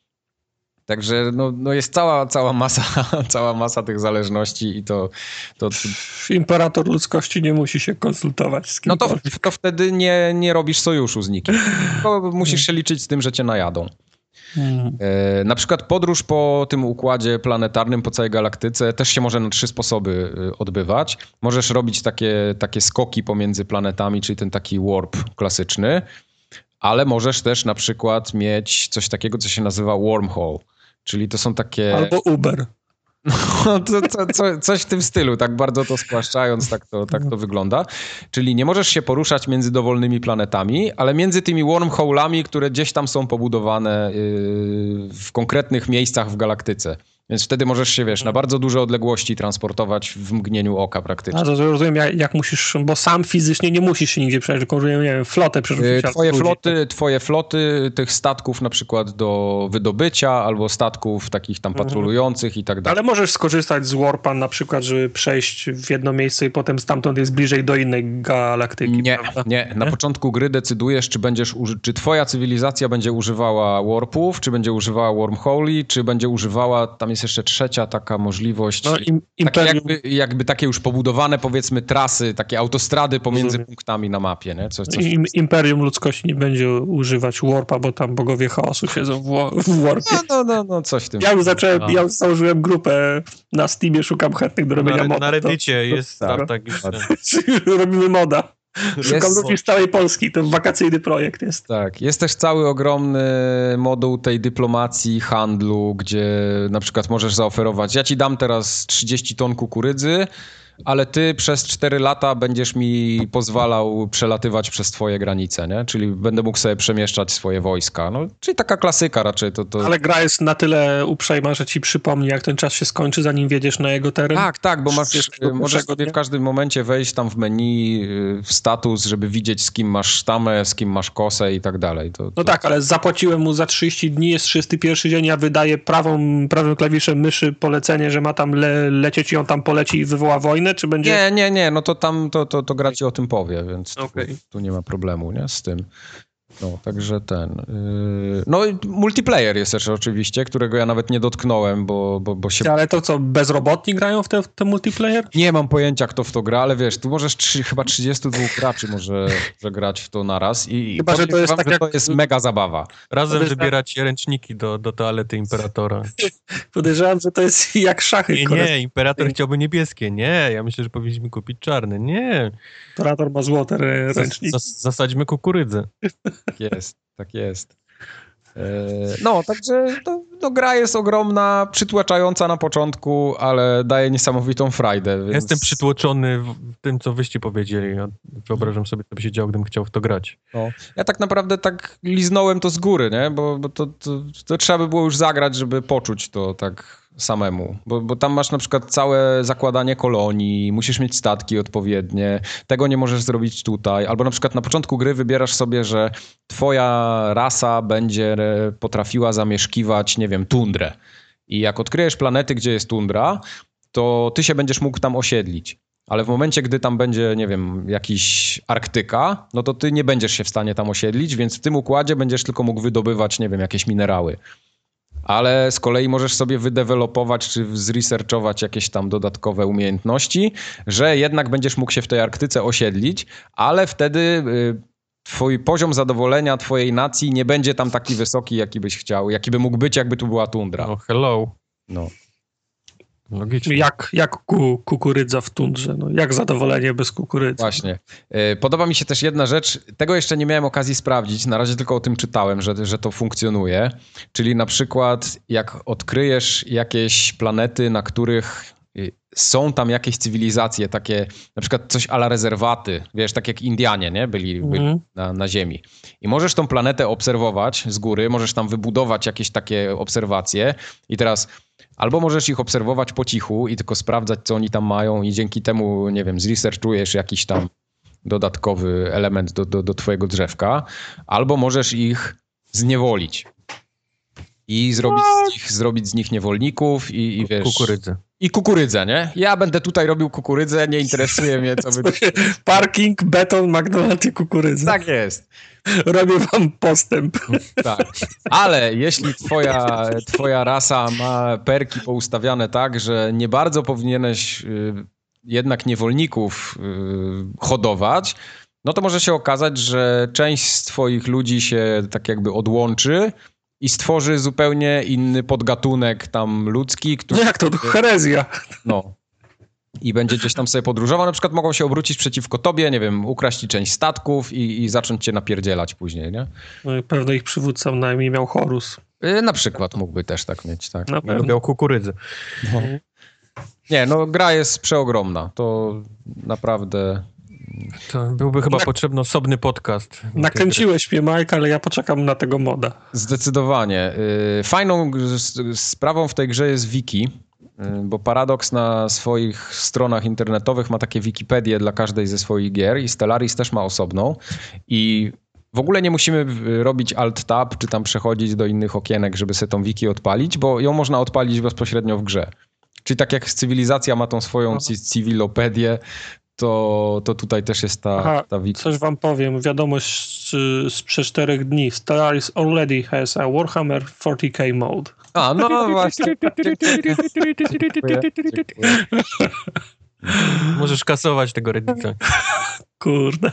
[SPEAKER 3] Także no, no jest cała, cała masa, cała masa tych zależności i to, to...
[SPEAKER 2] Imperator ludzkości nie musi się konsultować z kimś.
[SPEAKER 3] No to, to wtedy nie, nie robisz sojuszu z nikim. Tylko musisz się liczyć z tym, że cię najadą. Hmm. E, na przykład podróż po tym układzie planetarnym, po całej galaktyce też się może na trzy sposoby odbywać. Możesz robić takie, takie skoki pomiędzy planetami, czyli ten taki warp klasyczny, ale możesz też na przykład mieć coś takiego, co się nazywa wormhole, czyli to są takie...
[SPEAKER 2] Albo Uber.
[SPEAKER 3] No, to, to, to, coś w tym stylu, tak bardzo to spłaszczając, tak to, tak to wygląda. Czyli nie możesz się poruszać między dowolnymi planetami, ale między tymi wormhole'ami, które gdzieś tam są pobudowane yy, w konkretnych miejscach w galaktyce. Więc wtedy możesz się, wiesz, na bardzo duże odległości transportować w mgnieniu oka praktycznie.
[SPEAKER 2] A to rozumiem, jak, jak musisz, bo sam fizycznie nie musisz się nigdzie przejść, tylko, nie wiem, flotę przerzucić.
[SPEAKER 3] Twoje floty, twoje floty tych statków na przykład do wydobycia albo statków takich tam patrolujących i tak dalej.
[SPEAKER 2] Ale możesz skorzystać z warpa na przykład, żeby przejść w jedno miejsce i potem stamtąd jest bliżej do innej galaktyki.
[SPEAKER 3] Nie,
[SPEAKER 2] prawda?
[SPEAKER 3] nie. Na nie? początku gry decydujesz, czy będziesz uży- czy twoja cywilizacja będzie używała warpów, czy będzie używała wormholi, czy będzie używała, tam jest jeszcze trzecia taka możliwość,
[SPEAKER 2] no, im,
[SPEAKER 3] takie jakby, jakby takie już pobudowane powiedzmy trasy, takie autostrady pomiędzy Rozumiem. punktami na mapie. Nie? Coś, coś
[SPEAKER 2] Im, Imperium ludzkości nie będzie używać warpa, bo tam bogowie chaosu siedzą w, w warpie.
[SPEAKER 3] No, no, no, no, coś w tym.
[SPEAKER 2] Ja już zacząłem, ja już założyłem grupę na Steamie, szukam chętnych do robienia
[SPEAKER 1] na,
[SPEAKER 2] moda.
[SPEAKER 1] Na Reddicie
[SPEAKER 2] to,
[SPEAKER 1] jest
[SPEAKER 2] to,
[SPEAKER 1] tam tak już.
[SPEAKER 2] Robimy moda. Szukam
[SPEAKER 3] Jest,
[SPEAKER 2] ludzi z całej Polski, to wakacyjny projekt jest.
[SPEAKER 3] Tak, jest też cały ogromny moduł tej dyplomacji, handlu, gdzie na przykład możesz zaoferować, ja ci dam teraz trzydzieści ton kukurydzy, ale ty przez cztery lata będziesz mi pozwalał przelatywać przez twoje granice, nie? Czyli będę mógł sobie przemieszczać swoje wojska. No, czyli taka klasyka raczej. To, to...
[SPEAKER 2] Ale gra jest na tyle uprzejma, że ci przypomni, jak ten czas się skończy, zanim wjedziesz na jego teren.
[SPEAKER 3] Tak, tak, bo masz, możesz sobie w każdym momencie wejść tam w menu, w status, żeby widzieć, z kim masz sztamę, z kim masz kosę i tak dalej. To, to...
[SPEAKER 2] No tak, ale zapłaciłem mu za trzydzieści dni, jest trzydziesty pierwszy dzień, ja wydaję prawą, prawym klawiszem myszy polecenie, że ma tam le- lecieć i on tam poleci i wywoła wojnę, czy będzie...
[SPEAKER 3] Nie, nie, nie, no to tam, to, to, to gra ci o tym powie, więc
[SPEAKER 2] okay.
[SPEAKER 3] tu, tu nie ma problemu, nie, z tym. No, także ten... Yy... No i multiplayer jest też oczywiście, którego ja nawet nie dotknąłem, bo, bo, bo się...
[SPEAKER 2] Ale to co, bezrobotni grają w te, w te multiplayer?
[SPEAKER 3] Nie mam pojęcia, kto w to gra, ale wiesz, tu możesz trzy, chyba trzydziestu dwóch graczy może, może grać w to naraz i
[SPEAKER 2] chyba, że to jest,
[SPEAKER 3] wam,
[SPEAKER 2] tak
[SPEAKER 3] że
[SPEAKER 2] jak...
[SPEAKER 3] to jest mega zabawa.
[SPEAKER 1] Razem wybierać tak... ręczniki do, do toalety Imperatora.
[SPEAKER 2] Podejrzewam, że to jest jak szachy.
[SPEAKER 1] Nie, nie, Imperator chciałby niebieskie. Nie, ja myślę, że powinniśmy kupić czarne. Nie.
[SPEAKER 2] Imperator ma złote ręczniki.
[SPEAKER 1] Zas, zasadźmy kukurydzę.
[SPEAKER 3] Tak jest, tak jest. No, także no, no, gra jest ogromna, przytłaczająca na początku, ale daje niesamowitą frajdę. Więc...
[SPEAKER 1] Jestem przytłoczony w tym, co wyście powiedzieli. Ja wyobrażam sobie, co by się działo, gdybym chciał w to grać.
[SPEAKER 3] No. Ja tak naprawdę tak liznąłem to z góry, nie? Bo, bo to, to, to trzeba by było już zagrać, żeby poczuć to tak samemu. Bo, bo tam masz na przykład całe zakładanie kolonii, musisz mieć statki odpowiednie, tego nie możesz zrobić tutaj. Albo na przykład na początku gry wybierasz sobie, że twoja rasa będzie potrafiła zamieszkiwać, nie wiem, tundrę. I jak odkryjesz planety, gdzie jest tundra, to ty się będziesz mógł tam osiedlić. Ale w momencie, gdy tam będzie, nie wiem, jakiś Arktyka, no to ty nie będziesz się w stanie tam osiedlić, więc w tym układzie będziesz tylko mógł wydobywać, nie wiem, jakieś minerały. Ale z kolei możesz sobie wydevelopować czy zresearchować jakieś tam dodatkowe umiejętności, że jednak będziesz mógł się w tej Arktyce osiedlić, ale wtedy y, twój poziom zadowolenia twojej nacji nie będzie tam taki wysoki, jaki byś chciał, jaki by mógł być, jakby tu była tundra.
[SPEAKER 1] No hello.
[SPEAKER 3] No.
[SPEAKER 1] Logicznie.
[SPEAKER 2] Jak, jak ku, kukurydza w tundrze, no jak zadowolenie bez kukurydzy.
[SPEAKER 3] Właśnie. Podoba mi się też jedna rzecz, tego jeszcze nie miałem okazji sprawdzić, na razie tylko o tym czytałem, że, że to funkcjonuje, czyli na przykład jak odkryjesz jakieś planety, na których są tam jakieś cywilizacje, takie na przykład coś a la rezerwaty, wiesz, tak jak Indianie, nie? Byli, byli mm. na, na Ziemi. I możesz tą planetę obserwować z góry, możesz tam wybudować jakieś takie obserwacje i teraz albo możesz ich obserwować po cichu i tylko sprawdzać, co oni tam mają i dzięki temu, nie wiem, zresearchujesz jakiś tam dodatkowy element do, do, do twojego drzewka, albo możesz ich zniewolić i zrobić z nich, zrobić z nich niewolników i, i wiesz...
[SPEAKER 1] Kukurydzę.
[SPEAKER 3] I kukurydzę, nie? Ja będę tutaj robił kukurydzę, nie interesuje mnie, co wy...
[SPEAKER 2] Parking, beton, McDonald's i kukurydza.
[SPEAKER 3] Tak jest.
[SPEAKER 2] Robię wam postęp.
[SPEAKER 3] Tak. Ale jeśli twoja, twoja rasa ma perki poustawiane tak, że nie bardzo powinieneś y, jednak niewolników y, hodować, no to może się okazać, że część z twoich ludzi się tak jakby odłączy i stworzy zupełnie inny podgatunek tam ludzki, który...
[SPEAKER 2] No jak to? To herezja.
[SPEAKER 3] No. I będzie gdzieś tam sobie podróżował. Na przykład mogą się obrócić przeciwko tobie, nie wiem, ukraść ci część statków i, i zacząć cię napierdzielać później, nie?
[SPEAKER 2] No i pewno ich przywódca najmniej miał Horus.
[SPEAKER 3] Yy, na przykład mógłby też tak mieć, tak.
[SPEAKER 2] Na pewno.
[SPEAKER 1] Lubiał kukurydzę.
[SPEAKER 3] No. Nie, no gra jest przeogromna. To naprawdę...
[SPEAKER 1] To byłby chyba
[SPEAKER 2] Na...
[SPEAKER 1] potrzebny osobny podcast.
[SPEAKER 2] Nakręciłeś mnie, Mike, ale ja poczekam na tego moda.
[SPEAKER 3] Zdecydowanie. Yy, fajną sprawą w tej grze jest wiki, bo Paradox na swoich stronach internetowych ma takie Wikipedie dla każdej ze swoich gier i Stellaris też ma osobną i w ogóle nie musimy robić Alt-Tab czy tam przechodzić do innych okienek, żeby sobie tą wiki odpalić, bo ją można odpalić bezpośrednio w grze. Czyli tak jak Cywilizacja ma tą swoją Aha. cywilopedię, to, to tutaj też jest ta,
[SPEAKER 2] Aha,
[SPEAKER 3] ta wiki.
[SPEAKER 2] Coś wam powiem, wiadomość sprzed czterech dni. Stellaris already has a Warhammer czterdzieści K mode.
[SPEAKER 3] A, no właśnie. Dziękuję, dziękuję.
[SPEAKER 1] Możesz kasować tego Reddita.
[SPEAKER 2] Kurde.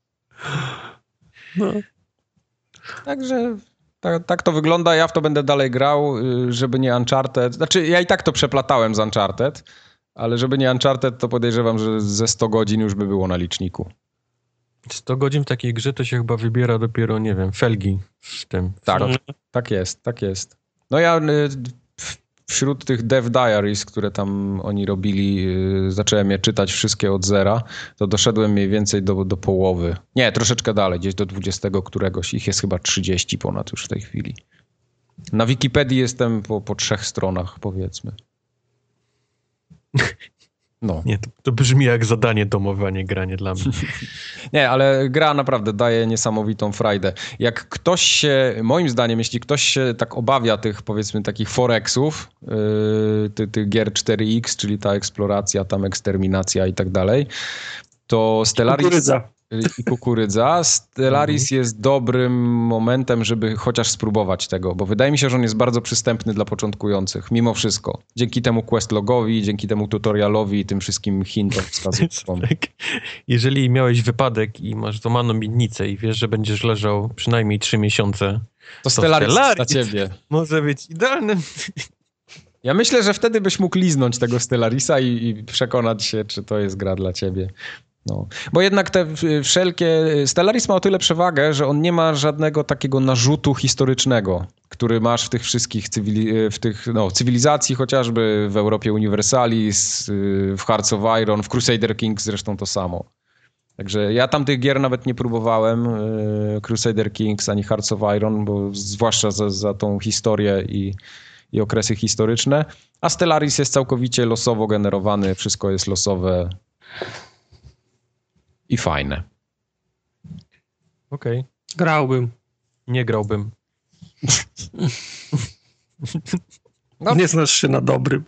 [SPEAKER 2] No.
[SPEAKER 3] Także tak, tak to wygląda. Ja w to będę dalej grał, żeby nie Uncharted. Znaczy, ja i tak to przeplatałem z Uncharted, ale żeby nie Uncharted, to podejrzewam, że ze sto godzin już by było na liczniku.
[SPEAKER 1] sto godzin w takiej grze to się chyba wybiera dopiero, nie wiem, felgi z tym.
[SPEAKER 3] Tak, tak jest, tak jest. No ja wśród tych Dev Diaries, które tam oni robili, zacząłem je czytać wszystkie od zera, to doszedłem mniej więcej do, do połowy. Nie, troszeczkę dalej, gdzieś do dwudziestego któregoś. Ich jest chyba trzydzieści ponad już w tej chwili. Na Wikipedii jestem po, po trzech stronach, powiedzmy. No.
[SPEAKER 1] Nie, to, to brzmi jak zadanie domowe, a nie granie dla mnie.
[SPEAKER 3] Nie, ale gra naprawdę daje niesamowitą frajdę. Jak ktoś się, moim zdaniem, jeśli ktoś się tak obawia tych, powiedzmy, takich forexów, yy, tych, tych gier cztery X, czyli ta eksploracja, tam eksterminacja i tak dalej, to Stellaris...
[SPEAKER 2] Kukurydza.
[SPEAKER 3] I kukurydza. Stellaris mhm. jest dobrym momentem, żeby chociaż spróbować tego, bo wydaje mi się, że on jest bardzo przystępny dla początkujących, mimo wszystko. Dzięki temu questlogowi, dzięki temu tutorialowi i tym wszystkim hintom wskazówkom.
[SPEAKER 1] Tak. Jeżeli miałeś wypadek i masz złamaną miednicę i wiesz, że będziesz leżał przynajmniej trzy miesiące,
[SPEAKER 3] to, to Stellaris, Stellaris dla ciebie.
[SPEAKER 1] Może być idealnym.
[SPEAKER 3] Ja myślę, że wtedy byś mógł liznąć tego Stellarisa i, i przekonać się, czy to jest gra dla ciebie. No. Bo jednak te wszelkie... Stellaris ma o tyle przewagę, że on nie ma żadnego takiego narzutu historycznego, który masz w tych wszystkich cywili... w tych, no, cywilizacji chociażby, w Europie Universalis, w Hearts of Iron, w Crusader Kings zresztą to samo. Także ja tam tych gier nawet nie próbowałem, Crusader Kings ani Hearts of Iron, bo zwłaszcza za, za tą historię i, i okresy historyczne. A Stellaris jest całkowicie losowo generowany, wszystko jest losowe. I fajne.
[SPEAKER 1] Okej. Okay.
[SPEAKER 2] Grałbym.
[SPEAKER 1] Nie grałbym.
[SPEAKER 2] No. Nie znasz się na dobrym.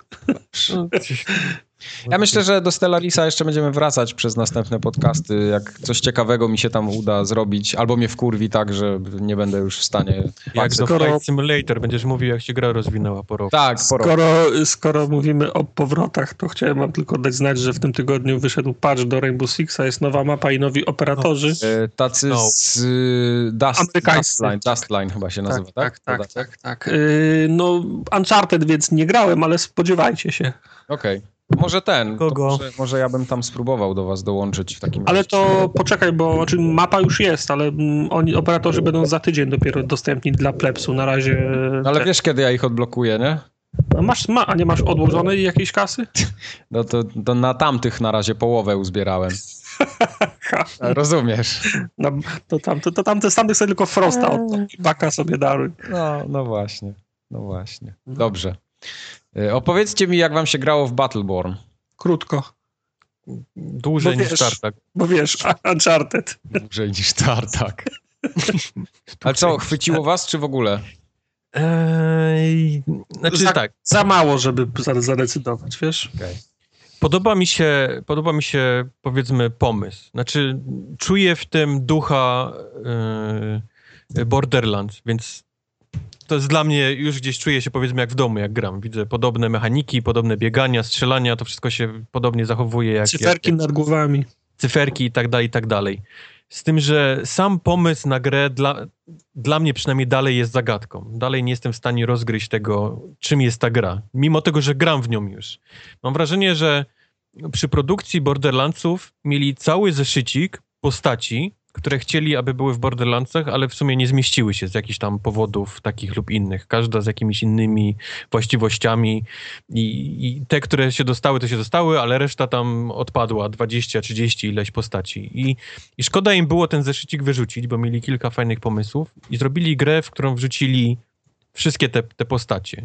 [SPEAKER 3] Ja myślę, że do Stellarisa jeszcze będziemy wracać przez następne podcasty. Jak coś ciekawego mi się tam uda zrobić, albo mnie wkurwi tak, że nie będę już w stanie...
[SPEAKER 1] Jak do skoro... Flight Simulator, będziesz mówił, jak się gra rozwinęła po roku.
[SPEAKER 3] Tak, po roku.
[SPEAKER 2] Skoro, skoro mówimy o powrotach, to chciałem wam tylko dać znać, że w tym tygodniu wyszedł patch do Rainbow Sixa, jest nowa mapa i nowi operatorzy.
[SPEAKER 3] No. Tacy no. z Dust, Dustline, Dustline chyba się nazywa, tak?
[SPEAKER 2] Tak, tak, tak. tak, tak. Yy, no Uncharted, więc nie grałem, ale spodziewajcie się.
[SPEAKER 3] Okej. Okay. Może ten,
[SPEAKER 1] Kogo?
[SPEAKER 3] Może, może ja bym tam spróbował do was dołączyć w takim
[SPEAKER 2] Ale
[SPEAKER 3] razie.
[SPEAKER 2] to poczekaj, bo znaczy mapa już jest, ale oni, operatorzy będą za tydzień dopiero dostępni dla plebsu. Na razie...
[SPEAKER 3] No ale te... wiesz, kiedy ja ich odblokuję, nie?
[SPEAKER 2] A, masz, ma, a nie masz odłożonej jakiejś kasy?
[SPEAKER 3] No to, to na tamtych na razie połowę uzbierałem. Rozumiesz.
[SPEAKER 2] No, to, tam, to, to tamte tamtych sobie tylko Frosta od baka sobie daruj.
[SPEAKER 3] No, no właśnie, no właśnie. Dobrze. Opowiedzcie mi, jak wam się grało w Battleborn.
[SPEAKER 2] Krótko.
[SPEAKER 1] Dłużej
[SPEAKER 2] bo
[SPEAKER 1] niż
[SPEAKER 2] wiesz,
[SPEAKER 1] Tartak.
[SPEAKER 2] Bo wiesz, Uncharted.
[SPEAKER 3] Dłużej niż Tartak. Ale co, chwyciło was, czy w ogóle?
[SPEAKER 1] Eee, znaczy
[SPEAKER 2] za,
[SPEAKER 1] tak.
[SPEAKER 2] Za mało, żeby zadecydować, wiesz?
[SPEAKER 3] Okay.
[SPEAKER 1] Podoba mi się, podoba mi się, powiedzmy, pomysł. Znaczy, czuję w tym ducha yy, Borderlands, więc to jest dla mnie, już gdzieś czuję się, powiedzmy, jak w domu, jak gram. Widzę podobne mechaniki, podobne biegania, strzelania, to wszystko się podobnie zachowuje jak...
[SPEAKER 2] Cyferki
[SPEAKER 1] jak,
[SPEAKER 2] nad głowami.
[SPEAKER 1] Cyferki i tak dalej, i tak dalej. Z tym, że sam pomysł na grę dla... dla mnie przynajmniej dalej jest zagadką. Dalej nie jestem w stanie rozgryźć tego, czym jest ta gra. Mimo tego, że gram w nią już. Mam wrażenie, że przy produkcji Borderlandsów mieli cały zeszycik postaci, które chcieli, aby były w Borderlandsach, ale w sumie nie zmieściły się z jakichś tam powodów takich lub innych. Każda z jakimiś innymi właściwościami i, i te, które się dostały, to się dostały, ale reszta tam odpadła, dwadzieścia, trzydzieści ileś postaci. I, i szkoda im było ten zeszycik wyrzucić, bo mieli kilka fajnych pomysłów i zrobili grę, w którą wrzucili wszystkie te, te postacie.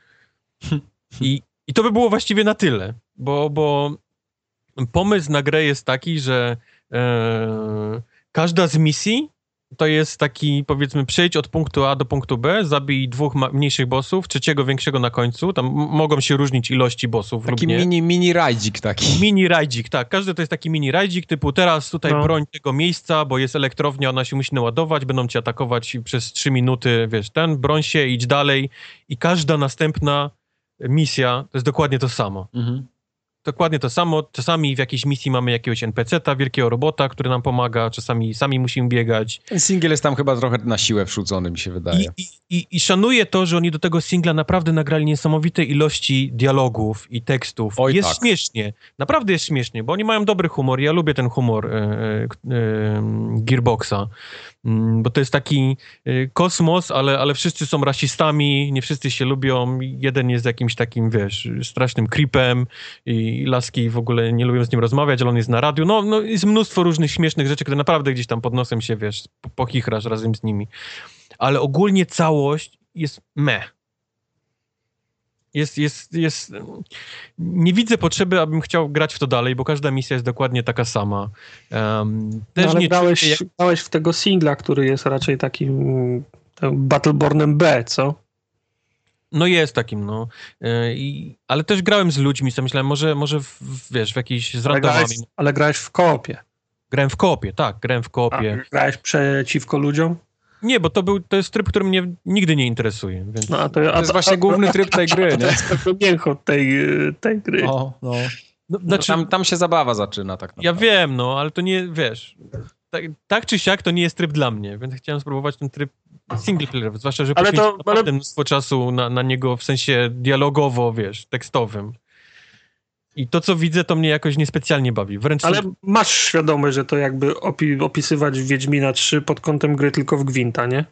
[SPEAKER 1] I, I to by było właściwie na tyle, bo, bo pomysł na grę jest taki, że e, każda z misji to jest taki, powiedzmy, przejdź od punktu A do punktu B, zabij dwóch ma- mniejszych bossów, trzeciego większego na końcu. Tam m- mogą się różnić ilości bossów
[SPEAKER 3] taki
[SPEAKER 1] lub nie.
[SPEAKER 3] mini, mini rajdzik taki.
[SPEAKER 1] Mini rajdzik, tak. Każdy to jest taki mini rajdzik, typu teraz tutaj
[SPEAKER 2] No.
[SPEAKER 1] broń tego miejsca, bo jest elektrownia, ona się musi naładować, będą cię atakować przez trzy minuty, wiesz, ten, broń się, idź dalej. I każda następna misja to jest dokładnie to samo.
[SPEAKER 3] Mhm.
[SPEAKER 1] Dokładnie to samo. Czasami w jakiejś misji mamy jakiegoś en pe ce ta, wielkiego robota, który nam pomaga, czasami sami musimy biegać.
[SPEAKER 3] Ten singiel jest tam chyba trochę na siłę wrzucony, mi się wydaje.
[SPEAKER 1] I, i, i, I szanuję to, że oni do tego singla naprawdę nagrali niesamowite ilości dialogów i tekstów.
[SPEAKER 3] Oj,
[SPEAKER 1] jest
[SPEAKER 3] tak.
[SPEAKER 1] śmiesznie. Naprawdę jest śmiesznie, bo oni mają dobry humor. Ja lubię ten humor e, e, e, Gearboxa. Mm, bo to jest taki e, kosmos, ale, ale wszyscy są rasistami, nie wszyscy się lubią. Jeden jest jakimś takim, wiesz, strasznym creepem i laski w ogóle nie lubią z nim rozmawiać, ale on jest na radiu. No, no jest mnóstwo różnych śmiesznych rzeczy, które naprawdę gdzieś tam pod nosem się, wiesz, po- pochichrasz razem z nimi. Ale ogólnie całość jest meh. Jest, jest, jest... Nie widzę potrzeby, abym chciał grać w to dalej, bo każda misja jest dokładnie taka sama. Um, też
[SPEAKER 2] No, ale
[SPEAKER 1] nie
[SPEAKER 2] grałeś,
[SPEAKER 1] czuję, jak...
[SPEAKER 2] grałeś w tego singla, który jest raczej takim tym Battlebornem B, co?
[SPEAKER 1] No jest takim, no. Yy, i, ale też grałem z ludźmi, co myślałem, może, może w, w, wiesz, w jakiejś z
[SPEAKER 2] Ale
[SPEAKER 1] randomami.
[SPEAKER 2] grałeś, ale grałeś w koopie.
[SPEAKER 1] Grałem w koopie, tak, grałem w
[SPEAKER 2] A
[SPEAKER 1] koopie.
[SPEAKER 2] grałeś przeciwko ludziom?
[SPEAKER 1] Nie, bo to był, to jest tryb, który mnie nigdy nie interesuje, więc...
[SPEAKER 2] No, a to, a,
[SPEAKER 3] To jest właśnie główny tryb tej gry,
[SPEAKER 2] To
[SPEAKER 3] nie?
[SPEAKER 2] jest pewno mięcho tej, tej gry.
[SPEAKER 3] O, no.
[SPEAKER 1] No,
[SPEAKER 3] No,
[SPEAKER 1] znaczy,
[SPEAKER 3] tam, tam się zabawa zaczyna tak
[SPEAKER 1] ja
[SPEAKER 3] naprawdę.
[SPEAKER 1] wiem, no, ale to nie, wiesz, tak, tak czy siak to nie jest tryb dla mnie, więc chciałem spróbować ten tryb single player, zwłaszcza, że
[SPEAKER 2] Ale
[SPEAKER 1] poświęciłem
[SPEAKER 2] to-
[SPEAKER 1] naprawdę
[SPEAKER 2] ale-
[SPEAKER 1] mnóstwo czasu na, na niego w sensie dialogowo, wiesz, tekstowym. I to, co widzę, to mnie jakoś niespecjalnie bawi. Wręcz
[SPEAKER 2] Ale masz świadomość, że to jakby opi- opisywać Wiedźmina trzy pod kątem gry tylko w Gwinta, nie?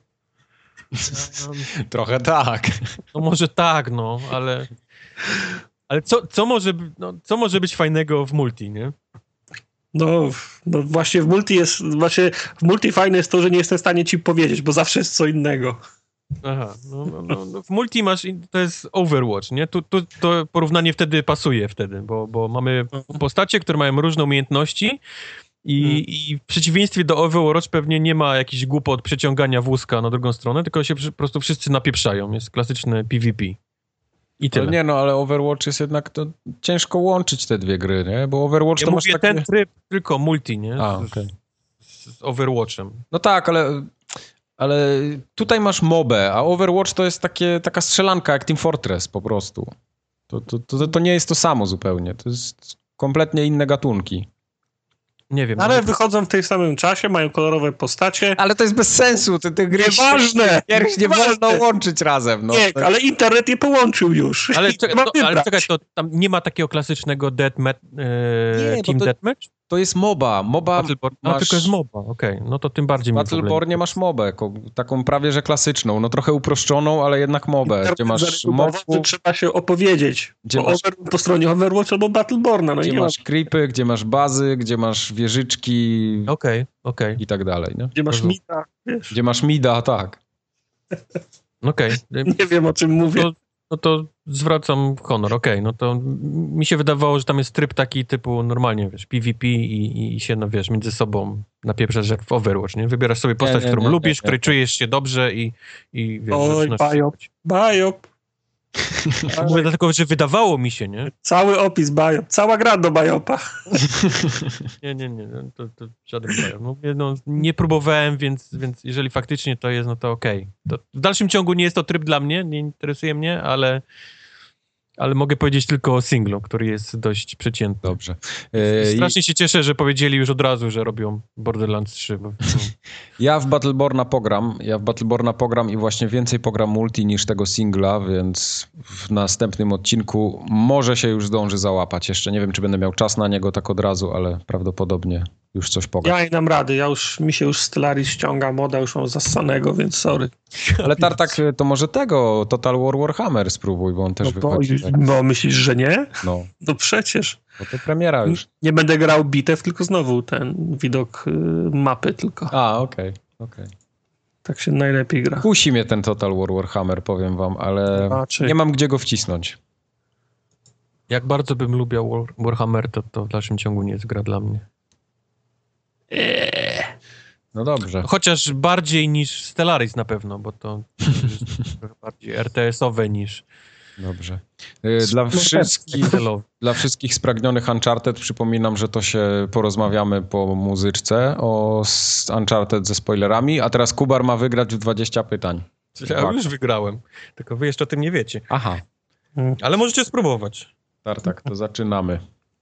[SPEAKER 3] Trochę tak.
[SPEAKER 1] no może tak, no, ale... Ale co, co, może, no, co może być fajnego w multi, nie?
[SPEAKER 2] No, no właśnie w multi jest, właśnie w multi fajne jest to, że nie jestem w stanie ci powiedzieć, bo zawsze jest co innego.
[SPEAKER 1] Aha, no, no, no, no w multi masz, to jest Overwatch, nie? Tu, tu, to porównanie wtedy pasuje wtedy, bo, bo mamy postacie, które mają różne umiejętności i,
[SPEAKER 2] Hmm.
[SPEAKER 1] i w przeciwieństwie do Overwatch pewnie nie ma jakichś głupot przeciągania wózka na drugą stronę, tylko się przy- po prostu wszyscy napieprzają. Jest klasyczne P V P. I tyle.
[SPEAKER 3] Ale nie no, ale Overwatch jest jednak, to ciężko łączyć te dwie gry, nie? Bo Overwatch
[SPEAKER 1] ja
[SPEAKER 3] to masz
[SPEAKER 1] mówię
[SPEAKER 3] takie...
[SPEAKER 1] ten tryb tylko multi, nie?
[SPEAKER 3] A,
[SPEAKER 1] Z,
[SPEAKER 3] okej.
[SPEAKER 1] z, z Overwatchem.
[SPEAKER 3] No tak, ale, ale tutaj masz mobę, a Overwatch to jest takie, taka strzelanka jak Team Fortress po prostu. To, to, to, to nie jest to samo zupełnie. To jest kompletnie inne gatunki.
[SPEAKER 1] Nie wiem.
[SPEAKER 2] Ale
[SPEAKER 1] nawet-
[SPEAKER 2] wychodzą w tym samym czasie, mają kolorowe postacie.
[SPEAKER 3] Ale to jest bez sensu. Te, te gry
[SPEAKER 2] Nieważne!
[SPEAKER 3] gier nie
[SPEAKER 2] Nieważne!
[SPEAKER 3] można łączyć razem. No.
[SPEAKER 2] Nie, ale internet je połączył już.
[SPEAKER 1] Ale,
[SPEAKER 2] I
[SPEAKER 1] czekaj,
[SPEAKER 2] ma
[SPEAKER 1] to, ale
[SPEAKER 2] wybrać.
[SPEAKER 1] czekaj, to tam nie ma takiego klasycznego deathmatch, e,
[SPEAKER 3] Nie, bo
[SPEAKER 1] team
[SPEAKER 3] to-
[SPEAKER 1] deathmatch?
[SPEAKER 3] To jest moba. Moba
[SPEAKER 1] Battleborn, a
[SPEAKER 3] masz...
[SPEAKER 1] tylko jest moba, okej. No to tym bardziej
[SPEAKER 3] W
[SPEAKER 1] mi w ogóle
[SPEAKER 3] Battlebornie
[SPEAKER 1] nie-
[SPEAKER 3] masz mobę, ko- taką prawie że klasyczną, no trochę uproszczoną, ale jednak mobę,
[SPEAKER 2] Internet
[SPEAKER 3] gdzie masz
[SPEAKER 2] zareklamował, że
[SPEAKER 3] mobów,
[SPEAKER 2] trzeba się opowiedzieć.
[SPEAKER 3] Gdzie
[SPEAKER 2] Bo
[SPEAKER 3] masz-
[SPEAKER 2] over, po stronie Overwatch albo Battleborna. No i
[SPEAKER 3] gdzie
[SPEAKER 2] nie
[SPEAKER 3] masz
[SPEAKER 2] ma,
[SPEAKER 3] creepy, gdzie masz bazy, gdzie masz wieżyczki
[SPEAKER 1] Okej, okej,
[SPEAKER 3] i tak dalej, nie?
[SPEAKER 2] gdzie masz
[SPEAKER 1] Rozumiem.
[SPEAKER 2] mida, wiesz.
[SPEAKER 3] Gdzie masz mida, tak.
[SPEAKER 1] okej.
[SPEAKER 2] Nie wiem, o czym mówię.
[SPEAKER 1] To, no to zwracam honor, okej. No to m- mi się wydawało, że tam jest tryb taki typu normalnie, wiesz, P V P i, i się, no wiesz, między sobą napieprzasz jak w Overwatch, nie? Wybierasz sobie postać,
[SPEAKER 3] nie,
[SPEAKER 1] którą
[SPEAKER 3] nie,
[SPEAKER 1] lubisz,
[SPEAKER 3] nie,
[SPEAKER 1] której
[SPEAKER 3] nie.
[SPEAKER 1] czujesz się dobrze i, i wiesz,
[SPEAKER 2] Oj,
[SPEAKER 1] zaczynasz...
[SPEAKER 2] Bajop. Bajop.
[SPEAKER 1] Mówię dlatego, że wydawało mi się, nie?
[SPEAKER 2] Cały opis Bajop. Cała gra do Bajopa.
[SPEAKER 1] Nie, nie, nie, no to, to żaden problem. No, mówię, no, nie próbowałem, więc, więc jeżeli faktycznie to jest, no to okej. To w dalszym ciągu nie jest to tryb dla mnie, nie interesuje mnie, ale, Ale mogę powiedzieć tylko o singlu, który jest dość przeciętny.
[SPEAKER 3] Dobrze.
[SPEAKER 1] Strasznie I... się cieszę, że powiedzieli już od razu, że robią Borderlands trzy. Bo...
[SPEAKER 3] Ja w Battleborna pogram. Ja w Battleborna pogram i właśnie więcej pogram multi niż tego singla, więc w następnym odcinku może się już zdąży załapać. Jeszcze nie wiem, czy będę miał czas na niego tak od razu, ale prawdopodobnie już coś pogram.
[SPEAKER 2] Ja nie dam rady. Ja już, mi się już Stellaris ściąga moda, już mam zassanego, więc sorry.
[SPEAKER 3] Ale Tartak, to może tego Total War Warhammer spróbuj, bo on też
[SPEAKER 2] no bo,
[SPEAKER 3] wychodzi. Tak.
[SPEAKER 2] Bo myślisz, że nie?
[SPEAKER 3] No.
[SPEAKER 2] No przecież.
[SPEAKER 3] Bo to premiera już.
[SPEAKER 2] Nie będę grał bitew, tylko znowu ten widok y, mapy tylko.
[SPEAKER 3] A, okej, okay, okej. Okay.
[SPEAKER 2] Tak się najlepiej gra.
[SPEAKER 3] Kusi mnie ten Total War Warhammer, powiem wam, ale Znaczy. nie mam gdzie go wcisnąć.
[SPEAKER 1] Jak bardzo bym lubiał War, Warhammer, to, to w dalszym ciągu nie jest gra dla mnie.
[SPEAKER 2] Eee.
[SPEAKER 3] No dobrze.
[SPEAKER 1] Chociaż bardziej niż Stellaris na pewno, bo to jest trochę bardziej er te esowe niż...
[SPEAKER 3] Dobrze. Dla wszystkich, dla wszystkich spragnionych Uncharted przypominam, że to się porozmawiamy po muzyczce o Uncharted ze spoilerami, a teraz Kubar ma wygrać w dwadzieścia pytań.
[SPEAKER 1] Ja już wygrałem, tylko wy jeszcze o tym nie wiecie.
[SPEAKER 3] Aha.
[SPEAKER 1] Ale możecie spróbować.
[SPEAKER 3] Tartak, to zaczynamy.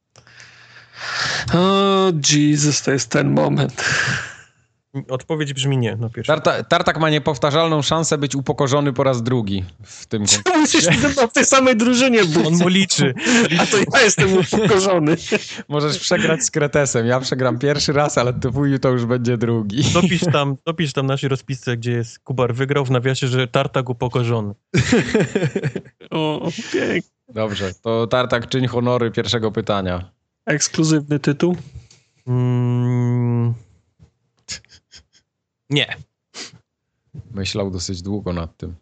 [SPEAKER 2] O, Jesus, to jest ten moment.
[SPEAKER 1] Odpowiedź brzmi nie na pierwszy.
[SPEAKER 3] Tarta, Tartak ma niepowtarzalną szansę być upokorzony po raz drugi w tym konkursie.
[SPEAKER 2] Musisz w tej samej drużynie być.
[SPEAKER 1] On mu liczy.
[SPEAKER 2] A to ja jestem upokorzony.
[SPEAKER 3] Możesz przegrać z Kretesem. Ja przegram pierwszy raz, ale twój to już będzie drugi.
[SPEAKER 1] Dopisz tam, dopisz tam naszej rozpisce, gdzie jest Kubar wygrał, w nawiasie, że Tartak upokorzony.
[SPEAKER 2] O, pięknie.
[SPEAKER 3] Dobrze, to Tartak, czyń honory pierwszego pytania.
[SPEAKER 2] Ekskluzywny tytuł?
[SPEAKER 1] Mm... Nie.
[SPEAKER 3] Myślał dosyć długo nad tym.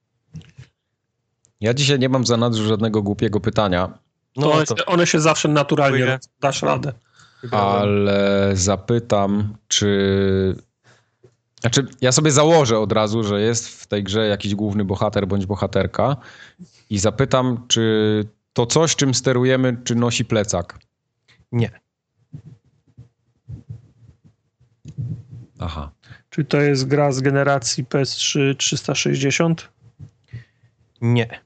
[SPEAKER 3] Ja dzisiaj nie mam w zanadrzu żadnego głupiego pytania.
[SPEAKER 2] No one, to... się, one się zawsze naturalnie robią. Dasz radę.
[SPEAKER 3] Ale zapytam, czy... Znaczy, ja sobie założę od razu, że jest w tej grze jakiś główny bohater bądź bohaterka i zapytam, czy to coś, czym sterujemy, czy nosi plecak?
[SPEAKER 1] Nie.
[SPEAKER 3] Aha.
[SPEAKER 2] Czy to jest gra z generacji P S trzy trzysta sześćdziesiąt?
[SPEAKER 1] Nie.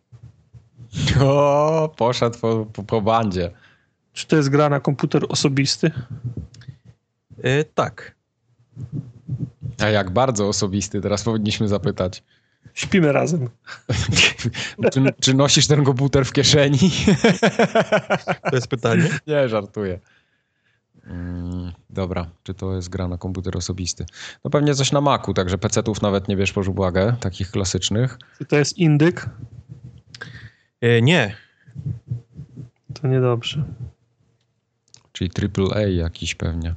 [SPEAKER 3] O, poszedł po, po, po bandzie.
[SPEAKER 2] Czy to jest gra na komputer osobisty?
[SPEAKER 1] Yy, tak.
[SPEAKER 3] A jak bardzo osobisty, teraz powinniśmy zapytać.
[SPEAKER 2] Śpimy razem.
[SPEAKER 3] czy, czy nosisz ten komputer w kieszeni?
[SPEAKER 1] To jest pytanie?
[SPEAKER 3] Nie, żartuję. Mm, dobra, czy to jest gra na komputer osobisty? No pewnie coś na Macu, także pecetów nawet nie bierz pod uwagę, takich klasycznych.
[SPEAKER 2] Czy to jest indyk?
[SPEAKER 1] Yy, nie.
[SPEAKER 2] To niedobrze.
[SPEAKER 3] Czyli triple A jakiś pewnie.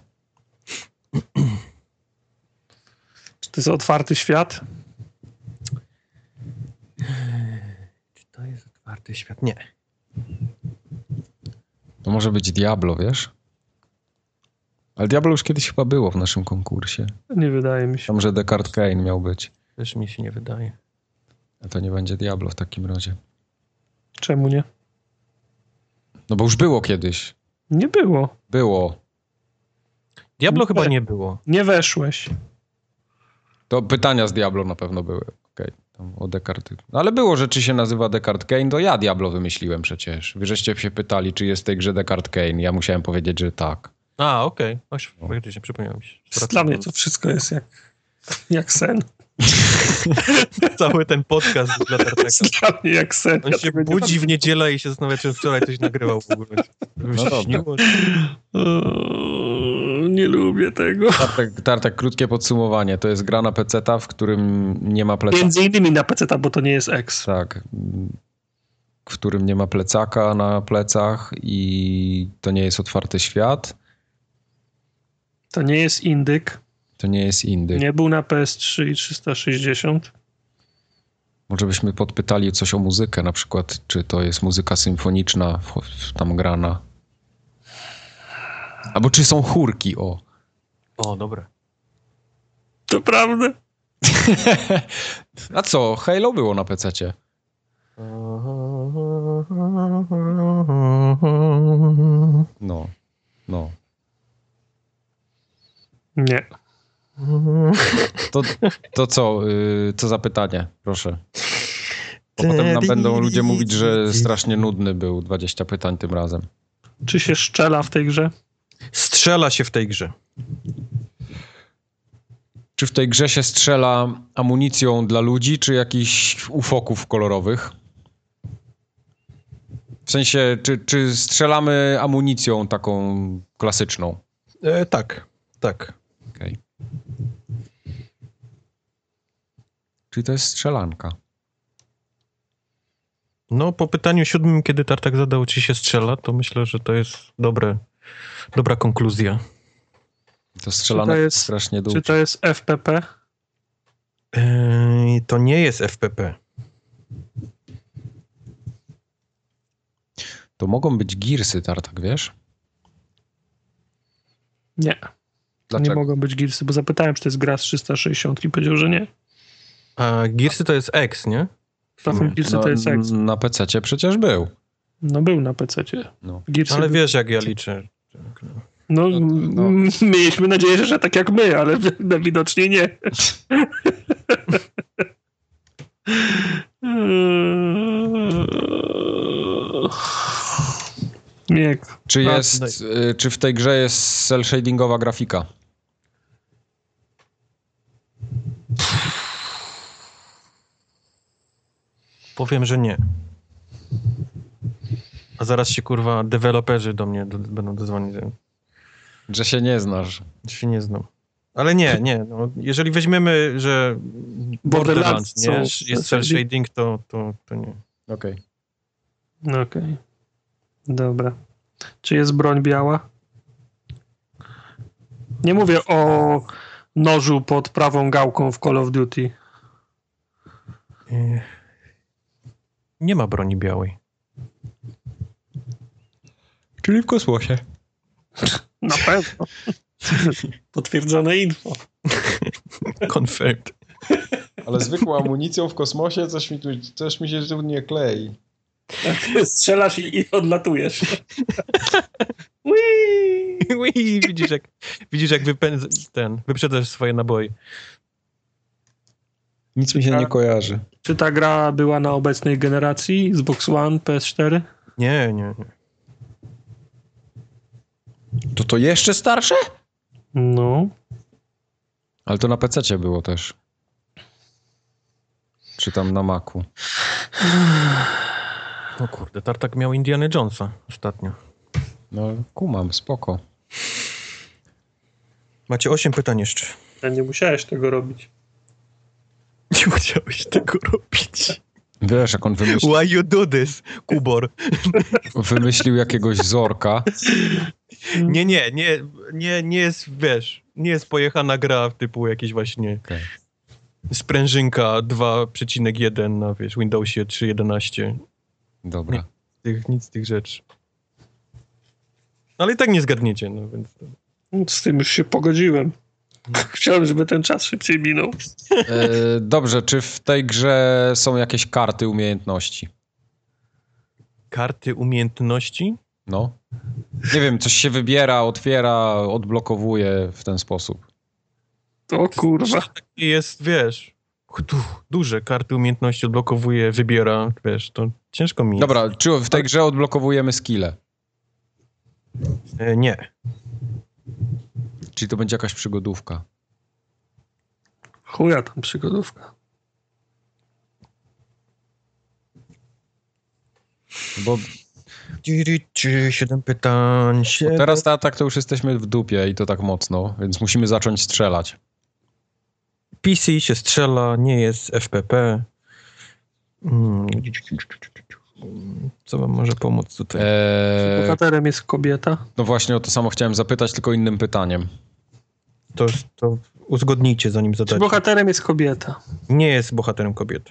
[SPEAKER 2] Czy to jest otwarty świat?
[SPEAKER 1] Czy to jest otwarty świat? Nie.
[SPEAKER 3] To może być Diablo, wiesz? Ale Diablo już kiedyś chyba było w naszym konkursie.
[SPEAKER 2] Nie wydaje mi się.
[SPEAKER 3] Tam, że Deckard Cain miał być.
[SPEAKER 1] Też mi się nie wydaje.
[SPEAKER 3] A to nie będzie Diablo w takim razie.
[SPEAKER 2] Czemu nie?
[SPEAKER 3] No bo już było kiedyś.
[SPEAKER 2] Nie było.
[SPEAKER 3] Było.
[SPEAKER 1] Diablo
[SPEAKER 2] nie,
[SPEAKER 1] chyba nie było.
[SPEAKER 2] Nie weszłeś.
[SPEAKER 3] To pytania z Diablo na pewno były. Okej, okay. O Deckard. No ale było, że czy się nazywa Deckard Cain, to ja Diablo wymyśliłem przecież. Wy żeście się pytali, czy jest w tej grze Deckard Cain. Ja musiałem powiedzieć, że tak.
[SPEAKER 1] A, okej. Okay. Faktycznie przypomniałem się.
[SPEAKER 2] Dla mnie to wszystko jest jak, jak sen.
[SPEAKER 1] Cały ten podcast dla Tartaka.
[SPEAKER 2] Dla mnie jak sen.
[SPEAKER 1] On
[SPEAKER 2] ja
[SPEAKER 1] się budzi w niedzielę i się zastanawia, czy wczoraj coś nagrywał w ogóle.
[SPEAKER 3] No dobra.
[SPEAKER 1] Śniło.
[SPEAKER 2] Nie lubię tego.
[SPEAKER 3] Tartek, Tartek, krótkie podsumowanie. To jest gra na peceta, w którym nie ma plecaka.
[SPEAKER 2] Między innymi na peceta, bo to nie jest X.
[SPEAKER 3] Tak. W którym nie ma plecaka na plecach i to nie jest otwarty świat.
[SPEAKER 2] To nie jest indyk.
[SPEAKER 3] To nie jest indyk.
[SPEAKER 2] Nie był na P S trzy i trzysta sześćdziesiąt.
[SPEAKER 3] Może byśmy podpytali coś o muzykę, na przykład, czy to jest muzyka symfoniczna tam grana. Albo czy są chórki, o.
[SPEAKER 1] O, dobra.
[SPEAKER 2] To prawda.
[SPEAKER 3] A co? Halo było na pececie. No, no.
[SPEAKER 2] Nie.
[SPEAKER 3] To, to co? Yy, co za pytanie? Proszę. Bo potem nam będą ludzie mówić, że strasznie nudny był, dwadzieścia pytań tym razem.
[SPEAKER 2] Czy się strzela w tej grze?
[SPEAKER 1] Strzela się w tej grze.
[SPEAKER 3] Czy w tej grze się strzela amunicją dla ludzi, czy jakichś ufoków kolorowych? W sensie, czy, czy strzelamy amunicją taką klasyczną?
[SPEAKER 1] E, tak, tak.
[SPEAKER 3] Okej. Czyli to jest strzelanka.
[SPEAKER 1] No, po pytaniu siódmym, kiedy Tartak zadał, czy się strzela, to myślę, że to jest dobre, dobra konkluzja.
[SPEAKER 3] To strzelane jest strasznie długo.
[SPEAKER 2] Czy to jest F P P?
[SPEAKER 1] Yy, to nie jest F P P.
[SPEAKER 3] To mogą być Gearsy, Tartak, wiesz?
[SPEAKER 2] Nie. Dlaczego? Nie mogą być Gearsy, bo zapytałem, czy to jest gra z trzysta sześćdziesiąt i powiedział, że nie.
[SPEAKER 1] A Gearsy to jest X, nie?
[SPEAKER 2] Gearsy
[SPEAKER 3] no,
[SPEAKER 2] to jest X.
[SPEAKER 3] Na pececie przecież był.
[SPEAKER 2] No był na pececie.
[SPEAKER 3] No.
[SPEAKER 1] Ale był... wiesz, jak ja liczę.
[SPEAKER 2] No, no, no. Mieliśmy nadzieję, że tak jak my, ale widocznie nie. Nie.
[SPEAKER 3] Czy jest, czy w tej grze jest cel shadingowa grafika?
[SPEAKER 1] Powiem, że nie. A zaraz się, kurwa, deweloperzy do mnie do, będą dodzwonić.
[SPEAKER 3] Że się nie znasz.
[SPEAKER 1] Że się nie znam. Ale nie, nie. No, jeżeli weźmiemy, że Borderlands nie, jest cel shading, to, to, to nie.
[SPEAKER 3] Okej.
[SPEAKER 2] Okay. Okej. Okay. Dobra. Czy jest broń biała? Nie mówię o nożu pod prawą gałką w Call of Duty.
[SPEAKER 1] Nie ma broni białej.
[SPEAKER 3] Czyli w kosmosie.
[SPEAKER 2] Na pewno. Potwierdzone info.
[SPEAKER 1] Confirmed.
[SPEAKER 3] Ale zwykłą amunicją w kosmosie coś mi, tu, coś mi się tu nie klei.
[SPEAKER 2] Strzelasz i, i odlatujesz.
[SPEAKER 1] Wii! Wii! Widzisz, jak, widzisz, jak wypędz, ten, wyprzedzasz swoje naboje.
[SPEAKER 3] Nic mi się nie kojarzy.
[SPEAKER 2] Czy ta gra była na obecnej generacji? Xbox One, P S cztery?
[SPEAKER 1] Nie, nie, nie.
[SPEAKER 3] To to jeszcze starsze?
[SPEAKER 2] No.
[SPEAKER 3] Ale to na pececie było też. Czy tam na Macu?
[SPEAKER 1] No kurde, Tartak miał Indiana Jonesa ostatnio.
[SPEAKER 3] No kumam, spoko.
[SPEAKER 1] Macie osiem pytań jeszcze.
[SPEAKER 2] Ja nie musiałeś tego robić.
[SPEAKER 1] Nie musiałeś tego robić.
[SPEAKER 3] Wiesz, jak on wymyślił...
[SPEAKER 1] Why you do this, Kubor?
[SPEAKER 3] Wymyślił jakiegoś Zorka.
[SPEAKER 1] Nie, nie, nie, nie, nie jest, wiesz, nie jest pojechana gra typu jakieś właśnie okay. sprężynka dwa przecinek jeden na, wiesz, Windowsie trzy jedenaście.
[SPEAKER 3] Dobra.
[SPEAKER 1] Nic z tych, nic z tych rzeczy. Ale i tak nie zgadniecie, no więc...
[SPEAKER 2] Z tym już się pogodziłem. Chciałem, żeby ten czas szybciej minął.
[SPEAKER 3] E, dobrze, czy w tej grze są jakieś karty umiejętności?
[SPEAKER 1] Karty umiejętności?
[SPEAKER 3] No. Nie wiem, coś się wybiera, otwiera, odblokowuje w ten sposób.
[SPEAKER 2] To kurwa.
[SPEAKER 1] Takie jest, wiesz, duże karty umiejętności odblokowuje, wybiera, wiesz, to ciężko mi jest.
[SPEAKER 3] Dobra, czy w tej grze odblokowujemy skille?
[SPEAKER 1] E, nie.
[SPEAKER 3] Czyli to będzie jakaś przygodówka.
[SPEAKER 2] Chuja tam przygodówka.
[SPEAKER 3] Bo...
[SPEAKER 1] Siedem pytań. Siedem...
[SPEAKER 3] Teraz ta, tak to już jesteśmy w dupie i to tak mocno, więc musimy zacząć strzelać.
[SPEAKER 1] P C się strzela, nie jest F P P. Hmm. Co wam może pomóc tutaj?
[SPEAKER 2] Eee... Bohaterem jest kobieta?
[SPEAKER 3] No właśnie o to samo chciałem zapytać, tylko innym pytaniem.
[SPEAKER 1] To, to uzgodnijcie, zanim zadacie.
[SPEAKER 2] Czy bohaterem jest kobieta?
[SPEAKER 1] Nie jest bohaterem kobiety.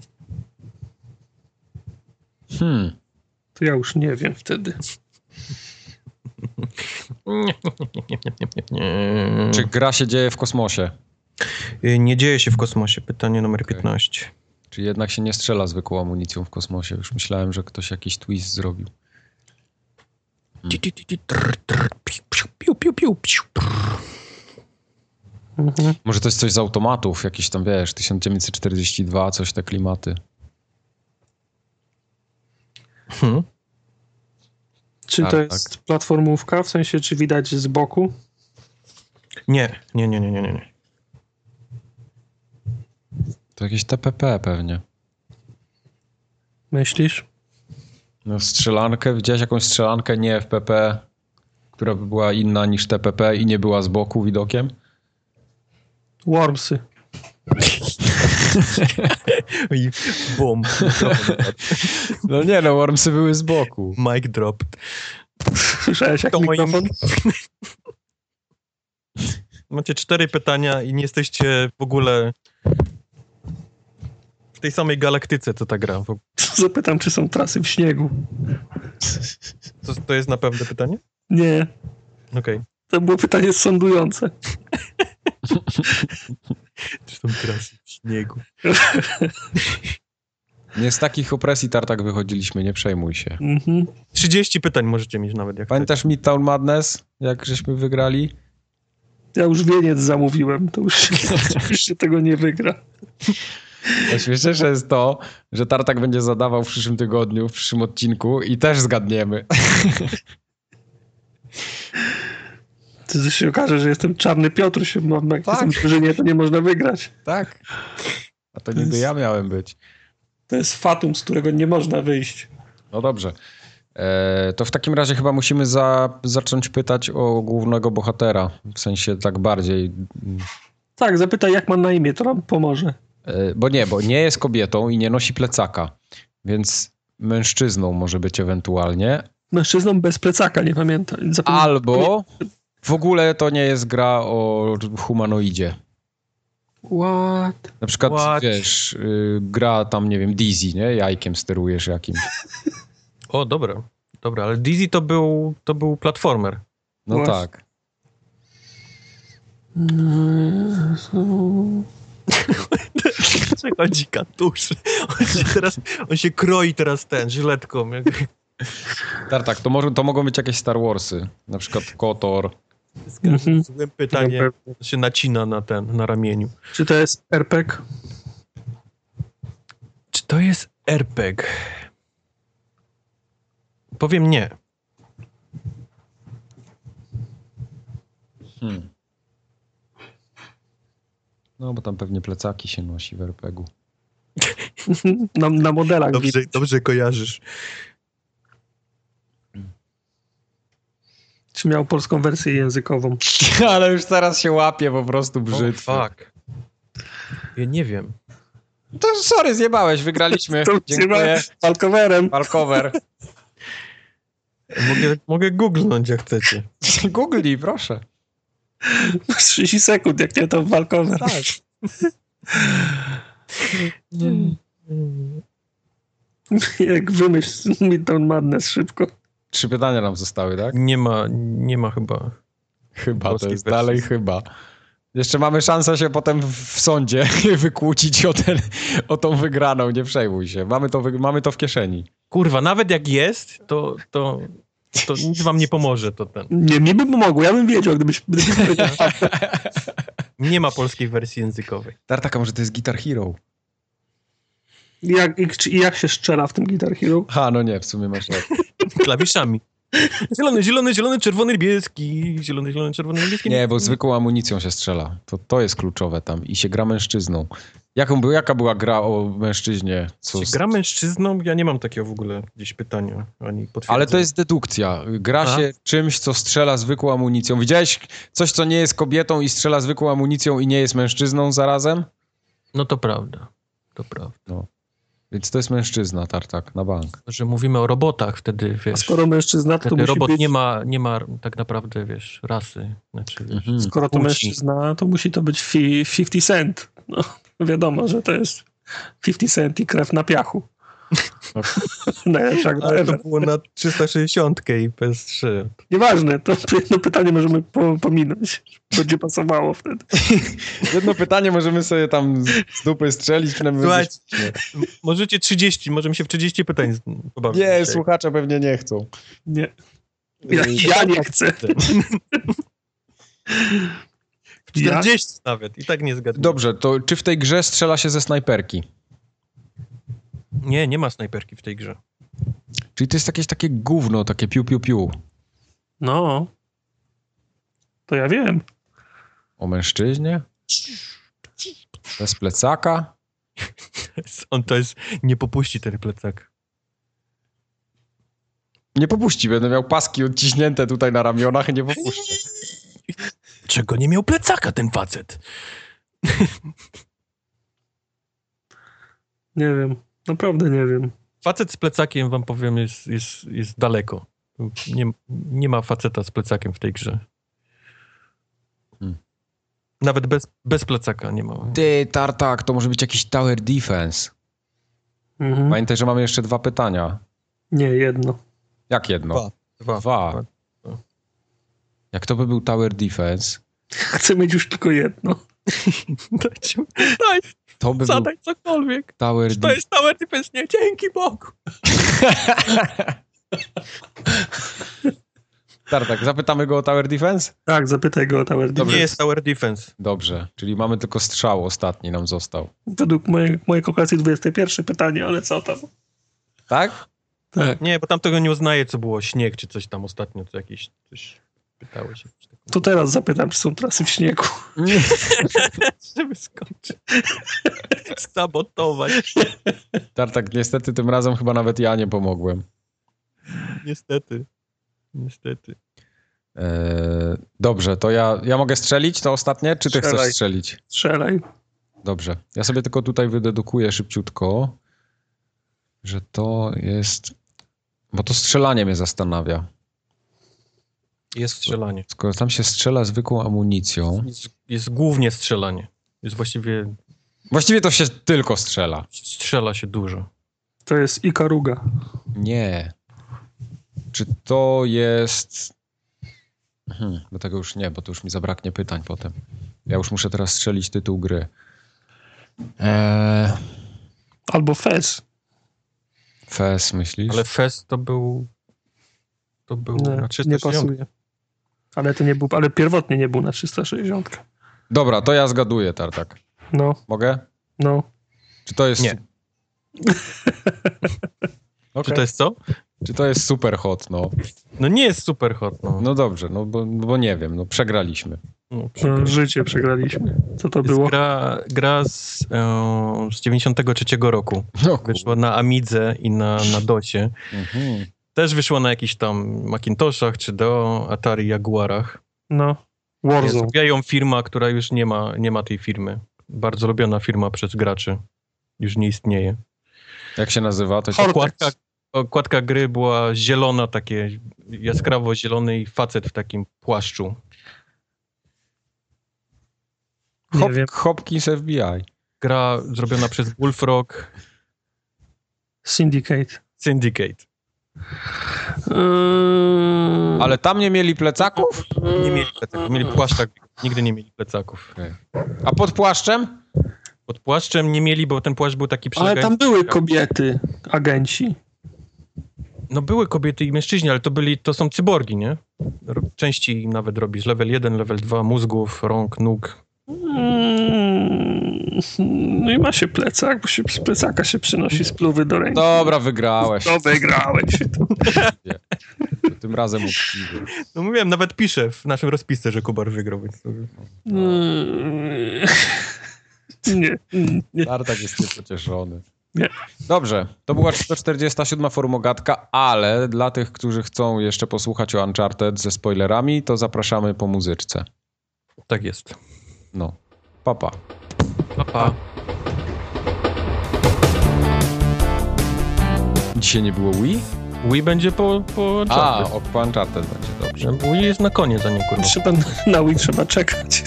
[SPEAKER 3] Hmm.
[SPEAKER 2] To ja już nie wiem wtedy.
[SPEAKER 3] Czy gra się dzieje w kosmosie?
[SPEAKER 1] Nie dzieje się w kosmosie. Pytanie numer okay. piętnaście.
[SPEAKER 3] Czy jednak się nie strzela zwykłą amunicją w kosmosie? Już myślałem, że ktoś jakiś twist zrobił. Hmm. Może to jest coś z automatów, jakieś tam, wiesz, tysiąc dziewięćset czterdzieści dwa, coś te klimaty.
[SPEAKER 1] Hmm.
[SPEAKER 2] Czy
[SPEAKER 3] tak,
[SPEAKER 2] to jest
[SPEAKER 3] tak.
[SPEAKER 2] platformówka? W sensie, czy widać z boku?
[SPEAKER 1] Nie, nie, nie, nie, nie, nie.
[SPEAKER 3] To jakieś T P P pewnie.
[SPEAKER 2] Myślisz?
[SPEAKER 3] No strzelankę, widziałeś jakąś strzelankę nie F P P, która by była inna niż T P P i nie była z boku widokiem?
[SPEAKER 2] Wormsy.
[SPEAKER 1] I bum.
[SPEAKER 3] No nie, no Wormsy były z boku.
[SPEAKER 1] Mic drop.
[SPEAKER 2] Słyszałeś jak
[SPEAKER 1] To moim-
[SPEAKER 2] mikrofon?
[SPEAKER 1] Macie cztery pytania i nie jesteście w ogóle w tej samej galaktyce, co ta gra.
[SPEAKER 2] Zapytam, czy są trasy w śniegu.
[SPEAKER 1] To, to jest naprawdę pytanie?
[SPEAKER 2] Nie.
[SPEAKER 1] Okej. Okay.
[SPEAKER 2] To było pytanie sądujące.
[SPEAKER 1] Czy są trasy w śniegu?
[SPEAKER 3] Nie z takich opresji tartak wychodziliśmy, nie przejmuj się.
[SPEAKER 2] Mhm.
[SPEAKER 1] trzydzieści pytań możecie mieć nawet. Jak
[SPEAKER 3] Pamiętasz Midtown Madness, jak żeśmy wygrali?
[SPEAKER 2] Ja już wieniec zamówiłem, to już, już się tego nie wygra.
[SPEAKER 3] Najśmieszniejsze jest to, że Tartak będzie zadawał w przyszłym tygodniu, w przyszłym odcinku i też zgadniemy.
[SPEAKER 2] To się okaże, że jestem Czarny Piotr, się mam, jak
[SPEAKER 3] Tak.
[SPEAKER 2] jestem że nie, to nie można wygrać.
[SPEAKER 3] Tak. A to niby ja miałem być.
[SPEAKER 2] To jest fatum, z którego nie można wyjść.
[SPEAKER 3] No dobrze. E, to w takim razie chyba musimy za, zacząć pytać o głównego bohatera. W sensie tak bardziej.
[SPEAKER 2] Tak, zapytaj, jak ma na imię, to nam pomoże.
[SPEAKER 3] E, bo nie, bo nie jest kobietą i nie nosi plecaka. Więc mężczyzną może być ewentualnie.
[SPEAKER 2] Mężczyzną bez plecaka, nie pamiętam. Zapomnę...
[SPEAKER 3] Albo w ogóle to nie jest gra o humanoidzie.
[SPEAKER 2] What?
[SPEAKER 3] Na przykład,
[SPEAKER 1] What?
[SPEAKER 3] wiesz, y, gra tam, nie wiem, Dizzy, nie? Jajkiem sterujesz jakimś.
[SPEAKER 1] O, dobra. Dobra, ale Dizzy to był, to był platformer.
[SPEAKER 3] No
[SPEAKER 2] Właśnie.
[SPEAKER 3] tak.
[SPEAKER 1] Chodzi katusz. On się teraz, on się kroi teraz ten, żyletką. Jak...
[SPEAKER 3] Tartak, to, może, to mogą być jakieś Star Warsy. Na przykład KOTOR.
[SPEAKER 2] Mhm.
[SPEAKER 1] Złe pytanie się nacina na ten, na ramieniu.
[SPEAKER 2] Czy to jest er pe gie?
[SPEAKER 1] Czy to jest er pe gie? Powiem nie.
[SPEAKER 3] Hmm. No, bo tam pewnie plecaki się nosi w er pe gie u.
[SPEAKER 2] Na, na modelach.
[SPEAKER 1] Dobrze,
[SPEAKER 2] widać.
[SPEAKER 1] dobrze kojarzysz.
[SPEAKER 2] Czy miał polską wersję językową?
[SPEAKER 3] Ale już teraz się łapie po prostu brzytwy.
[SPEAKER 1] Oh, fuck. Ja nie wiem.
[SPEAKER 3] To sorry, zjebałeś, wygraliśmy.
[SPEAKER 2] To
[SPEAKER 3] Dziękuję.
[SPEAKER 2] Walkowerem.
[SPEAKER 3] Walkover.
[SPEAKER 1] Mogę, mogę googlnąć, jak chcecie.
[SPEAKER 3] Googlij, proszę.
[SPEAKER 2] trzydzieści sekund, jak nie to walkover.
[SPEAKER 3] Tak.
[SPEAKER 2] Jak wymyśl Midtown Madness szybko.
[SPEAKER 3] Trzy pytania nam zostały, tak?
[SPEAKER 1] Nie ma, nie ma chyba.
[SPEAKER 3] Chyba, to
[SPEAKER 1] Polskiej
[SPEAKER 3] jest
[SPEAKER 1] wersji.
[SPEAKER 3] dalej chyba. Jeszcze mamy szansę się potem w sądzie wykłócić o, ten, o tą wygraną, nie przejmuj się. Mamy to, wy- mamy to w kieszeni.
[SPEAKER 1] Kurwa, nawet jak jest, to, to, to nic wam nie pomoże. To ten.
[SPEAKER 2] Nie, mi by pomogło, ja bym wiedział, gdybyś... gdybyś pytał.
[SPEAKER 1] Nie ma polskiej wersji językowej.
[SPEAKER 3] Tartaka, może to jest Guitar Hero?
[SPEAKER 2] Jak, i, czy, I jak się strzela w tym Guitar Hero?
[SPEAKER 3] Ha, no nie, w sumie masz rację.
[SPEAKER 1] Klawiszami. Zielony, zielony, zielony, czerwony, niebieski. Zielony, zielony, czerwony, niebieski.
[SPEAKER 3] Nie, bo zwykłą amunicją się strzela. To, to jest kluczowe tam. I się gra mężczyzną. Jaką, by- jaka była gra o mężczyźnie? Co
[SPEAKER 1] Czy
[SPEAKER 3] z-
[SPEAKER 1] gra mężczyzną? Ja nie mam takiego w ogóle gdzieś pytania, ani potwierdzenia.
[SPEAKER 3] Ale to jest dedukcja. Gra
[SPEAKER 1] A?
[SPEAKER 3] się czymś, co strzela zwykłą amunicją. Widziałeś coś, co nie jest kobietą i strzela zwykłą amunicją i nie jest mężczyzną zarazem?
[SPEAKER 1] No to prawda. To prawda.
[SPEAKER 3] Więc to jest mężczyzna, Tartak, na bank.
[SPEAKER 1] Że mówimy o robotach wtedy,
[SPEAKER 2] A
[SPEAKER 1] wiesz.
[SPEAKER 2] skoro mężczyzna, to, to
[SPEAKER 1] Wtedy
[SPEAKER 2] musi
[SPEAKER 1] robot
[SPEAKER 2] być...
[SPEAKER 1] nie ma, nie ma tak naprawdę, wiesz, rasy. Znaczy, wiesz,
[SPEAKER 3] Mhm.
[SPEAKER 2] Skoro to
[SPEAKER 1] płci.
[SPEAKER 2] mężczyzna, to musi to być fi, pięćdziesiąt cent. No, wiadomo, że to jest pięćdziesiąt cent i krew na piachu. Najlepsza gra
[SPEAKER 1] Ale to
[SPEAKER 2] ever.
[SPEAKER 1] było na trzysta sześćdziesiąt i P S trzy.
[SPEAKER 2] Nieważne, to jedno pytanie możemy po, pominąć. Będzie pasowało wtedy.
[SPEAKER 3] Jedno pytanie możemy sobie tam z dupy strzelić. przynajmniej
[SPEAKER 1] Słuchajcie,
[SPEAKER 3] będzie-
[SPEAKER 1] M- możecie trzydzieści, możemy się w trzydzieści pytań z- pobawić.
[SPEAKER 3] Nie,
[SPEAKER 1] dzisiaj.
[SPEAKER 3] słuchacze pewnie nie chcą.
[SPEAKER 2] Nie. Ja, ja nie chcę.
[SPEAKER 1] W czterdzieści nawet i tak nie zgadzam.
[SPEAKER 3] Dobrze, to czy w tej grze strzela się ze snajperki?
[SPEAKER 1] Nie, nie ma snajperki w tej grze.
[SPEAKER 3] Czy Czyli to jest jakieś takie gówno, takie piu, piu, piu.
[SPEAKER 2] No. To ja wiem.
[SPEAKER 3] O mężczyźnie? Bez plecaka?
[SPEAKER 1] On to jest... Nie popuści ten plecak.
[SPEAKER 3] Nie popuści, będę miał paski odciśnięte tutaj na ramionach i nie popuszczę.
[SPEAKER 1] Czego nie miał plecaka ten facet?
[SPEAKER 2] Nie wiem. Naprawdę nie wiem.
[SPEAKER 1] Facet z plecakiem, wam powiem, jest, jest, jest daleko. Nie, nie ma faceta z plecakiem w tej grze. Hmm. Nawet bez, bez plecaka nie ma.
[SPEAKER 3] Ty, Tartak, to może być jakiś tower defense. Mhm. Pamiętaj, że mamy jeszcze dwa pytania.
[SPEAKER 2] Nie, jedno.
[SPEAKER 3] Jak jedno?
[SPEAKER 1] Dwa. Dwa.
[SPEAKER 3] Dwa. Dwa. Jak to by był tower defense?
[SPEAKER 2] Chcę mieć już tylko jedno.
[SPEAKER 1] Dajcie, daj,
[SPEAKER 3] to by
[SPEAKER 1] zadaj był cokolwiek.
[SPEAKER 3] Tower
[SPEAKER 1] to jest tower defense, nie, dzięki Bogu.
[SPEAKER 3] Tartak, zapytamy go o tower defense?
[SPEAKER 2] Tak, zapytaj go o tower defense.
[SPEAKER 1] To nie jest tower defense.
[SPEAKER 3] Dobrze, czyli mamy tylko strzał ostatni nam został.
[SPEAKER 2] Według mojej, mojej kalkulacji dwudzieste pierwsze pytanie, ale co tam?
[SPEAKER 3] Tak?
[SPEAKER 2] Tak.
[SPEAKER 1] Nie, bo tam tego nie uznaję, co było śnieg, czy coś tam ostatnio, to jakieś coś pytało się.
[SPEAKER 2] To teraz zapytam, czy są trasy w śniegu.
[SPEAKER 1] Żeby skończyć. Sabotować.
[SPEAKER 3] Tartak, niestety tym razem chyba nawet ja nie pomogłem.
[SPEAKER 1] Niestety. Niestety.
[SPEAKER 3] Eee, dobrze, to ja, ja mogę strzelić to ostatnie, czy ty
[SPEAKER 2] Strzelaj.
[SPEAKER 3] chcesz strzelić?
[SPEAKER 2] Strzelaj.
[SPEAKER 3] Dobrze. Ja sobie tylko tutaj wydedukuję szybciutko, że to jest... Bo to strzelanie mnie zastanawia.
[SPEAKER 1] Jest strzelanie.
[SPEAKER 3] Skoro tam się strzela zwykłą amunicją...
[SPEAKER 1] Jest, jest głównie strzelanie. Jest właściwie...
[SPEAKER 3] Właściwie to się tylko strzela.
[SPEAKER 1] Strzela się dużo.
[SPEAKER 2] To jest Ikaruga.
[SPEAKER 3] Nie. Czy to jest... Hmm, do tego już nie, bo to już mi zabraknie pytań potem. Ja już muszę teraz strzelić tytuł gry. Eee...
[SPEAKER 2] Albo Fez.
[SPEAKER 3] Fez, myślisz?
[SPEAKER 1] Ale Fez to był... To był
[SPEAKER 2] nie,
[SPEAKER 1] na trzysta sześćdziesiąt.
[SPEAKER 2] Nie pasuje. Ale to nie był... Ale pierwotnie nie był na trzysta sześćdziesiąt.
[SPEAKER 3] Dobra, to ja zgaduję, Tartak.
[SPEAKER 2] No.
[SPEAKER 3] Mogę?
[SPEAKER 2] No.
[SPEAKER 3] Czy to jest...
[SPEAKER 1] Nie. Okay. Czy to jest co?
[SPEAKER 3] Czy to jest super hot, no?
[SPEAKER 1] No nie jest super hot, no.
[SPEAKER 3] No dobrze, no bo, bo nie wiem, no przegraliśmy.
[SPEAKER 2] No, no, życie przegraliśmy. Co to
[SPEAKER 1] jest
[SPEAKER 2] było?
[SPEAKER 1] Gra, gra z, e, z dziewięćdziesiątego trzeciego roku. No, wyszła na Amidze i na, na dosie. Mhm. Też wyszła na jakichś tam Macintoshach, czy do Atari Jaguarach.
[SPEAKER 2] No. Warzone.
[SPEAKER 1] Zrobiła ją firma, która już nie ma, nie ma tej firmy. Bardzo lubiona firma przez graczy. Już nie istnieje.
[SPEAKER 3] Jak się nazywa? To
[SPEAKER 1] okładka, okładka gry była zielona, takie jaskrawo zielony i facet w takim płaszczu.
[SPEAKER 3] Hop, Hopkins F B I.
[SPEAKER 1] Gra zrobiona przez Bullfrog.
[SPEAKER 2] Syndicate.
[SPEAKER 1] Syndicate.
[SPEAKER 2] Yy...
[SPEAKER 3] Ale tam nie mieli plecaków?
[SPEAKER 1] Nie mieli plecaków. Mieli płaszczak. Nigdy nie mieli plecaków.
[SPEAKER 3] Okay. A pod płaszczem?
[SPEAKER 1] Pod płaszczem nie mieli, bo ten płaszcz był taki przylegający.
[SPEAKER 2] Ale tam były kobiety, agenci.
[SPEAKER 1] No były kobiety i mężczyźni, ale to byli, to są cyborgi, nie? Częściej nawet robisz level jeden, level dwa mózgów, rąk, nóg.
[SPEAKER 2] No i ma się plecak, bo się z plecaka się przynosi spluwy do ręki.
[SPEAKER 3] Dobra, wygrałeś.
[SPEAKER 2] To wygrałeś.
[SPEAKER 3] Nie. Tym razem uczciwy.
[SPEAKER 1] No mówiłem, nawet piszę w naszym rozpisce, że Kubar wygrał, więc to...
[SPEAKER 2] Nie. nie.
[SPEAKER 3] Tartak jest niepocieszony.
[SPEAKER 2] Nie.
[SPEAKER 3] Dobrze, to była sto czterdziesta siódma Forumogatka, ale dla tych, którzy chcą jeszcze posłuchać o Uncharted ze spoilerami, to zapraszamy po muzyczce.
[SPEAKER 1] Tak jest.
[SPEAKER 3] No, papa.
[SPEAKER 1] Papa.
[SPEAKER 3] Dzisiaj nie było Wii?
[SPEAKER 1] Wii będzie po, po Uncharted.
[SPEAKER 3] A, o, po Uncharted będzie, dobrze.
[SPEAKER 1] Wii jest na koniec, a nie kurwa.
[SPEAKER 2] Trzeba, na Wii trzeba czekać.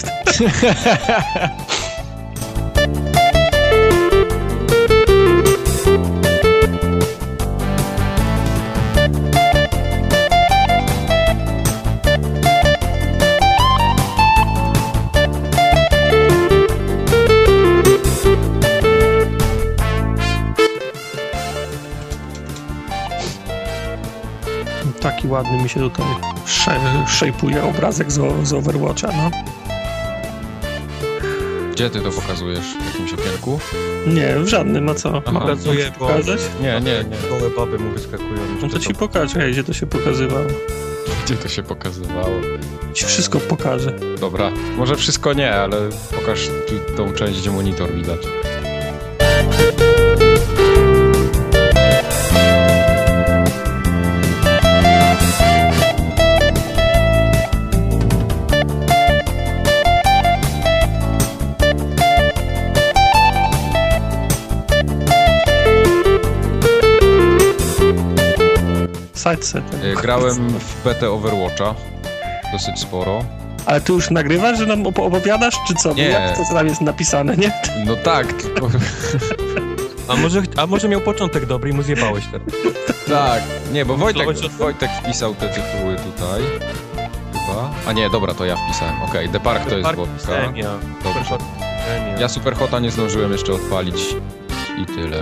[SPEAKER 2] Taki ładny mi się tutaj szejpuje obrazek z, z Overwatcha, no.
[SPEAKER 3] Gdzie ty to pokazujesz? W jakimś okienku?
[SPEAKER 2] Nie, w żadnym, a co?
[SPEAKER 1] Pokazuję, bo...
[SPEAKER 2] pokazać?
[SPEAKER 3] Nie, nie, nie.
[SPEAKER 1] Gołe baby mu wyskakują.
[SPEAKER 2] No to ci pokażę, hej, gdzie to się pokazywało.
[SPEAKER 3] Gdzie to się pokazywało?
[SPEAKER 2] Ci wszystko pokażę.
[SPEAKER 3] Dobra, może wszystko nie, ale pokaż tu tą część, gdzie monitor widać.
[SPEAKER 2] Sideset.
[SPEAKER 3] Grałem w betę Overwatcha dosyć sporo.
[SPEAKER 2] Ale ty już nagrywasz, że nam op- opowiadasz, czy co?
[SPEAKER 3] Nie.
[SPEAKER 2] Jak to tam jest napisane, nie?
[SPEAKER 3] No tak, tylko...
[SPEAKER 1] A może, a może miał początek dobry i mu zjebałeś teraz?
[SPEAKER 3] tak. Nie, bo Wojtek,
[SPEAKER 1] Myślałeś o tym?
[SPEAKER 3] Wojtek wpisał te tytuły tutaj. Chyba. A nie, dobra, to ja wpisałem. Okej, okay, The Park to jest
[SPEAKER 1] Park
[SPEAKER 3] Wodka.
[SPEAKER 1] pisałem ja.
[SPEAKER 3] Dobrze.
[SPEAKER 1] Superhot pisałem ja.
[SPEAKER 3] Ja Superhota nie zdążyłem jeszcze odpalić i tyle.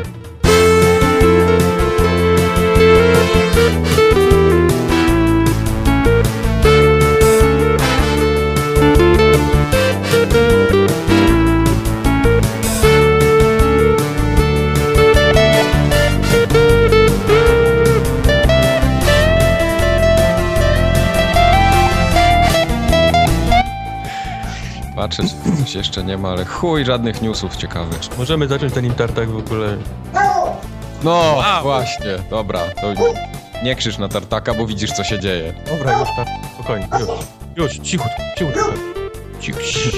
[SPEAKER 3] Patrzę, czy coś jeszcze nie ma, ale chuj, żadnych newsów ciekawych.
[SPEAKER 1] Możemy zacząć ten intertak w ogóle.
[SPEAKER 3] No,
[SPEAKER 1] Wow.
[SPEAKER 3] właśnie, dobra, to nie krzycz na tartaka, bo widzisz, co się dzieje.
[SPEAKER 1] Dobra, już tak, spokojnie, już. Już, cicho, cicho. Cicho.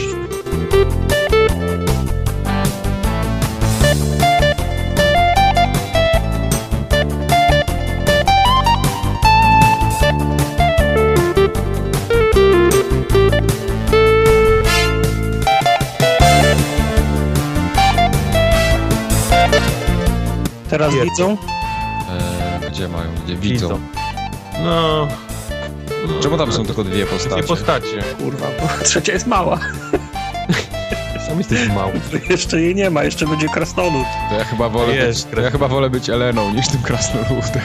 [SPEAKER 2] Teraz
[SPEAKER 1] Wiedzą.
[SPEAKER 2] widzą?
[SPEAKER 3] E, gdzie mają, gdzie widzą?
[SPEAKER 1] Widzą. No...
[SPEAKER 3] Czemu tam są tylko dwie postacie?
[SPEAKER 1] Dwie postacie.
[SPEAKER 2] Kurwa, bo trzecia jest mała.
[SPEAKER 1] Sam jesteś mały.
[SPEAKER 2] Jeszcze jej nie ma, jeszcze będzie krasnolud.
[SPEAKER 3] To ja chyba wolę,
[SPEAKER 1] Jest,
[SPEAKER 3] być, to ja chyba wolę być Eleną niż tym krasnoludem.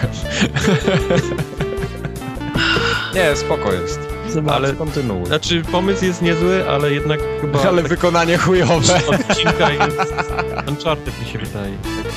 [SPEAKER 3] Nie, spoko jest.
[SPEAKER 2] Zobacz.
[SPEAKER 3] Ale kontynuuj.
[SPEAKER 1] Znaczy, pomysł jest niezły, ale jednak chyba...
[SPEAKER 3] Ale wykonanie chujowe.
[SPEAKER 1] Odcinka jest... Uncharted mi się wydaje.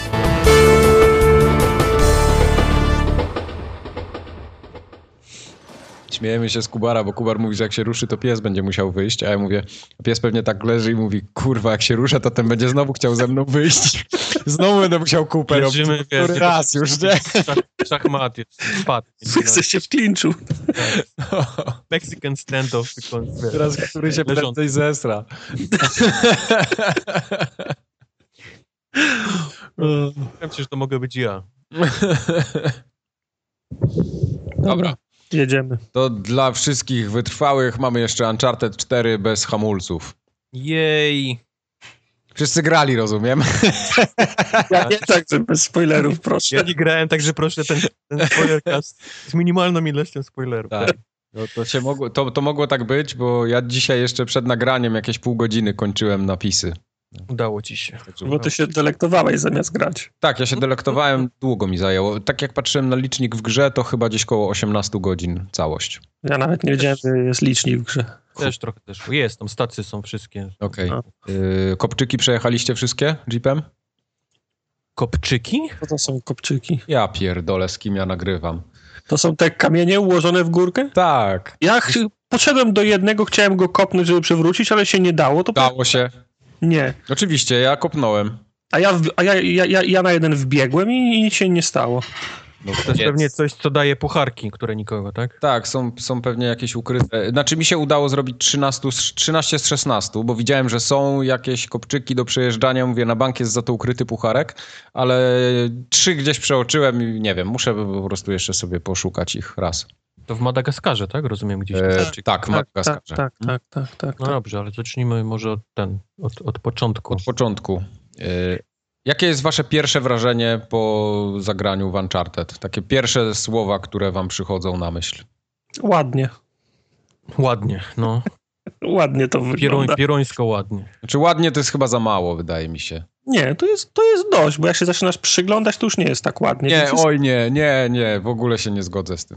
[SPEAKER 3] Śmiejemy się z Kubara, bo Kubar mówi, że jak się ruszy, to pies będzie musiał wyjść, a ja mówię, pies pewnie tak leży i mówi, kurwa, jak się rusza, to ten będzie znowu chciał ze mną wyjść. Znowu będę musiał kupę robić.
[SPEAKER 1] Leżymy, wiesz,
[SPEAKER 3] Który raz już, nie?
[SPEAKER 1] Szach, szachmat jest, spadł.
[SPEAKER 2] Jesteście w klinczu.
[SPEAKER 1] Mexican standoff. Tylko, wiesz,
[SPEAKER 3] Teraz który się
[SPEAKER 1] leżący.
[SPEAKER 3] prędzej zesra.
[SPEAKER 1] Wiem, że to mogę być ja.
[SPEAKER 3] Dobra.
[SPEAKER 2] Jedziemy.
[SPEAKER 3] To dla wszystkich wytrwałych mamy jeszcze Uncharted cztery bez hamulców.
[SPEAKER 1] Jej.
[SPEAKER 3] Wszyscy grali, rozumiem?
[SPEAKER 2] Ja nie tak, że bez spoilerów, proszę.
[SPEAKER 1] Ja nie grałem, także proszę ten, ten spoilercast z minimalną ilością spoilerów.
[SPEAKER 3] Tak. No to, się mogło, to, to mogło tak być, bo ja dzisiaj jeszcze przed nagraniem jakieś pół godziny kończyłem napisy.
[SPEAKER 1] Udało ci się.
[SPEAKER 3] Także,
[SPEAKER 2] Bo ty się delektowałeś zamiast grać.
[SPEAKER 3] tak, ja się delektowałem, długo mi zajęło. Tak jak patrzyłem na licznik w grze, to chyba gdzieś koło osiemnaście godzin całość.
[SPEAKER 2] Ja nawet nie wiedziałem, że jest licznik w grze.
[SPEAKER 1] Też trochę też. Jest, tam stacje są wszystkie.
[SPEAKER 3] Okej.
[SPEAKER 2] No.
[SPEAKER 3] Okay. Kopczyki przejechaliście wszystkie jeepem?
[SPEAKER 1] Kopczyki?
[SPEAKER 2] Co to są kopczyki?
[SPEAKER 3] Ja pierdolę, z kim ja nagrywam.
[SPEAKER 2] To są te kamienie ułożone w górkę?
[SPEAKER 3] Tak.
[SPEAKER 2] Ja ch- podszedłem do jednego, chciałem go kopnąć, żeby przewrócić, ale się nie dało. To
[SPEAKER 3] Dało się.
[SPEAKER 2] Nie.
[SPEAKER 3] Oczywiście, ja kopnąłem.
[SPEAKER 2] A ja, w, a ja, ja, ja, ja na jeden wbiegłem i, i nic się nie stało.
[SPEAKER 3] No,
[SPEAKER 1] To jest pewnie coś, co daje pucharki, które nikogo, tak?
[SPEAKER 3] Tak, są, są pewnie jakieś ukryte. Znaczy mi się udało zrobić trzynaście, z- trzynaście z szesnastu, bo widziałem, że są jakieś kopczyki do przejeżdżania. Mówię, na bank jest za to ukryty pucharek, ale trzy gdzieś przeoczyłem i nie wiem, muszę po prostu jeszcze sobie poszukać ich raz.
[SPEAKER 1] To w Madagaskarze, tak? Rozumiem gdzieś.
[SPEAKER 3] E,
[SPEAKER 1] tam.
[SPEAKER 3] tak, w
[SPEAKER 2] Tak,
[SPEAKER 3] Madagaskarze.
[SPEAKER 2] tak, tak, tak, tak,
[SPEAKER 1] No
[SPEAKER 2] tak.
[SPEAKER 1] dobrze, ale zacznijmy może od ten, od, od początku.
[SPEAKER 3] Od początku. E, Jakie jest wasze pierwsze wrażenie po zagraniu w Uncharted? Takie pierwsze słowa, które wam przychodzą na myśl.
[SPEAKER 2] Ładnie.
[SPEAKER 1] Ładnie, no.
[SPEAKER 2] Ładnie to
[SPEAKER 1] Pieroń,
[SPEAKER 2] wygląda.
[SPEAKER 1] pierońsko ładnie.
[SPEAKER 3] Znaczy ładnie to jest chyba za mało, wydaje mi się.
[SPEAKER 2] Nie, to jest, to jest dość, bo jak się zaczynasz przyglądać, to już nie jest tak ładnie.
[SPEAKER 3] Nie,
[SPEAKER 2] Więc jest,
[SPEAKER 3] oj nie, nie, nie, w ogóle się nie zgodzę z tym.
[SPEAKER 2] no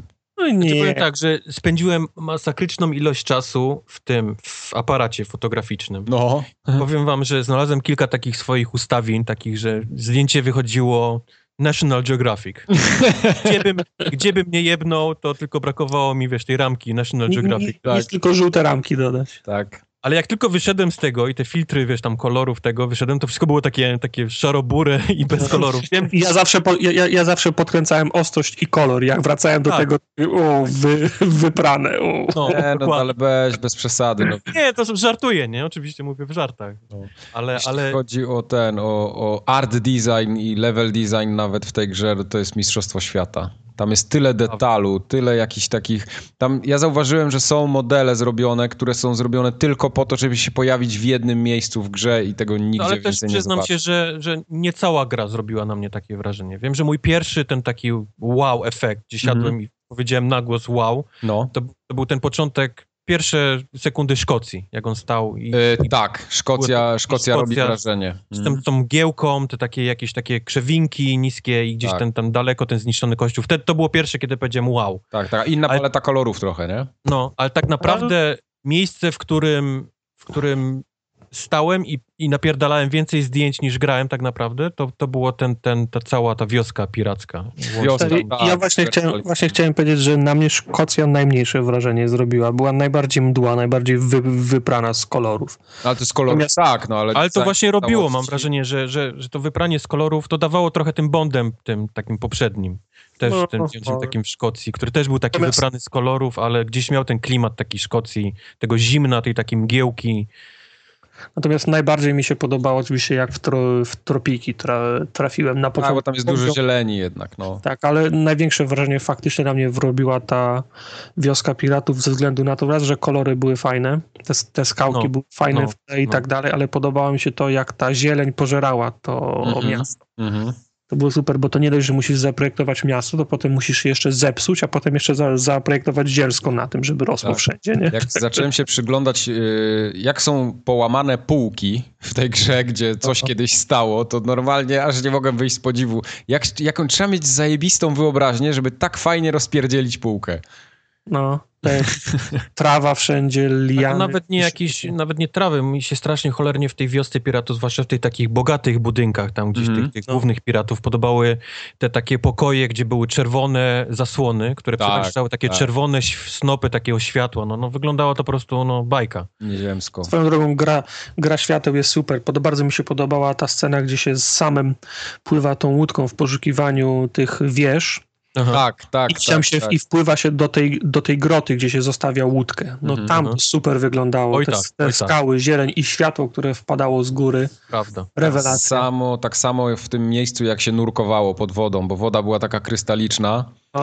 [SPEAKER 2] No nie.
[SPEAKER 1] Znaczy, powiem tak, że spędziłem masakryczną ilość czasu w tym, w aparacie fotograficznym.
[SPEAKER 3] No.
[SPEAKER 1] Powiem wam, że znalazłem kilka takich swoich ustawień, takich, że zdjęcie wychodziło National Geographic. Gdzie bym, gdzie bym nie jebnął, to tylko brakowało mi, wiesz, tej ramki National Geographic.
[SPEAKER 2] Nie, tak. Jest tylko żółte ramki dodać.
[SPEAKER 3] Tak.
[SPEAKER 1] Ale jak tylko wyszedłem z tego i te filtry, wiesz, tam kolorów tego, wyszedłem, to wszystko było takie, takie szarobure i bez kolorów. Wiem,
[SPEAKER 2] ja, zawsze po, ja, ja zawsze podkręcałem ostrość i kolor. Jak wracałem do tak. tego, o, wy, wyprane. O.
[SPEAKER 3] No, nie, no ale bez, bez przesady. No.
[SPEAKER 1] Nie, to żartuję, nie? Oczywiście mówię w żartach. No. Ale,
[SPEAKER 3] Jeśli
[SPEAKER 1] ale...
[SPEAKER 3] chodzi o ten, o, o art design i level design nawet w tej grze, to jest mistrzostwo świata. Tam jest tyle detalu, tyle jakichś takich... Tam ja zauważyłem, że są modele zrobione, które są zrobione tylko po to, żeby się pojawić w jednym miejscu w grze i tego nigdzie
[SPEAKER 1] no, ale
[SPEAKER 3] więcej
[SPEAKER 1] też
[SPEAKER 3] nie
[SPEAKER 1] przyznam
[SPEAKER 3] zobaczyć.
[SPEAKER 1] się, że, że nie cała gra zrobiła na mnie takie wrażenie. Wiem, że mój pierwszy ten taki wow efekt, gdzie siadłem mm-hmm. i powiedziałem na głos wow, no. to, to był ten początek, pierwsze sekundy Szkocji, jak on stał. I,
[SPEAKER 3] yy,
[SPEAKER 1] i
[SPEAKER 3] tak, Szkocja, Szkocja robi wrażenie.
[SPEAKER 1] Z tą, tą mgiełką, te takie jakieś takie krzewinki niskie i gdzieś tak. ten tam daleko, ten zniszczony kościół. Wtedy to było pierwsze, kiedy powiedziałem wow.
[SPEAKER 3] Tak, tak, inna ale, paleta kolorów trochę, nie?
[SPEAKER 1] No, ale tak naprawdę ale... miejsce, w którym, w którym stałem i, i napierdalałem więcej zdjęć niż grałem tak naprawdę, to, to było ten, ten, ta cała ta wioska piracka.
[SPEAKER 2] Wioska, tak, ja właśnie chciałem, właśnie chciałem powiedzieć, że na mnie Szkocja najmniejsze wrażenie zrobiła. Była najbardziej mdła, najbardziej wy, wyprana z kolorów.
[SPEAKER 3] No, ale to z kolorów Natomiast... tak, no ale...
[SPEAKER 1] Ale to właśnie robiło, mam wrażenie, że, że, że to wypranie z kolorów to dawało trochę tym Bondem, tym takim poprzednim. Też no, tym, tym no. takim w Szkocji, który też był taki Natomiast... wyprany z kolorów, ale gdzieś miał ten klimat taki Szkocji, tego zimna, tej takiej mgiełki.
[SPEAKER 2] Natomiast najbardziej mi się podobało oczywiście jak w, tro, w tropiki tra, trafiłem na początku.
[SPEAKER 3] Tak, bo tam jest dużo zieleni jednak, no.
[SPEAKER 2] Tak, ale największe wrażenie faktycznie na mnie wrobiła ta wioska piratów ze względu na to raz, że kolory były fajne, te, te skałki no, były fajne no, w tle i no. tak dalej, ale podobało mi się to, jak ta zieleń pożerała to mm-hmm, miasto. Mm-hmm. To było super, bo to nie dość, że musisz zaprojektować miasto, to potem musisz jeszcze zepsuć, a potem jeszcze za, zaprojektować zielsko na tym, żeby rosło tak. wszędzie. Nie?
[SPEAKER 3] Jak zacząłem się przyglądać, jak są połamane półki w tej grze, gdzie coś Aha. kiedyś stało, to normalnie aż nie mogłem wyjść z podziwu. Jak, jaką trzeba mieć zajebistą wyobraźnię, żeby tak fajnie rozpierdzielić półkę.
[SPEAKER 2] No, te trawa wszędzie, liany.
[SPEAKER 1] Nawet nie jakieś, nawet nie trawy. Mi się strasznie cholernie w tej wiosce piratów, zwłaszcza w tych takich bogatych budynkach, tam gdzieś mm-hmm. tych, tych no. głównych piratów, podobały te takie pokoje, gdzie były czerwone zasłony, które tak, przepuszczały takie tak. czerwone snopy takiego światła. No, no wyglądało to po prostu no, bajka.
[SPEAKER 3] Nieziemsko.
[SPEAKER 2] Swoją drogą gra, gra świateł jest super. Pod, bardzo mi się podobała ta scena, gdzie się z samym pływa tą łódką w poszukiwaniu tych wież.
[SPEAKER 3] Aha. Tak, tak.
[SPEAKER 2] I, tak, się,
[SPEAKER 3] tak.
[SPEAKER 2] I wpływa się do tej, do tej groty, gdzie się zostawia łódkę. No mm-hmm. tam to super wyglądało.
[SPEAKER 1] Oj
[SPEAKER 2] te
[SPEAKER 1] tak,
[SPEAKER 2] te
[SPEAKER 1] oj
[SPEAKER 2] skały, tak. zieleń i światło, które wpadało z góry.
[SPEAKER 1] Prawda.
[SPEAKER 2] Rewelacja.
[SPEAKER 3] Tak samo, tak samo w tym miejscu, jak się nurkowało pod wodą, bo woda była taka krystaliczna,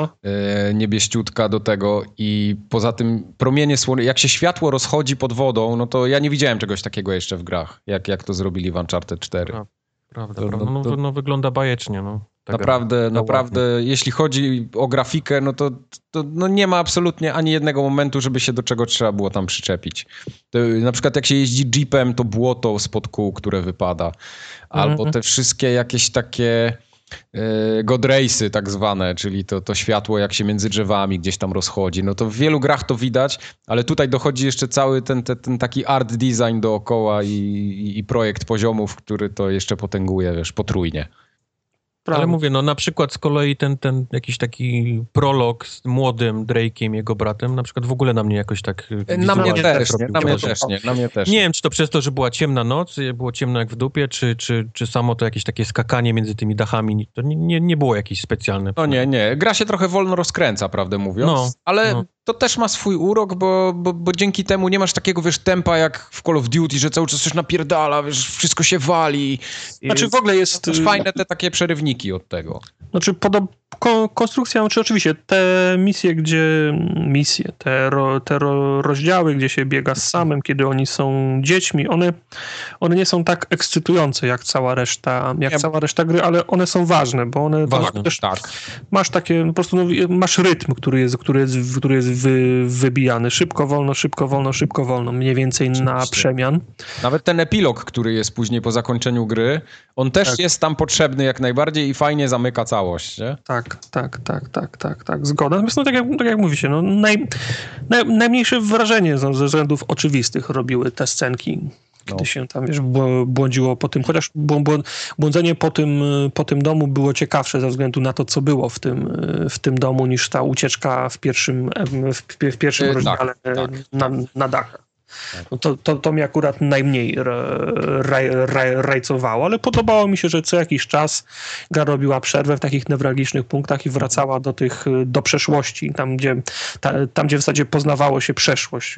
[SPEAKER 3] e, niebieściutka do tego i poza tym promienie słoneczne, jak się światło rozchodzi pod wodą, no to ja nie widziałem czegoś takiego jeszcze w grach, jak, jak to zrobili w Uncharted cztery.
[SPEAKER 1] Prawda, prawda. To, prawda. No, to... no wygląda bajecznie, no. Tak
[SPEAKER 3] naprawdę, naprawdę, ładnie. Jeśli chodzi o grafikę, no to, to no nie ma absolutnie ani jednego momentu, żeby się do czego trzeba było tam przyczepić. To, na przykład jak się jeździ jeepem, to błoto spod kół, które wypada. Albo mm-hmm. te wszystkie jakieś takie e, god race'y tak zwane, czyli to, to światło jak się między drzewami gdzieś tam rozchodzi. No to w wielu grach to widać, ale tutaj dochodzi jeszcze cały ten, ten, ten taki art design dookoła i, i, i projekt poziomów, który to jeszcze potęguje, wiesz, potrójnie.
[SPEAKER 1] Prawda. Ale mówię, no na przykład z kolei ten, ten jakiś taki prolog z młodym Drake'iem, jego bratem, na przykład w ogóle na mnie jakoś tak...
[SPEAKER 3] Na mnie też, nie, na mnie też nie, na mnie też
[SPEAKER 1] nie. Nie wiem, czy to przez to, że była ciemna noc, było ciemno jak w dupie, czy, czy, czy samo to jakieś takie skakanie między tymi dachami, to nie, nie, nie było jakieś specjalne.
[SPEAKER 3] No nie, nie, gra się trochę wolno rozkręca, prawdę mówiąc, no, ale... No. To też ma swój urok, bo, bo, bo dzięki temu nie masz takiego, wiesz, tempa jak w Call of Duty, że cały czas coś napierdala, wiesz, wszystko się wali.
[SPEAKER 2] Znaczy w ogóle jest...
[SPEAKER 3] Też fajne te takie przerywniki od tego.
[SPEAKER 2] Znaczy podob... Ko- konstrukcja, czy oczywiście te misje, gdzie... Misje, te, ro, te ro, rozdziały, gdzie się biega z samym, kiedy oni są dziećmi, one, one nie są tak ekscytujące jak cała reszta, jak ja... cała reszta gry, ale one są ważne, bo one...
[SPEAKER 3] Ważne,
[SPEAKER 2] też
[SPEAKER 3] tak.
[SPEAKER 2] Masz takie, po prostu no, masz rytm, który jest, który jest, który jest wy, wybijany. Szybko, wolno, szybko, wolno, szybko, wolno. Mniej więcej Oczywiście. na przemian.
[SPEAKER 3] Nawet ten epilog, który jest później po zakończeniu gry, on też tak. jest tam potrzebny jak najbardziej i fajnie zamyka całość, nie?
[SPEAKER 2] Tak, tak, tak, tak, tak, tak. Zgoda. Natomiast no, tak, jak, tak jak mówicie, no, naj, naj, najmniejsze wrażenie no, ze względów oczywistych robiły te scenki. Kiedy no. się tam, wiesz, błądziło po tym, chociaż błądzenie po tym, po tym domu było ciekawsze ze względu na to, co było w tym, w tym domu, niż ta ucieczka w pierwszym, w, w pierwszym yy, rozdziale tak, tak, na, na dachach. No to, to, to mnie akurat najmniej raj, raj, rajcowało, ale podobało mi się, że co jakiś czas gra robiła przerwę w takich newralgicznych punktach i wracała do tych, do przeszłości, tam gdzie, ta, tam, gdzie w zasadzie poznawało się przeszłość,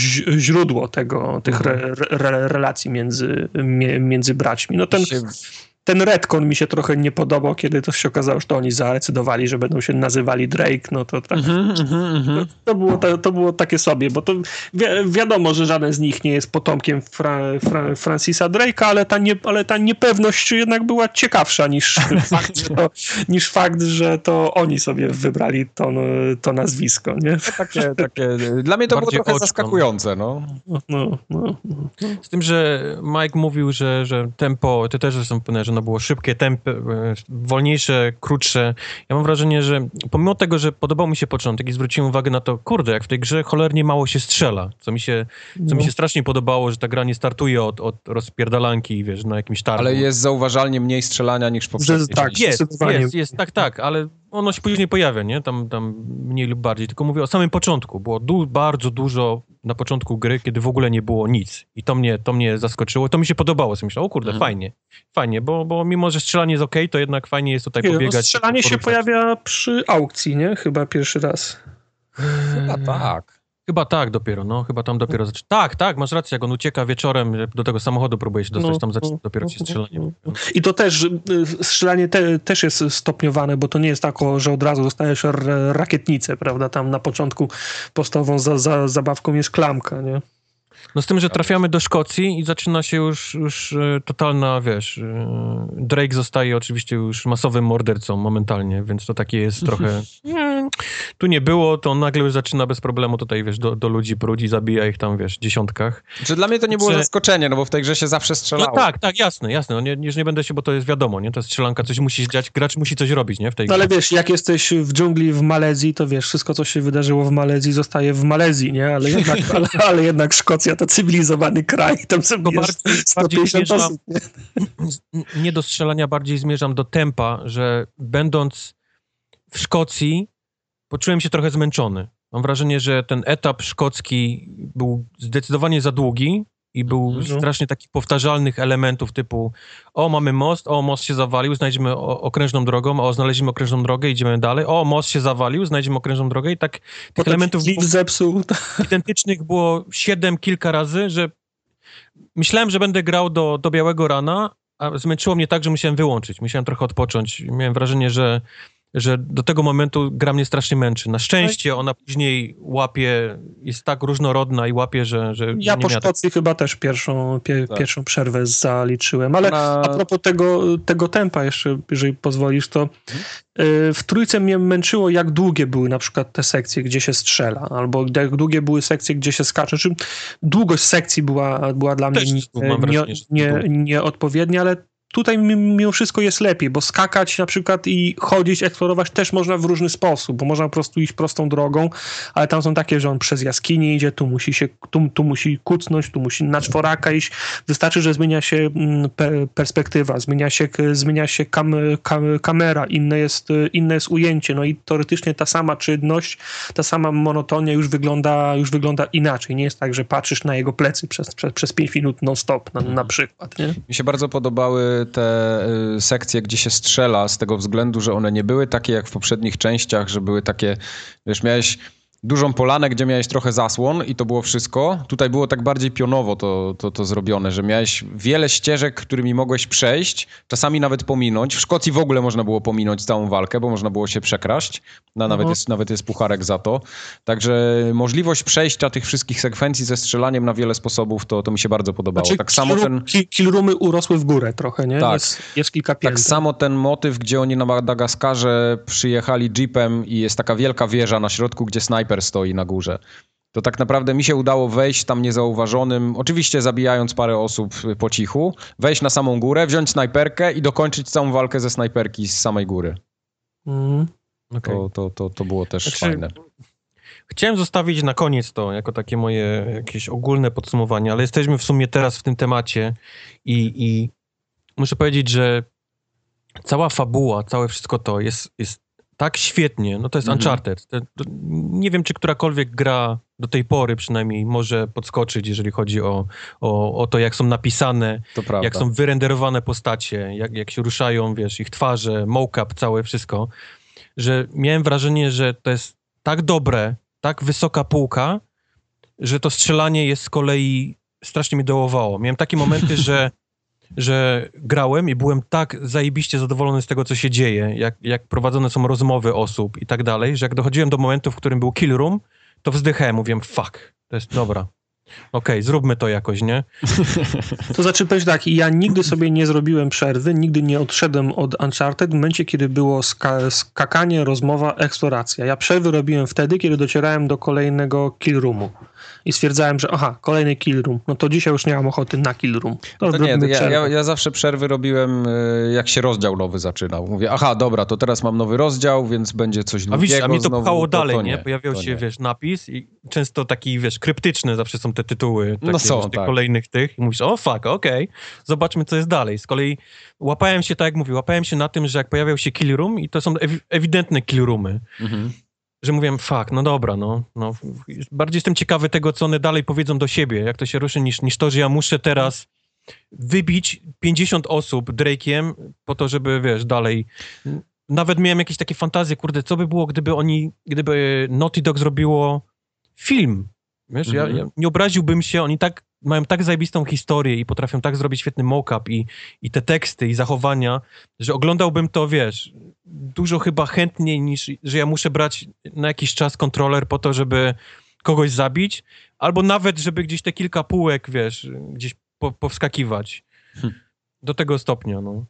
[SPEAKER 2] źródło tego, tych re, re, relacji między, między braćmi. No ten... Ten retcon mi się trochę nie podobał, kiedy to się okazało, że to oni zadecydowali, że będą się nazywali Drake, no to tak. Mm-hmm, mm-hmm. To, to, było, to, to było takie sobie, bo to wi- wiadomo, że żaden z nich nie jest potomkiem Fra- Fra- Francisa Drake'a, ale ta, nie, ale ta niepewność jednak była ciekawsza niż fakt, że to, niż fakt, że to oni sobie wybrali to, to nazwisko, nie?
[SPEAKER 3] Takie, takie, dla mnie to Bardziej było trochę oczką. zaskakujące, no. No, no,
[SPEAKER 1] no. Z tym, że Mike mówił, że, że tempo, ty też zresztą powiedziałeś, że ono było szybkie, tempo, wolniejsze, krótsze. Ja mam wrażenie, że pomimo tego, że podobał mi się początek i zwróciłem uwagę na to, kurde, jak w tej grze cholernie mało się strzela, co mi się, co no. mi się strasznie podobało, że ta gra nie startuje od, od rozpierdalanki, wiesz, na jakimś targu.
[SPEAKER 3] Ale jest zauważalnie mniej strzelania niż poprzedniej.
[SPEAKER 1] Tak, jest, jest, jest, tak, tak, ale ono się później pojawia, nie? Tam, tam mniej lub bardziej. Tylko mówię o samym początku. Było du- bardzo dużo na początku gry, kiedy w ogóle nie było nic. I to mnie, to mnie zaskoczyło. To mi się podobało. Sobie myślałem, o kurde, mhm. fajnie. Fajnie, bo, bo mimo, że strzelanie jest okej, okay, to jednak fajnie jest tutaj nie, pobiegać. No
[SPEAKER 2] strzelanie się pojawia przy aukcji, nie? Chyba pierwszy raz.
[SPEAKER 3] Chyba tak.
[SPEAKER 1] Chyba tak dopiero, no. Chyba tam dopiero zaczyna. Tak, tak, masz rację, jak on ucieka wieczorem, do tego samochodu próbuje się dostać, no, tam zaczyna no, dopiero się strzelanie.
[SPEAKER 2] I to też, strzelanie te, też jest stopniowane, bo to nie jest tak, że od razu dostajesz rakietnicę, prawda? Tam na początku podstawową za, za, zabawką jest klamka, nie?
[SPEAKER 1] No z tym, że trafiamy do Szkocji i zaczyna się już, już totalna, wiesz, Drake zostaje oczywiście już masowym mordercą momentalnie, więc to takie jest trochę... Tu nie było, to on nagle już zaczyna bez problemu tutaj, wiesz, do, do ludzi prudzi, zabija ich tam, wiesz, dziesiątkach.
[SPEAKER 3] Czy dla mnie to nie było że... zaskoczenie, no bo w tej grze się zawsze strzelało.
[SPEAKER 1] No tak, tak, jasne, jasne. No nie, już nie będę się, bo to jest wiadomo, nie? To strzelanka, coś musi dziać, gracz musi coś robić, nie? W tej
[SPEAKER 2] no
[SPEAKER 1] grze.
[SPEAKER 2] Ale wiesz, jak jesteś w dżungli w Malezji, to wiesz, wszystko, co się wydarzyło w Malezji, zostaje w Malezji, nie? Ale jednak, ale, ale jednak Szkocja to cywilizowany kraj, tam sobie jest sto pięćdziesiąt osób.
[SPEAKER 1] Nie? nie do strzelania, bardziej zmierzam do tempa, że będąc w Szkocji poczułem się trochę zmęczony. Mam wrażenie, że ten etap szkocki był zdecydowanie za długi i był mhm. strasznie takich powtarzalnych elementów typu o, mamy most, o, most się zawalił, znajdziemy okrężną drogą, o, znaleźliśmy okrężną drogę, idziemy dalej, o, most się zawalił, znajdziemy okrężną drogę i tak tych
[SPEAKER 2] Potem
[SPEAKER 1] elementów
[SPEAKER 2] było, zepsuł.
[SPEAKER 1] identycznych było siedem, kilka razy, że myślałem, że będę grał do, do białego rana, a zmęczyło mnie tak, że musiałem wyłączyć, musiałem trochę odpocząć. Miałem wrażenie, że że do tego momentu gra mnie strasznie męczy. Na szczęście ona później łapie, jest tak różnorodna i łapie, że... że
[SPEAKER 2] ja
[SPEAKER 1] nie
[SPEAKER 2] po Szkocji tak... chyba też pierwszą, pie, tak. pierwszą przerwę zaliczyłem, ale Na... a propos tego, tego tempa jeszcze, jeżeli pozwolisz, to hmm? w trójce mnie męczyło, jak długie były na przykład te sekcje, gdzie się strzela, albo jak długie były sekcje, gdzie się skacze. Czy długość sekcji była, była dla też mnie nie, nie, nieodpowiednia, ale tutaj mimo wszystko jest lepiej, bo skakać na przykład i chodzić, eksplorować też można w różny sposób, bo można po prostu iść prostą drogą, ale tam są takie, że on przez jaskinię idzie, tu musi się, tu, tu musi kucnąć, tu musi na czworaka iść. Wystarczy, że zmienia się pe- perspektywa, zmienia się, zmienia się kam, kam, kamera, inne jest, inne jest ujęcie, no i teoretycznie ta sama czynność, ta sama monotonia już wygląda, już wygląda inaczej. Nie jest tak, że patrzysz na jego plecy przez, przez, przez pięć minut non-stop na, na przykład. Nie?
[SPEAKER 3] Mi się bardzo podobały te sekcje, gdzie się strzela, z tego względu, że one nie były takie jak w poprzednich częściach, że były takie, wiesz, miałeś dużą polanę, gdzie miałeś trochę zasłon i to było wszystko. Tutaj było tak bardziej pionowo to, to, to zrobione, że miałeś wiele ścieżek, którymi mogłeś przejść, czasami nawet pominąć. W Szkocji w ogóle można było pominąć całą walkę, bo można było się przekraść. No, nawet, jest, nawet jest pucharek za to. Także możliwość przejścia tych wszystkich sekwencji ze strzelaniem na wiele sposobów, to, to mi się bardzo podobało.
[SPEAKER 2] Znaczy,
[SPEAKER 3] tak samo ten...
[SPEAKER 2] Killroomy urosły w górę trochę, nie?
[SPEAKER 3] Tak.
[SPEAKER 2] Jest, jest kilka pięter.
[SPEAKER 3] Tak samo ten motyw, gdzie oni na Madagaskarze przyjechali jeepem i jest taka wielka wieża na środku, gdzie snajper snajper stoi na górze. To tak naprawdę mi się udało wejść tam niezauważonym, oczywiście zabijając parę osób po cichu, wejść na samą górę, wziąć snajperkę i dokończyć całą walkę ze snajperki z samej góry.
[SPEAKER 2] Mm.
[SPEAKER 3] Okay. To, to, to, to było też znaczy, fajne.
[SPEAKER 1] Chciałem zostawić na koniec to, jako takie moje jakieś ogólne podsumowanie, ale jesteśmy w sumie teraz w tym temacie i, i muszę powiedzieć, że cała fabuła, całe wszystko to jest, jest tak świetnie, no to jest mhm. Uncharted. To, to, nie wiem, czy którakolwiek gra do tej pory przynajmniej może podskoczyć, jeżeli chodzi o, o, o to, jak są napisane, jak są wyrenderowane postacie, jak, jak się ruszają, wiesz, ich twarze, mocap, całe wszystko, że miałem wrażenie, że to jest tak dobre, tak wysoka półka, że to strzelanie jest z kolei strasznie mi dołowało. Miałem takie momenty, że że grałem i byłem tak zajebiście zadowolony z tego, co się dzieje, jak, jak prowadzone są rozmowy osób i tak dalej, że jak dochodziłem do momentu, w którym był kill room, to wzdychałem, mówiłem, fuck, to jest dobra. Okej, okay, zróbmy to jakoś, nie?
[SPEAKER 2] To znaczy, powiem tak, ja nigdy sobie nie zrobiłem przerwy, nigdy nie odszedłem od Uncharted w momencie, kiedy było ska- skakanie, rozmowa, eksploracja. Ja przerwy robiłem wtedy, kiedy docierałem do kolejnego kill roomu. I stwierdzałem, że aha, kolejny kill room, no to dzisiaj już nie mam ochoty na kill room.
[SPEAKER 3] To, to nie, to ja, ja, ja zawsze przerwy robiłem, jak się rozdział nowy zaczynał. Mówię, aha, dobra, to teraz mam nowy rozdział, więc będzie coś drugiego.
[SPEAKER 1] A widzisz, a mnie to
[SPEAKER 3] znowu,
[SPEAKER 1] pchało dalej,
[SPEAKER 3] to nie?
[SPEAKER 1] nie? Pojawiał się,
[SPEAKER 3] nie.
[SPEAKER 1] wiesz, napis i często taki, wiesz, kryptyczne zawsze są te tytuły takie,
[SPEAKER 3] no są,
[SPEAKER 1] wiesz, tych
[SPEAKER 3] tak.
[SPEAKER 1] kolejnych tych i mówisz, o fuck, okej, okay. Zobaczmy, co jest dalej. Z kolei łapałem się, tak jak mówię, łapałem się na tym, że jak pojawiał się kill room i to są ew- ewidentne kill roomy, mhm. że mówiłem, fuck, no dobra, no, no. Bardziej jestem ciekawy tego, co one dalej powiedzą do siebie, jak to się ruszy, niż, niż to, że ja muszę teraz wybić pięćdziesiąt osób Drake'iem po to, żeby, wiesz, dalej... Nawet miałem jakieś takie fantazje, kurde, co by było, gdyby oni, gdyby Naughty Dog zrobiło film, wiesz, mm-hmm. ja, ja nie obraziłbym się, oni tak, mają tak zajebistą historię i potrafią tak zrobić świetny mock-up i, i te teksty i zachowania, że oglądałbym to, wiesz, dużo chyba chętniej niż, że ja muszę brać na jakiś czas kontroler po to, żeby kogoś zabić, albo nawet, żeby gdzieś te kilka półek, wiesz, gdzieś po, powskakiwać. Hmm. Do tego stopnia, no.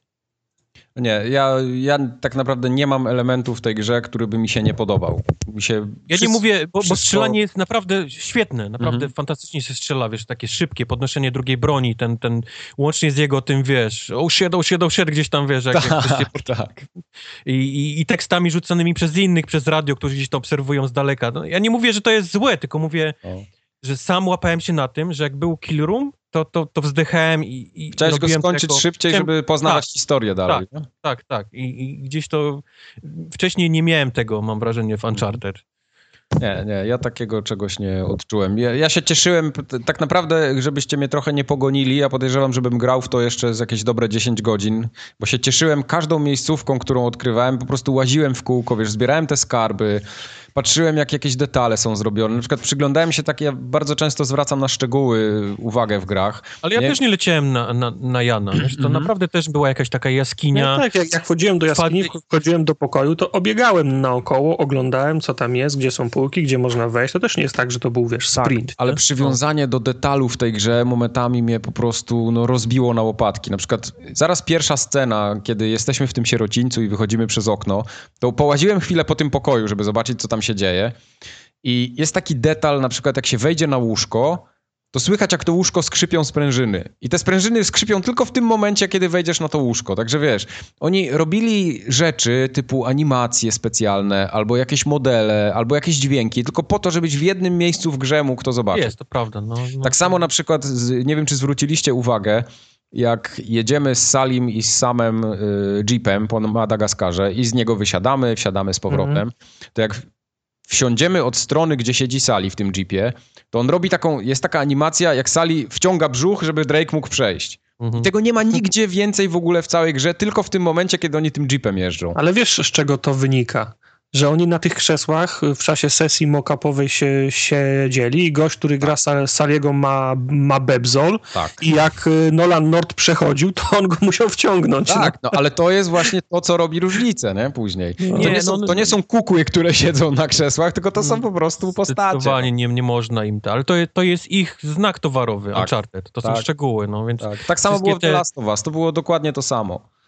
[SPEAKER 3] Nie, ja, ja tak naprawdę nie mam elementu w tej grze, który by mi się nie podobał. Mi się
[SPEAKER 1] ja
[SPEAKER 3] wszystko,
[SPEAKER 1] nie mówię, bo,
[SPEAKER 3] wszystko...
[SPEAKER 1] bo strzelanie jest naprawdę świetne, naprawdę mhm. fantastycznie się strzela, wiesz, takie szybkie, podnoszenie drugiej broni, ten, ten łącznie z jego tym, wiesz, oh shit, oh shit, oh shit, gdzieś tam, wiesz, jak,
[SPEAKER 3] tak,
[SPEAKER 1] jak się...
[SPEAKER 3] tak.
[SPEAKER 1] I, i, I tekstami rzucanymi przez innych, przez radio, którzy gdzieś to obserwują z daleka. No, ja nie mówię, że to jest złe, tylko mówię, o. że sam łapałem się na tym, że jak był kill room, to, to, to wzdychałem i, i
[SPEAKER 3] Chciałeś go skończyć jako... szybciej, Chciałem... żeby poznawać tak, historię dalej.
[SPEAKER 1] Tak, tak, tak. I, I gdzieś to... Wcześniej nie miałem tego, mam wrażenie, w Uncharted.
[SPEAKER 3] Nie, nie, ja takiego czegoś nie odczułem. Ja, ja się cieszyłem, tak naprawdę, żebyście mnie trochę nie pogonili, ja podejrzewam, żebym grał w to jeszcze z jakieś dobre dziesięć godzin, bo się cieszyłem każdą miejscówką, którą odkrywałem, po prostu łaziłem w kółko, wiesz, zbierałem te skarby, patrzyłem, jak jakieś detale są zrobione. Na przykład przyglądałem się tak, ja bardzo często zwracam na szczegóły uwagę w grach.
[SPEAKER 1] Ale ja nie? też nie leciałem na, na, na Jana. Wiesz, to mm-hmm. naprawdę też była jakaś taka jaskinia.
[SPEAKER 2] No tak, jak, jak wchodziłem do jaskini, wchodziłem do pokoju, to obiegałem naokoło, oglądałem, co tam jest, gdzie są półki, gdzie można wejść. To też nie jest tak, że to był, wiesz, sprint.
[SPEAKER 3] Tak, ale przywiązanie do detalu w tej grze momentami mnie po prostu no, rozbiło na łopatki. Na przykład zaraz pierwsza scena, kiedy jesteśmy w tym sierocińcu i wychodzimy przez okno, to połaziłem chwilę po tym pokoju, żeby zobaczyć, co tam się dzieje. I jest taki detal, na przykład jak się wejdzie na łóżko, to słychać, jak to łóżko skrzypią sprężyny. I te sprężyny skrzypią tylko w tym momencie, kiedy wejdziesz na to łóżko. Także wiesz, oni robili rzeczy typu animacje specjalne, albo jakieś modele, albo jakieś dźwięki, tylko po to, żebyś w jednym miejscu w grze mógł to zobaczyć.
[SPEAKER 1] Jest, to prawda. No, no.
[SPEAKER 3] Tak samo na przykład, nie wiem, czy zwróciliście uwagę, jak jedziemy z Salim i z Samem y, jeepem po Madagaskarze i z niego wysiadamy, wsiadamy z powrotem, mhm. to jak wsiądziemy od strony, gdzie siedzi Sally w tym jeepie, to on robi taką, jest taka animacja, jak Sally wciąga brzuch, żeby Drake mógł przejść. Mhm. I tego nie ma nigdzie więcej w ogóle w całej grze, tylko w tym momencie, kiedy oni tym jeepem jeżdżą.
[SPEAKER 2] Ale wiesz, z czego to wynika? Że oni na tych krzesłach w czasie sesji mock-upowej się siedzieli i gość, który gra Sal- Saliego ma, ma bebzol
[SPEAKER 3] tak.
[SPEAKER 2] i jak Nolan North przechodził, to on go musiał wciągnąć.
[SPEAKER 3] Tak, no ale to jest właśnie to, co robi różnicę, nie? Później. No. To, nie są, to nie są kukły, które siedzą na krzesłach, tylko to są po prostu postacie.
[SPEAKER 1] Zdecydowanie nie, nie można im to, ale to, to jest ich znak towarowy, tak. Uncharted. To
[SPEAKER 3] tak.
[SPEAKER 1] są szczegóły, no więc...
[SPEAKER 3] Tak, tak samo było w The Last of Us, to było dokładnie to samo.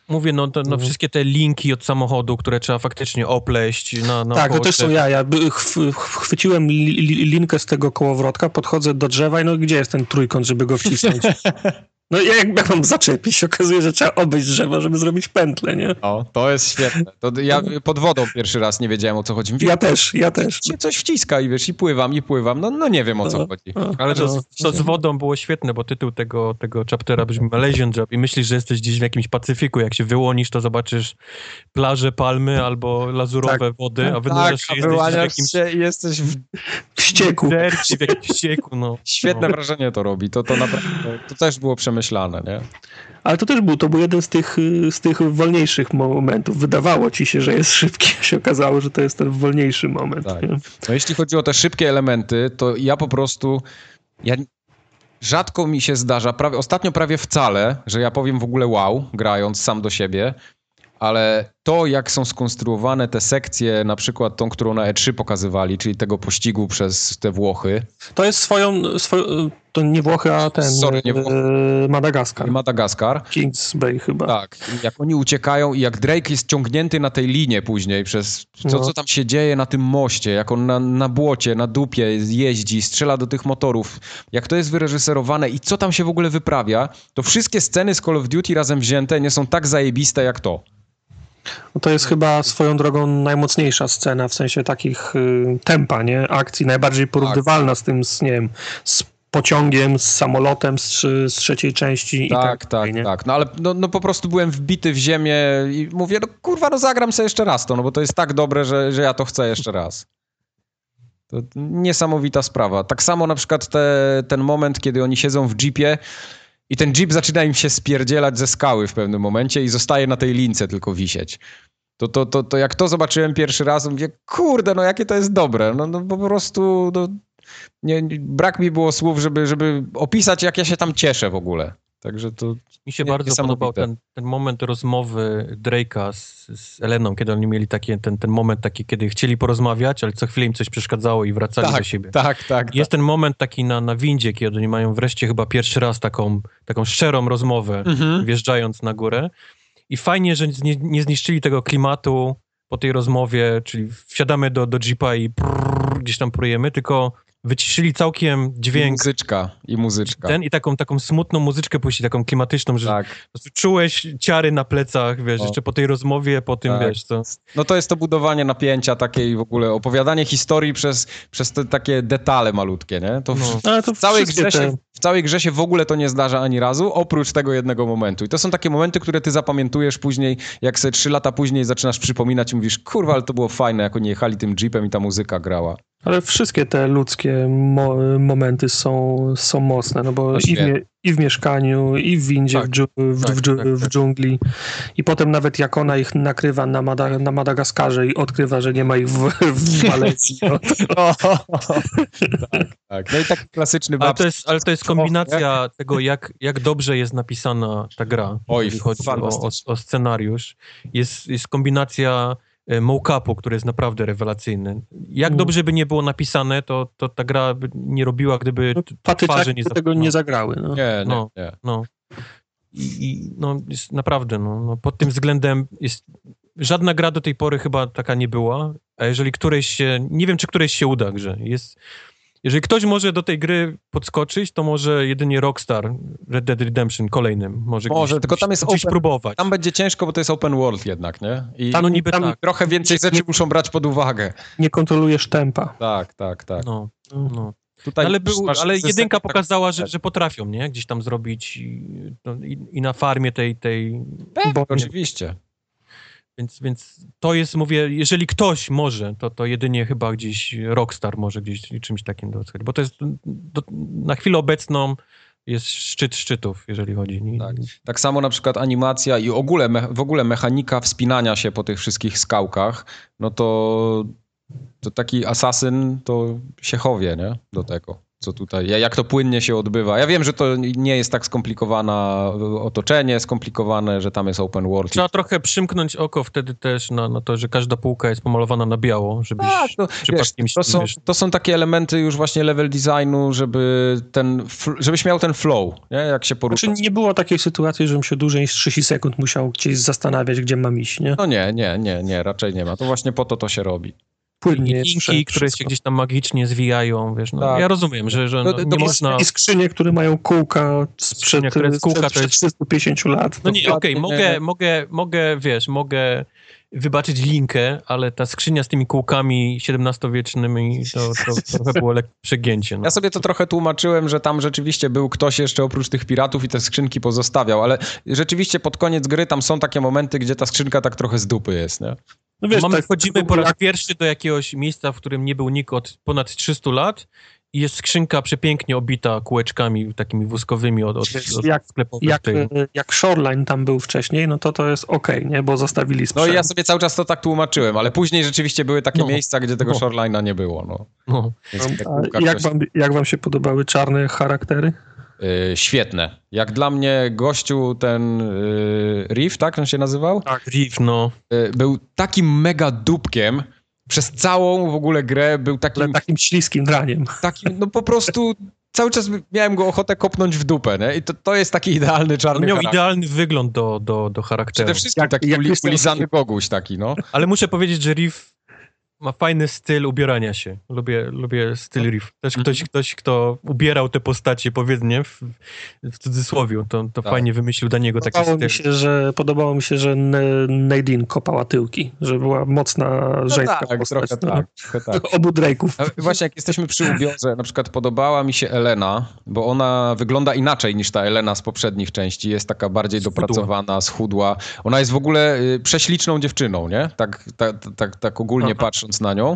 [SPEAKER 1] Mówię, no, to, no mhm. wszystkie te linki od samochodu, które trzeba faktycznie opleść. Na, na
[SPEAKER 2] tak, to też są ja. Ja ch chwyciłem li li linkę z tego kołowrotka, podchodzę do drzewa i no gdzie jest ten trójkąt, żeby go wcisnąć? No ja jak, jak mam zaczepić, się okazuje, że trzeba obejść drzewo, żeby zrobić pętlę, nie?
[SPEAKER 3] O, to jest świetne. To ja pod wodą pierwszy raz nie wiedziałem, o co chodzi. Mówię,
[SPEAKER 2] ja też, ja też.
[SPEAKER 3] Coś wciska i wiesz, i pływam, i pływam. No, no nie wiem, o co no, chodzi.
[SPEAKER 1] No, ale to, to z wodą było świetne, bo tytuł tego, tego chaptera brzmi Malaysian Job i myślisz, że jesteś gdzieś w jakimś Pacyfiku. Jak się wyłonisz, to zobaczysz plaże, palmy albo lazurowe tak, wody, a wynurzasz
[SPEAKER 3] tak,
[SPEAKER 1] się,
[SPEAKER 3] a
[SPEAKER 1] jesteś w jakimś...
[SPEAKER 3] się jesteś w,
[SPEAKER 2] w ścieku.
[SPEAKER 1] W jakimś ścieku, no.
[SPEAKER 3] Świetne
[SPEAKER 1] no.
[SPEAKER 3] wrażenie to robi. To, to naprawdę, to też było przemyślane, nie?
[SPEAKER 2] Ale to też był, to był jeden z tych, z tych wolniejszych momentów. Wydawało ci się, że jest szybki, a się okazało, że to jest ten wolniejszy moment.
[SPEAKER 3] Tak. No jeśli chodzi o te szybkie elementy, to ja po prostu, ja rzadko mi się zdarza, prawie, ostatnio prawie wcale, że ja powiem w ogóle wow, grając sam do siebie, ale to, jak są skonstruowane te sekcje, na przykład tą, którą na E trzy pokazywali, czyli tego pościgu przez te Włochy.
[SPEAKER 2] To jest swoją, swoją to nie Włochy, a ten
[SPEAKER 3] Sorry, nie Włochy.
[SPEAKER 2] E, Madagaskar.
[SPEAKER 3] Madagaskar.
[SPEAKER 2] Kings Bay chyba.
[SPEAKER 3] Tak, jak oni uciekają i jak Drake jest ciągnięty na tej linie później przez to, no. co tam się dzieje na tym moście, jak on na, na błocie, na dupie jeździ, strzela do tych motorów, jak to jest wyreżyserowane i co tam się w ogóle wyprawia, to wszystkie sceny z Call of Duty razem wzięte nie są tak zajebiste jak to.
[SPEAKER 2] No to jest chyba swoją drogą najmocniejsza scena, w sensie takich y, tempa, nie? Akcji, najbardziej porównywalna tak. z tym, z, nie wiem, z pociągiem, z samolotem z, z trzeciej części.
[SPEAKER 3] Tak,
[SPEAKER 2] i tak,
[SPEAKER 3] tak,
[SPEAKER 2] nie?
[SPEAKER 3] tak. No ale no, no po prostu byłem wbity w ziemię i mówię, no kurwa, no zagram sobie jeszcze raz to, no bo to jest tak dobre, że, że ja to chcę jeszcze raz. To niesamowita sprawa. Tak samo na przykład te, ten moment, kiedy oni siedzą w jeepie i ten jeep zaczyna im się spierdzielać ze skały w pewnym momencie i zostaje na tej lince tylko wisieć. To, to, to, to jak to zobaczyłem pierwszy raz, mówię, kurde, no jakie to jest dobre. No, no po prostu no, nie, brak mi było słów, żeby, żeby opisać, jak ja się tam cieszę w ogóle. Także to
[SPEAKER 1] mi się bardzo podobał ten, ten moment rozmowy Drake'a z, z Eleną, kiedy oni mieli taki, ten, ten moment taki, kiedy chcieli porozmawiać, ale co chwilę im coś przeszkadzało i wracali
[SPEAKER 3] tak,
[SPEAKER 1] do siebie.
[SPEAKER 3] Tak, tak.
[SPEAKER 1] Jest
[SPEAKER 3] tak.
[SPEAKER 1] ten moment taki na, na windzie, kiedy oni mają wreszcie chyba pierwszy raz taką, taką szczerą rozmowę, mhm. wjeżdżając na górę. I fajnie, że nie, nie zniszczyli tego klimatu po tej rozmowie, czyli wsiadamy do, do jeepa i prrr, gdzieś tam prujemy, tylko wyciszyli całkiem dźwięk.
[SPEAKER 3] I muzyczka, i muzyczka.
[SPEAKER 1] Ten i taką, taką smutną muzyczkę puścili, taką klimatyczną, że
[SPEAKER 3] tak.
[SPEAKER 1] czułeś ciary na plecach, wiesz, o. jeszcze po tej rozmowie, po tym,
[SPEAKER 3] tak.
[SPEAKER 1] wiesz, co.
[SPEAKER 3] No to jest to budowanie napięcia takiej w ogóle, opowiadanie historii przez, przez te takie detale malutkie, nie? To w,
[SPEAKER 2] no. w,
[SPEAKER 3] to w, całej grze się, w całej grze się w ogóle to nie zdarza ani razu, oprócz tego jednego momentu. I to są takie momenty, które ty zapamiętujesz później, jak sobie trzy lata później zaczynasz przypominać i mówisz, kurwa, ale to było fajne, jak oni jechali tym jeepem i ta muzyka grała.
[SPEAKER 2] Ale wszystkie te ludzkie mo momenty są, są mocne, no bo i w, i w mieszkaniu, i w windzie, tak, w, dżu w, tak, w, dżu tak, w dżungli. I potem nawet jak ona ich nakrywa na, Mada na Madagaskarze i odkrywa, że nie ma ich w, w Walecji. No.
[SPEAKER 3] tak, tak. No i taki klasyczny
[SPEAKER 1] ale to jest, ale to jest kombinacja tego, jak, jak dobrze jest napisana ta gra.
[SPEAKER 3] Oj,
[SPEAKER 1] jeśli chodzi o, o, o scenariusz. Jest, jest kombinacja mock-upu, który jest naprawdę rewelacyjny. Jak mm. dobrze by nie było napisane, to, to ta gra by nie robiła, gdyby
[SPEAKER 2] no, twarzy nie, tego nie zagrały. No.
[SPEAKER 3] Nie, nie,
[SPEAKER 1] no,
[SPEAKER 3] nie.
[SPEAKER 1] No. I, i no, jest naprawdę, no, no, pod tym względem jest żadna gra do tej pory chyba taka nie była, a jeżeli którejś się, nie wiem, czy którejś się uda grze. Jest, jeżeli ktoś może do tej gry podskoczyć, to może jedynie Rockstar, Red Dead Redemption kolejnym. Może,
[SPEAKER 3] może
[SPEAKER 1] gdzieś,
[SPEAKER 3] tylko tam jest
[SPEAKER 1] gdzieś
[SPEAKER 3] open,
[SPEAKER 1] próbować.
[SPEAKER 3] Tam będzie ciężko, bo to jest open world jednak, nie? I
[SPEAKER 1] tam, no niby
[SPEAKER 3] tam
[SPEAKER 1] tak.
[SPEAKER 3] trochę więcej rzeczy nie, muszą brać pod uwagę.
[SPEAKER 2] Nie kontrolujesz tempa.
[SPEAKER 3] Tak, tak, tak.
[SPEAKER 1] No, no.
[SPEAKER 3] Tutaj
[SPEAKER 1] ale był, ale jedynka pokazała, że, że potrafią, nie? Gdzieś tam zrobić no, i, i na farmie tej... tej
[SPEAKER 3] bo, oczywiście.
[SPEAKER 1] Więc, więc to jest, mówię, jeżeli ktoś może, to, to jedynie chyba gdzieś Rockstar może gdzieś czymś takim dotrzeć, bo to jest do, na chwilę obecną jest szczyt szczytów, jeżeli chodzi.
[SPEAKER 3] Tak, tak samo na przykład animacja i ogóle, w ogóle mechanika wspinania się po tych wszystkich skałkach, no to, to taki asasyn to się chowie, nie? Do tego. co tutaj, jak to płynnie się odbywa. Ja wiem, że to nie jest tak skomplikowane otoczenie, skomplikowane, że tam jest open world.
[SPEAKER 1] Trzeba trochę przymknąć oko wtedy też na, na to, że każda półka jest pomalowana na biało, żebyś
[SPEAKER 3] tak, no,
[SPEAKER 1] przypadkiem...
[SPEAKER 3] Wiesz, to, są, to są takie elementy już właśnie level designu, żeby ten, żebyś miał ten flow, nie? Jak się porusza.
[SPEAKER 2] Znaczy nie było takiej sytuacji, żebym się dłużej niż trzydzieści sekund musiał gdzieś zastanawiać, gdzie mam iść, nie?
[SPEAKER 3] No nie, nie, nie, nie, raczej nie ma. To właśnie po to to się robi.
[SPEAKER 2] Płynnie
[SPEAKER 1] I linki, które się gdzieś tam magicznie zwijają, wiesz, no tak. Ja rozumiem, że, że no,
[SPEAKER 2] no,
[SPEAKER 1] nie można...
[SPEAKER 2] I skrzynie, które mają kółka sprzed,
[SPEAKER 1] które jest kółka,
[SPEAKER 2] sprzed,
[SPEAKER 1] to jest...
[SPEAKER 2] trzystu pięćdziesięciu lat.
[SPEAKER 1] No nie, okej, okay, mogę, mogę, mogę, wiesz, mogę wybaczyć linkę, ale ta skrzynia z tymi kółkami siedemnastowiecznymi, to, to, to trochę było lekkie przegięcie. No.
[SPEAKER 3] Ja sobie to trochę tłumaczyłem, że tam rzeczywiście był ktoś jeszcze oprócz tych piratów i te skrzynki pozostawiał, ale rzeczywiście pod koniec gry tam są takie momenty, gdzie ta skrzynka tak trochę z dupy jest, nie?
[SPEAKER 1] No wiesz, Mamy, tak, wchodzimy po raz jak... pierwszy do jakiegoś miejsca, w którym nie był nikt od ponad trzystu lat i jest skrzynka przepięknie obita kółeczkami takimi wózkowymi od, od, od
[SPEAKER 2] jak, sklepowych. Jak, jak Shoreline tam był wcześniej, no to to jest okej, okay, nie? Bo zostawili sprzęt.
[SPEAKER 3] No i ja sobie cały czas to tak tłumaczyłem, ale później rzeczywiście były takie no. miejsca, gdzie tego no. Shoreline'a nie było. No. No.
[SPEAKER 2] A jak, wam, jak wam się podobały czarne charaktery?
[SPEAKER 3] Yy, świetne. Jak dla mnie gościu ten yy, Reef, tak on się nazywał?
[SPEAKER 1] Tak, Reef, no.
[SPEAKER 3] Yy, był takim mega dupkiem. Przez całą w ogóle grę był takim...
[SPEAKER 2] Ale takim śliskim draniem.
[SPEAKER 3] Takim, no po prostu cały czas miałem go ochotę kopnąć w dupę, nie? I to, to jest taki idealny czarny
[SPEAKER 1] On miał
[SPEAKER 3] charakter.
[SPEAKER 1] idealny wygląd do, do, do charakteru.
[SPEAKER 3] Przede wszystkim jak, taki jak uli, ulizany goguś taki, no.
[SPEAKER 1] Ale muszę powiedzieć, że Reef ma fajny styl ubierania się. Lubię, lubię styl Reef. Też ktoś, ktoś, kto ubierał te postacie, powiedzmy, w, w cudzysłowie, to, to tak. fajnie wymyślił dla niego taki
[SPEAKER 2] podobało
[SPEAKER 1] styl.
[SPEAKER 2] Mi się, że, podobało mi się, że Nadine kopała tyłki, że była mocna
[SPEAKER 3] no
[SPEAKER 2] żeńska
[SPEAKER 3] tak,
[SPEAKER 2] postać.
[SPEAKER 3] Trochę
[SPEAKER 2] no.
[SPEAKER 3] tak, trochę tak.
[SPEAKER 2] Obu Drake'ów.
[SPEAKER 3] Właśnie jak jesteśmy przy ubiorze, na przykład podobała mi się Elena, bo ona wygląda inaczej niż ta Elena z poprzednich części. Jest taka bardziej schudła. dopracowana, schudła. Ona jest w ogóle prześliczną dziewczyną, nie? Tak, tak, tak, tak ogólnie Aha. patrząc na nią.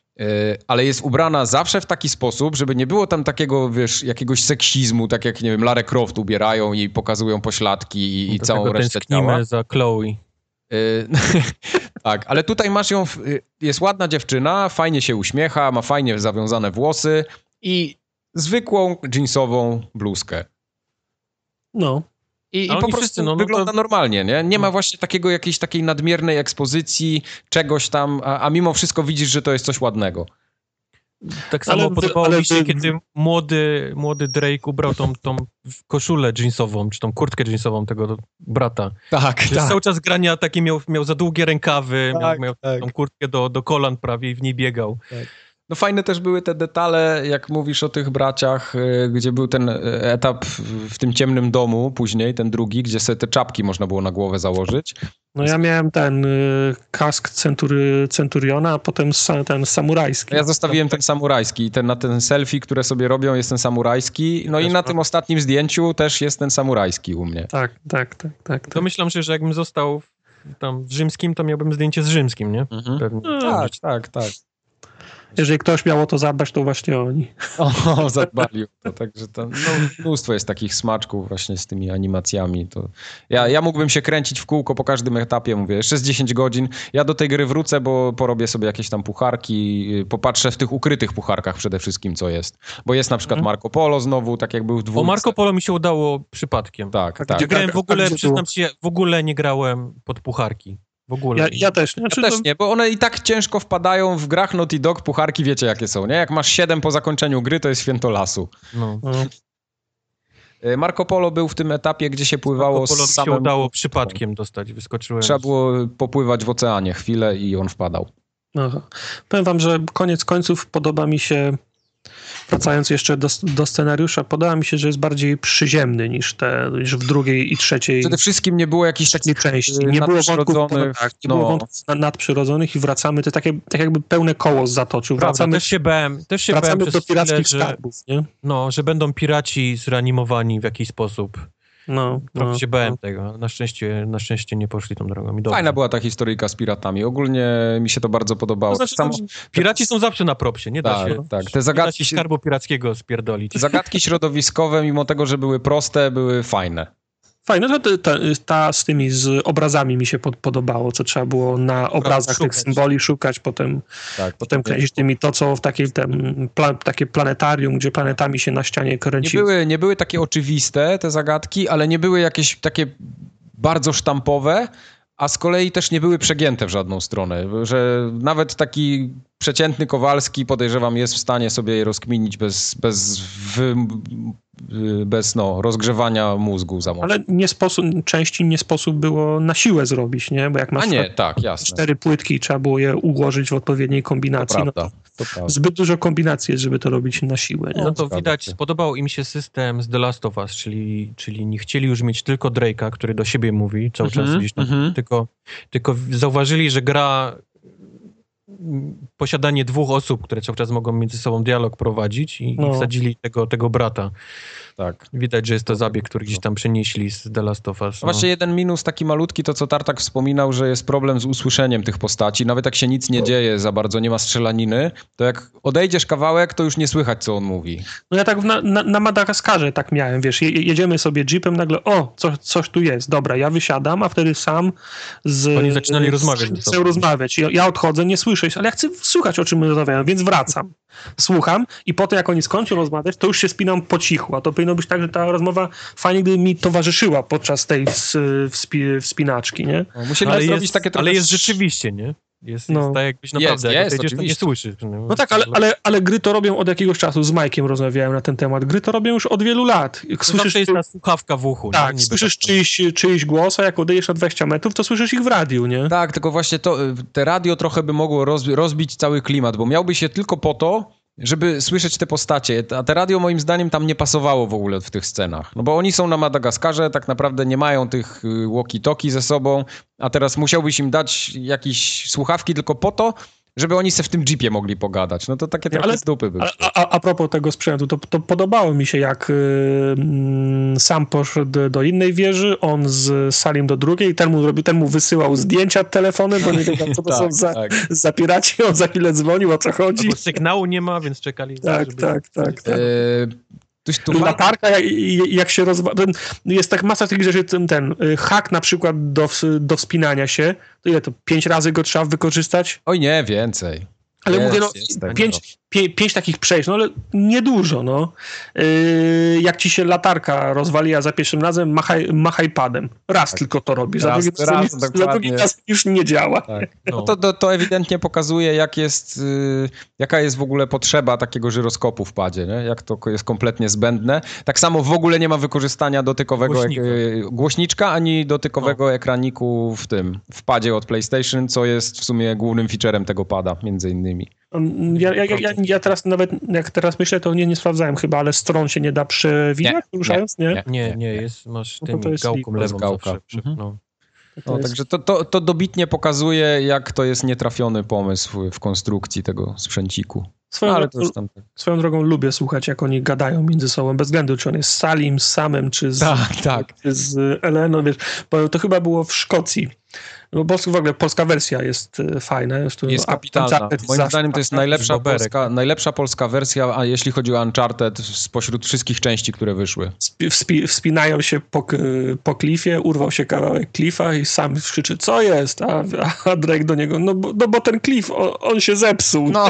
[SPEAKER 3] Ale jest ubrana zawsze w taki sposób, żeby nie było tam takiego, wiesz, jakiegoś seksizmu, tak jak, nie wiem, Lara Croft ubierają i pokazują pośladki i, i całą resztę ciała.
[SPEAKER 1] za Chloe.
[SPEAKER 3] Tak, ale tutaj masz ją, w, jest ładna dziewczyna, fajnie się uśmiecha, ma fajnie zawiązane włosy i zwykłą jeansową bluzkę.
[SPEAKER 2] No.
[SPEAKER 3] I, i po prostu wszyscy, no, no wygląda to... normalnie, nie? Nie ma właśnie takiego jakiejś takiej nadmiernej ekspozycji, czegoś tam, a, a mimo wszystko widzisz, że to jest coś ładnego.
[SPEAKER 1] Tak samo ale, podobało ale... mi się, kiedy młody, młody Drake ubrał tą, tą koszulę jeansową, czy tą kurtkę jeansową tego brata.
[SPEAKER 3] Tak,
[SPEAKER 1] że
[SPEAKER 3] tak.
[SPEAKER 1] Cały czas grania takie miał, miał za długie rękawy,
[SPEAKER 3] tak,
[SPEAKER 1] miał, miał
[SPEAKER 3] tak.
[SPEAKER 1] tą kurtkę do, do kolan prawie i w niej biegał.
[SPEAKER 3] Tak. No fajne też były te detale, jak mówisz o tych braciach, gdzie był ten etap w tym ciemnym domu później, ten drugi, gdzie sobie te czapki można było na głowę założyć.
[SPEAKER 2] No ja miałem ten y, kask century, Centuriona, a potem sa, ten samurajski.
[SPEAKER 3] Ja zostawiłem ten samurajski. Ten, na ten selfie, które sobie robią, jest ten samurajski. No też i na tym ostatnim zdjęciu też jest ten samurajski u mnie.
[SPEAKER 2] Tak, tak, tak. tak, tak.
[SPEAKER 1] To myślę, że jakbym został tam w rzymskim, to miałbym zdjęcie z rzymskim, nie?
[SPEAKER 3] Mhm. Pewnie. No, tak, tak, tak.
[SPEAKER 2] Jeżeli ktoś miał o to zadbać, to właśnie oni.
[SPEAKER 3] O, zadbali o to. Także to, no, mnóstwo jest takich smaczków właśnie z tymi animacjami. To ja, ja mógłbym się kręcić w kółko po każdym etapie, mówię, jeszcze z dziesięć godzin. Ja do tej gry wrócę, bo porobię sobie jakieś tam pucharki, popatrzę w tych ukrytych pucharkach przede wszystkim, co jest. Bo jest na przykład Marco Polo znowu, tak jak był w dwójce.
[SPEAKER 1] O Marco Polo mi się udało przypadkiem.
[SPEAKER 3] Tak, tak.
[SPEAKER 1] Gdzie
[SPEAKER 3] tak,
[SPEAKER 1] grałem
[SPEAKER 3] tak,
[SPEAKER 1] w ogóle,
[SPEAKER 2] tak,
[SPEAKER 1] przyznam się, w ogóle nie grałem pod pucharki. W ogóle.
[SPEAKER 2] Ja, ja też nie.
[SPEAKER 3] Ja też nie, bo one i tak ciężko wpadają w grach Naughty Dog, pucharki wiecie jakie są, nie? Jak masz siedem po zakończeniu gry, to jest święto lasu.
[SPEAKER 1] No.
[SPEAKER 2] no.
[SPEAKER 3] Marco Polo był w tym etapie, gdzie się pływało
[SPEAKER 1] Marco Polo
[SPEAKER 3] z samym...
[SPEAKER 1] mi się udało przypadkiem dostać, wyskoczyłem.
[SPEAKER 3] Trzeba było popływać w oceanie chwilę i on wpadał.
[SPEAKER 2] Aha. Powiem wam, że koniec końców podoba mi się, wracając jeszcze do, do scenariusza, podoba mi się, że jest bardziej przyziemny niż, te, niż w drugiej i trzeciej.
[SPEAKER 3] Przede wszystkim nie było jakichś takich
[SPEAKER 2] części. Nie było wątków, tak, nie no. było wątków nadprzyrodzonych i wracamy, to takie, tak jakby pełne koło zatoczył.
[SPEAKER 1] Prawda,
[SPEAKER 2] wracamy,
[SPEAKER 1] też się bałem, też się
[SPEAKER 2] wracamy
[SPEAKER 1] bałem
[SPEAKER 2] do pirackich
[SPEAKER 1] chwilę,
[SPEAKER 2] skarbów, nie?
[SPEAKER 1] No, że będą piraci zreanimowani w jakiś sposób.
[SPEAKER 2] No,
[SPEAKER 1] Trochę
[SPEAKER 2] no,
[SPEAKER 1] się bałem
[SPEAKER 2] no.
[SPEAKER 1] tego. Na szczęście, na szczęście nie poszli tą drogą. I
[SPEAKER 3] fajna była ta historyjka z piratami. Ogólnie mi się to bardzo podobało.
[SPEAKER 1] To znaczy, Samo... Piraci są zawsze na propsie, nie da
[SPEAKER 3] tak,
[SPEAKER 1] się,
[SPEAKER 3] tak. Te zagadki...
[SPEAKER 1] nie da się skarbu pirackiego spierdolić.
[SPEAKER 3] Zagadki środowiskowe, mimo tego, że były proste, były fajne.
[SPEAKER 2] Fajne, no to ta, ta z tymi z obrazami mi się pod, podobało, co trzeba było na obrazach tych symboli szukać, potem,
[SPEAKER 3] tak,
[SPEAKER 2] potem kręcić tymi, to co w takiej tem, pla, takie planetarium, gdzie planetami się na ścianie kręci.
[SPEAKER 3] Nie były, nie były takie oczywiste te zagadki, ale nie były jakieś takie bardzo sztampowe, a z kolei też nie były przegięte w żadną stronę, że nawet taki przeciętny Kowalski, podejrzewam, jest w stanie sobie je rozkminić bez, bez, wy, bez no, rozgrzewania mózgu za mocno.
[SPEAKER 2] Ale nie sposób, części nie sposób było na siłę zrobić, nie? Bo jak masz
[SPEAKER 3] a nie, tak, jasne.
[SPEAKER 2] cztery płytki i trzeba było je ułożyć w odpowiedniej kombinacji.
[SPEAKER 3] To prawda,
[SPEAKER 2] no to
[SPEAKER 3] to prawda.
[SPEAKER 2] Zbyt dużo kombinacji jest, żeby to robić na siłę. Nie?
[SPEAKER 1] No to widać, spodobał im się system z The Last of Us, czyli, czyli nie chcieli już mieć tylko Drake'a, który do siebie mówi cały czas
[SPEAKER 3] mm-hmm,
[SPEAKER 1] gdzieś tam,
[SPEAKER 3] mm-hmm.
[SPEAKER 1] tylko, tylko zauważyli, że gra posiadanie dwóch osób, które cały czas mogą między sobą dialog prowadzić i, no. i wsadzili tego, tego brata.
[SPEAKER 3] Tak.
[SPEAKER 1] Widać, że jest to zabieg, który gdzieś tam przenieśli z The Last of Us.
[SPEAKER 3] No. Właśnie jeden minus taki malutki, to co Tartak wspominał, że jest problem z usłyszeniem tych postaci. Nawet jak się nic nie dzieje za bardzo, nie ma strzelaniny, to jak odejdziesz kawałek, to już nie słychać, co on mówi.
[SPEAKER 2] No ja tak na, na, na Madagaskarze tak miałem, wiesz, je, jedziemy sobie jeepem, nagle o, co, coś tu jest, dobra, ja wysiadam, a wtedy sam z...
[SPEAKER 1] Oni zaczynali z, rozmawiać.
[SPEAKER 2] Z, chcę rozmawiać. Ja, ja odchodzę, nie słyszę, ale ja chcę słuchać, o czym my rozmawiamy, więc wracam. Słucham i potem jak oni skończą rozmawiać, to już się spinam po cichu, a to powinno być tak, że ta rozmowa fajnie gdyby mi towarzyszyła podczas tej wspi- wspinaczki, nie?
[SPEAKER 3] No, musieli ale zrobić
[SPEAKER 1] jest,
[SPEAKER 3] takie trochę...
[SPEAKER 1] Ale jest rzeczywiście, nie? Jest,
[SPEAKER 2] no.
[SPEAKER 1] jest tak jakbyś naprawdę,
[SPEAKER 3] jest,
[SPEAKER 1] jak
[SPEAKER 3] jest,
[SPEAKER 1] nie słyszysz.
[SPEAKER 2] No tak, ale, ale, ale gry to robią od jakiegoś czasu, z Majkiem rozmawiałem na ten temat, gry to robią już od wielu lat.
[SPEAKER 1] Jak słyszysz, to jest ta słuchawka w uchu.
[SPEAKER 2] Tak, słyszysz czyjś, czyjś głos, a jak odejdziesz na dwadzieścia metrów, to słyszysz ich w radiu, nie?
[SPEAKER 3] Tak, tylko właśnie to, te radio trochę by mogło rozbi- rozbić cały klimat, bo miałby się tylko po to, żeby słyszeć te postacie, a te radio moim zdaniem tam nie pasowało w ogóle w tych scenach, no bo oni są na Madagaskarze, tak naprawdę nie mają tych walkie-talkie ze sobą, a teraz musiałbyś im dać jakieś słuchawki tylko po to, żeby oni se w tym jeepie mogli pogadać. No to takie trochę ale, z dupy by.
[SPEAKER 2] A, a, a propos tego sprzętu, to, to podobało mi się, jak y, sam poszedł do innej wieży, on z Salim do drugiej, ten mu, robił, ten mu wysyłał zdjęcia telefonem, bo nie wiedział, co to tak, są za, tak. za piraci, on za chwilę dzwonił, o co chodzi.
[SPEAKER 1] Bo sygnału nie ma, więc czekali.
[SPEAKER 2] Tak, żeby... tak, tak, tak.
[SPEAKER 3] Tu
[SPEAKER 2] latarka, jak, jak się rozwala... Jest tak masa tych rzeczy, ten, ten hak na przykład do, do wspinania się, to ile to? Pięć razy go trzeba wykorzystać?
[SPEAKER 3] Oj nie, więcej.
[SPEAKER 2] Ale jest, mówię, no, pięć, pię, pięć takich przejść, no ale niedużo, no. Yy, jak ci się latarka rozwali, a za pierwszym razem machaj, machaj padem. Raz tak. tylko to robi, za drugi raz, raz już nie działa.
[SPEAKER 3] Tak. No. To, to, to ewidentnie pokazuje, jak jest, yy, jaka jest w ogóle potrzeba takiego żyroskopu w padzie, nie? Jak to jest kompletnie zbędne. Tak samo w ogóle nie ma wykorzystania dotykowego Głośnika, ek- głośniczka ani dotykowego no. ekraniku w tym, w padzie od PlayStation, co jest w sumie głównym featurem tego pada, między innymi.
[SPEAKER 2] Ja, ja, ja, ja teraz nawet, jak teraz myślę, to nie, nie sprawdzałem chyba, ale stron się nie da przewijać, nie, ruszając, nie?
[SPEAKER 1] Nie, nie, nie jest, masz tym no gałką lewą
[SPEAKER 3] gałka.
[SPEAKER 1] Zawsze, mhm. no.
[SPEAKER 3] No, jest... Także to, to, to dobitnie pokazuje, jak to jest nietrafiony pomysł w konstrukcji tego sprzęciku.
[SPEAKER 2] Swoją, no, ale to już tam... swoją drogą lubię słuchać, jak oni gadają między sobą, bez względu, czy on jest z Salim, z Samem, czy z,
[SPEAKER 3] tak, tak.
[SPEAKER 2] czy z Eleną, wiesz, bo to chyba było w Szkocji. No, bo w ogóle polska wersja jest fajna. Jest,
[SPEAKER 3] jest kapitalna. Moim zdaniem to jest najlepsza polska, najlepsza polska wersja, a jeśli chodzi o Uncharted, spośród wszystkich części, które wyszły.
[SPEAKER 2] Wspi- wspinają się po, po klifie, urwał się kawałek klifa i sam krzyczy, co jest? A, a Drake do niego, no bo, no bo ten klif, on, on się zepsuł.
[SPEAKER 3] No.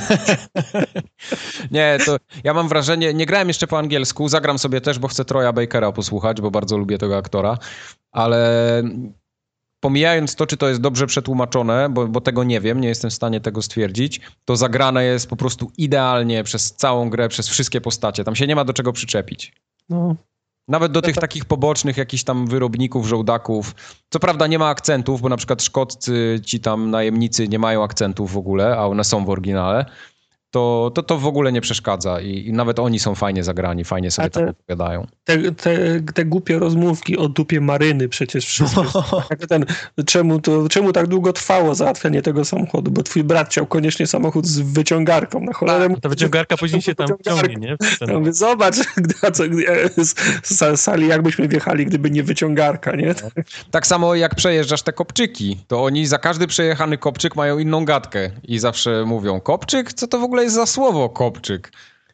[SPEAKER 3] Nie, to ja mam wrażenie, nie grałem jeszcze po angielsku, zagram sobie też, bo chcę Troya Bakera posłuchać, bo bardzo lubię tego aktora, ale... Pomijając to, czy to jest dobrze przetłumaczone, bo, bo tego nie wiem, nie jestem w stanie tego stwierdzić, to zagrane jest po prostu idealnie przez całą grę, przez wszystkie postacie. Tam się nie ma do czego przyczepić. No. Nawet do tych takich pobocznych jakichś tam wyrobników, żołdaków. Co prawda nie ma akcentów, bo na przykład szkoccy, ci tam najemnicy nie mają akcentów w ogóle, a one są w oryginale. To, to to w ogóle nie przeszkadza i, i nawet oni są fajnie zagrani, fajnie sobie te, tam opowiadają.
[SPEAKER 2] Te, te, te głupie rozmówki o dupie maryny przecież wszystko. Ten, czemu, to, czemu tak długo trwało załatwianie tego samochodu? Bo twój brat chciał koniecznie samochód z wyciągarką. Na cholerę.
[SPEAKER 1] Ta wyciągarka później się tam ciągnie, nie?
[SPEAKER 2] Ja mówię, zobacz, co, z, z sali jakbyśmy wjechali, gdyby nie wyciągarka, nie?
[SPEAKER 3] Tak samo jak przejeżdżasz te kopczyki, to oni za każdy przejechany kopczyk mają inną gadkę i zawsze mówią, kopczyk? Co to w ogóle jest za słowo kopczyk?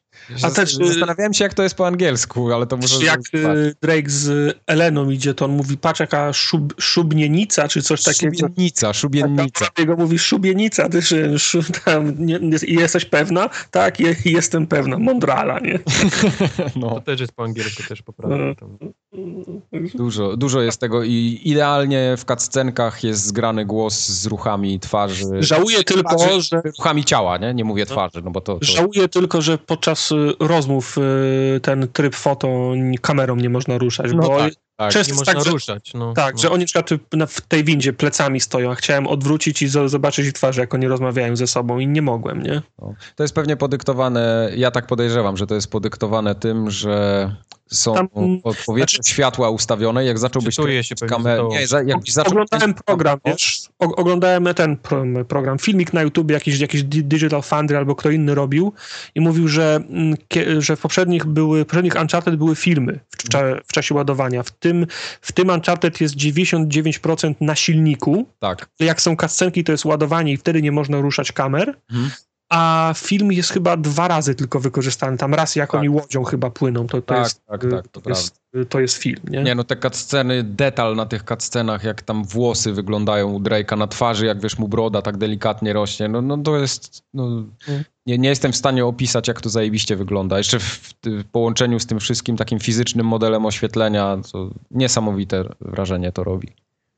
[SPEAKER 2] A też
[SPEAKER 3] zastanawiałem się, jak to jest po angielsku, ale to muszę...
[SPEAKER 2] Jak Drake z Eleną idzie, to on mówi, patrz jaka szub, szubienica, czy coś takiego.
[SPEAKER 3] Szubienica, szubienica.
[SPEAKER 2] Tak, jego mówi szubienica, ty szub, tam, nie, jesteś pewna? Tak, je, jestem pewna, mądrala, nie?
[SPEAKER 1] No. To też jest po angielsku, też poprawnie.
[SPEAKER 3] Dużo, dużo jest tego i idealnie w cutscenkach jest zgrany głos z ruchami twarzy.
[SPEAKER 2] Żałuję tylko,
[SPEAKER 3] twarzy,
[SPEAKER 2] że...
[SPEAKER 3] Ruchami ciała, nie? Nie mówię twarzy, no bo to... to...
[SPEAKER 2] Żałuję tylko, że podczas rozmów ten tryb foto kamerą nie można ruszać,
[SPEAKER 1] no
[SPEAKER 2] bo
[SPEAKER 1] tak, tak,
[SPEAKER 2] często
[SPEAKER 1] nie
[SPEAKER 2] jest
[SPEAKER 1] można
[SPEAKER 2] tak,
[SPEAKER 1] ruszać. No,
[SPEAKER 2] tak,
[SPEAKER 1] no.
[SPEAKER 2] że oni na przykład w tej windzie plecami stoją, a chciałem odwrócić i zobaczyć ich twarze, jak oni rozmawiają ze sobą i nie mogłem, nie?
[SPEAKER 3] No. To jest pewnie podyktowane, ja tak podejrzewam, że to jest podyktowane tym, że są Tam, odpowiednie znaczy, światła ustawione, jak zacząłbyś
[SPEAKER 1] się
[SPEAKER 3] kamerę... Nie, jakbyś zaczął
[SPEAKER 2] oglądałem program, wiesz, oglądałem ten program, filmik na YouTube, jakiś, jakiś Digital Foundry albo kto inny robił i mówił, że, że w poprzednich były, w poprzednich Uncharted były filmy w, cza, w czasie ładowania. W tym, w tym Uncharted jest dziewięćdziesiąt dziewięć procent na silniku.
[SPEAKER 3] Tak.
[SPEAKER 2] Jak są cutscenki, to jest ładowanie i wtedy nie można ruszać kamer. Mhm. A film jest chyba dwa razy tylko wykorzystany. Tam raz jak tak. oni łodzią chyba płyną, to, to
[SPEAKER 3] tak,
[SPEAKER 2] jest
[SPEAKER 3] tak, tak, to,
[SPEAKER 2] to, jest, to jest film, nie?
[SPEAKER 3] Nie, no te cutsceny, detal na tych cutscenach, jak tam włosy wyglądają u Drake'a na twarzy, jak wiesz, mu broda tak delikatnie rośnie, no, no to jest... No, hmm. nie, nie jestem w stanie opisać, jak to zajebiście wygląda. Jeszcze w, w połączeniu z tym wszystkim takim fizycznym modelem oświetlenia, to niesamowite wrażenie to robi.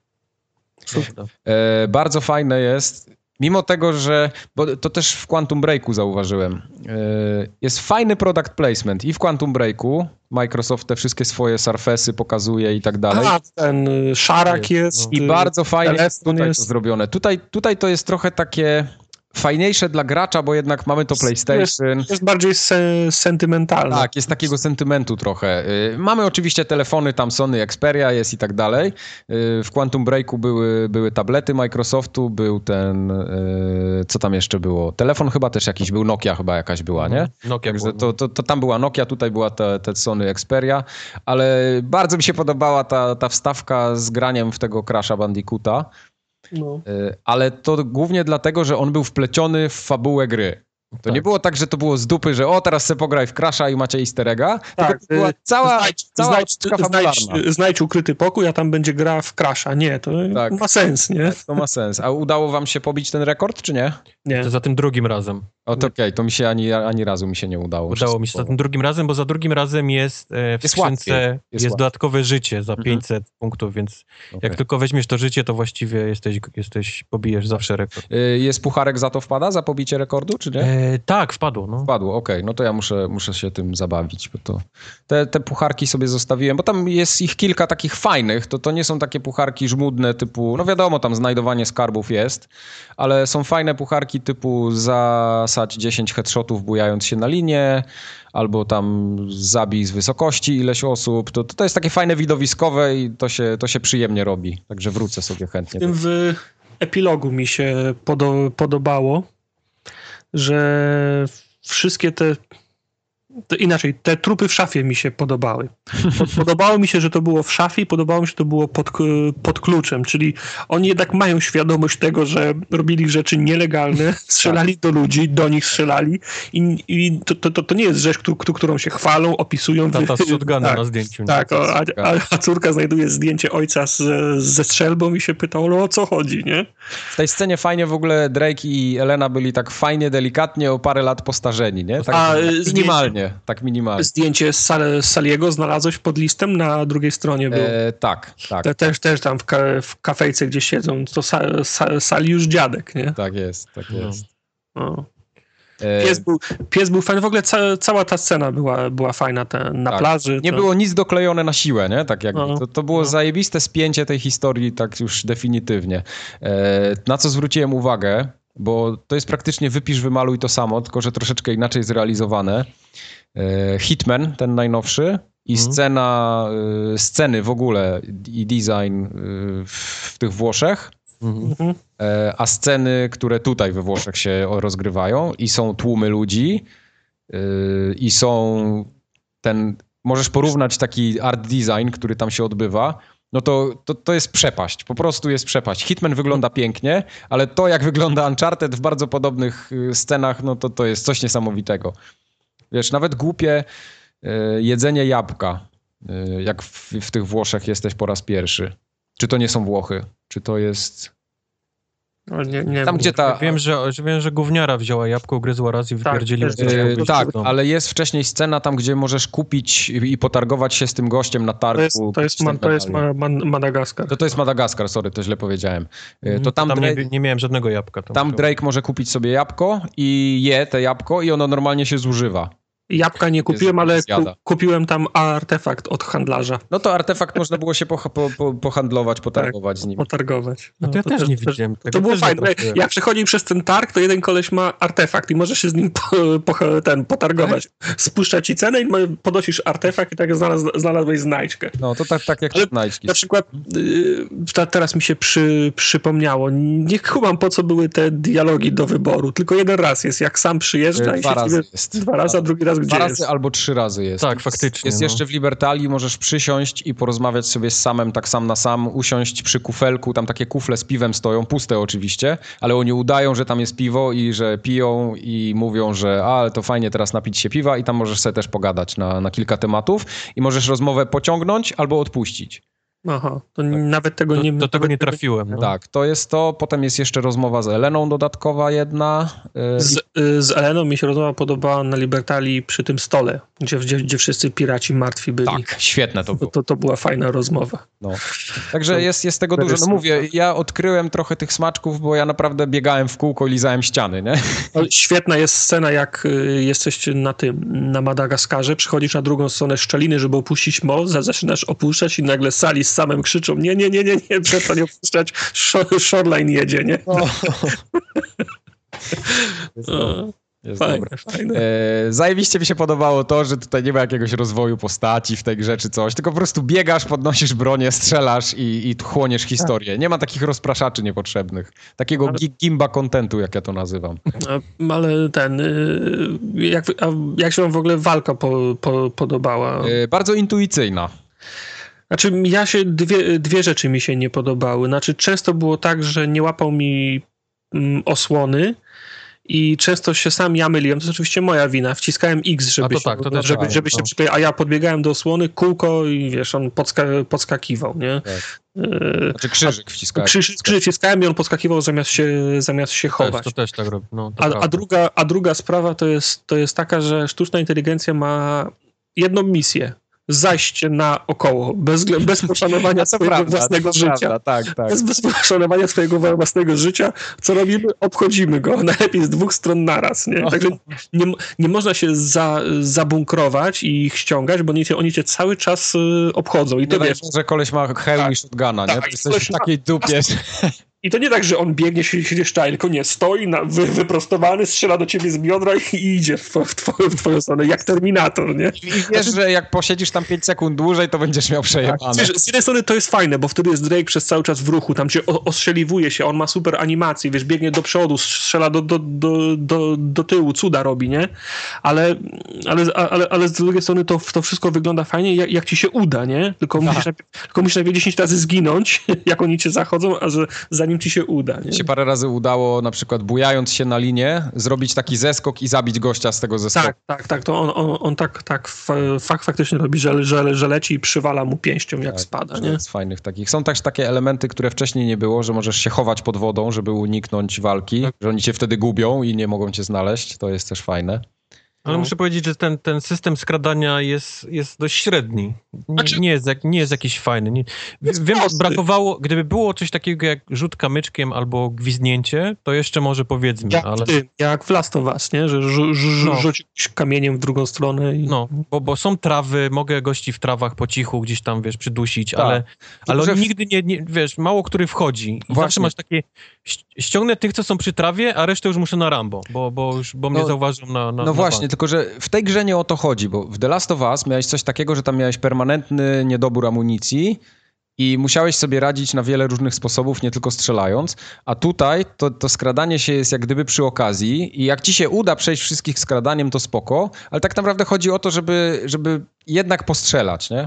[SPEAKER 3] E, bardzo fajne jest... Mimo tego, że, bo to też w Quantum Breaku zauważyłem, jest fajny product placement i w Quantum Breaku Microsoft te wszystkie swoje Surface'y pokazuje i tak dalej.
[SPEAKER 2] A, ten szarak jest. jest
[SPEAKER 3] I bardzo fajnie jest tutaj jest. to zrobione. Tutaj, tutaj to jest trochę takie fajniejsze dla gracza, bo jednak mamy to PlayStation.
[SPEAKER 2] Jest, jest bardziej se, sentymentalne.
[SPEAKER 3] Tak, jest takiego sentymentu trochę. Mamy oczywiście telefony, tam Sony Xperia jest i tak dalej. W Quantum Breaku były, były tablety Microsoftu, był ten, co tam jeszcze było? Telefon chyba też jakiś był, Nokia chyba jakaś była, nie?
[SPEAKER 1] Nokia
[SPEAKER 3] Także to, to, to tam była Nokia, tutaj była ta, ta Sony Xperia, ale bardzo mi się podobała ta, ta wstawka z graniem w tego Crasha Bandicoota. No. Ale to głównie dlatego, że on był wpleciony w fabułę gry. To tak. nie było tak, że to było z dupy, że o, teraz se pograj w Crasha i macie easter egga, tak, tylko to była cała, znajdź, cała znajdź,
[SPEAKER 2] znajdź, znajdź ukryty pokój, a tam będzie gra w Crasha. Nie, to tak. ma sens, nie?
[SPEAKER 3] Tak, to ma sens. A udało wam się pobić ten rekord, czy nie?
[SPEAKER 2] Nie.
[SPEAKER 1] To za tym drugim razem.
[SPEAKER 3] O, to okej, okay. to mi się ani, ani razu mi się nie udało.
[SPEAKER 1] Udało mi się za tym drugim razem, bo za drugim razem jest e, w
[SPEAKER 3] jest
[SPEAKER 1] skrzynce jest,
[SPEAKER 3] jest
[SPEAKER 1] dodatkowe życie za pięćset mhm. punktów, więc okay. jak tylko weźmiesz to życie, to właściwie jesteś, jesteś pobijesz zawsze rekord.
[SPEAKER 3] Jest pucharek za to wpada, za pobicie rekordu, czy nie?
[SPEAKER 1] E, tak, wpadło. No.
[SPEAKER 3] Wpadło, okej, okay. no to ja muszę, muszę się tym zabawić, bo to te, te pucharki sobie zostawiłem, bo tam jest ich kilka takich fajnych, to, to nie są takie pucharki żmudne typu, no wiadomo, tam znajdowanie skarbów jest, ale są fajne pucharki typu zasadź dziesięć headshotów bujając się na linię, albo tam zabij z wysokości ileś osób, to, to jest takie fajne widowiskowe i to się, to się przyjemnie robi, także wrócę sobie chętnie.
[SPEAKER 2] W tym w epilogu mi się podo- podobało, że wszystkie te, te inaczej, te trupy w szafie mi się podobały. Podobało mi się, że to było w szafie i podobało mi się, że to było pod, pod kluczem, czyli oni jednak mają świadomość tego, że robili rzeczy nielegalne, strzelali do ludzi, do nich strzelali i, i to, to, to nie jest rzecz, którą się chwalą, opisują.
[SPEAKER 1] Tata z shotguna tak, na zdjęciu.
[SPEAKER 2] Tak, o, a, a, a córka znajduje zdjęcie ojca z, ze strzelbą i się pyta, o co chodzi, nie?
[SPEAKER 3] W tej scenie fajnie w ogóle Drake i Elena byli tak fajnie, delikatnie o parę lat postarzeni, nie? Tak,
[SPEAKER 2] a,
[SPEAKER 3] tak minimalnie. Tak minimalnie.
[SPEAKER 2] Zdjęcie z Sal- Saliego znalazłeś pod listem na drugiej stronie był. E,
[SPEAKER 3] tak, tak.
[SPEAKER 2] Te, też, też tam w, ka- w kafejce, gdzie siedzą, to Sa- Sa- Sali już dziadek, nie?
[SPEAKER 3] Tak jest, tak jest.
[SPEAKER 2] No. Pies, był, pies był fajny, w ogóle ca- cała ta scena była, była fajna te, na
[SPEAKER 3] tak.
[SPEAKER 2] plaży.
[SPEAKER 3] Nie
[SPEAKER 2] to...
[SPEAKER 3] było nic doklejone na siłę, nie? Tak jakby.
[SPEAKER 2] No.
[SPEAKER 3] To, to było no. zajebiste spięcie tej historii tak już definitywnie. E, na co zwróciłem uwagę, bo to jest praktycznie wypisz, wymaluj to samo, tylko że troszeczkę inaczej zrealizowane. Hitman, ten najnowszy i mhm. scena, sceny w ogóle i design w tych Włoszech, mhm. a sceny, które tutaj we Włoszech się rozgrywają i są tłumy ludzi i są ten, możesz porównać taki art design, który tam się odbywa, no to, to, to jest przepaść, po prostu jest przepaść. Hitman wygląda pięknie, ale to jak wygląda Uncharted w bardzo podobnych scenach, no to to jest coś niesamowitego. Wiesz, nawet głupie y, jedzenie jabłka, y, jak w, w tych Włoszech jesteś po raz pierwszy. Czy to nie są Włochy? Czy to jest...
[SPEAKER 2] No, nie, nie
[SPEAKER 3] Tam, gdzie ta...
[SPEAKER 1] Wiem, że, że wiem, że gówniara wzięła jabłko, ugryzła raz i wypierdzieliła.
[SPEAKER 2] Tak,
[SPEAKER 3] Yy, tak, ale jest wcześniej scena tam, gdzie możesz kupić i potargować się z tym gościem na targu.
[SPEAKER 2] To jest, to jest, man, to jest ma, man, Madagaskar.
[SPEAKER 3] To, to jest Madagaskar, sorry, to źle powiedziałem. Yy, to tam,
[SPEAKER 1] tam
[SPEAKER 3] Drake,
[SPEAKER 1] nie, nie miałem żadnego jabłka. Tam,
[SPEAKER 3] tam Drake może kupić sobie jabłko i je te jabłko i ono normalnie się zużywa.
[SPEAKER 2] Jabłka nie kupiłem, ale ku, kupiłem tam artefakt od handlarza.
[SPEAKER 3] No to artefakt można było się po, po, po, pohandlować, potargować
[SPEAKER 2] tak,
[SPEAKER 3] z nim.
[SPEAKER 2] Potargować.
[SPEAKER 1] No, no to ja to też, też nie widziałem.
[SPEAKER 2] To, to było fajne. Jak przechodzi przez ten targ, to jeden koleś ma artefakt i możesz się z nim po, po, ten, potargować. Spuszcza ci cenę i podnosisz artefakt i tak znalaz, znalazłeś znajdźkę.
[SPEAKER 3] No to tak, tak jak
[SPEAKER 2] ale
[SPEAKER 3] znajdźki.
[SPEAKER 2] Na przykład yy, teraz mi się przy, przypomniało, nie kumam po co były te dialogi do wyboru, tylko jeden raz jest, jak sam przyjeżdża
[SPEAKER 3] yy,
[SPEAKER 2] i
[SPEAKER 3] dwa
[SPEAKER 2] się
[SPEAKER 3] razy
[SPEAKER 2] jest. Dwa razy, a drugi raz
[SPEAKER 3] Dwa
[SPEAKER 2] gdzie
[SPEAKER 3] razy
[SPEAKER 2] jest?
[SPEAKER 3] albo trzy razy jest.
[SPEAKER 1] Tak, faktycznie.
[SPEAKER 3] Jest
[SPEAKER 1] no.
[SPEAKER 3] jeszcze w Libertalii, możesz przysiąść i porozmawiać sobie z samym, tak sam na sam, usiąść przy kufelku, tam takie kufle z piwem stoją, puste oczywiście, ale oni udają, że tam jest piwo i że piją i mówią, że a, ale to fajnie teraz napić się piwa i tam możesz sobie też pogadać na, na kilka tematów i możesz rozmowę pociągnąć albo odpuścić.
[SPEAKER 2] Aha, to tak. nawet tego
[SPEAKER 1] do,
[SPEAKER 2] nie...
[SPEAKER 1] Do tego nie trafiłem. No.
[SPEAKER 3] Tak, to jest to. Potem jest jeszcze rozmowa z Eleną dodatkowa jedna.
[SPEAKER 2] Z, z Eleną mi się rozmowa podobała na Libertalii przy tym stole, gdzie, gdzie, gdzie wszyscy piraci martwi byli.
[SPEAKER 3] Tak, świetne to było.
[SPEAKER 2] To, to była fajna rozmowa.
[SPEAKER 3] No. Także to jest, jest tego dużo. No mówię, ja odkryłem trochę tych smaczków, bo ja naprawdę biegałem w kółko i lizałem ściany, nie?
[SPEAKER 2] Świetna jest scena, jak jesteś na tym, na Madagaskarze, przychodzisz na drugą stronę szczeliny, żeby opuścić most, zaczynasz opuszczać i nagle sali z samym krzyczą, nie, nie, nie, nie, nie, przestań opuszczać, Shoreline jedzie, nie?
[SPEAKER 3] No. Jest dobre. Jest
[SPEAKER 2] fajne,
[SPEAKER 3] dobre.
[SPEAKER 2] Fajne.
[SPEAKER 3] E, zajebiście mi się podobało to, że tutaj nie ma jakiegoś rozwoju postaci w tej grze czy coś, tylko po prostu biegasz, podnosisz bronię, strzelasz i, i chłoniesz historię. Nie ma takich rozpraszaczy niepotrzebnych. Takiego ale... gimba contentu, jak ja to nazywam.
[SPEAKER 2] Ale ten, jak, jak się wam w ogóle walka po, po, podobała?
[SPEAKER 3] E, bardzo intuicyjna.
[SPEAKER 2] Znaczy, ja się, dwie, dwie rzeczy mi się nie podobały. Znaczy, często było tak, że nie łapał mi mm, osłony i często się sam ja myliłem. To jest oczywiście moja wina. Wciskałem X, żeby, się,
[SPEAKER 1] tak, to
[SPEAKER 2] żeby,
[SPEAKER 1] tak,
[SPEAKER 2] żeby się
[SPEAKER 1] no.
[SPEAKER 2] przykleić, a ja podbiegałem do osłony, kółko i wiesz, on podska podskakiwał, nie?
[SPEAKER 3] Tak. Znaczy krzyżyk wciskałem.
[SPEAKER 2] Krzyż, krzyżyk wciskałem i on podskakiwał zamiast się, zamiast się chować.
[SPEAKER 1] Też, to też tak robi. No,
[SPEAKER 2] a, a, druga, a druga sprawa to jest, to jest taka, że sztuczna inteligencja ma jedną misję. Zajść naokoło, bez, bez poszanowania swojego
[SPEAKER 3] prawda,
[SPEAKER 2] własnego życia.
[SPEAKER 3] Prawda, tak, tak.
[SPEAKER 2] Bez, bez poszanowania swojego własnego życia. Co robimy? Obchodzimy go. Najlepiej z dwóch stron naraz. Nie? Także nie, nie można się za, zabunkrować i ich ściągać, bo oni cię, oni cię cały czas y, obchodzą. I to
[SPEAKER 3] nie
[SPEAKER 2] wiesz,
[SPEAKER 3] że koleś ma hełm
[SPEAKER 2] tak,
[SPEAKER 3] i shotguna, nie?
[SPEAKER 2] Tak,
[SPEAKER 3] to jesteś w takiej dupie.
[SPEAKER 2] I to nie tak, że on biegnie, siedzi szczaj, tylko nie, stoi na, wy, wyprostowany, strzela do ciebie z biodra i, i idzie w, w, twoją, w twoją stronę, jak Terminator, nie?
[SPEAKER 3] I wiesz, że jak posiedzisz tam pięć sekund dłużej, to będziesz miał przejebane.
[SPEAKER 2] Tak. Z jednej strony to jest fajne, bo wtedy jest Drake przez cały czas w ruchu, tam cię ostrzeliwuje się, on ma super animację, wiesz, biegnie do przodu, strzela do, do, do, do, do tyłu, cuda robi, nie? Ale, ale, ale, ale z drugiej strony to, to wszystko wygląda fajnie, jak, jak ci się uda, nie? Tylko musisz, najpierw, tylko musisz najpierw dziesięć razy zginąć, jak oni cię zachodzą, a że zanim ci się uda, nie?
[SPEAKER 3] Się parę razy udało, na przykład bujając się na linię, zrobić taki zeskok i zabić gościa z tego zeskoku.
[SPEAKER 2] Tak, tak, tak, to on, on, on tak, tak fakt faktycznie robi, że, że, że leci i przywala mu pięścią, jak
[SPEAKER 3] tak,
[SPEAKER 2] spada, nie?
[SPEAKER 3] Z fajnych takich. Są też takie elementy, które wcześniej nie było, że możesz się chować pod wodą, żeby uniknąć walki, tak. Że oni cię wtedy gubią i nie mogą cię znaleźć. To jest też fajne.
[SPEAKER 1] Ale no. muszę powiedzieć, że ten, ten system skradania jest, jest dość średni. Nie, znaczy, nie, jest, nie jest jakiś fajny. Nie, wiem, brakowało, gdyby było coś takiego jak rzut kamyczkiem albo gwizdnięcie, to jeszcze może powiedzmy.
[SPEAKER 2] Jak,
[SPEAKER 1] ale...
[SPEAKER 2] ty, jak w Last of Us, nie? Że rzu, rzu, no. rzucić kamieniem w drugą stronę. I...
[SPEAKER 1] No, bo, bo są trawy, mogę gości w trawach po cichu gdzieś tam, wiesz, przydusić, tak. ale, ale on w... nigdy nie, nie, wiesz, mało który wchodzi. I zawsze masz takie, ściągnę tych, co są przy trawie, a resztę już muszę na Rambo, bo, bo, już, bo mnie no, zauważą na, na
[SPEAKER 3] No
[SPEAKER 1] na
[SPEAKER 3] właśnie,
[SPEAKER 1] bank.
[SPEAKER 3] Tylko że w tej grze nie o to chodzi, bo w The Last of Us miałeś coś takiego, że tam miałeś permanentny niedobór amunicji i musiałeś sobie radzić na wiele różnych sposobów, nie tylko strzelając, a tutaj to, to skradanie się jest jak gdyby przy okazji i jak ci się uda przejść wszystkich skradaniem, to spoko, ale tak naprawdę chodzi o to, żeby, żeby jednak postrzelać, nie?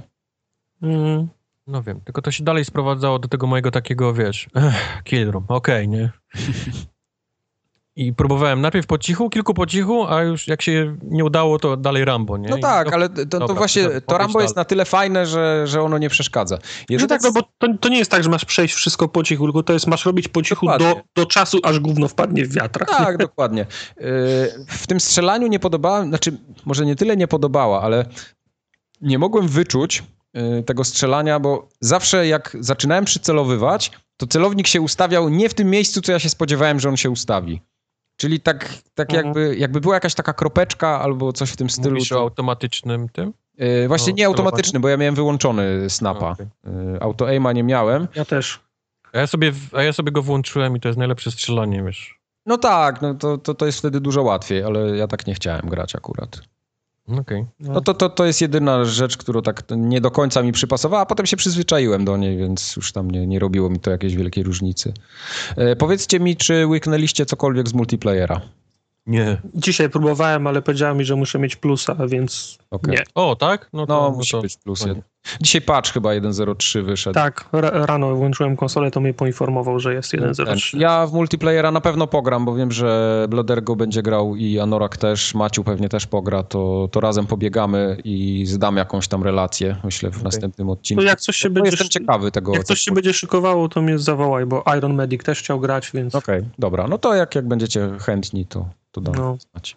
[SPEAKER 2] Mm.
[SPEAKER 1] No wiem, tylko to się dalej sprowadzało do tego mojego takiego, wiesz, kill room, okej, okay, nie? I próbowałem najpierw po cichu, kilku po cichu, a już jak się nie udało, to dalej Rambo, nie?
[SPEAKER 3] No
[SPEAKER 1] I
[SPEAKER 3] tak,
[SPEAKER 1] to,
[SPEAKER 3] ale to, to
[SPEAKER 1] dobra,
[SPEAKER 3] właśnie,
[SPEAKER 1] to,
[SPEAKER 3] to Rambo jest na tyle fajne, że, że ono nie przeszkadza.
[SPEAKER 2] Że tak, no bo to, to nie jest tak, że masz przejść wszystko po cichu, tylko to jest, masz robić po cichu do, do czasu, aż gówno wpadnie w wiatrach.
[SPEAKER 3] Tak, dokładnie. W tym strzelaniu nie podobała, znaczy może nie tyle nie podobała, ale nie mogłem wyczuć tego strzelania, bo zawsze jak zaczynałem przycelowywać, to celownik się ustawiał nie w tym miejscu, co ja się spodziewałem, że on się ustawi. Czyli tak, tak mhm. jakby, jakby była jakaś taka kropeczka albo coś w tym stylu.
[SPEAKER 1] Mówisz o automatycznym tym?
[SPEAKER 3] Yy, właśnie no, nie automatycznym, bo ja miałem wyłączony snapa. Okay. Yy, auto-aima nie miałem.
[SPEAKER 2] Ja też.
[SPEAKER 1] A ja, sobie, a ja sobie go włączyłem i to jest najlepsze strzelanie, wiesz.
[SPEAKER 3] No tak, no to, to, to jest wtedy dużo łatwiej, ale ja tak nie chciałem grać akurat.
[SPEAKER 1] Okay.
[SPEAKER 3] No to, to, to jest jedyna rzecz, którą tak nie do końca mi przypasowała, a potem się przyzwyczaiłem do niej, więc już tam nie, nie robiło mi to jakiejś wielkiej różnicy. E, powiedzcie mi, czy łyknęliście cokolwiek z multiplayera?
[SPEAKER 1] Nie.
[SPEAKER 2] Dzisiaj próbowałem, ale powiedziała mi, że muszę mieć plusa, więc okay. nie.
[SPEAKER 1] O, tak?
[SPEAKER 3] No, to, no, no musi to... być plus jeden. Dzisiaj patch chyba jeden zero trzy wyszedł.
[SPEAKER 2] Tak, rano włączyłem konsolę, to mnie poinformował, że jest jeden zero trzy.
[SPEAKER 3] Ja w multiplayera na pewno pogram, bo wiem, że Blodergo będzie grał i Anorak też, Maciu pewnie też pogra, to, to razem pobiegamy i zdam jakąś tam relację, myślę, w okay. następnym odcinku.
[SPEAKER 2] To jak coś się
[SPEAKER 3] no,
[SPEAKER 2] będzie...
[SPEAKER 3] Jestem ciekawy tego.
[SPEAKER 2] Jak coś się tego... będzie szykowało, to mnie zawołaj, bo Iron Medic też chciał grać, więc...
[SPEAKER 3] Okej, okay, dobra, no to jak, jak będziecie chętni, to, to dam no. znać.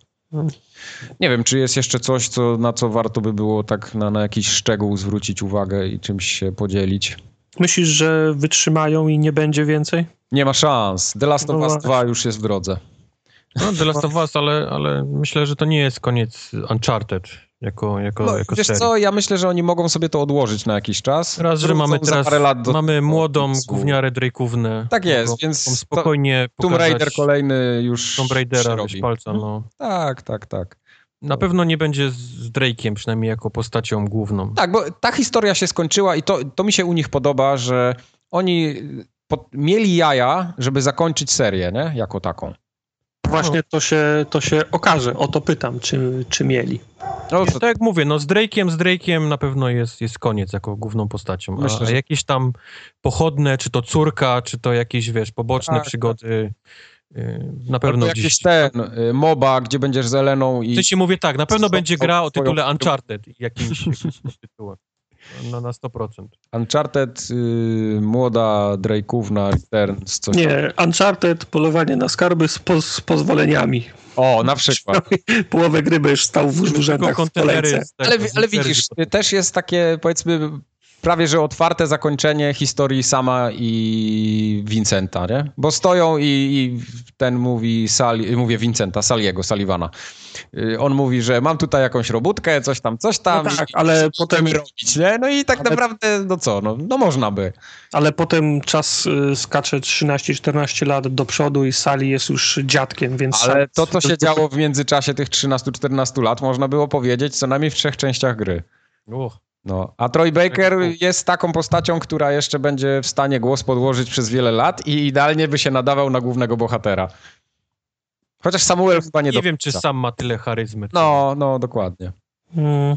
[SPEAKER 3] Nie wiem, czy jest jeszcze coś, co, na co warto by było tak na, na jakiś szczegół zwrócić uwagę i czymś się podzielić.
[SPEAKER 2] Myślisz, że wytrzymają i nie będzie więcej?
[SPEAKER 3] Nie ma szans. The Last of Us no dwa już jest w drodze.
[SPEAKER 1] No, The Last of Us, ale, ale myślę, że to nie jest koniec Uncharted jako, jako,
[SPEAKER 3] no,
[SPEAKER 1] jako
[SPEAKER 3] wiesz
[SPEAKER 1] serii.
[SPEAKER 3] co, ja myślę, że oni mogą sobie to odłożyć na jakiś czas.
[SPEAKER 1] Raz, że mamy teraz do... mamy młodą gówniarę Drake'ównę.
[SPEAKER 3] Tak jest, więc
[SPEAKER 1] spokojnie
[SPEAKER 3] Tomb Raider kolejny już
[SPEAKER 1] Tomb Raidera, wiesz, palca, no.
[SPEAKER 3] Tak, tak, tak.
[SPEAKER 1] Na pewno nie będzie z Drake'iem, przynajmniej jako postacią główną.
[SPEAKER 3] Tak, bo ta historia się skończyła i to, to mi się u nich podoba, że oni pod, mieli jaja, żeby zakończyć serię, nie? Jako taką.
[SPEAKER 2] Właśnie to się, to się okaże. O to pytam, czy, czy mieli.
[SPEAKER 1] No, to... Tak jak mówię, no z Drake'iem, z Drake'iem na pewno jest, jest koniec jako główną postacią. A, Myślę, że... a jakieś tam pochodne, czy to córka, czy to jakieś, wiesz, poboczne tak, przygody... Na pewno
[SPEAKER 3] albo jakiś ten, MOBA, gdzie będziesz z Eleną i...
[SPEAKER 1] W sensie mówię tak, na pewno będzie gra o tytule Uncharted jakimś, jakimś tytułem. No, na sto procent.
[SPEAKER 3] Uncharted, yy, młoda Drake'ówna, Returns, coś
[SPEAKER 2] Nie, tam. Uncharted, polowanie na skarby z, po, z pozwoleniami.
[SPEAKER 3] O, na przykład.
[SPEAKER 2] Połowę gry będziesz stał w urzędach w kolejce.
[SPEAKER 3] Ale, ale widzisz, też jest takie, powiedzmy, prawie że otwarte zakończenie historii Sama i Vincenta, nie? Bo stoją i, i ten mówi, Sali, mówię Vincenta, Saliego, Sullivana. On mówi, że mam tutaj jakąś robótkę, coś tam, coś tam.
[SPEAKER 2] No tak, ale potem...
[SPEAKER 3] robić, nie? No i tak ale... naprawdę, no co, no, no można by.
[SPEAKER 2] Ale potem czas y, skacze trzynaście czternaście lat do przodu i Sali jest już dziadkiem, więc...
[SPEAKER 3] Ale to, co się działo w międzyczasie tych trzynastu czternastu lat, można było powiedzieć co najmniej w trzech częściach gry.
[SPEAKER 1] Uch.
[SPEAKER 3] No, a Troy Baker jest taką postacią, która jeszcze będzie w stanie głos podłożyć przez wiele lat i idealnie by się nadawał na głównego bohatera. Chociaż Samuel chyba nie
[SPEAKER 1] Nie wiem, czy sam ma tyle charyzmy.
[SPEAKER 3] No, no, dokładnie.
[SPEAKER 2] Hmm.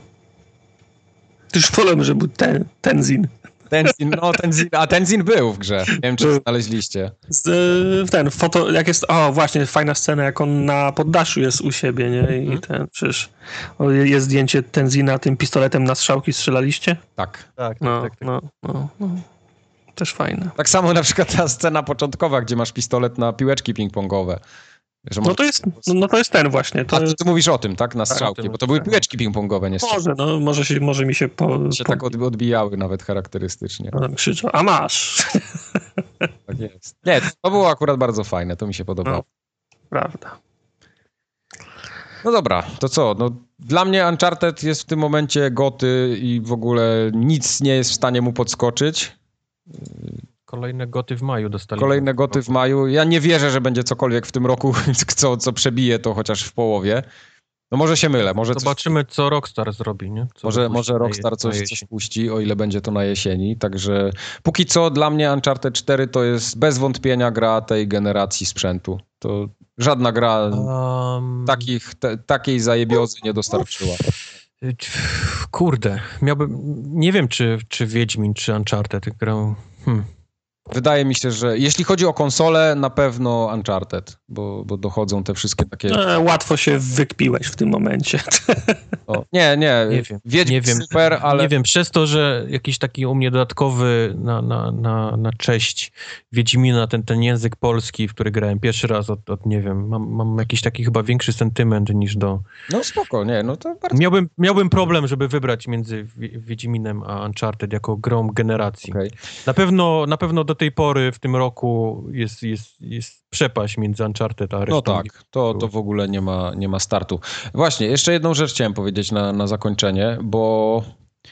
[SPEAKER 2] Już wolę, że był ten, Tenzin.
[SPEAKER 3] Tenzin, no Tenzin, a Tenzin był w grze. Nie wiem, czy znaleźliście.
[SPEAKER 2] Z, ten, foto, jak jest, o właśnie, fajna scena, jak on na poddaszu jest u siebie, nie? I hmm. ten, przecież o, jest zdjęcie Tenzina tym pistoletem na strzałki, strzelaliście?
[SPEAKER 3] Tak.
[SPEAKER 1] Tak,
[SPEAKER 2] no,
[SPEAKER 1] tak, tak.
[SPEAKER 2] No, no, no. Też fajne.
[SPEAKER 3] Tak samo na przykład ta scena początkowa, gdzie masz pistolet na piłeczki ping-pongowe. Że
[SPEAKER 2] no, to jest, no, no to jest ten właśnie. To
[SPEAKER 3] A ty,
[SPEAKER 2] jest...
[SPEAKER 3] ty mówisz o tym, tak? Na strzałki, tak, bo to były piłeczki ping-pongowe, nie
[SPEAKER 2] Może, no, może, się, może mi się... Po,
[SPEAKER 3] się
[SPEAKER 2] po...
[SPEAKER 3] tak odbijały nawet charakterystycznie.
[SPEAKER 2] No, krzyczą, a masz!
[SPEAKER 3] Tak jest. Nie, to było akurat bardzo fajne, to mi się podobało.
[SPEAKER 2] No, prawda.
[SPEAKER 3] No dobra, to co? No, dla mnie Uncharted jest w tym momencie goty i w ogóle nic nie jest w stanie mu podskoczyć.
[SPEAKER 1] Kolejne goty w maju dostali.
[SPEAKER 3] Kolejne goty w maju. Ja nie wierzę, że będzie cokolwiek w tym roku, co, co przebije to chociaż w połowie. No może się mylę. Może
[SPEAKER 1] Zobaczymy,
[SPEAKER 3] coś...
[SPEAKER 1] co Rockstar zrobi, nie? Co
[SPEAKER 3] może może Rockstar coś, coś puści, o ile będzie to na jesieni. Także póki co dla mnie Uncharted cztery to jest bez wątpienia gra tej generacji sprzętu. To żadna gra um... takich, te, takiej zajebiozy nie dostarczyła.
[SPEAKER 1] Kurde, miałbym... Nie wiem, czy, czy Wiedźmin, czy Uncharted grał... Hmm.
[SPEAKER 3] wydaje mi się, że jeśli chodzi o konsolę, na pewno Uncharted, bo, bo dochodzą te wszystkie takie...
[SPEAKER 2] No, łatwo się wykpiłeś w tym momencie.
[SPEAKER 3] O, nie, nie,
[SPEAKER 1] nie wiem,
[SPEAKER 3] Wiedźmin
[SPEAKER 1] nie wiem,
[SPEAKER 3] super, ale...
[SPEAKER 1] Nie wiem, przez to, że jakiś taki u mnie dodatkowy na, na, na, na cześć Wiedźmina, ten, ten język polski, w który grałem pierwszy raz od, od nie wiem, mam, mam jakiś taki chyba większy sentyment niż do...
[SPEAKER 3] No spoko, nie, no to bardzo...
[SPEAKER 1] Miałbym, miałbym problem, żeby wybrać między Wiedźminem a Uncharted jako grą generacji.
[SPEAKER 3] Okay.
[SPEAKER 1] Na pewno, na pewno do tej pory w tym roku jest, jest, jest przepaść między Uncharted a resztą.
[SPEAKER 3] No tak, to, to w ogóle nie ma, nie ma startu. Właśnie, jeszcze jedną rzecz chciałem powiedzieć na, na zakończenie, bo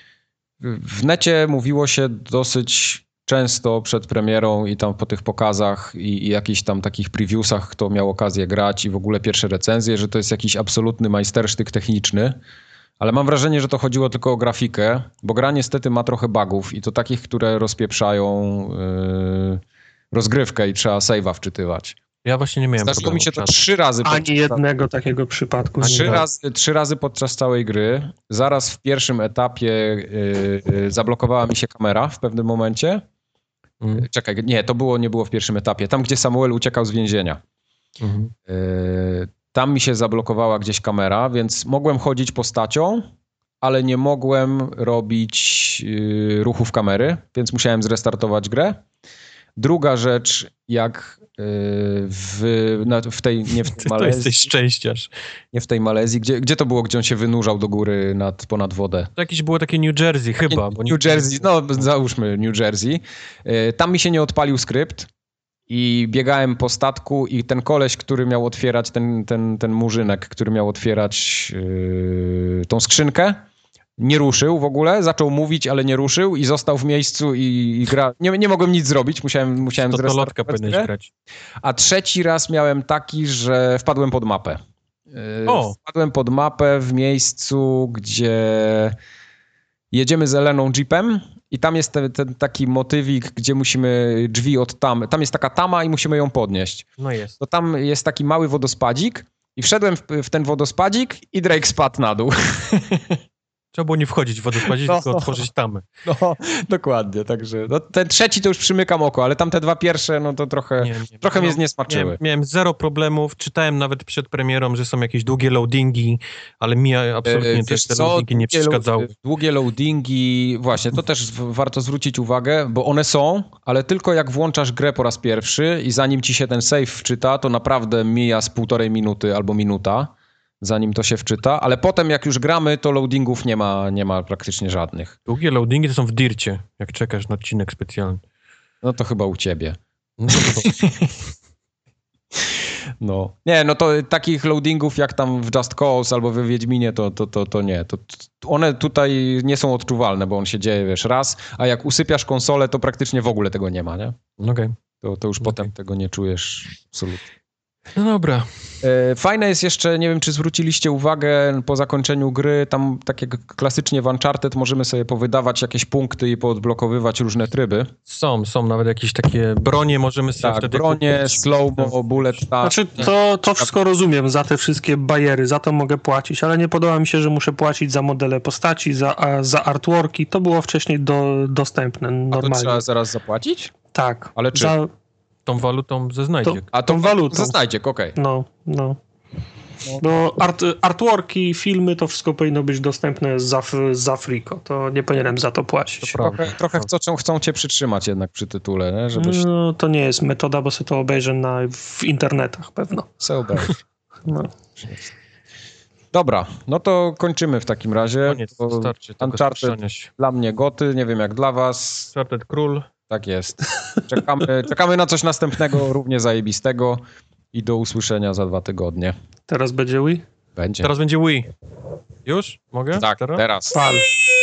[SPEAKER 3] w necie mówiło się dosyć często przed premierą i tam po tych pokazach i, i jakichś tam takich previewsach, kto miał okazję grać i w ogóle pierwsze recenzje, że to jest jakiś absolutny majstersztyk techniczny. Ale mam wrażenie, że to chodziło tylko o grafikę, bo gra niestety ma trochę bugów i to takich, które rozpieprzają yy, rozgrywkę i trzeba save'a wczytywać.
[SPEAKER 1] Ja właśnie nie miałem
[SPEAKER 3] Zdarzyło
[SPEAKER 1] problemu.
[SPEAKER 3] mi się to trzy razy.
[SPEAKER 2] Ani podczas... jednego takiego przypadku.
[SPEAKER 3] Trzy razy, trzy razy podczas całej gry. Zaraz w pierwszym etapie yy, yy, zablokowała mi się kamera w pewnym momencie. Mm. Czekaj, nie, to było, nie było w pierwszym etapie. Tam, gdzie Samuel uciekał z więzienia. Mm. Yy, Tam mi się zablokowała gdzieś kamera, więc mogłem chodzić postacią, ale nie mogłem robić yy, ruchów kamery, więc musiałem zrestartować grę. Druga rzecz, jak yy, w, na, w tej, nie w tej Malezji...
[SPEAKER 1] To jesteś szczęściarz.
[SPEAKER 3] Nie w tej Malezji. Gdzie, gdzie to było, gdzie on się wynurzał do góry nad, ponad wodę?
[SPEAKER 1] To jakieś było takie New Jersey
[SPEAKER 3] takie
[SPEAKER 1] chyba. Bo
[SPEAKER 3] New
[SPEAKER 1] nie...
[SPEAKER 3] Jersey, no załóżmy New Jersey. Yy, tam mi się nie odpalił skrypt. I biegałem po statku i ten koleś, który miał otwierać, ten, ten, ten murzynek, który miał otwierać yy, tą skrzynkę, nie ruszył w ogóle, zaczął mówić, ale nie ruszył i został w miejscu i, i gra... Nie, nie mogłem nic zrobić, musiałem, musiałem
[SPEAKER 1] to
[SPEAKER 3] zrestartować
[SPEAKER 1] lotka powinieneś grać.
[SPEAKER 3] A trzeci raz miałem taki, że wpadłem pod mapę. Yy,
[SPEAKER 1] o.
[SPEAKER 3] Wpadłem pod mapę w miejscu, gdzie jedziemy z Eleną jeepem. I tam jest ten, ten taki motywik, gdzie musimy drzwi od tam. Tam jest taka tama i musimy ją podnieść.
[SPEAKER 1] No jest.
[SPEAKER 3] To tam jest taki mały wodospadzik i wszedłem w, w ten wodospadzik i Drake spadł na dół.
[SPEAKER 1] Trzeba było nie wchodzić w wodospadzie, no, tylko otworzyć tamę.
[SPEAKER 3] No, dokładnie, także no, ten trzeci to już przymykam oko, ale tamte dwa pierwsze, no to trochę, nie, nie, trochę no, mnie zniesmaczyły.
[SPEAKER 1] Miałem, miałem zero problemów, czytałem nawet przed premierą, że są jakieś długie loadingi, ale mi absolutnie
[SPEAKER 3] e,
[SPEAKER 1] też te
[SPEAKER 3] co?
[SPEAKER 1] loadingi nie przeszkadzały.
[SPEAKER 3] Długie loadingi, właśnie, to też warto zwrócić uwagę, bo one są, ale tylko jak włączasz grę po raz pierwszy i zanim ci się ten save wczyta, to naprawdę mija z półtorej minuty albo minuta, zanim to się wczyta, ale potem jak już gramy, to loadingów nie ma, nie ma praktycznie żadnych.
[SPEAKER 1] Długie loadingi to są w dircie, jak czekasz na odcinek specjalny.
[SPEAKER 3] No to chyba u ciebie.
[SPEAKER 1] No, to...
[SPEAKER 3] no. Nie, no to takich loadingów jak tam w Just Cause albo w Wiedźminie, to, to, to, to nie. To, to one tutaj nie są odczuwalne, bo on się dzieje, wiesz, raz, a jak usypiasz konsolę, to praktycznie w ogóle tego nie ma, nie?
[SPEAKER 1] Okej. Okay.
[SPEAKER 3] To, to już okay. Potem tego nie czujesz absolutnie.
[SPEAKER 1] No dobra.
[SPEAKER 3] Fajne jest jeszcze, nie wiem, czy zwróciliście uwagę, po zakończeniu gry, tam tak jak klasycznie w Uncharted możemy sobie powydawać jakieś punkty i poodblokowywać różne tryby.
[SPEAKER 1] Są, są nawet jakieś takie bronie możemy sobie
[SPEAKER 3] tak,
[SPEAKER 1] wtedy
[SPEAKER 3] bronie, slow-mo, bullet time.
[SPEAKER 2] Znaczy to, to wszystko rozumiem, za te wszystkie bajery, za to mogę płacić, ale nie podoba mi się, że muszę płacić za modele postaci, za, za artworki. To było wcześniej do, dostępne normalnie.
[SPEAKER 3] A to trzeba zaraz zapłacić?
[SPEAKER 2] Tak.
[SPEAKER 3] Ale czy?
[SPEAKER 2] Za...
[SPEAKER 1] Tą walutą ze znajdziek.
[SPEAKER 3] To, a tą, tą walutą ze znajdziek, okej. Okay.
[SPEAKER 2] No, no. Bo art, artworki, filmy, to wszystko powinno być dostępne za, za friko. To nie powinienem za to płacić.
[SPEAKER 3] To trochę trochę chcą, chcą cię przytrzymać jednak przy tytule, nie? Żebyś...
[SPEAKER 2] No, to nie jest metoda, bo sobie to obejrzę na, w internetach pewno.
[SPEAKER 3] Se obejrzę. No. Dobra, no to kończymy w takim razie.
[SPEAKER 1] Koniec, starczy tego
[SPEAKER 3] Uncharted dla mnie goty, nie wiem jak dla was.
[SPEAKER 1] Uncharted król.
[SPEAKER 3] Tak jest. Czekamy, czekamy na coś następnego, równie zajebistego i do usłyszenia za dwa tygodnie.
[SPEAKER 2] Teraz będzie Wii?
[SPEAKER 3] Będzie.
[SPEAKER 1] Teraz będzie Wii. Już? Mogę?
[SPEAKER 3] Tak,
[SPEAKER 1] teraz.
[SPEAKER 3] teraz.
[SPEAKER 2] Pal.